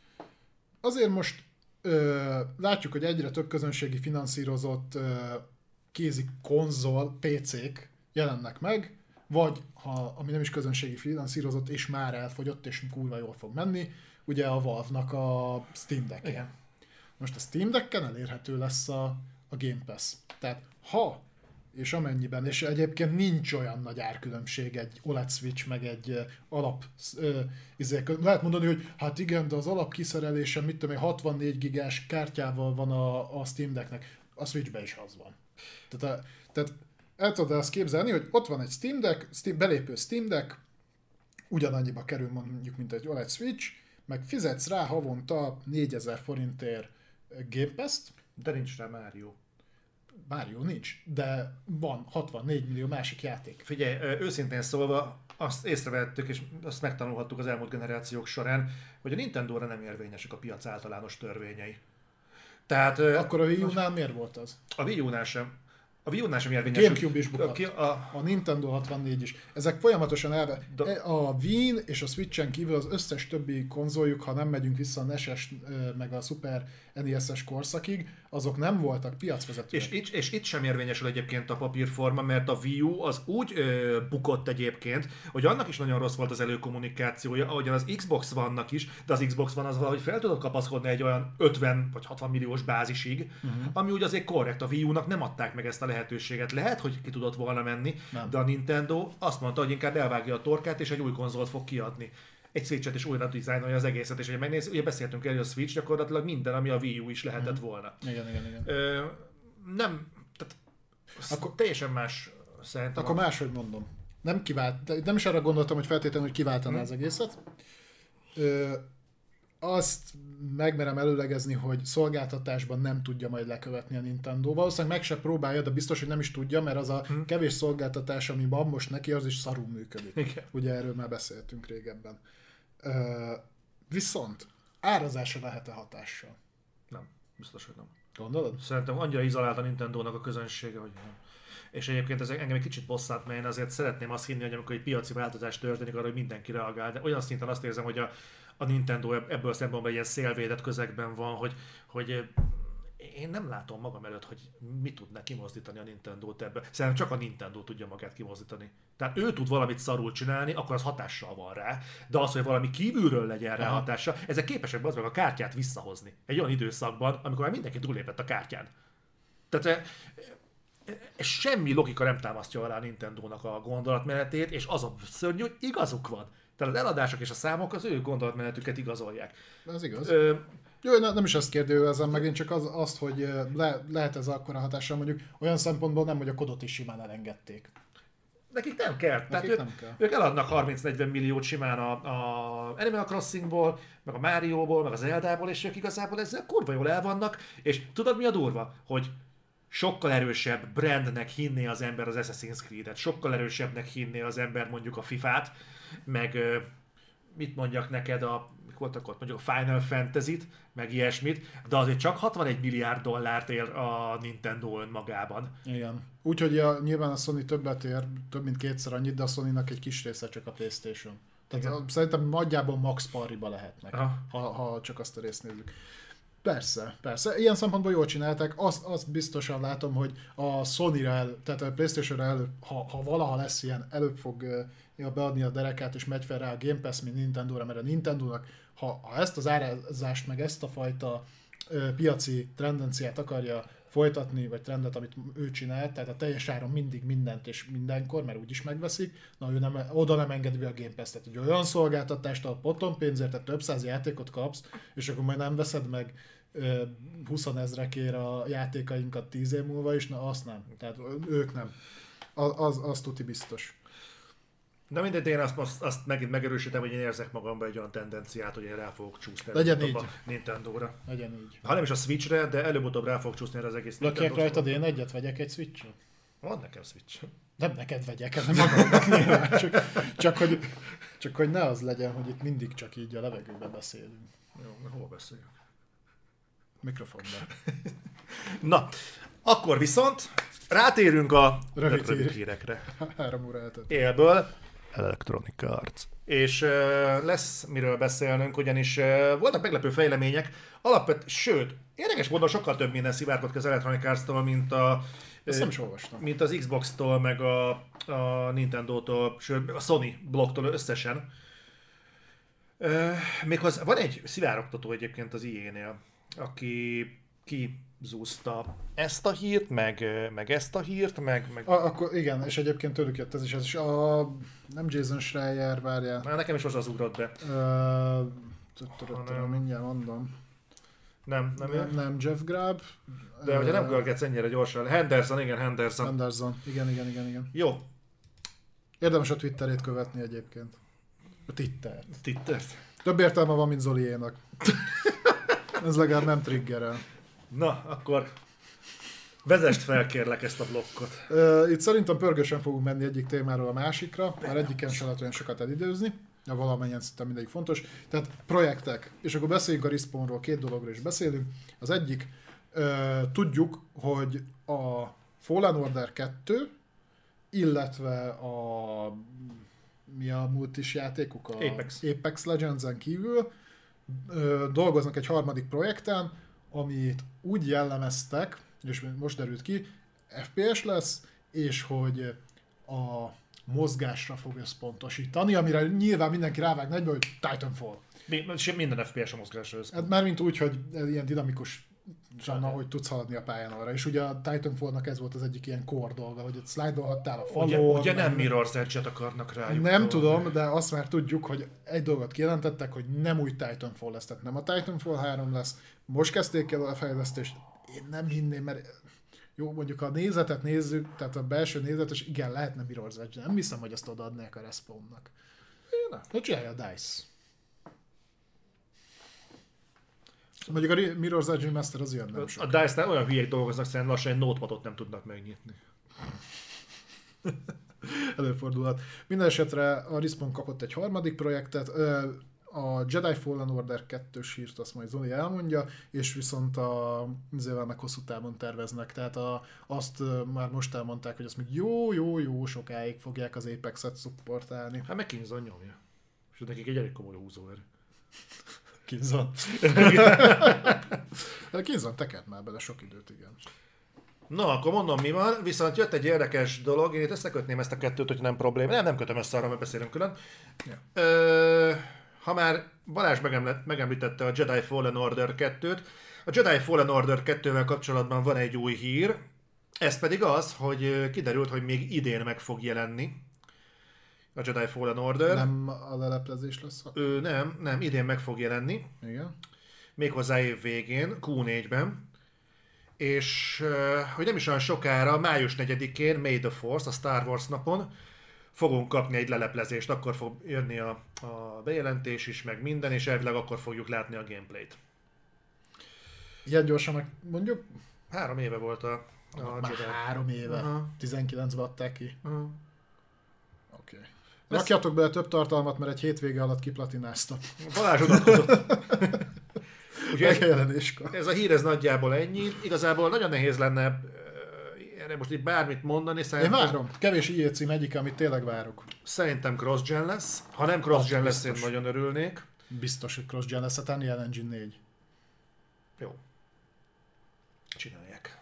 Azért most ö, látjuk, hogy egyre több közönségi finanszírozott ö, kézi konzol, pé cék jelennek meg, vagy ha ami nem is közönségi finanszírozott, és már elfogyott, és kurva jól fog menni, ugye a Valve-nak a Steam Deck. Igen. Most a Steam Decken elérhető lesz a, a Game Pass. Tehát ha, és amennyiben, és egyébként nincs olyan nagy árkülönbség egy o el e dé Switch, meg egy alap, ö, izé, lehet mondani, hogy hát igen, de az alap kiszerelése, mit tudom, egy hatvannégy gigás kártyával van a, a Steam Decknek, a Switchben is az van. Tehát, a, tehát el tudod azt képzelni, hogy ott van egy Steam Deck, Steam, belépő Steam Deck, ugyanannyiba kerül mondjuk, mint egy o el e dé Switch, meg fizetsz rá havonta négyezer forintért Game Pass-t. De nincs rá Mario. Mario nincs, de van hatvannégy millió másik játék. Figyelj, őszintén szólva, azt észrevettük, és azt megtanulhattuk az elmúlt generációk során, hogy a Nintendóra nem érvényesek a piac általános törvényei. Tehát, akkor a Wii U-nál miért volt az? A Wii U-nál sem. A Wii U-nál sem érvényes. GameCube is bukott. A, a, a Nintendo hatvannégy is. Ezek folyamatosan elve. De... A Wii-n és a Switchen kívül az összes többi konzoljuk, ha nem megyünk vissza a en e es-es meg a Super en e es-es korszakig, azok nem voltak piacvezetőek. És itt, és itt sem érvényesül egyébként a papírforma, mert a Wii U az úgy ö, bukott egyébként, hogy annak is nagyon rossz volt az előkommunikációja, ahogyan az Xbox vannak is, de az Xbox van az valahogy fel tudott kapaszkodni egy olyan ötven vagy hatvan milliós bázisig, uh-huh. ami úgy azért korrekt. A Wii U-nak nem adták meg ezt a lehetőséget. Lehet, hogy ki tudott volna menni, nem. De a Nintendo azt mondta, hogy inkább elvágja a torkát, és egy új konzolt fog kiadni. Egy Switch-et is újra dizájnolja az egészet, és ugye megnézzük, ugye beszéltünk el, hogy a Switch gyakorlatilag minden, ami a Wii U is lehetett mm. volna. Igen, igen, igen. Ö, nem, tehát akkor teljesen más szerintem. Akkor máshogy mondom. Nem kivált, nem is arra gondoltam, hogy feltétlenül, hogy kiváltaná mm. az egészet. Ö, azt megmerem előlegezni, hogy szolgáltatásban nem tudja majd lekövetni a Nintendo. Valószínűleg meg se próbálja, de biztos, hogy nem is tudja, mert az a hmm. kevés szolgáltatás, ami van most neki, az is szarul működik. Igen. Ugye erről már beszéltünk régebben. Uh, viszont árazásra lehet-e hatással? Nem, biztos, hogy nem. Gondolod? Szerintem annyira izolált a Nintendónak a közönsége, hogy nem. És egyébként ez engem egy kicsit bosszant, mert én azért szeretném azt hinni, hogy amikor egy piaci változás történik, arra, hogy mindenki reagál. De olyan szinten azt érzem, hogy a A Nintendo ebből szempontból ilyen szélvédett közegben van, hogy, hogy én nem látom magam előtt, hogy mit tudná kimozdítani a Nintendót ebből. Szerintem csak a Nintendo tudja magát kimozdítani. Tehát ő tud valamit szarul csinálni, akkor az hatással van rá, de az, hogy valami kívülről legyen rá hatása, ezek képesek az meg a kártyát visszahozni. Egy olyan időszakban, amikor már mindenki túlépett a kártyán. Tehát semmi logika nem támasztja alá a Nintendónak a gondolatmenetét, és az a szörnyű, hogy igazuk van. Tehát az eladások és a számok az ő gondolatmenetüket igazolják. Ez igaz. Ö, Jó, nem is ezt kérdőjelezem meg, én csak az, azt, hogy le, lehet ez akkora hatással, mondjuk olyan szempontból nem, hogy a kodot is simán elengedték. nekik nem kell. Nekik Tehát nem ők, kell. ők eladnak harminc-negyven milliót simán a, a Animal Crossingból, meg a Marioból, meg az Zeldából, és ők igazából ezzel kurva jól el vannak, és tudod mi a durva? Hogy sokkal erősebb brandnek hinné az ember az Assassin's Creed-et, sokkal erősebbnek hinné az ember mondjuk a fifát, meg mit mondjak neked, a, mik voltak ott, mondjuk a Final Fantasy-t, meg ilyesmit, de azért csak hatvanegy milliárd dollárt ér a Nintendo önmagában. Igen. Úgyhogy a, nyilván a Sony többet ér, több mint kétszer annyit, de a Sony-nak egy kis része csak a PlayStation. Tehát a, szerintem nagyjából max pariba lehetnek, ha, ha csak azt a részt nézzük. Persze, persze. Ilyen szempontból jól csinálták. Azt, azt biztosan látom, hogy a Sony-ra, el, tehát a PlayStation-ra előbb, ha, ha valaha lesz ilyen, előbb fog uh, beadni a derekát, és megy fel rá a Game Pass, mint Nintendo-ra, mert a Nintendo-nak, ha, ha ezt az árazást, meg ezt a fajta uh, piaci tendenciát akarja folytatni, vagy trendet, amit ő csinál, tehát a teljes áron mindig mindent és mindenkor, mert úgyis megveszik, na ő nem, oda nem engedi be a Game Pass, tehát hogy olyan szolgáltatást, ahol potom pénzért, tehát több száz játékot kapsz, és akkor majd nem veszed meg huszonezrekért a játékainkat tíz év múlva is, na azt nem, tehát ők nem. Az, az, az tuti biztos. De mindegy, én azt, azt, azt megint megerősítem, hogy én érzek magamban egy olyan tendenciát, hogy én rá fogok csúszni Legyen így. a Nintendo-ra. Legyen így. Ha nem is a Switchre, de előbb-utóbb rá fogok csúszni erre az egész Lakják Nintendo-ra. rajtad én egyet, vegyek egy Switch-ot? Van nekem Switch. Nem neked vegyek, hanem magamnak nyilván. Csak, csak, hogy, csak hogy ne az legyen, hogy itt mindig csak így a levegőben beszélünk. Jó, na hol beszéljünk? Mikrofonban. Na, akkor viszont rátérünk a Rövid rövid hír. hírekre. Három óra eltelt. Élből Electronic Arts. És uh, lesz miről beszélnünk, ugyanis uh, voltak meglepő fejlemények, alapvet, sőt, érdekes módon sokkal több minden szivárgott ki az Electronic Arts-tól, mint a Ezt nem is olvastam. mint az Xbox-tól, meg a, a Nintendo-tól, sőt, a Sony blogtól összesen. Uh, méghozzá van egy szivárogtató egyébként az i á-nél, aki kizúzta ezt a hírt, meg, meg ezt a hírt, meg... meg... A, akkor igen, és egyébként tőlük jött ez is. Ez is a, nem Jason Schreier, várjál. Na, nekem is most az ugrott be. Uh, mindjárt mondom. Nem, nem, nem, nem Jeff Grubb. De hogyha nem görgetsz ennyire gyorsan. Henderson, igen, Henderson. Henderson, igen, igen, igen, igen. Jó. Érdemes a Twitterét követni egyébként. A Twitter. Twittert. Több értelme van, mint Zoliénak. Ez legalább nem triggerel. Na, akkor vezest fel kérlek ezt a blokkot. Uh, itt szerintem pörgősen fogunk menni egyik témáról a másikra, mert egyiken sem lehet olyan sokat elidőzni, de valamennyien szerintem mindegyik fontos. Tehát projektek, és akkor beszéljünk a Respawnról, két dologról is beszélünk. Az egyik, uh, tudjuk, hogy a Fallen Order kettő, illetve a mi a multis játékuk? A Apex. Apex Legends-en kívül ö, dolgoznak egy harmadik projekten, amit úgy jellemeztek, és most derült ki, ef pé es lesz, és hogy a mozgásra fog összpontosítani, amire nyilván mindenki rávágna egybe, hogy Titanfall. Minden ef pé es a mozgásra össze. Hát mármint úgy, hogy ilyen dinamikus hogy tudsz haladni a pályán arra. És ugye a Titanfall-nak ez volt az egyik ilyen core dolga, hogy ott slide-olhattál a falon. Ugye, ugye nem Mirror's Edge-et akarnak rájuk. Nem tudom, de azt már tudjuk, hogy egy dolgot kijelentettek, hogy nem új Titanfall lesz, tehát nem a Titanfall három lesz. Most kezdték el a fejlesztést. Én nem hinném, mert jó, mondjuk a nézetet nézzük, tehát a belső nézetes, igen, lehetne Mirror's Edge, nem hiszem, hogy azt odaadnák a Respawnnak. Hogy csinálja a DICE? Mondjuk a Mirror's Edge Remaster az ilyen nem sok. A DICE-nál olyan hülyék dolgoznak, szerintem lassan egy notepadot nem tudnak megnyitni. Előfordulhat. Minden esetre a Respawn kapott egy harmadik projektet, a Jedi Fallen Order kettős hírt azt majd Zoli elmondja, és viszont a izével meg hosszú távon terveznek, tehát a, azt már most elmondták, hogy azt még jó-jó-jó sokáig fogják az Apex-et szupportálni. Hát meg Killzone nyomja. És nekik egy elég komoly húzóerő. Killzone. Killzone tekert már bele sok időt, igen. Na, akkor mondom, mi van, viszont jött egy érdekes dolog, én itt összekötném ezt a kettőt, hogy nem probléma. Nem, nem kötöm össze arra, mert beszélünk külön. Ja. Ö, ha már Balázs megemlítette a Jedi Fallen Order kettőt, a Jedi Fallen Order kettővel kapcsolatban van egy új hír, ez pedig az, hogy kiderült, hogy még idén meg fog jelenni a Jedi Fallen Order. Nem a leleplezés lesz? Ő, nem, nem, idén meg fog jelenni. Igen. Méghozzá év végén, kú négyben. És hogy nem is olyan sokára, május negyedikén, May the Force, a Star Wars napon, fogunk kapni egy leleplezést, akkor fog jönni a, a bejelentés is, meg minden, és elvileg akkor fogjuk látni a gameplayt. Ilyen gyorsan meg mondjuk? Három éve volt a, a Már Jedi. három éve. Uh-huh. tizenkilencben adták ki. Uh-huh. Oké. Okay. Rakjatok bele több tartalmat, mert egy hétvége alatt kiplatináztam. Balázs odaadkozott. Megjelenéskor. Ez a hír ez nagyjából ennyi. Igazából nagyon nehéz lenne erre most itt bármit mondani. Szerintem... Én várom. Kevés i á cím egyik, amit tényleg várok. Szerintem cross-gen lesz. Ha nem cross-gen lesz, én nagyon örülnék. Biztos, hogy cross-gen lesz, hát Unreal Engine négy. Jó. Csinálják.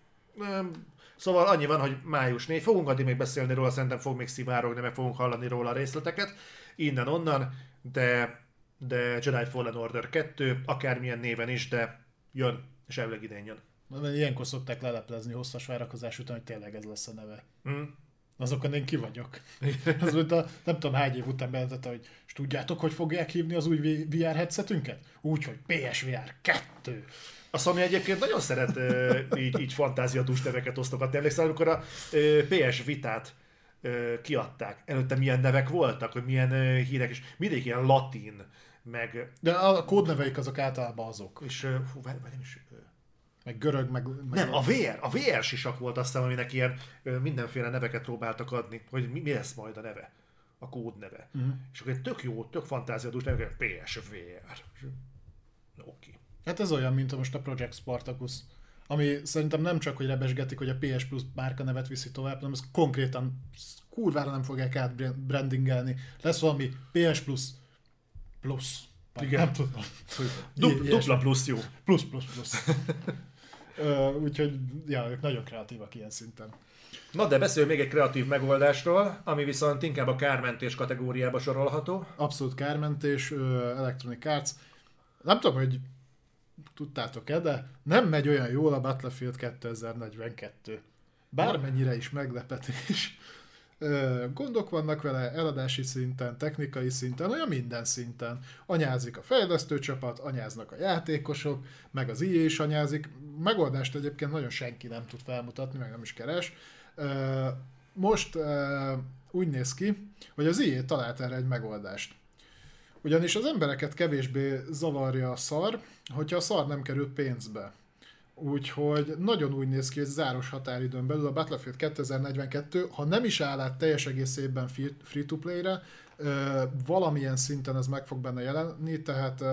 Szóval annyi van, hogy május négy. Fogunk addig még beszélni róla, szerintem fog még szivárogni, meg fogunk hallani róla a részleteket. Innen-onnan, de, de Jedi Fallen Order kettő, akármilyen néven is, de jön, és elvileg idén jön. Ilyenkor szokták leleplezni hosszas várakozás után, hogy tényleg ez lesz a neve. Mm. Azokon én ki vagyok. Az, mint a, nem tudom hány év után bejelentette, hogy és tudjátok, hogy fogják hívni az új vé er headsetünket? Úgy, hogy pé es vé er kettő. A Sony egyébként nagyon szeret uh, így, így fantáziadús neveket osztogatni. Emlékszel, amikor a uh, pé es Vitát uh, kiadták. Előtte milyen nevek voltak, hogy milyen uh, hírek, és mindig ilyen latin, meg... De a kódneveik azok általában azok. És, uh, hú, várj, várj, is... Uh, meg görög, meg... meg nem, a vé er, a vé er sisak volt azt hiszem, aminek ilyen uh, mindenféle neveket próbáltak adni, hogy mi, mi lesz majd a neve, a kód neve. Uh-huh. És akkor egy tök jó, tök fantáziadús nevek, pé es vé er. Oké. Okay. Hát ez olyan, mint a most a Project Spartacus, ami szerintem nem csak, hogy rebesgetik, hogy a pé es Plus márka nevet viszi tovább, hanem ez konkrétan kurvára nem fogják átbrandingelni. Lesz valami pé es Plus Plus. Igen. Nem tudom. Dupla, dupla plusz jó. Plus, plus, plusz. uh, úgyhogy, ja, ők nagyon kreatívak ilyen szinten. Na de beszélj még egy kreatív megoldásról, ami viszont inkább a kármentés kategóriába sorolható. Abszolút kármentés, uh, Electronic Arts. Nem tudom, hogy tudtátok-e, de nem megy olyan jól a Battlefield kétezer-negyvenkettő. Bármennyire is meglepetés. Gondok vannak vele eladási szinten, technikai szinten, olyan minden szinten. Anyázik a fejlesztő csapat, anyáznak a játékosok, meg az i á is anyázik. Megoldást egyébként nagyon senki nem tud felmutatni, meg nem is keres. Most úgy néz ki, hogy az i á talált erre egy megoldást. Ugyanis az embereket kevésbé zavarja a szar, hogyha a szar nem kerül pénzbe. Úgyhogy nagyon úgy néz ki, hogy záros határidőn belül a Battlefield kétezer-negyvenkettő, ha nem is áll át teljes egészében free-to-play-re, valamilyen szinten ez meg fog benne jelenni, tehát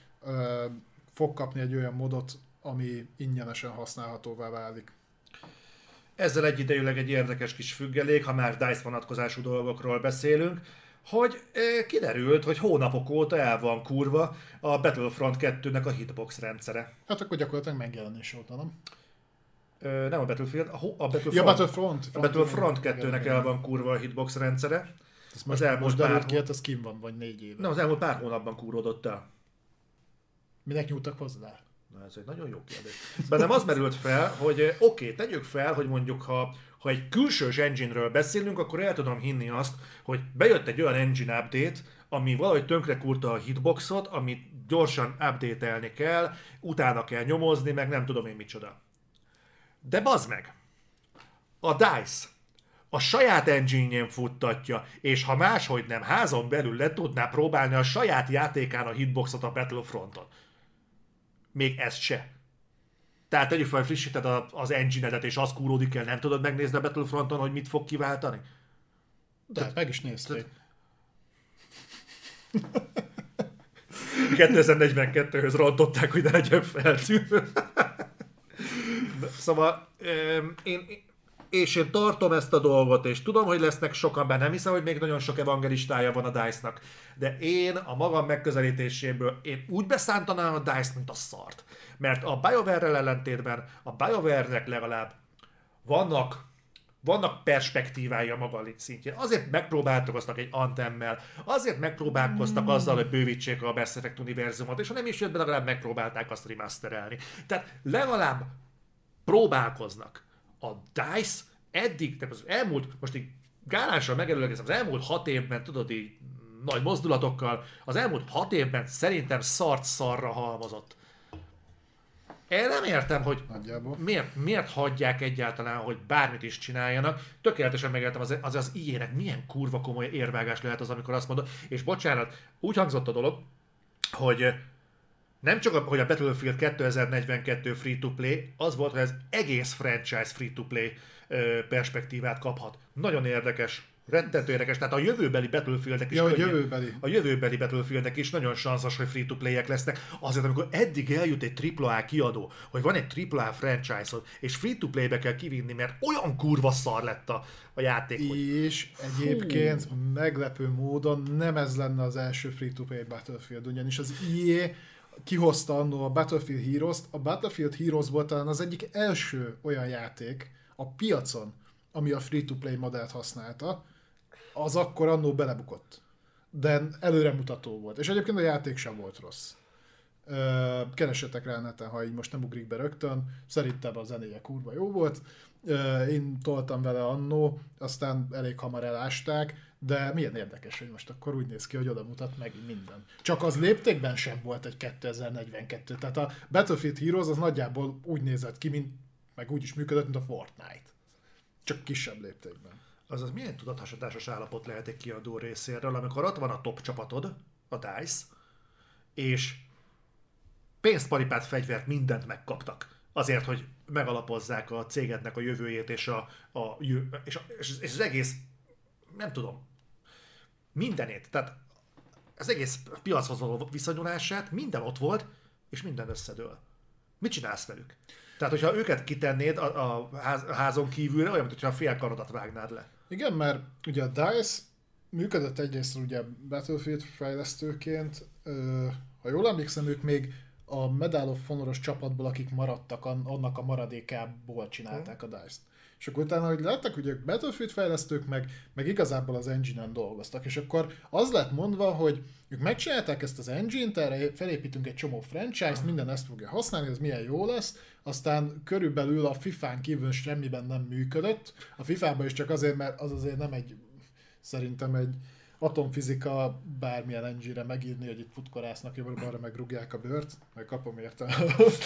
fog kapni egy olyan modot, ami ingyenesen használhatóvá válik. Ezzel egyidejűleg egy érdekes kis függelék, ha már DICE vonatkozású dolgokról beszélünk, hogy eh, kiderült, hogy hónapok óta el van kurva a Battlefront kettőnek a hitbox rendszere. Hát akkor gyakorlatilag megjelenés óta, nem? Ö, nem a Battlefield, a, a Battlefront, ja, Battlefront, a Battlefront kettőnek el van kurva a hitbox rendszere. Ez most, az most derült ki, hát ez kim van, vagy négy éve. Nem, az elmúlt pár hónapban kúródott el. Minek nyúltak hozzá? Na, ez egy nagyon jó kérdés. Bennem az merült fel, hogy oké, okay, tegyük fel, hogy mondjuk ha, ha egy külsős engine-ről beszélünk, akkor el tudom hinni azt, hogy bejött egy olyan engine update, ami valahogy tönkrekurta a hitboxot, amit gyorsan update-elni kell, utána kell nyomozni, meg nem tudom én micsoda. De bazd meg! A DICE a saját engine-jén futtatja, és ha máshogy nem, házon belül le tudná próbálni a saját játékán a hitboxot a Battlefronton. Még ezt se. Tehát tegyük fel, frissíted az engine-edet, és az kúródik el, nem tudod megnézni a Battlefronton, hogy mit fog kiváltani? De tehát, meg is nézték. kétezer-negyvenkettőhöz rontották, hogy ne legyen feltűnő. Szóval én, és én tartom ezt a dolgot, és tudom, hogy lesznek sokan, bár nem hiszem, hogy még nagyon sok evangelistája van a DICE-nak, de én a magam megközelítéséből én úgy beszántanám a DICE-t, mint a szart. Mert a BioWare-rel ellentétben a BioWare-nek legalább vannak, vannak perspektívái a maga szintjén. Azért megpróbálkoztak egy Anthemmel, azért megpróbálkoztak azzal, hogy bővítsék a Mass Effect univerzumot, és ha nem is jött be, legalább megpróbálták azt remasterelni. Tehát legalább próbálkoznak. A DICE eddig, tehát az elmúlt, most így gálánsan megelőlegezem, az elmúlt hat évben, tudod így nagy mozdulatokkal, az elmúlt hat évben szerintem szart szarra halmozott. én nem értem, hogy miért, miért hagyják egyáltalán, hogy bármit is csináljanak. Tökéletesen megértem, az az, az í á-nek milyen kurva komoly érvágás lehet az, amikor azt mondod. És bocsánat, úgy hangzott a dolog, hogy nem csak, a, hogy a Battlefield kétezer-negyvenkettő free-to-play, az volt, hogy az egész franchise free-to-play perspektívát kaphat. Nagyon érdekes. Rettentő érdekes, tehát a jövőbeli Battlefieldek is, ja, könnyen, jövőbeli. a jövőbeli Battlefieldek is nagyon sanszos, hogy free-to-play-ek lesznek. Azért, amikor eddig eljut egy tripla á kiadó, hogy van egy tripla á franchise-od, és free-to-play-be kell kivinni, mert olyan kurva szar lett a, a játék. És hogy... egyébként Fú. meglepő módon nem ez lenne az első free-to-play Battlefield, ugyanis az í á kihozta annó a Battlefield Heroes-t. A Battlefield Heroes volt talán az egyik első olyan játék a piacon, ami a free-to-play modellt használta, az akkor annó belebukott. De előremutató volt. És egyébként a játék sem volt rossz. Ö, keressetek rá neten, ha így most nem ugrik be rögtön. Szerintem a zenéje kurva jó volt. Ö, én toltam vele annó, aztán elég hamar elásták, de milyen érdekes, hogy most akkor úgy néz ki, hogy oda mutat meg minden. Csak az léptékben sem volt egy kétezer-negyvenkettő. Tehát a Battlefield Heroes az nagyjából úgy nézett ki, mint, meg úgy is működött, mint a Fortnite. Csak kisebb léptékben. Azaz milyen tudathasadásos állapot lehet egy kiadó részéről, amikor ott van a top csapatod, a DICE, és pénzt, paripát, fegyvert, mindent megkaptak. Azért, hogy megalapozzák a cégednek a jövőjét, és, a, a, és, a, és az egész, nem tudom, mindenét. Tehát az egész piachoz való viszonyulását, minden ott volt, és minden összedől. Mit csinálsz velük? Tehát, hogyha őket kitennéd a, a, ház, a házon kívülre, olyan, mintha a fél karodat vágnád le. Igen, mert ugye a DICE működött egyrészt ugye Battlefield fejlesztőként, ö, ha jól emlékszem, ők még a Medal of Honor-os csapatból, akik maradtak, annak a maradékából csinálták a DICE-t. És akkor utána, hogy láttak, hogy ők Battlefield fejlesztők, meg, meg igazából az engine-en dolgoztak. És akkor az lett mondva, hogy ők megcsinálták ezt az engine-t, erre felépítünk egy csomó franchise-t, minden ezt fogja használni, ez milyen jó lesz. Aztán körülbelül a fifán kívül semmiben nem működött. A fifában is csak azért, mert az azért nem egy, szerintem egy atomfizika bármilyen engine-re megírni, hogy itt futkorásznak, jobbra-balra megrúgják a bőrt, meg kapom érte.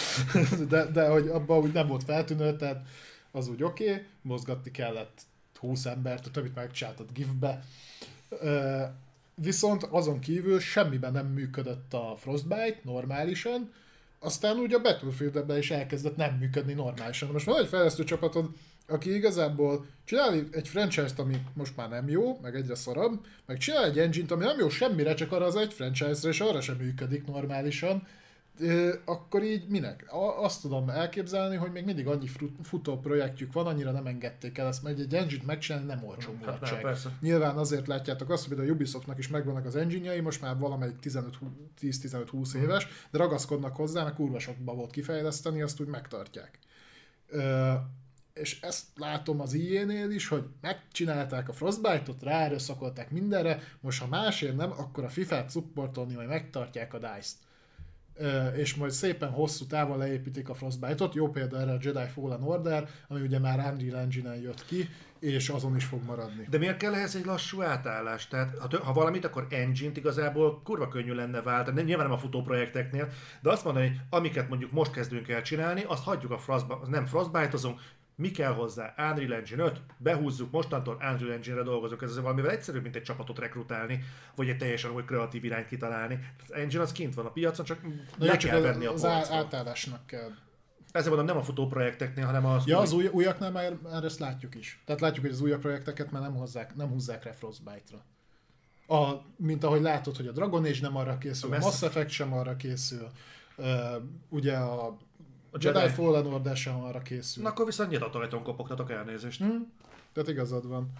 de, de hogy abban úgy nem volt feltűnő, tehát az úgy oké, okay, mozgatni kellett húsz embert, a többit megcsináltad gifbe. Uh, viszont azon kívül semmiben nem működött a Frostbite normálisan, aztán úgy a Battlefield-ben is elkezdett nem működni normálisan. Most van egy fejlesztő csapatod, aki igazából csinál egy franchise-t, ami most már nem jó, meg egyre szarabb, meg csinál egy engine-t, ami nem jó semmire, csak arra az egy franchise-ra, és arra sem működik normálisan, akkor így minek? Azt tudom elképzelni, hogy még mindig annyi futó projektjük van, annyira nem engedték el ezt, mert egy engine-t megcsinálni nem olcsó mulatság. Hát nyilván azért látjátok azt, hogy a Ubisoftnak is megvannak az engine-jei, most már valamelyik tíz-tizenöt-húsz éves, de ragaszkodnak hozzá, mert kurva sokba volt kifejleszteni, azt úgy megtartják. Ö, és ezt látom az í á-nél is, hogy megcsinálták a Frostbite-ot, ráerőszakolták mindenre, most ha másért nem, akkor a fifát supportolni, majd megtartják a DICE-t. Uh, és majd szépen hosszú távon leépítik a Frostbite-ot. Jó példa erre a Jedi Fallen Order, ami ugye már Unreal Engine-en jött ki, és azon is fog maradni. De miért kell ehhez egy lassú átállás? Tehát ha, ha valamit, akkor engine-t igazából kurva könnyű lenne váltani, nyilván nem a futóprojekteknél, de azt mondani, hogy amiket mondjuk most kezdünk el csinálni, azt hagyjuk a Frostbite, nem Frostbite-ozunk, mi kell hozzá? Unreal Engine öt, behúzzuk, mostantól Unreal Engine-re dolgozunk. Ez azért valamivel egyszerűbb, mint egy csapatot rekrutálni, vagy egy teljesen új kreatív irányt kitalálni. Az Engine az kint van a piacon, csak Na le csak kell az, venni a polcról. Az átállásnak kell. Ezért mondom, nem a futó projekteknél, hanem az Ja, új... az új, újaknál már, már ezt látjuk is. Tehát látjuk, hogy az újabb projekteket már nem, hozzák, nem húzzák rá Frostbite-ra. A, mint ahogy látod, hogy a Dragon Age nem arra készül, a, a Mass Effect sem arra készül, uh, ugye a A Jedi, Jedi Fallen Order sem arra készül. Na akkor viszont nyitott kopogtatok, elnézést. Hmm. Tehát igazad van.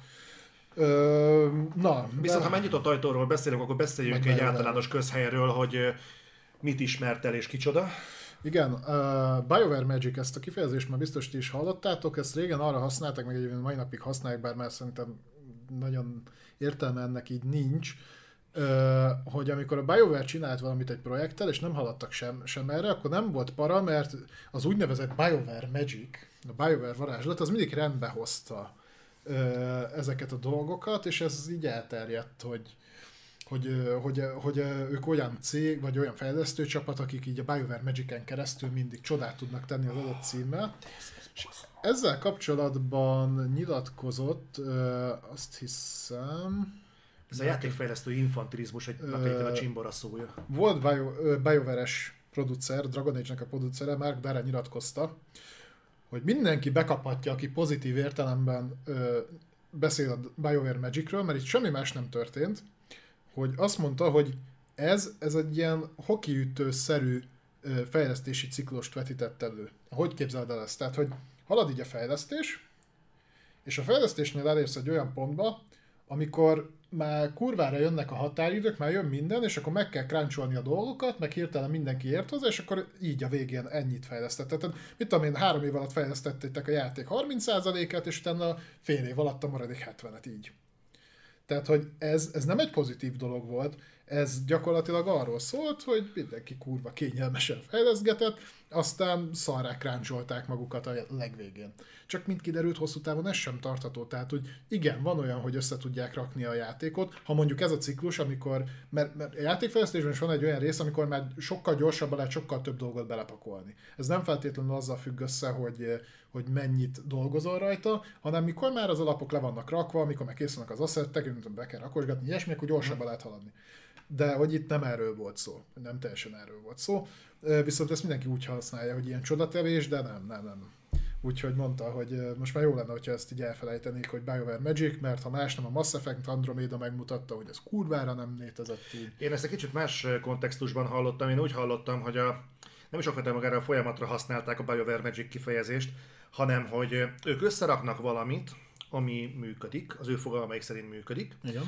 Ö, na, viszont de... ha megnyitott ajtóról beszélünk, akkor beszéljünk egy általános közhelyről, hogy mit ismert el és kicsoda. Igen, uh, BioWare Magic, ezt a kifejezést már biztos ti is hallottátok, ezt régen arra használták, meg egyébként mai napig használják, bár már szerintem nagyon értelme ennek így nincs, Uh, hogy amikor a BioWare csinált valamit egy projekttel, és nem haladtak sem, sem erre, akkor nem volt para, mert az úgynevezett BioWare Magic, a BioWare varázslat, az mindig rendbe hozta uh, ezeket a dolgokat, és ez így elterjedt, hogy, hogy, hogy, hogy ők olyan cég, vagy olyan fejlesztő csapat, akik így a BioWare Magic-en keresztül mindig csodát tudnak tenni az adott címmel. És ezzel kapcsolatban nyilatkozott, azt hiszem... Ez a játékfejlesztő infantilizmus, egy napjaitan a csimbora szója. Volt Bio, BioWare-es producer, Dragon Age-nek a producere, Mark Darren nyilatkozta, hogy mindenki bekaphatja, aki pozitív értelemben ö, beszél a BioWare Magicről, mert itt semmi más nem történt, hogy azt mondta, hogy ez, ez egy ilyen hokiütő-szerű ö, fejlesztési ciklust vetített elő. Hogy képzeld el ezt? Tehát, hogy halad így a fejlesztés, és a fejlesztésnél elérsz egy olyan pontba, amikor már kurvára jönnek a határidők, már jön minden, és akkor meg kell cruncholni a dolgokat, meg hirtelen mindenki ért hozzá, és akkor így a végén ennyit fejlesztetted. Mit tudom én, három év alatt fejlesztettétek a játék harminc százalékát, és utána fél év alatt a maradék hetvenet így. Tehát, hogy ez, ez nem egy pozitív dolog volt, ez gyakorlatilag arról szólt, hogy mindenki kurva kényelmesen fejleszgetett, aztán szarrá cruncholták magukat a legvégén. Csak mint kiderült, hosszú távon ez sem tartható. Tehát, hogy igen, van olyan, hogy össze tudják rakni a játékot, ha mondjuk ez a ciklus, amikor, mert, mert a játékfejlesztésben is van egy olyan rész, amikor már sokkal gyorsabban lehet sokkal több dolgot belepakolni. Ez nem feltétlenül azzal függ össze, hogy, hogy mennyit dolgozol rajta, hanem mikor már az alapok le vannak rakva, amikor már készülnek az asszettek, be kell rakosgatni, ilyesmi, akkor gyorsabban lehet haladni. De hogy itt nem erről volt szó, nem teljesen erről volt szó, viszont ezt mindenki úgy használja, hogy ilyen csodatevés, de nem, nem, nem. Úgyhogy mondta, hogy most már jó lenne, hogyha ezt így elfelejtenék, hogy BioWare Magic, mert ha más nem, a Mass Effect Andromeda megmutatta, hogy ez kurvára nem létezett így. Én ezt egy kicsit más kontextusban hallottam, én úgy hallottam, hogy a, nem is okvetően magára a folyamatra használták a BioWare Magic kifejezést, hanem hogy ők összeraknak valamit, ami működik, az ő fogalmaik szerint működik, igen.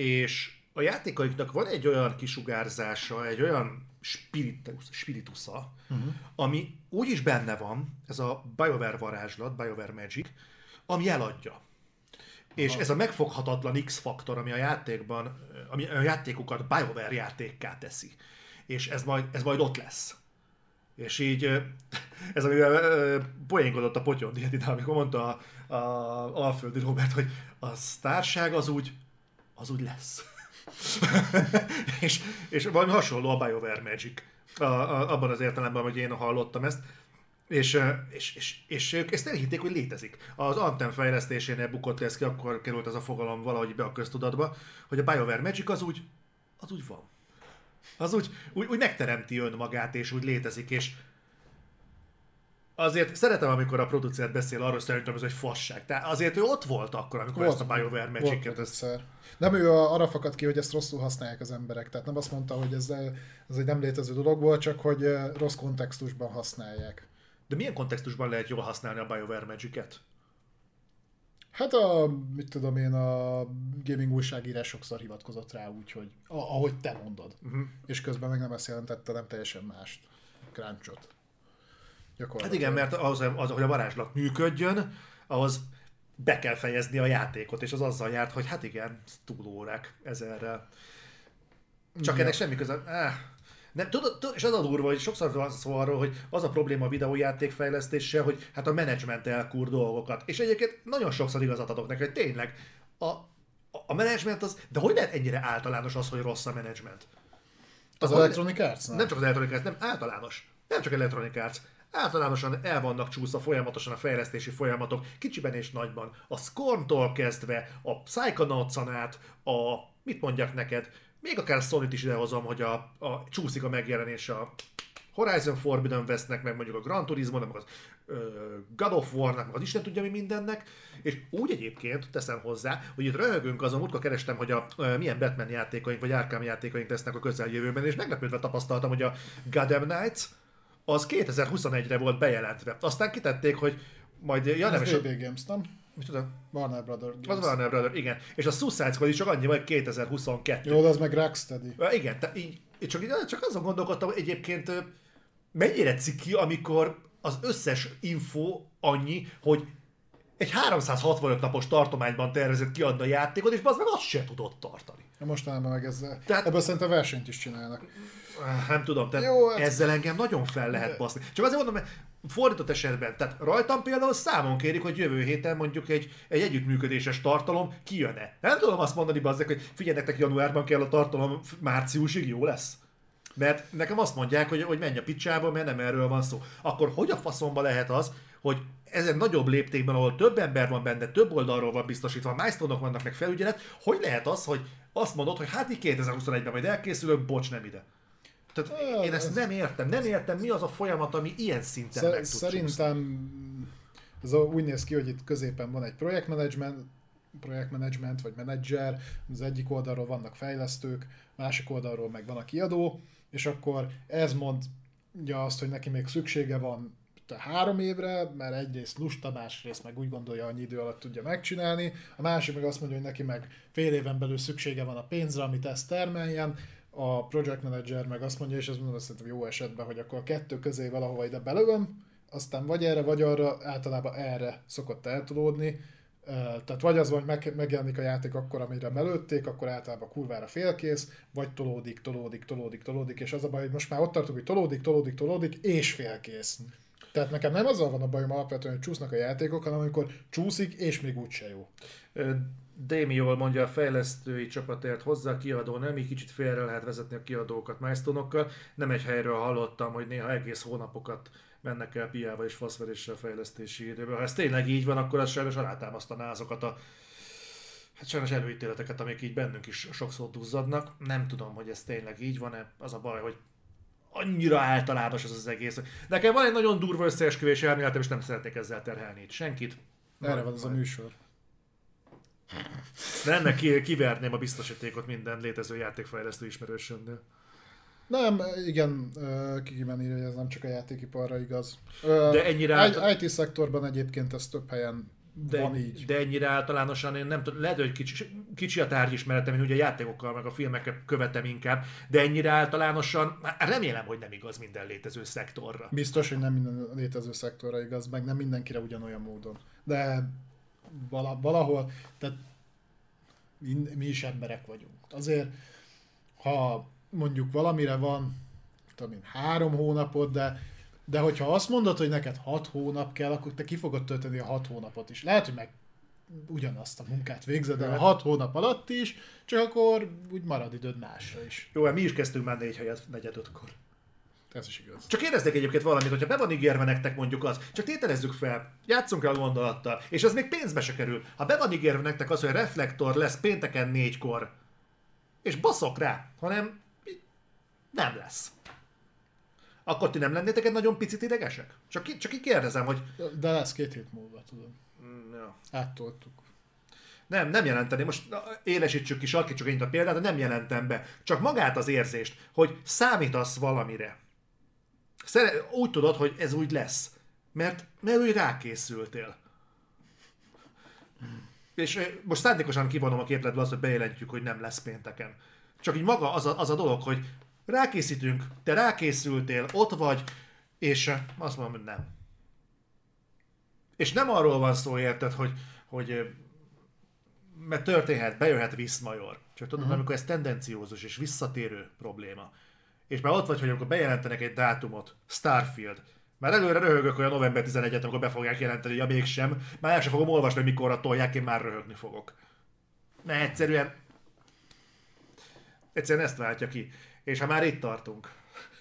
És a játékaiknak van egy olyan kisugárzása, egy olyan spiritus, spiritusza, uh-huh. ami úgyis benne van, ez a BioWare varázslat, BioWare Magic, ami eladja. És ez a megfoghatatlan X-faktor, ami a játékban, ami a játékokat BioWare játékká teszi. És ez majd, ez majd ott lesz. És így, ez amivel poénkodott a Potyondi Edi, amikor mondta a, a Alföldi Robert, hogy a sztárság az úgy, az úgy lesz. és, és valami hasonló a BioWare Magic, a, a, abban az értelemben, hogy én hallottam ezt, és, és, és, és ők ezt elhitték, hogy létezik. Az Anthem fejlesztésénél bukott ez ki, akkor került ez a fogalom valahogy be a köztudatba, hogy a BioWare Magic az úgy, az úgy van. Az úgy, úgy, úgy megteremti önmagát, és úgy létezik, és azért szeretem, amikor a producer beszél arról, szerintem ez egy fasság. Tehát azért ő ott volt akkor, amikor volt, ezt a BioWare Magic-et... Ezt... Nem ő arra fakad ki, hogy ezt rosszul használják az emberek. Tehát nem azt mondta, hogy ez, ez egy nem létező dolog volt, csak hogy rossz kontextusban használják. De milyen kontextusban lehet jól használni a BioWare Magic-et? Hát a, mit tudom én, a gaming újságírás sokszor hivatkozott rá úgy, hogy ahogy te mondod. Uh-huh. És közben meg nem ezt jelentette, nem teljesen mást. Crunchot. Hát igen, mert ahhoz, az, hogy a varázslat működjön, ahhoz be kell fejezni a játékot, és az azzal járt, hogy hát igen, túlórák ezerrel. Csak ja. Ennek semmi köze... Ah. Nem, tudod, tudod, és az a durva, hogy sokszor van szó arról, hogy az a probléma a videójátékfejlesztéssel, hogy hát a menedzsment elkúr dolgokat. És egyébként nagyon sokszor igazat adok neki, hogy tényleg a, a menedzsment az... De hogy lehet ennyire általános az, hogy rossz a menedzsment? Az, az Electronic Arts? Nem csak az Electronic Arts, nem általános. Nem csak Electronic Arts. Általánosan el vannak csúszva folyamatosan a fejlesztési folyamatok, kicsiben és nagyban. A Scorn-tól kezdve, a Psychonauts-on át, a... mit mondjak neked? Még akár a Sony-t is idehozom, hogy a, a csúszik a megjelenés a Horizon Forbidden Westnek, meg mondjuk a Gran Turismo-nak, meg az uh, God of War-nak, meg az Isten tudja mi mindennek. És úgy egyébként teszem hozzá, hogy itt röhögünk azon, múltkor kerestem, hogy a, uh, milyen Batman játékaink, vagy Arkham játékaink lesznek a közeljövőben, és meglepődve tapasztaltam, hogy a Gotham Knights az kétezer-huszonegyre volt bejelentve. Aztán kitették, hogy majd... Ja, nem, ez vé bé Games, nem? Mit tudom? Warner Brothers. Az Warner Brothers, igen. És a Suicide Squad is csak annyi vagy kétezer-huszonkettő. Jó, de az meg Rocksteady. Igen, te, így, csak, csak azon gondolkodtam, hogy egyébként mennyire ciki, amikor az összes info annyi, hogy egy háromszázhatvanöt napos tartományban tervezett kiadni a játékot, és az meg azt sem tudott tartani. Mostanában meg ezzel. Tehát, ebből szerintem versenyt is csinálnak. Nem tudom, tehát Jó, ezzel engem nagyon fel lehet baszni. Csak azért mondom, mert fordított esetben, tehát rajtam például számon kérik, hogy jövő héten mondjuk egy, egy együttműködéses tartalom kijön-e. Nem tudom azt mondani bazzek, hogy figyelj, nektek januárban kell a tartalom, márciusig jó lesz. Mert nekem azt mondják, hogy, hogy menj a picsába, mert nem erről van szó. Akkor hogy a faszomba lehet az, hogy ezen nagyobb léptékben, ahol több ember van benne, több oldalról van biztosítva, milestone-ok vannak meg felügyelet, hogy lehet az, hogy azt mondod, hogy hát így kétezer-huszonegyben majd elkészülök, bocs, nem ide. Tehát én ezt nem értem, nem értem, mi az a folyamat, ami ilyen szinten Szer- meg tud Szerintem ez a, úgy néz ki, hogy itt középen van egy projektmenedzsment, projektmenedzsment vagy menedzser, az egyik oldalról vannak fejlesztők, másik oldalról meg van a kiadó, és akkor ez mondja azt, hogy neki még szüksége van három évre, mert egyrészt lusta, másrészt meg úgy gondolja, annyi idő alatt tudja megcsinálni, a másik meg azt mondja, hogy neki meg fél éven belül szüksége van a pénzre, amit ezt termeljen, a project manager meg azt mondja, és azt mondom, azt szerintem jó esetben, hogy akkor a kettő közé valahova ide belövöm, aztán vagy erre, vagy arra, általában erre szokott eltolódni. Tehát vagy az van, hogy meg, megjelenik a játék akkor, amire belőtték, akkor általában kurvára félkész, vagy tolódik, tolódik, tolódik, tolódik, és az a baj, hogy most már ott tartunk, hogy tolódik, tolódik, tolódik, és félkész. Tehát nekem nem azzal van a bajom alapvetően, hogy csúsznak a játékok, hanem amikor csúszik, és még úgyse jó. Démi jól mondja, a fejlesztői csapatért hozzá, a kiadó nem, így kicsit félre lehet vezetni a kiadókat milestone-okkal. Nem egy helyről hallottam, hogy néha egész hónapokat mennek el piába és faszveréssel fejlesztési időben. Ha ez tényleg így van, akkor ez sajnos alátámasztaná azokat a hát sajnos előítéleteket, amik így bennünk is sokszor duzzadnak. Nem tudom, hogy ez tényleg így van-e. Az a baj, hogy annyira általános ez az egész. Nekem van egy nagyon durva összeesküvés elméletem, és nem szeretnék ezzel terhelni itt senkit. Erre van ez a műsor. De ennek kiverném a biztosítékot minden létező játékfejlesztő ismerősömnél. Nem, igen, Kikimen írja, hogy ez nem csak a játékiparra igaz. De ennyire által... i té szektorban egyébként ez több helyen de, van így. De ennyire általánosan én nem tudom, lehet, hogy kicsi, kicsi a tárgyismeretem, én ugye a játékokkal meg a filmeket követem inkább, de ennyire általánosan, hát remélem, hogy nem igaz minden létező szektorra. Biztos, hogy nem minden létező szektorra igaz, meg nem mindenkire ugyanolyan módon. De valahol, tehát mi is emberek vagyunk. Azért, ha mondjuk valamire van, tudom én, három hónapod, de, de hogyha azt mondod, hogy neked hat hónap kell, akkor te ki fogod tölteni a hat hónapot is. Lehet, hogy meg ugyanazt a munkát végzed, de a hat hónap alatt is, csak akkor úgy marad időd másra is. Jó, mi is kezdtünk már négy helyet, negyed ötkor. Ez is igaz. Csak kérdeztek egyébként valamit, hogyha be van ígérve nektek mondjuk az, csak tételezzük fel, játszunk el a gondolattal, és az még pénzbe se kerül. Ha be van ígérve nektek az, hogy Reflektor lesz pénteken négykor, és baszok rá, hanem nem lesz. Akkor ti nem lennétek egy nagyon picit idegesek? Csak, csak így kérdezem, hogy... De lesz két hét múlva, tudom. Mm, ja. Áttoltuk. Nem, nem jelenteni. Most élesítsük ki, sarkítsuk ennyit a példát, de nem jelentem be. Csak magát az érzést, hogy számítasz valamire. Szere- úgy tudod, hogy ez úgy lesz. Mert, mert úgy rákészültél. És most szándékosan kivonom a képletből azt, hogy bejelentjük, hogy nem lesz pénteken. Csak így maga az a, az a dolog, hogy rákészítünk, te rákészültél, ott vagy, és azt mondom, hogy nem. És nem arról van szó, érted, hogy, hogy mert történhet, bejöhet Viszmajor. Csak tudod, uh-huh. amikor ez tendenciózus és visszatérő probléma. És már ott vagy, hogy amikor bejelentenek egy dátumot, Starfield, már előre röhögök, hogy a november tizenegyedike, amikor be fogják jelenteni, ja mégsem, már el sem fogom olvasni, hogy mikorra tolják, én már röhögni fogok. Ne, egyszerűen egyszerűen ezt váltja ki. És ha már itt tartunk.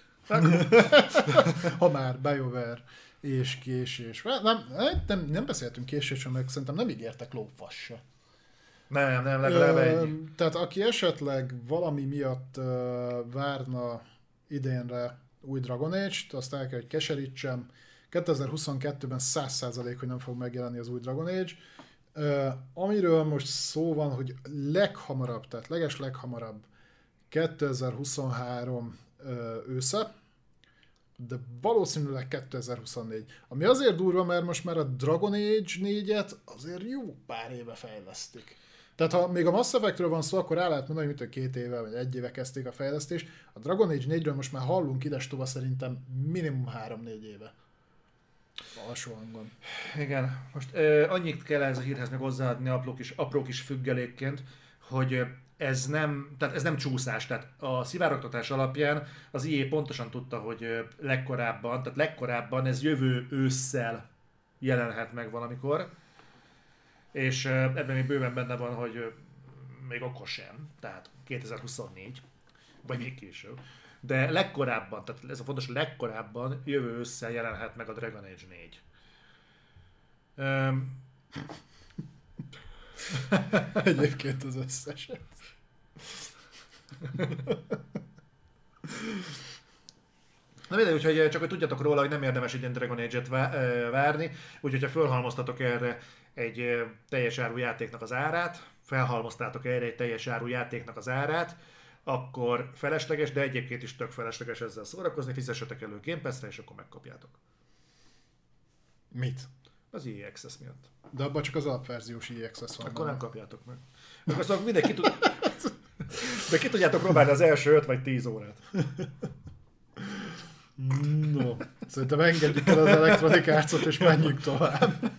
ha már BioWare és késés. Nem, nem, nem beszéltünk késésről, meg szerintem nem ígértek lófasz se. Nem, nem, legalább egy. Tehát aki esetleg valami miatt uh, várna idénre új Dragon Age-t, azt el kell, hogy keserítsem. kétezer-huszonkettőben száz százalék, hogy nem fog megjelenni az új Dragon Age. Uh, amiről most szó van, hogy leghamarabb, tehát leges leghamarabb kétezer-huszonhárom uh, ősze, de valószínűleg kétezer-huszonnégy. Ami azért durva, mert most már a Dragon Age négyet azért jó pár éve fejlesztik. Tehát ha még a Mass Effectről van szó, akkor rá lehet mondani, hogy mit két éve vagy egy éve kezdték a fejlesztést. A Dragon Age négyről most már hallunk idestova szerintem minimum három-négy éve. Alsó hangon. Igen. Most ö, annyit kell ez a hírhez meg hozzáadni apró kis, apró kis függelékként, hogy ez nem, tehát ez nem csúszás, tehát a szivárogtatás alapján az i á pontosan tudta, hogy legkorábban, tehát legkorábban ez jövő ősszel jelenhet meg valamikor, és ebben még bőven benne van, hogy még akkor sem, tehát kétezer-huszonnégy, vagy még később. De legkorábban, tehát ez a fontos, legkorábban jövő ősszel jelenhet meg a Dragon Age négy. Um, Egyébként az összeset. Na mindegy, úgyhogy csak hogy tudjatok róla, hogy nem érdemes egy ilyen Dragon Age-et várni, úgyhogy ha felhalmoztatok erre egy teljes áru játéknak az árát, felhalmoztátok erre egy teljes áru játéknak az árát, akkor felesleges, de egyébként is tök felesleges ezzel szórakozni, fizessetek elő Game Pass-re, és akkor megkapjátok. Mit? Az i á Access miatt. De abban csak az alapverziós i á Access van. Akkor nem kapjátok meg. Akkor szóval mindenki tud... De ki tudjátok próbálni az első öt vagy tíz órát. No, szerintem engedjük el az Electronic Arts-ot és menjünk tovább.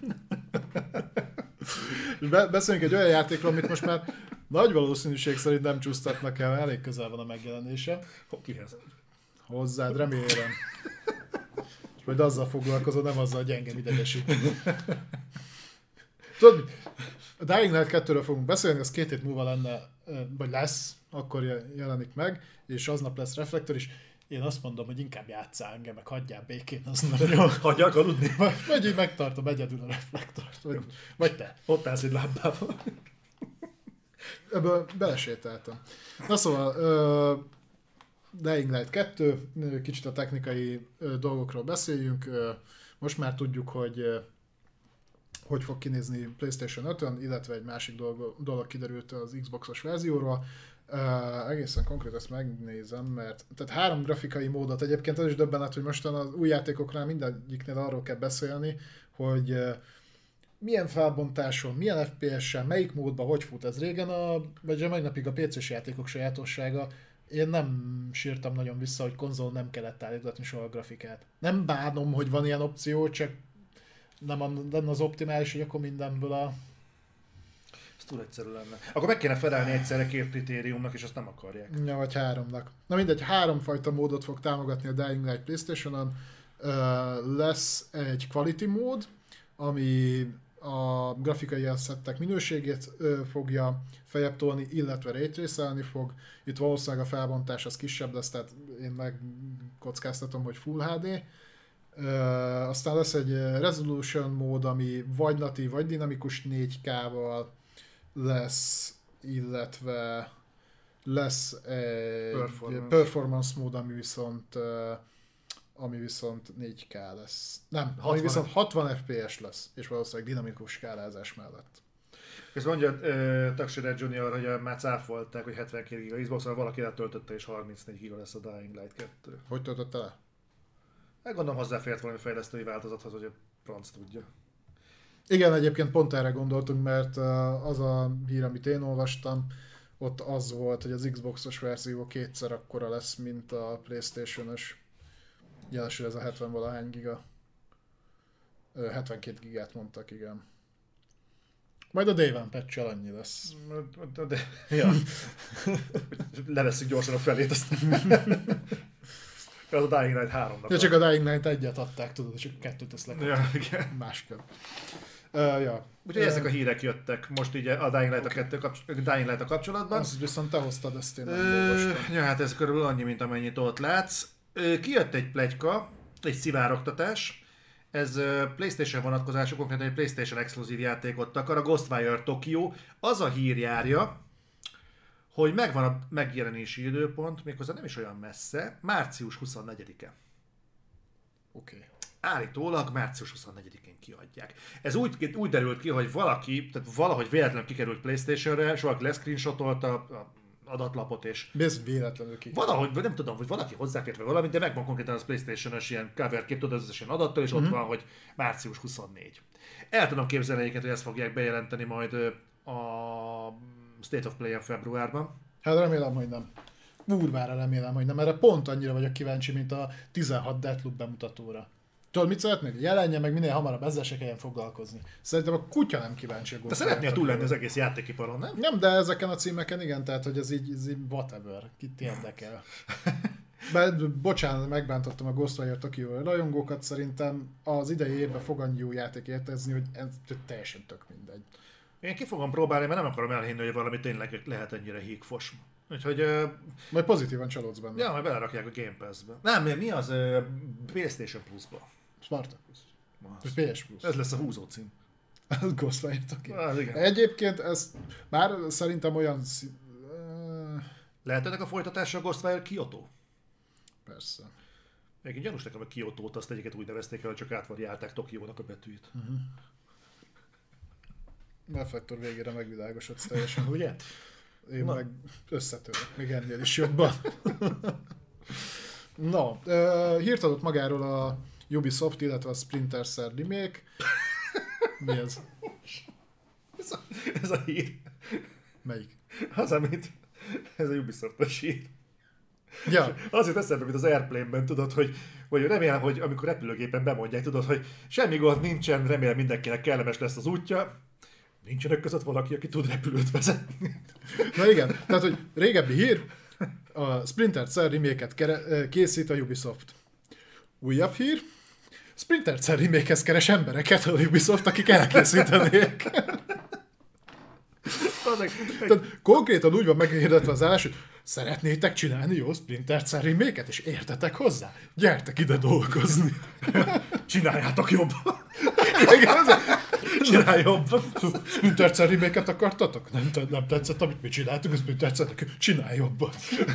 És be- beszéljünk egy olyan játékról, amit most már nagy valószínűség szerint nem csúsztatnak el, elég közel van a megjelenése. Kihez? Hozzád, remélem. És majd azzal foglalkozol, nem azzal gyengem idegesít. Tudod, a Dying Light kettőről fogunk beszélni, az két hét múlva lenne, vagy lesz, akkor jelenik meg, és aznap lesz Reflektor is. Én azt mondom, hogy inkább játsszál engem, meg hagyjál békén, az nagyon... Hagyjak aludni? Vagy így megtartom egyedül a Reflektort, vagy, vagy te. Ott állsz egy lábával. Ebből belesétáltam. Na szóval, uh, Dying Light kettő, kicsit a technikai uh, dolgokról beszéljünk. Uh, most már tudjuk, hogy uh, hogy fog kinézni PlayStation ötön, illetve egy másik dolog, dolog kiderült az Xboxos verzióról. Uh, egészen konkrét ezt megnézem, mert tehát három grafikai módot, egyébként az is döbbenet, hogy mostan az új játékoknál mindegyiknél arról kell beszélni, hogy uh, milyen felbontáson, milyen ef pé es-sel, melyik módban, hogy fut ez. Régen, a, vagy a mai napig a pé cés játékok sajátossága, én nem sírtam nagyon vissza, hogy konzol nem kellett állítgatni soha a grafikát. Nem bánom, hogy van ilyen opció, csak nem lenne az optimális, hogy akkor mindenből a... Ez túl egyszerű lenne. Akkor meg kéne felelni egyszerre két kritériumnak, és azt nem akarják. Ja, vagy háromnak. Na mindegy, háromfajta módot fog támogatni a Dying Light PlayStation-on. Uh, lesz egy quality mód, ami a grafikai asszettek minőségét uh, fogja feljebb tolni, illetve raytracelni fog. Itt valószínűleg a felbontás az kisebb lesz, tehát én megkockáztatom, hogy Full há dé. Uh, aztán lesz egy resolution mód, ami vagy natív, vagy dinamikus négy ká-val lesz, illetve lesz egy performance, performance mód, ami viszont uh, ami viszont négy ká lesz. Nem, hatvan ami viszont hatvan ef pé es lesz, és valószínűleg dinamikus skálázás mellett. Ez mondja uh, Taxi Junior, hogy már cáfolták, hogy hetvenkét giga Xbox-on valaki letöltötte, és harmincnégy giga lesz a Dying Light kettő. Hogy töltötte le? Hát gondolom hozzáfért valami fejlesztői változathoz, hogy a franc tudja. Igen, egyébként pont erre gondoltunk, mert az a hír, amit én olvastam, ott az volt, hogy az Xboxos verzió kétszer akkora lesz, mint a PlayStation-ös. Jelesül ez a hetven valahány giga. hetvenkét gigát mondtak, igen. Majd a Day One patch-el annyi lesz. De, de, ja. Levesszük gyorsan a felét, aztán... Az a Dying Light háromnak. Ja, csak a Dying Light egyet adták, tudod, csak kettőt teszlek. Ja, igen. Másképp. Uh, ja. Úgyhogy uh, ezek a hírek jöttek most így a Dying Light a, kettő kapcs- Dying Light a kapcsolatban. Azt viszont te hoztad, ezt én nem uh, Ja, hát ez körülbelül annyi, mint amennyit ott látsz. Uh, kijött egy pletyka, egy szivárogtatás. Ez uh, PlayStation vonatkozású, konkrétan egy PlayStation exkluzív játékot akar, a Ghostwire Tokyo. Az a hír járja, hogy megvan a megjelenési időpont, méghozzá nem is olyan messze, március huszonnegyedike. Oké. Okay. Állítólag március huszonnegyedikén kiadják. Ez úgy, úgy derült ki, hogy valaki, tehát valahogy véletlenül kikerült PlayStation-re, és valaki leszcreenshotolta a adatlapot, és... Ez véletlenül kikerült. Valahogy, nem tudom, hogy valaki hozzáfért vagy valamit, de megvan konkrétan az PlayStation-ös ilyen cover kép, tudod, az ilyen adattal, és mm-hmm. ott van, hogy március huszonnégy. El tudom képzelni egyébként, hogy ezt fogják bejelenteni majd a State of Play-en februárban. Hát remélem, hogy nem. Kurvára remélem, hogy nem. Erre pont annyira vagyok kíváncsi, mint a tizenhat Deathloop bemutatóra. Tudod, mit szeretnék? Jelenjen meg minél hamarabb, ezzel se kelljen foglalkozni. Szerintem a kutya nem kíváncsi a De szeretnél túl lenni az egész játékiparon, nem? Nem, de ezeken a címeken igen, tehát hogy ez így, ez így whatever, kit érdekel. Be, bocsánat, megbántottam a Ghostwire Tokyo rajongókat, szerintem az idei évben fog annyi jó játék értezni, hogy ez teljesen tök mindegy. Én ki fogom próbálni, mert nem akarom elhinni, hogy valami tényleg lehet ennyire hígfos. Úgyhogy... Uh, majd pozitívan csalódsz benne. Ja, majd belerakják a Game Pass-be. Nem, mi az uh, PlayStation Plus-ba? Spartacus. pé es Plus. Ez lesz a húzó cím. Ghostwire Tokyo. Az igen. Egyébként ez már szerintem olyan... Lehet ennek a folytatása a Ghostwire Kyoto? Persze. Egyébként gyanús nekem a Kyotót, azt egyiket úgy nevezték el, hogy csak átvariálták Tokiónak a betűit. Uh-huh. Reflektor végére megvilágosodsz teljesen, ugye? Én Na. meg összetörök, még ennél is jobban. Na, uh, hírt adott magáról a Ubisoft, illetve a Splinter Cell remake. Mi ez? Ez a, ez a hír. Melyik? Az, amit... Ez a Ubisoft-os hír. Ja. Azért eszembe, mint az Airplane-ben, tudod, hogy, hogy remélem, hogy amikor repülőgépen bemondják, tudod, hogy semmi gond nincsen, remélem mindenkinek kellemes lesz az útja. Nincsenek között valaki, aki tud repülőt vezetni. Na igen, tehát, hogy régebbi hír, a Splinter Cell remake-et kere- készít a Ubisoft. Újabb hír, Splinter Cell remake-hez keres embereket a Ubisoft, akik elkészítenék. Tehát konkrétan úgy van meghirdetve az állás, hogy szeretnétek csinálni jó Splinter Cell remake-et, és értetek hozzá? Gyertek ide dolgozni. Csináljátok jobban. Csinálj jobban. Splinter Cell remake-et akartatok? Nem, nem tetszett, amit mi csináltunk, a Splinter Cell-nek. Csinálj jobban.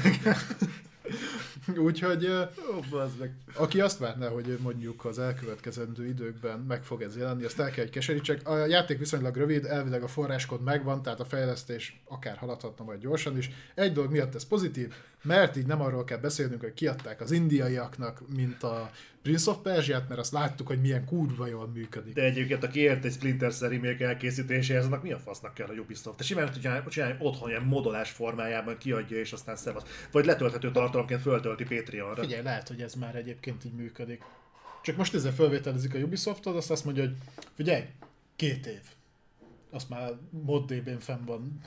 Úgyhogy oh, aki azt várná, hogy mondjuk az elkövetkezendő időkben meg fog ez jelenni, azt el kell, hogy keserítsek. A játék viszonylag rövid, elvileg a forráskód megvan, tehát a fejlesztés akár haladhatna majd gyorsan is. Egy dolog miatt ez pozitív, mert így nem arról kell beszélnünk, hogy kiadták az indiaiaknak, mint a Prince of Persia-t, mert azt láttuk, hogy milyen kurva jól működik. De egyébként, aki ért egy Splinter Cell remake elkészítéséhez, annak mi a fasznak kell a Ubisoft? Te simán tudja csinálni otthon ilyen modolás formájában, kiadja és aztán szevasz. Vagy letölthető tartalomként föltölti Patreonra. Figyelj, lehet, hogy ez már egyébként így működik. Csak most ezzel felvételezik a Ubisoftot, azt azt mondja, hogy figyelj, két év. Azt már ModDB-n fenn van,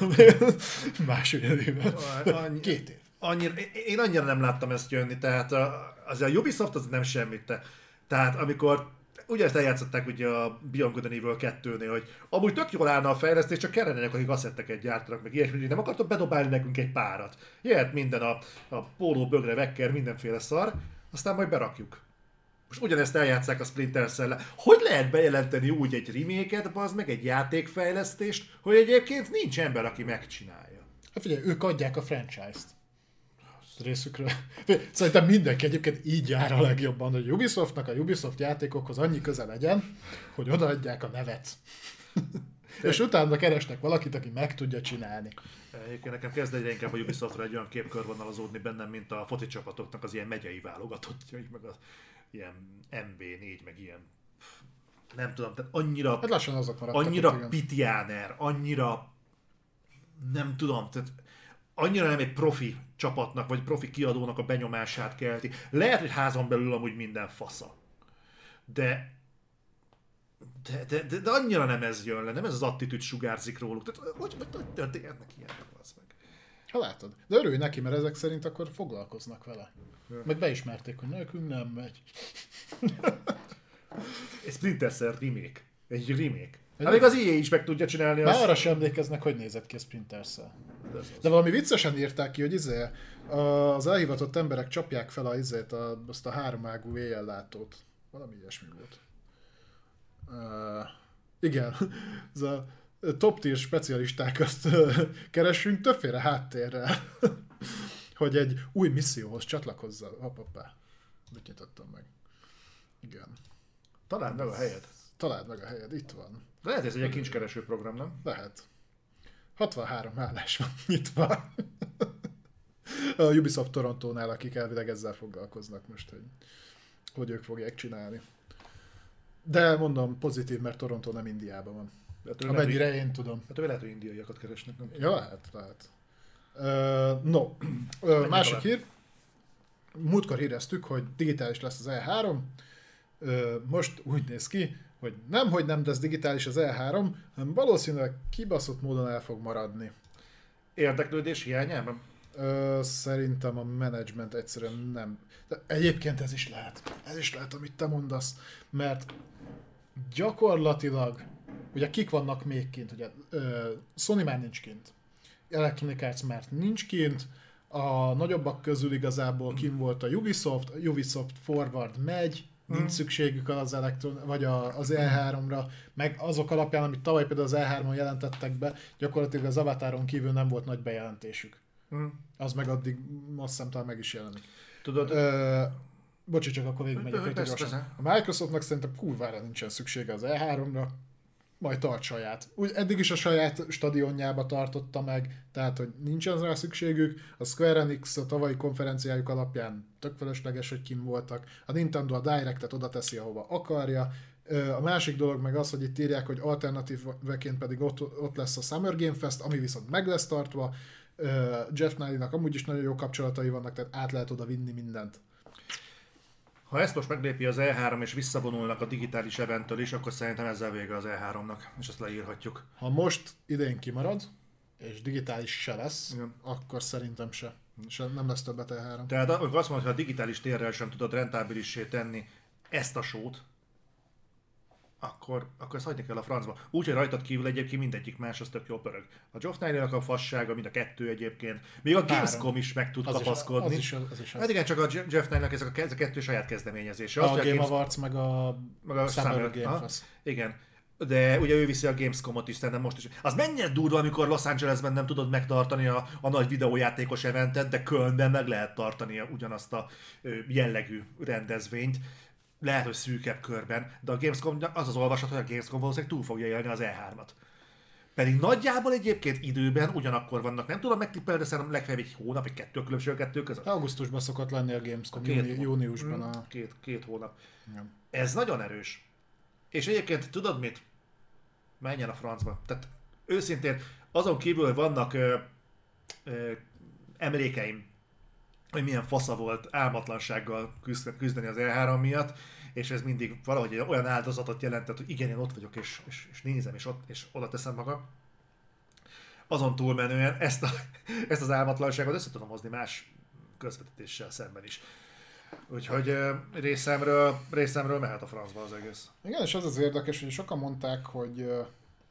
másfél évben. Két év. Annyira, én annyira nem láttam ezt jönni, tehát az a Ubisoft az nem semmit. Te. Tehát amikor ugye ezt eljátszották ugye a Beyond Good and Evil kettőnél, hogy amúgy tök jól állna a fejlesztés, csak kellenének, akik asszetteket gyártanak, meg ilyesmi, hogy nem akartok bedobálni nekünk egy párat. Jöhet minden a, a póló, bögre, vekker, mindenféle szar, aztán majd berakjuk. Most ugyanezt eljátszák a Splinter Cell-el. Hogy lehet bejelenteni úgy egy remake-et, bazd meg egy játékfejlesztést, hogy egyébként nincs ember, aki megcsinálja? Hát figyelj, ők adják a franchise-t. Részükről. Szerintem mindenki egyébként így jár a legjobban, hogy Ubisoftnak a Ubisoft játékokhoz annyi köze legyen, hogy odaadják a nevet. És utána keresnek valakit, aki meg tudja csinálni. Egyébként nekem kezd egyre inkább a Ubisoftra egy olyan kép körvonalazódni bennem, mint a foci csapatoknak az ilyen megyei válogatottjai, meg az ilyen em bé négy, meg ilyen nem tudom, tehát annyira hát lassan azok maradtak, annyira pitjáner, annyira nem tudom, tehát annyira nem egy profi csapatnak, vagy profi kiadónak a benyomását kelti. Lehet, hogy házon belül amúgy minden fasza. De de, de, de, de annyira nem ez jön le, nem ez az attitűd sugárzik róluk. Tehát hogy, hogy, hogy történhetnek ilyenek, az meg. Ha látod. De örülj neki, mert ezek szerint akkor foglalkoznak vele. Ja. Meg beismerték, hogy nekünk nem megy. Egy Splinter Cell remake. Egy remake. Hát még az i á is meg tudja csinálni. Már arra sem emlékeznek, hogy nézett ki a Splinter Cell. De, De valami viccesen írták ki, hogy izé, az elhivatott emberek csapják fel a, izét, a, azt a háromágú éjjellátót. Valami ilyesmi volt. Uh, igen, ez a top tier specialistákat keresünk többféle háttérrel, hogy egy új misszióhoz csatlakozzal. Hoppá, mit nyitottam meg. Igen. Találd meg a helyed. Találd meg a helyed, itt van. De lehet, ez egy kincskereső program, nem? Lehet. hatvanhárom állás van nyitva. A Ubisoft Torontónál, akik elvileg ezzel foglalkoznak most, hogy, hogy ők fogják csinálni. De mondom, pozitív, mert Toronto nem Indiában van. Amennyire nem, én tudom. Hát ő lehet, hogy indiaiakat keresnek. Nem? Ja, lehet, lehet. Uh, no, uh, másik hír. Múltkor híreztük, hogy digitális lesz az E három, Ö, most úgy néz ki, hogy nem, hogy nem lesz digitális az E három, hanem valószínűleg kibaszott módon el fog maradni. Érdeklődés hiányában? Ö, szerintem a menedzsment egyszerűen nem. De egyébként ez is lehet. Ez is lehet, amit te mondasz. Mert gyakorlatilag, ugye kik vannak még kint? Ugye, ö, Sony már nincs kint. Electronic Arts már nincs kint. A nagyobbak közül igazából kint volt a Ubisoft. A Ubisoft Forward megy. Nincs hmm. szükségük az elektron, vagy a, az E háromra, meg azok alapján, amit tavaly például az E hármon jelentettek be, gyakorlatilag az Avataron kívül nem volt nagy bejelentésük. Hmm. Az meg addig azt hiszem talán meg is jelenik. Tudod? Ö, bocsi, csak akkor végigmegyek egy gyorsan. A Microsoftnak szerintem kurvára nincsen szüksége az E háromra, majd tart saját. Úgy eddig is a saját stadionjába tartotta meg, tehát hogy nincsen rá szükségük. A Square Enix a tavalyi konferenciájuk alapján tök felesleges, hogy kim voltak. A Nintendo a Directet oda teszi, ahova akarja. A másik dolog meg az, hogy itt írják, hogy alternatíveként pedig ott, ott lesz a Summer Game Fest, ami viszont meg lesz tartva. Jeff Nally-nak amúgy is nagyon jó kapcsolatai vannak, tehát át lehet oda vinni mindent. Ha ezt most meglépi az E három és visszavonulnak a digitális eventtől is, akkor szerintem ezzel vége az E háromnak, és ezt leírhatjuk. Ha most idén kimarad, és digitális se lesz, igen, akkor szerintem se. És nem lesz többet E három. Tehát amikor azt mondod, hogy a digitális térrel sem tudod rentábilissé tenni ezt a sót, akkor, akkor ezt hagyni kell a francba. Úgyhogy rajtad kívül egyébként mindegyik más, az tök jól pörög. A Geoff Keighley-nak a fassága, mind a kettő egyébként. Még a Gamescom is meg tud az kapaszkodni. Is, az is, az is az. Hát igen, csak a Geoff Keighley-nak ez a, ez a kettő saját kezdeményezése. A, a Game Awards meg a, meg a Summer, Summer Game Fest. Igen. De ugye ő viszi a Gamescomot is, szerintem most is. Az mennyire durva, amikor Los Angelesben nem tudod megtartani a, a nagy videójátékos eventet, de Kölnben meg lehet tartani ugyanazt a jellegű rendezvényt. Lehet, hogy szűkebb körben, de a Gamescom, az az olvasat, hogy a Gamescom valószínűleg túl fogja élni az E hármat. Pedig nagyjából egyébként időben ugyanakkor vannak, nem tudom megtippelni, de szerintem legfeljebb egy hónap, egy kettő különbség a kettő között. Augusztusban szokott lenni a Gamescom, két júni, júniusban. A... Két, két hónap. Ja. Ez nagyon erős. És egyébként tudod mit? Menjen a francba. Tehát őszintén azon kívül vannak ö, ö, emlékeim, hogy milyen fasza volt álmatlansággal küzdeni az E három miatt, és ez mindig valahogy olyan áldozatot jelentett, hogy igen, én ott vagyok, és, és, és nézem, és, ott, és oda teszem magam. Azon túlmenően ezt, a, ezt az álmatlanságot össze tudom hozni más közvetítéssel szemben is. Úgyhogy részemről, részemről mehet a francba az egész. Igen, és az az érdekes, hogy sokan mondták, hogy ö,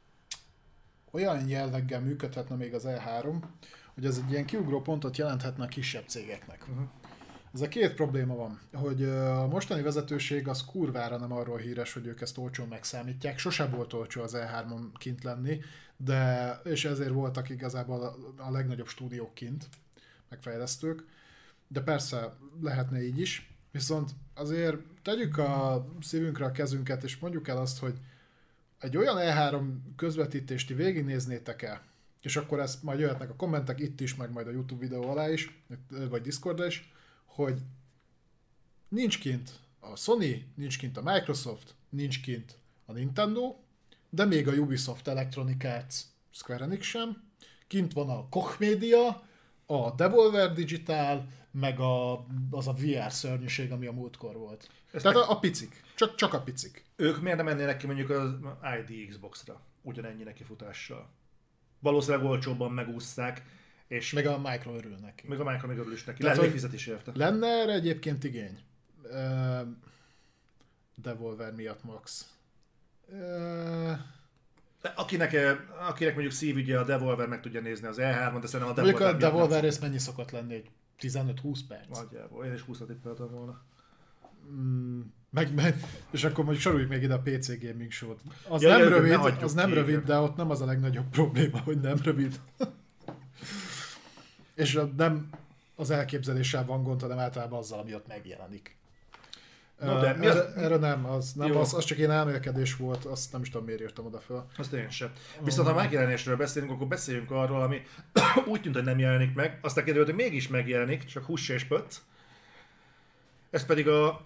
olyan jelleggel működhetne még az E három, hogy ez egy ilyen kiugró pontot jelenthetne a kisebb cégeknek. Uh-huh. Ez a két probléma van, hogy a mostani vezetőség az kurvára nem arról híres, hogy ők ezt olcsón megszámítják. Sose volt olcsó az E hármon kint lenni, de, és ezért voltak igazából a, a legnagyobb stúdiók kint, megfejlesztők. De persze lehetne így is, viszont azért tegyük a szívünkre a kezünket, és mondjuk el azt, hogy egy olyan E három közvetítést ti végignéznétek el, és akkor ezt majd jöhetnek a kommentek itt is, meg majd a YouTube videó alá is, vagy Discordra is, hogy nincs kint a Sony, nincs kint a Microsoft, nincs kint a Nintendo, de még a Ubisoft, Electronic Arts, Square Enix sem, kint van a Koch Media, a Devolver Digital, meg a, az a vé er szörnyűség, ami a múltkor volt. Ezt Tehát meg... a, a picik, csak, csak a picik. Ők miért nem mennének ki mondjuk az i dé Xbox-ra, ugyanennyi nekifutással? Valószínűleg olcsóbban megússzák, és... Meg a Micro örül neki. Meg a Micro még örül is neki. Lehet, hogy fizet is érte. Lenne erre egyébként igény. Uh, Devolver miatt max. Uh... Akinek, akinek mondjuk szívügye a Devolver meg tudja nézni az E hármat, de szerintem a Devolver... Mondjuk a Devolver rész mennyi szokott lenni? Egy tizenöt-húsz perc? Nagyjából. Én is húszra tippeltem volna. Mm, meg, meg, és akkor mondjuk soroljuk még ide a pé cé Gaming Show-t. Az ja, nem jö, rövid, ne az nem ki, rövid, igen. de ott nem az a legnagyobb probléma, hogy nem rövid. És a, nem az elképzeléssel van gond, hanem általában azzal, ami ott megjelenik. No, de uh, erre, az... erre nem, az, nem az, az csak én elmélkedés volt, azt nem is tudom miért írtam oda fel. Azt én sem. Viszont ha megjelenésről beszélünk, akkor beszéljünk arról, ami úgy tűnt, hogy nem jelenik meg, aztán kiderült, hogy mégis megjelenik, csak hús és pöcc. Ez pedig a...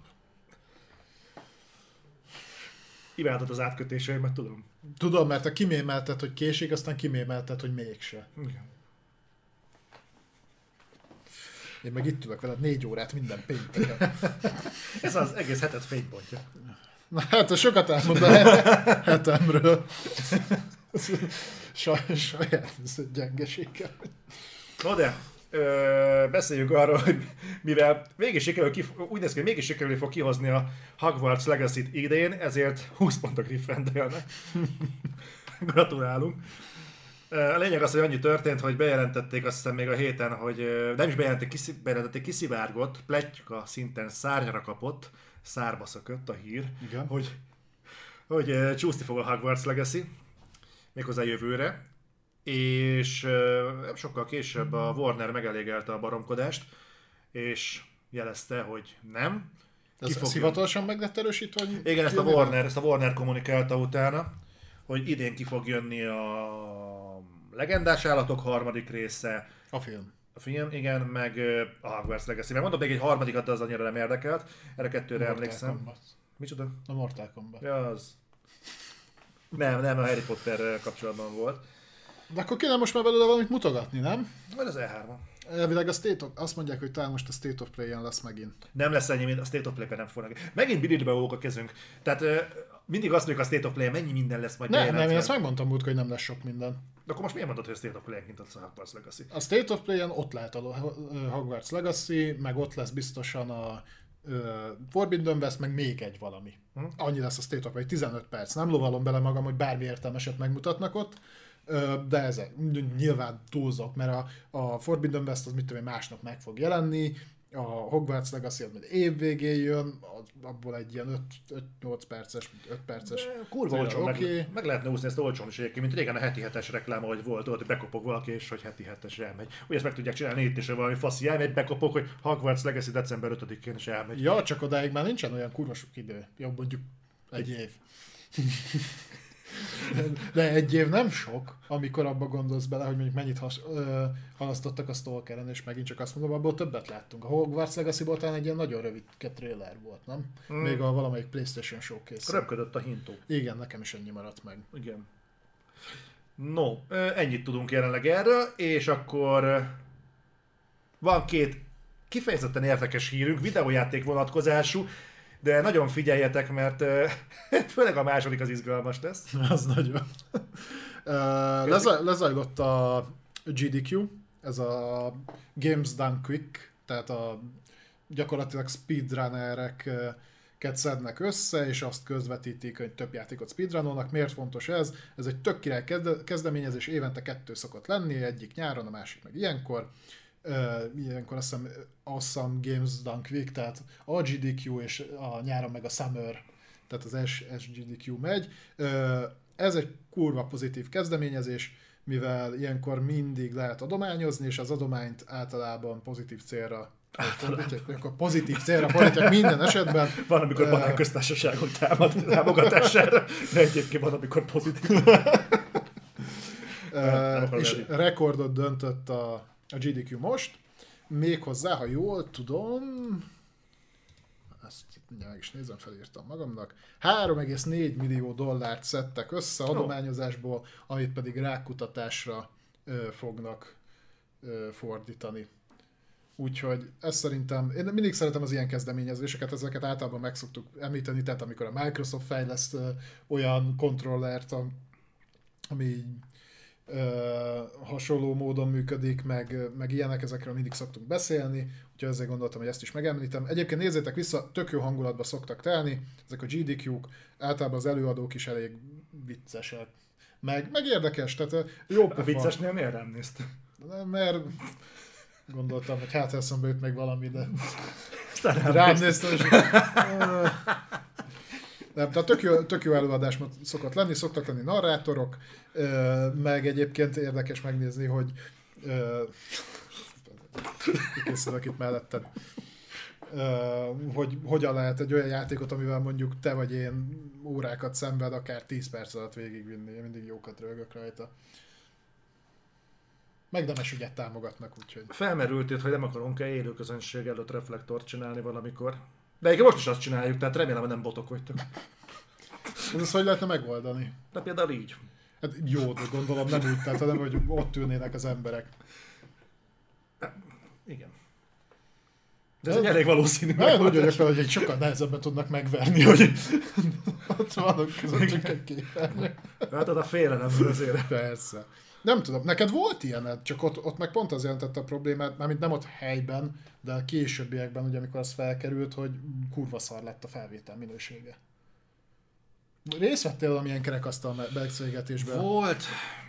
Imádod az átkötéseimet, tudom. Tudom, mert te kimémelted, hogy késik, aztán kimémelted, hogy mégse. Igen. Én meg itt ülök veled négy órát minden pénteken. Ez az egész hetet fénypontja. Na hát, a sokat elmond a hetemről. Saj, saját gyengeséggel. No de, ö, beszéljünk arról, hogy mivel mégis sikerül, kif- úgy néz ki, hogy mégis sikerül fog kihozni a Hogwarts Legacy-t idén, ezért húsz pont a Gryffindornak. Gratulálunk. A lényeg az, hogy annyi történt, hogy bejelentették azt hiszem még a héten, hogy nem is bejelentették, kiszi, bejelentették kiszivárgott, pletyka szinten szárnyra kapott, szárba szökött a hír, Igen. hogy, hogy csúszni fog a Hogwarts Legacy, méghozzá jövőre, és sokkal később a Warner megelégelte a baromkodást, és jelezte, hogy nem. Ez fog hivatalosan meg lett erősítve? Igen, ezt a, Warner, ezt a Warner kommunikálta utána, hogy idén ki fog jönni a Legendás Állatok harmadik része. A film. A film, igen, meg a Hogwarts Legacy. Meg mondom még egy harmadikat, de az annyira nem érdekelt. Erre kettőre emlékszem. Kombat. Micsoda? A Mortal Kombat. Ja, az. Nem, nem, a Harry Potter kapcsolatban volt. De akkor kéne most már belőle valamit mutogatni, nem? Vagy az E három. Elvileg a State of, azt mondják, hogy talán most a State of Play-en lesz megint. Nem lesz ennyi, mint a State of Play-ben nem fognak. Megint bilidbe a kezünk. Tehát mindig azt mondjuk a State of Play-en mennyi minden lesz majd. Nem, nem, én ezt megmondtam múlt, hogy nem lesz sok minden. De akkor most miért mondod, hogy a State of Play-en ott a Hogwarts Legacy? A State of Play-en ott lehet a Hogwarts Legacy, meg ott lesz biztosan a uh, Forbidden West, meg még egy valami. Hm? Annyi lesz a State of Play, tizenöt perc. Nem lovalom bele magam, hogy bármi értelmeset megmutatnak ott, uh, de ezek nyilván túlzok, mert a, a Forbidden West az mit tudom én, másnap meg fog jelenni, a Hogwarts Legacy az majd év végén jön, abból egy ilyen öt-nyolc perces, öt perces. De kurva olcsón, okay. meg, meg lehetne úszni ezt olcsón is egyébként, mint régen a heti hetes reklám, hogy volt, ott bekopog valaki, és hogy heti hetes elmegy. Úgy ezt meg tudják csinálni itt is, hogy valami faszi elmegy, bekopog, hogy Hogwarts Legacy december ötödikén is elmegy. Ja, csak odáig már nincsen olyan kurva sok idő. Jobb mondjuk egy év. De egy év nem sok, amikor abba gondolsz bele, hogy mondjuk mennyit has, ö, halasztottak a Stalkeren, és megint csak azt mondom, abból többet láttunk. A Hogwarts Legacy-ból talán egy ilyen nagyon rövid trailer volt, nem? Hmm. Még a valamelyik PlayStation Showcase. Röpködött a hintó. Igen, nekem is ennyi maradt meg. Igen. No, ennyit tudunk jelenleg erről, és akkor van két kifejezetten érdekes hírünk, videójáték vonatkozású, de nagyon figyeljetek, mert főleg a második az izgalmas lesz. Az nagyon. Lezajlott a G D Q, ez a Games Done Quick, tehát a gyakorlatilag speedrunnereket szednek össze, és azt közvetítik, hogy több játékot speedrunolnak. Miért fontos ez? Ez egy tök király kezdeményezés, évente kettő szokott lenni, egyik nyáron, a másik meg ilyenkor. Uh, ilyenkor azt hiszem Awesome Games Done Quick, tehát a G D Q és a nyáron meg a Summer, tehát az S G D Q megy. Uh, ez egy kurva pozitív kezdeményezés, mivel ilyenkor mindig lehet adományozni, és az adományt általában pozitív célra fordítják, akkor pozitív célra fordítják minden esetben. Van, amikor uh, banán-köztársaságon támad támogatására, de egyébként van, amikor pozitív. uh, és rekordot döntött a a G D Q most, méghozzá, ha jól tudom, ezt mindjárt is nézem, felírtam magamnak, három egész négy millió dollárt szedtek össze adományozásból, amit pedig rákutatásra ö, fognak ö, fordítani. Úgyhogy ez szerintem, én mindig szeretem az ilyen kezdeményezéseket, ezeket általában meg szoktuk említeni, tehát amikor a Microsoft fejleszt ö, olyan kontrollert, ami Uh, hasonló módon működik, meg, meg ilyenek, ezekről mindig szoktunk beszélni, úgyhogy ezért gondoltam, hogy ezt is megemlítem. Egyébként nézzétek vissza, tök jó hangulatba szoktak telni, ezek a G D Q-k, általában az előadók is elég viccesek, meg, meg érdekes, tehát jó pofa. A viccesnél miért nem néztem? Mert gondoltam, hogy hát eszembe jut meg valami, de rám néztem, és... Nem, tehát tök jó, tök jó előadás szokott lenni, szoktak lenni narrátorok, meg egyébként érdekes megnézni, hogy készülök itt melletted, hogy hogyan lehet egy olyan játékot, amivel mondjuk te vagy én órákat szenved, akár tíz perc alatt végigvinni, én mindig jókat rögök rajta. Meg Demes ügyet támogatnak, úgyhogy... Felmerült itt, hogy nem akarunk-e élő közönség előtt reflektort csinálni valamikor. De egyébként most is azt csináljuk, tehát remélem, hogy nem botok vagytok. Ez hogy lehetne megoldani? De például így. Hát jó, de gondolom nem úgy, tehát hanem, hogy ott ülnének az emberek. Igen. De ez egy elég valószínű. Nagyon úgy vagyok fel, hogy egy sokkal nehezebben tudnak megverni, hogy ott vannak közöttük egy képernyő. Látod a félelem azért. Persze. Nem tudom, neked volt ilyened, csak ott, ott meg pont az jelentette a problémát, mármint nem ott helyben, de a későbbiekben, ugye amikor az felkerült, hogy kurva szar lett a felvétel minősége. Részt vettél valamilyen kerekasztal beszélgetésben? Volt.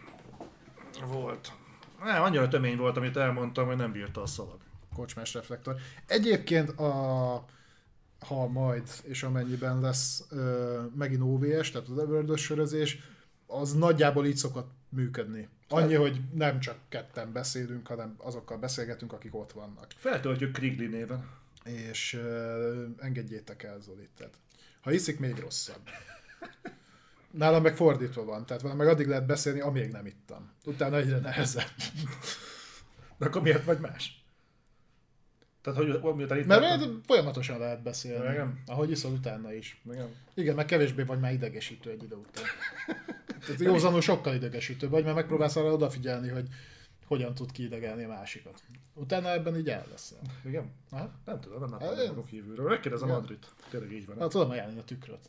Volt. Nem, annyira tömény volt, amit elmondtam, hogy nem bírta a szalag. Kocsmás reflektor. Egyébként a... ha majd, és amennyiben lesz ö, megint o vé es, tehát az Everöldös sörözés, az nagyjából így szokott működni. Annyi, hogy nem csak ketten beszélünk, hanem azokkal beszélgetünk, akik ott vannak. Feltöltjük Krigli néven. És ö, engedjétek el Zolit. Tehát, ha iszik, még rosszabb. Nálam meg fordítva van, tehát meg addig lehet beszélni, amíg nem ittam. Utána egyre nehezebb. De akkor miért vagy más? Tehát, hogy miután itt... Mert akkor... folyamatosan lehet beszélni. Igen. Ahogy iszol utána is. Igen. Igen, meg kevésbé vagy már idegesítő egy idő után. Tehát józanul sokkal idegesítő vagy, mert megpróbálsz arra odafigyelni, hogy hogyan tud kiidegelni a másikat. Utána ebben így el leszel. Igen? Aha. Nem tudom, nem látom a kívülről. Megkérdezem Andrit. Tényleg így van. Hát tudom ajánlani a tükröt.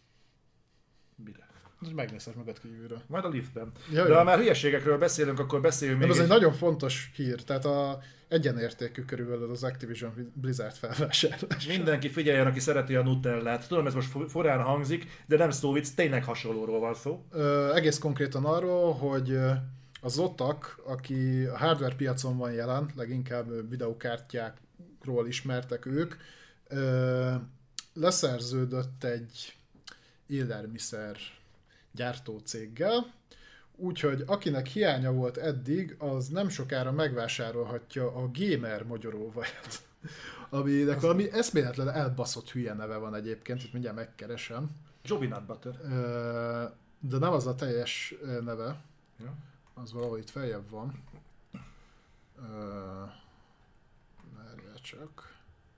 Mire? Megnézed magad kívülről. Majd a liftben. Ja, de ha már hülyeségekről beszélünk, akkor beszéljünk még ez egy, egy... nagyon fontos hír, tehát a egyenértékű körülbelül az Activision Blizzard felvásárlás. Mindenki figyeljen, aki szereti a Nutellát. Tudom, ez most forrán hangzik, de nem szó vicc, tényleg hasonlóról van szó. Ö, egész konkrétan arról, hogy a Zotac, aki a hardware piacon van jelen, leginkább videokártyákról ismertek ők, ö, leszerződött egy élelmiszer gyártócéggel, úgyhogy akinek hiánya volt eddig, az nem sokára megvásárolhatja a Gamer magyaróvajat, aminek valami eszméletlen elbaszott hülye neve van egyébként, itt mindjárt megkeresem. Joby Nut Butter. De nem az a teljes neve, Ja. az valahogy itt feljebb van. Várjál csak.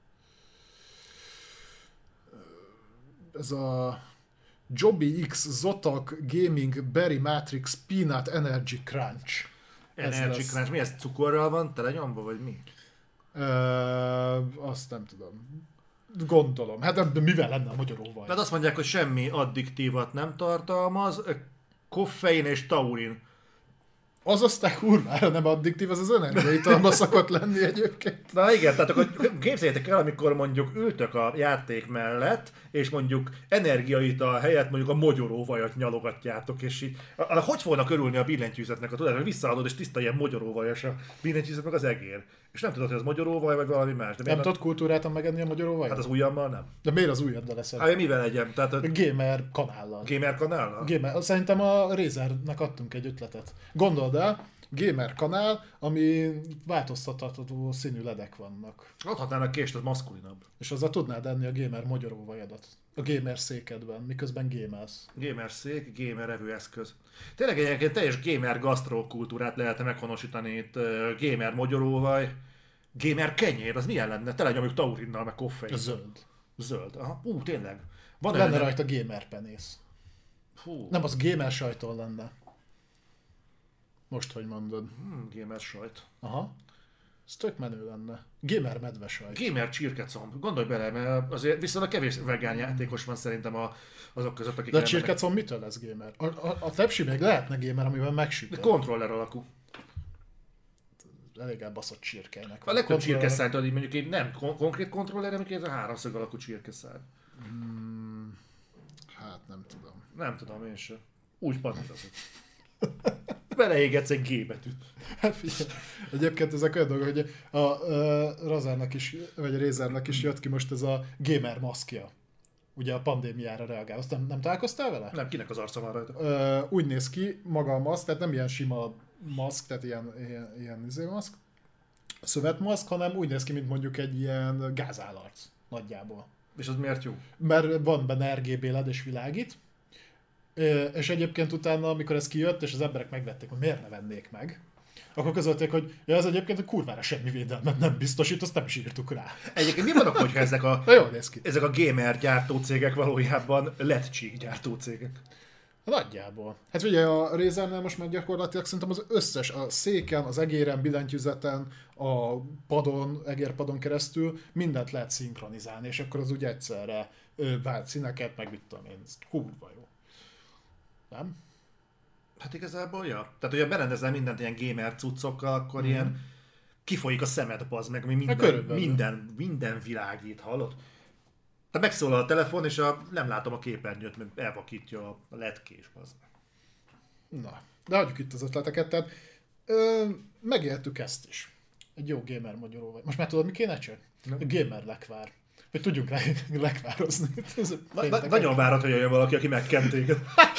Ez a Joby X Zotac Gaming Berry Matrix Peanut Energy Crunch. Energy Crunch, mi ez? Cukorral van telenyomva, vagy mi? Ö, azt nem tudom. Gondolom. Hát de mivel lenne a magyaróval? Tehát azt mondják, hogy semmi addiktívat nem tartalmaz, koffein és taurin. Az aztán kurvára nem addiktív, az az energiaitalma szokott lenni egyébként. Na igen, tehát akkor képzeljétek el, amikor mondjuk ültök a játék mellett, és mondjuk energiaital helyett mondjuk a mogyoróvajat nyalogatjátok, és így, a, a, hogy fognak örülni a billentyűzetnek a tudás, hogy visszaadod, és tiszta ilyen mogyoróvajas a billentyűzet meg az egér. És nem tudod, hogy az mogyoróvaj, vagy valami más. De nem tudod kultúráltan megenni a magyaróvajat? Hát az ujjammal nem. De miért az ujjaddal leszed? Hát mivel egyem? Tehát a Gamer kanállal. gamer kanállal? Gamer, szerintem a Razernek adtunk egy ötletet. Gondold el, Gamer kanál, ami változtatható színű ledek vannak. Adhatnának kést, az maszkulinabb. És azzal tudnád enni a gamer magyaróvajadat. A gamer székedben, miközben gamelsz. Gamer szék, gamer evőeszköz. Tényleg egyébként teljes gamer gasztrokultúrát lehetne meghonosítani itt. Uh, gamer mogyoróvaj, gamer kenyér, az milyen lenne? Tele nyomjuk taurinnal, meg koffein. Zöld. Zöld, aha. Ú, tényleg. Van Lenne ellen... rajta gamer penész. Fú. Nem, az gamer sajton lenne. Most, hogy mondod. Hmm, gamer sajt. Aha. Ez tök menő lenne. Gamer medve sajt. Gamer csirkecomb. Gondolj bele, mert azért viszonylag kevés vegán játékos van szerintem a, azok között, akik De a elmennek. csirkecomb mitől lesz gamer? A, a, a tepsi még lehetne gamer, amivel megsütöd. De kontroller alakú. Elég elbaszott csirkeinek. A legtöbb csirkeszáll, tudod, így mondjuk egy nem kon- konkrét kontroller, amikor ez a háromszög alakú csirkeszáll. Hmm, hát nem tudom. Nem tudom én sem. Úgy pattintazok. Beleégetsz egy G betűt. Hát figyelj, egyébként ezek olyan dolgok, hogy a, a Razernek is, vagy a Razernek is jött ki most ez a gamer maszkja. Ugye a pandémiára reagál. Azt nem, nem találkoztál vele? Nem, kinek az arca van rajta? Ö, úgy néz ki maga a maszk, tehát nem ilyen sima maszk, tehát ilyen, ilyen, ilyen izé maszk, szövetmaszk, hanem úgy néz ki, mint mondjuk egy ilyen gázállarc nagyjából. És az miért jó? Mert van benne er gé bé led és világít, és egyébként utána, amikor ez kijött, és az emberek megvették, hogy miért ne vennék meg, akkor közölték, hogy ja, ez egyébként a kurvára semmi védelmet nem biztosít, azt nem is írtuk rá. Egyébként mi van akkor, hogyha ezek a, jól néz ki. ezek a gamer gyártócégek valójában led-csík gyártócégek? Nagyjából. Hát ugye a Razernél most már gyakorlatilag szerintem az összes, a széken, az egéren, billentyűzeten, a padon, egérpadon keresztül mindent lehet szinkronizálni, és akkor az úgy egyszerre vált színeket, meg mit tudom én, ez kurva jó. Nem? Hát igazából, ja. Tehát, hogyha berendezel mindent ilyen gamer cuccokkal, akkor mm. ilyen kifolyik a szemed, bazd meg, ami minden, minden, minden világít, hallod? Tehát megszólal a telefon, és a, nem látom a képernyőt, mert elvakítja a ledkés, bazd. Na, de hagyjuk itt az ötleteket, tehát ö, megéltük ezt is. Egy jó gamer magyarul vagy. Most már tudod, mi kéne csak? A gamer lekvár. Hogy tudjunk le- lekvározni. Na, na, nagyon várat, hogy jön valaki, aki megkent téged.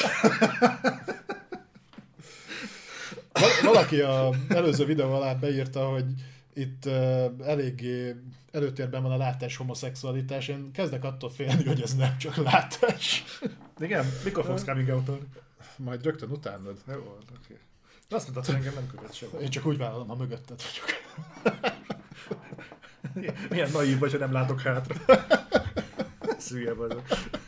Valaki az előző videó alá beírta, hogy itt uh, eléggé előtérben van a látás homoszexualitás. Én kezdek attól félni, hogy ez nem csak látás. Igen? Mikor fogsz coming out-olni? Majd rögtön utánod. Jó, oké. Okay. Azt mondtad, hogy engem nem követ sem. Én csak úgy vállalom, ha mögötted vagyok. Milyen naív vagy, ha nem látok hátra. Szülye vagyok.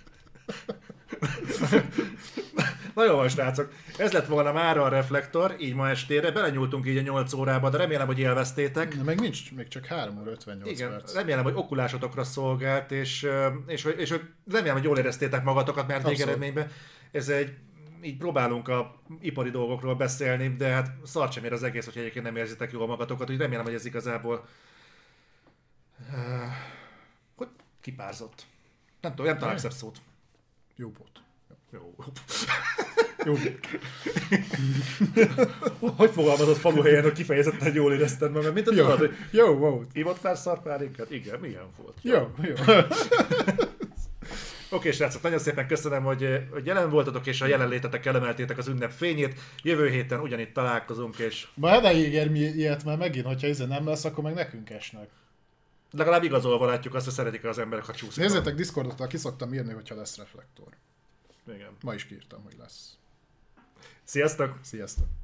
Na jó van, srácok, ez lett volna már a Reflektor, így ma estére, belenyúltunk így a nyolc órába, de remélem, hogy élveztétek. Na, meg nincs, még csak három óra ötvennyolc Igen, perc. remélem, hogy okulásotokra szolgált, és, és, és, és remélem, hogy jól éreztétek magatokat, mert végeredményben ez egy, így próbálunk a ipari dolgokról beszélni, de hát szart sem ér az egész, hogy egyébként nem érzitek jól magatokat, úgy remélem, hogy ez igazából uh, hogy kipárzott. Nem tudom, nem találok szebb szót. Jó volt. Jó. Jó. Hogy fogalmazott faluhelyen, hogy kifejezetten jól érezted meg, mint a tudod, hogy jó volt. Ivott pár szarpárinkat? Igen, milyen volt? Jó, jó. Oké, srácok, nagyon szépen köszönöm, hogy, hogy jelen voltatok, és a jelenlétetek elemeltétek az ünnep fényét. Jövő héten ugyanitt találkozunk, és... Ma ne ígérj mi ilyet már megint, hogyha ez nem lesz, akkor meg nekünk esnek. Legalább igazolva látjuk azt, hogy szeretik az emberek, ha csúszik. Nézzétek, Discordot, ki szoktam írni, hogyha lesz reflektor. Igen. Ma is kiírtam, hogy lesz. Sziasztok! Sziasztok!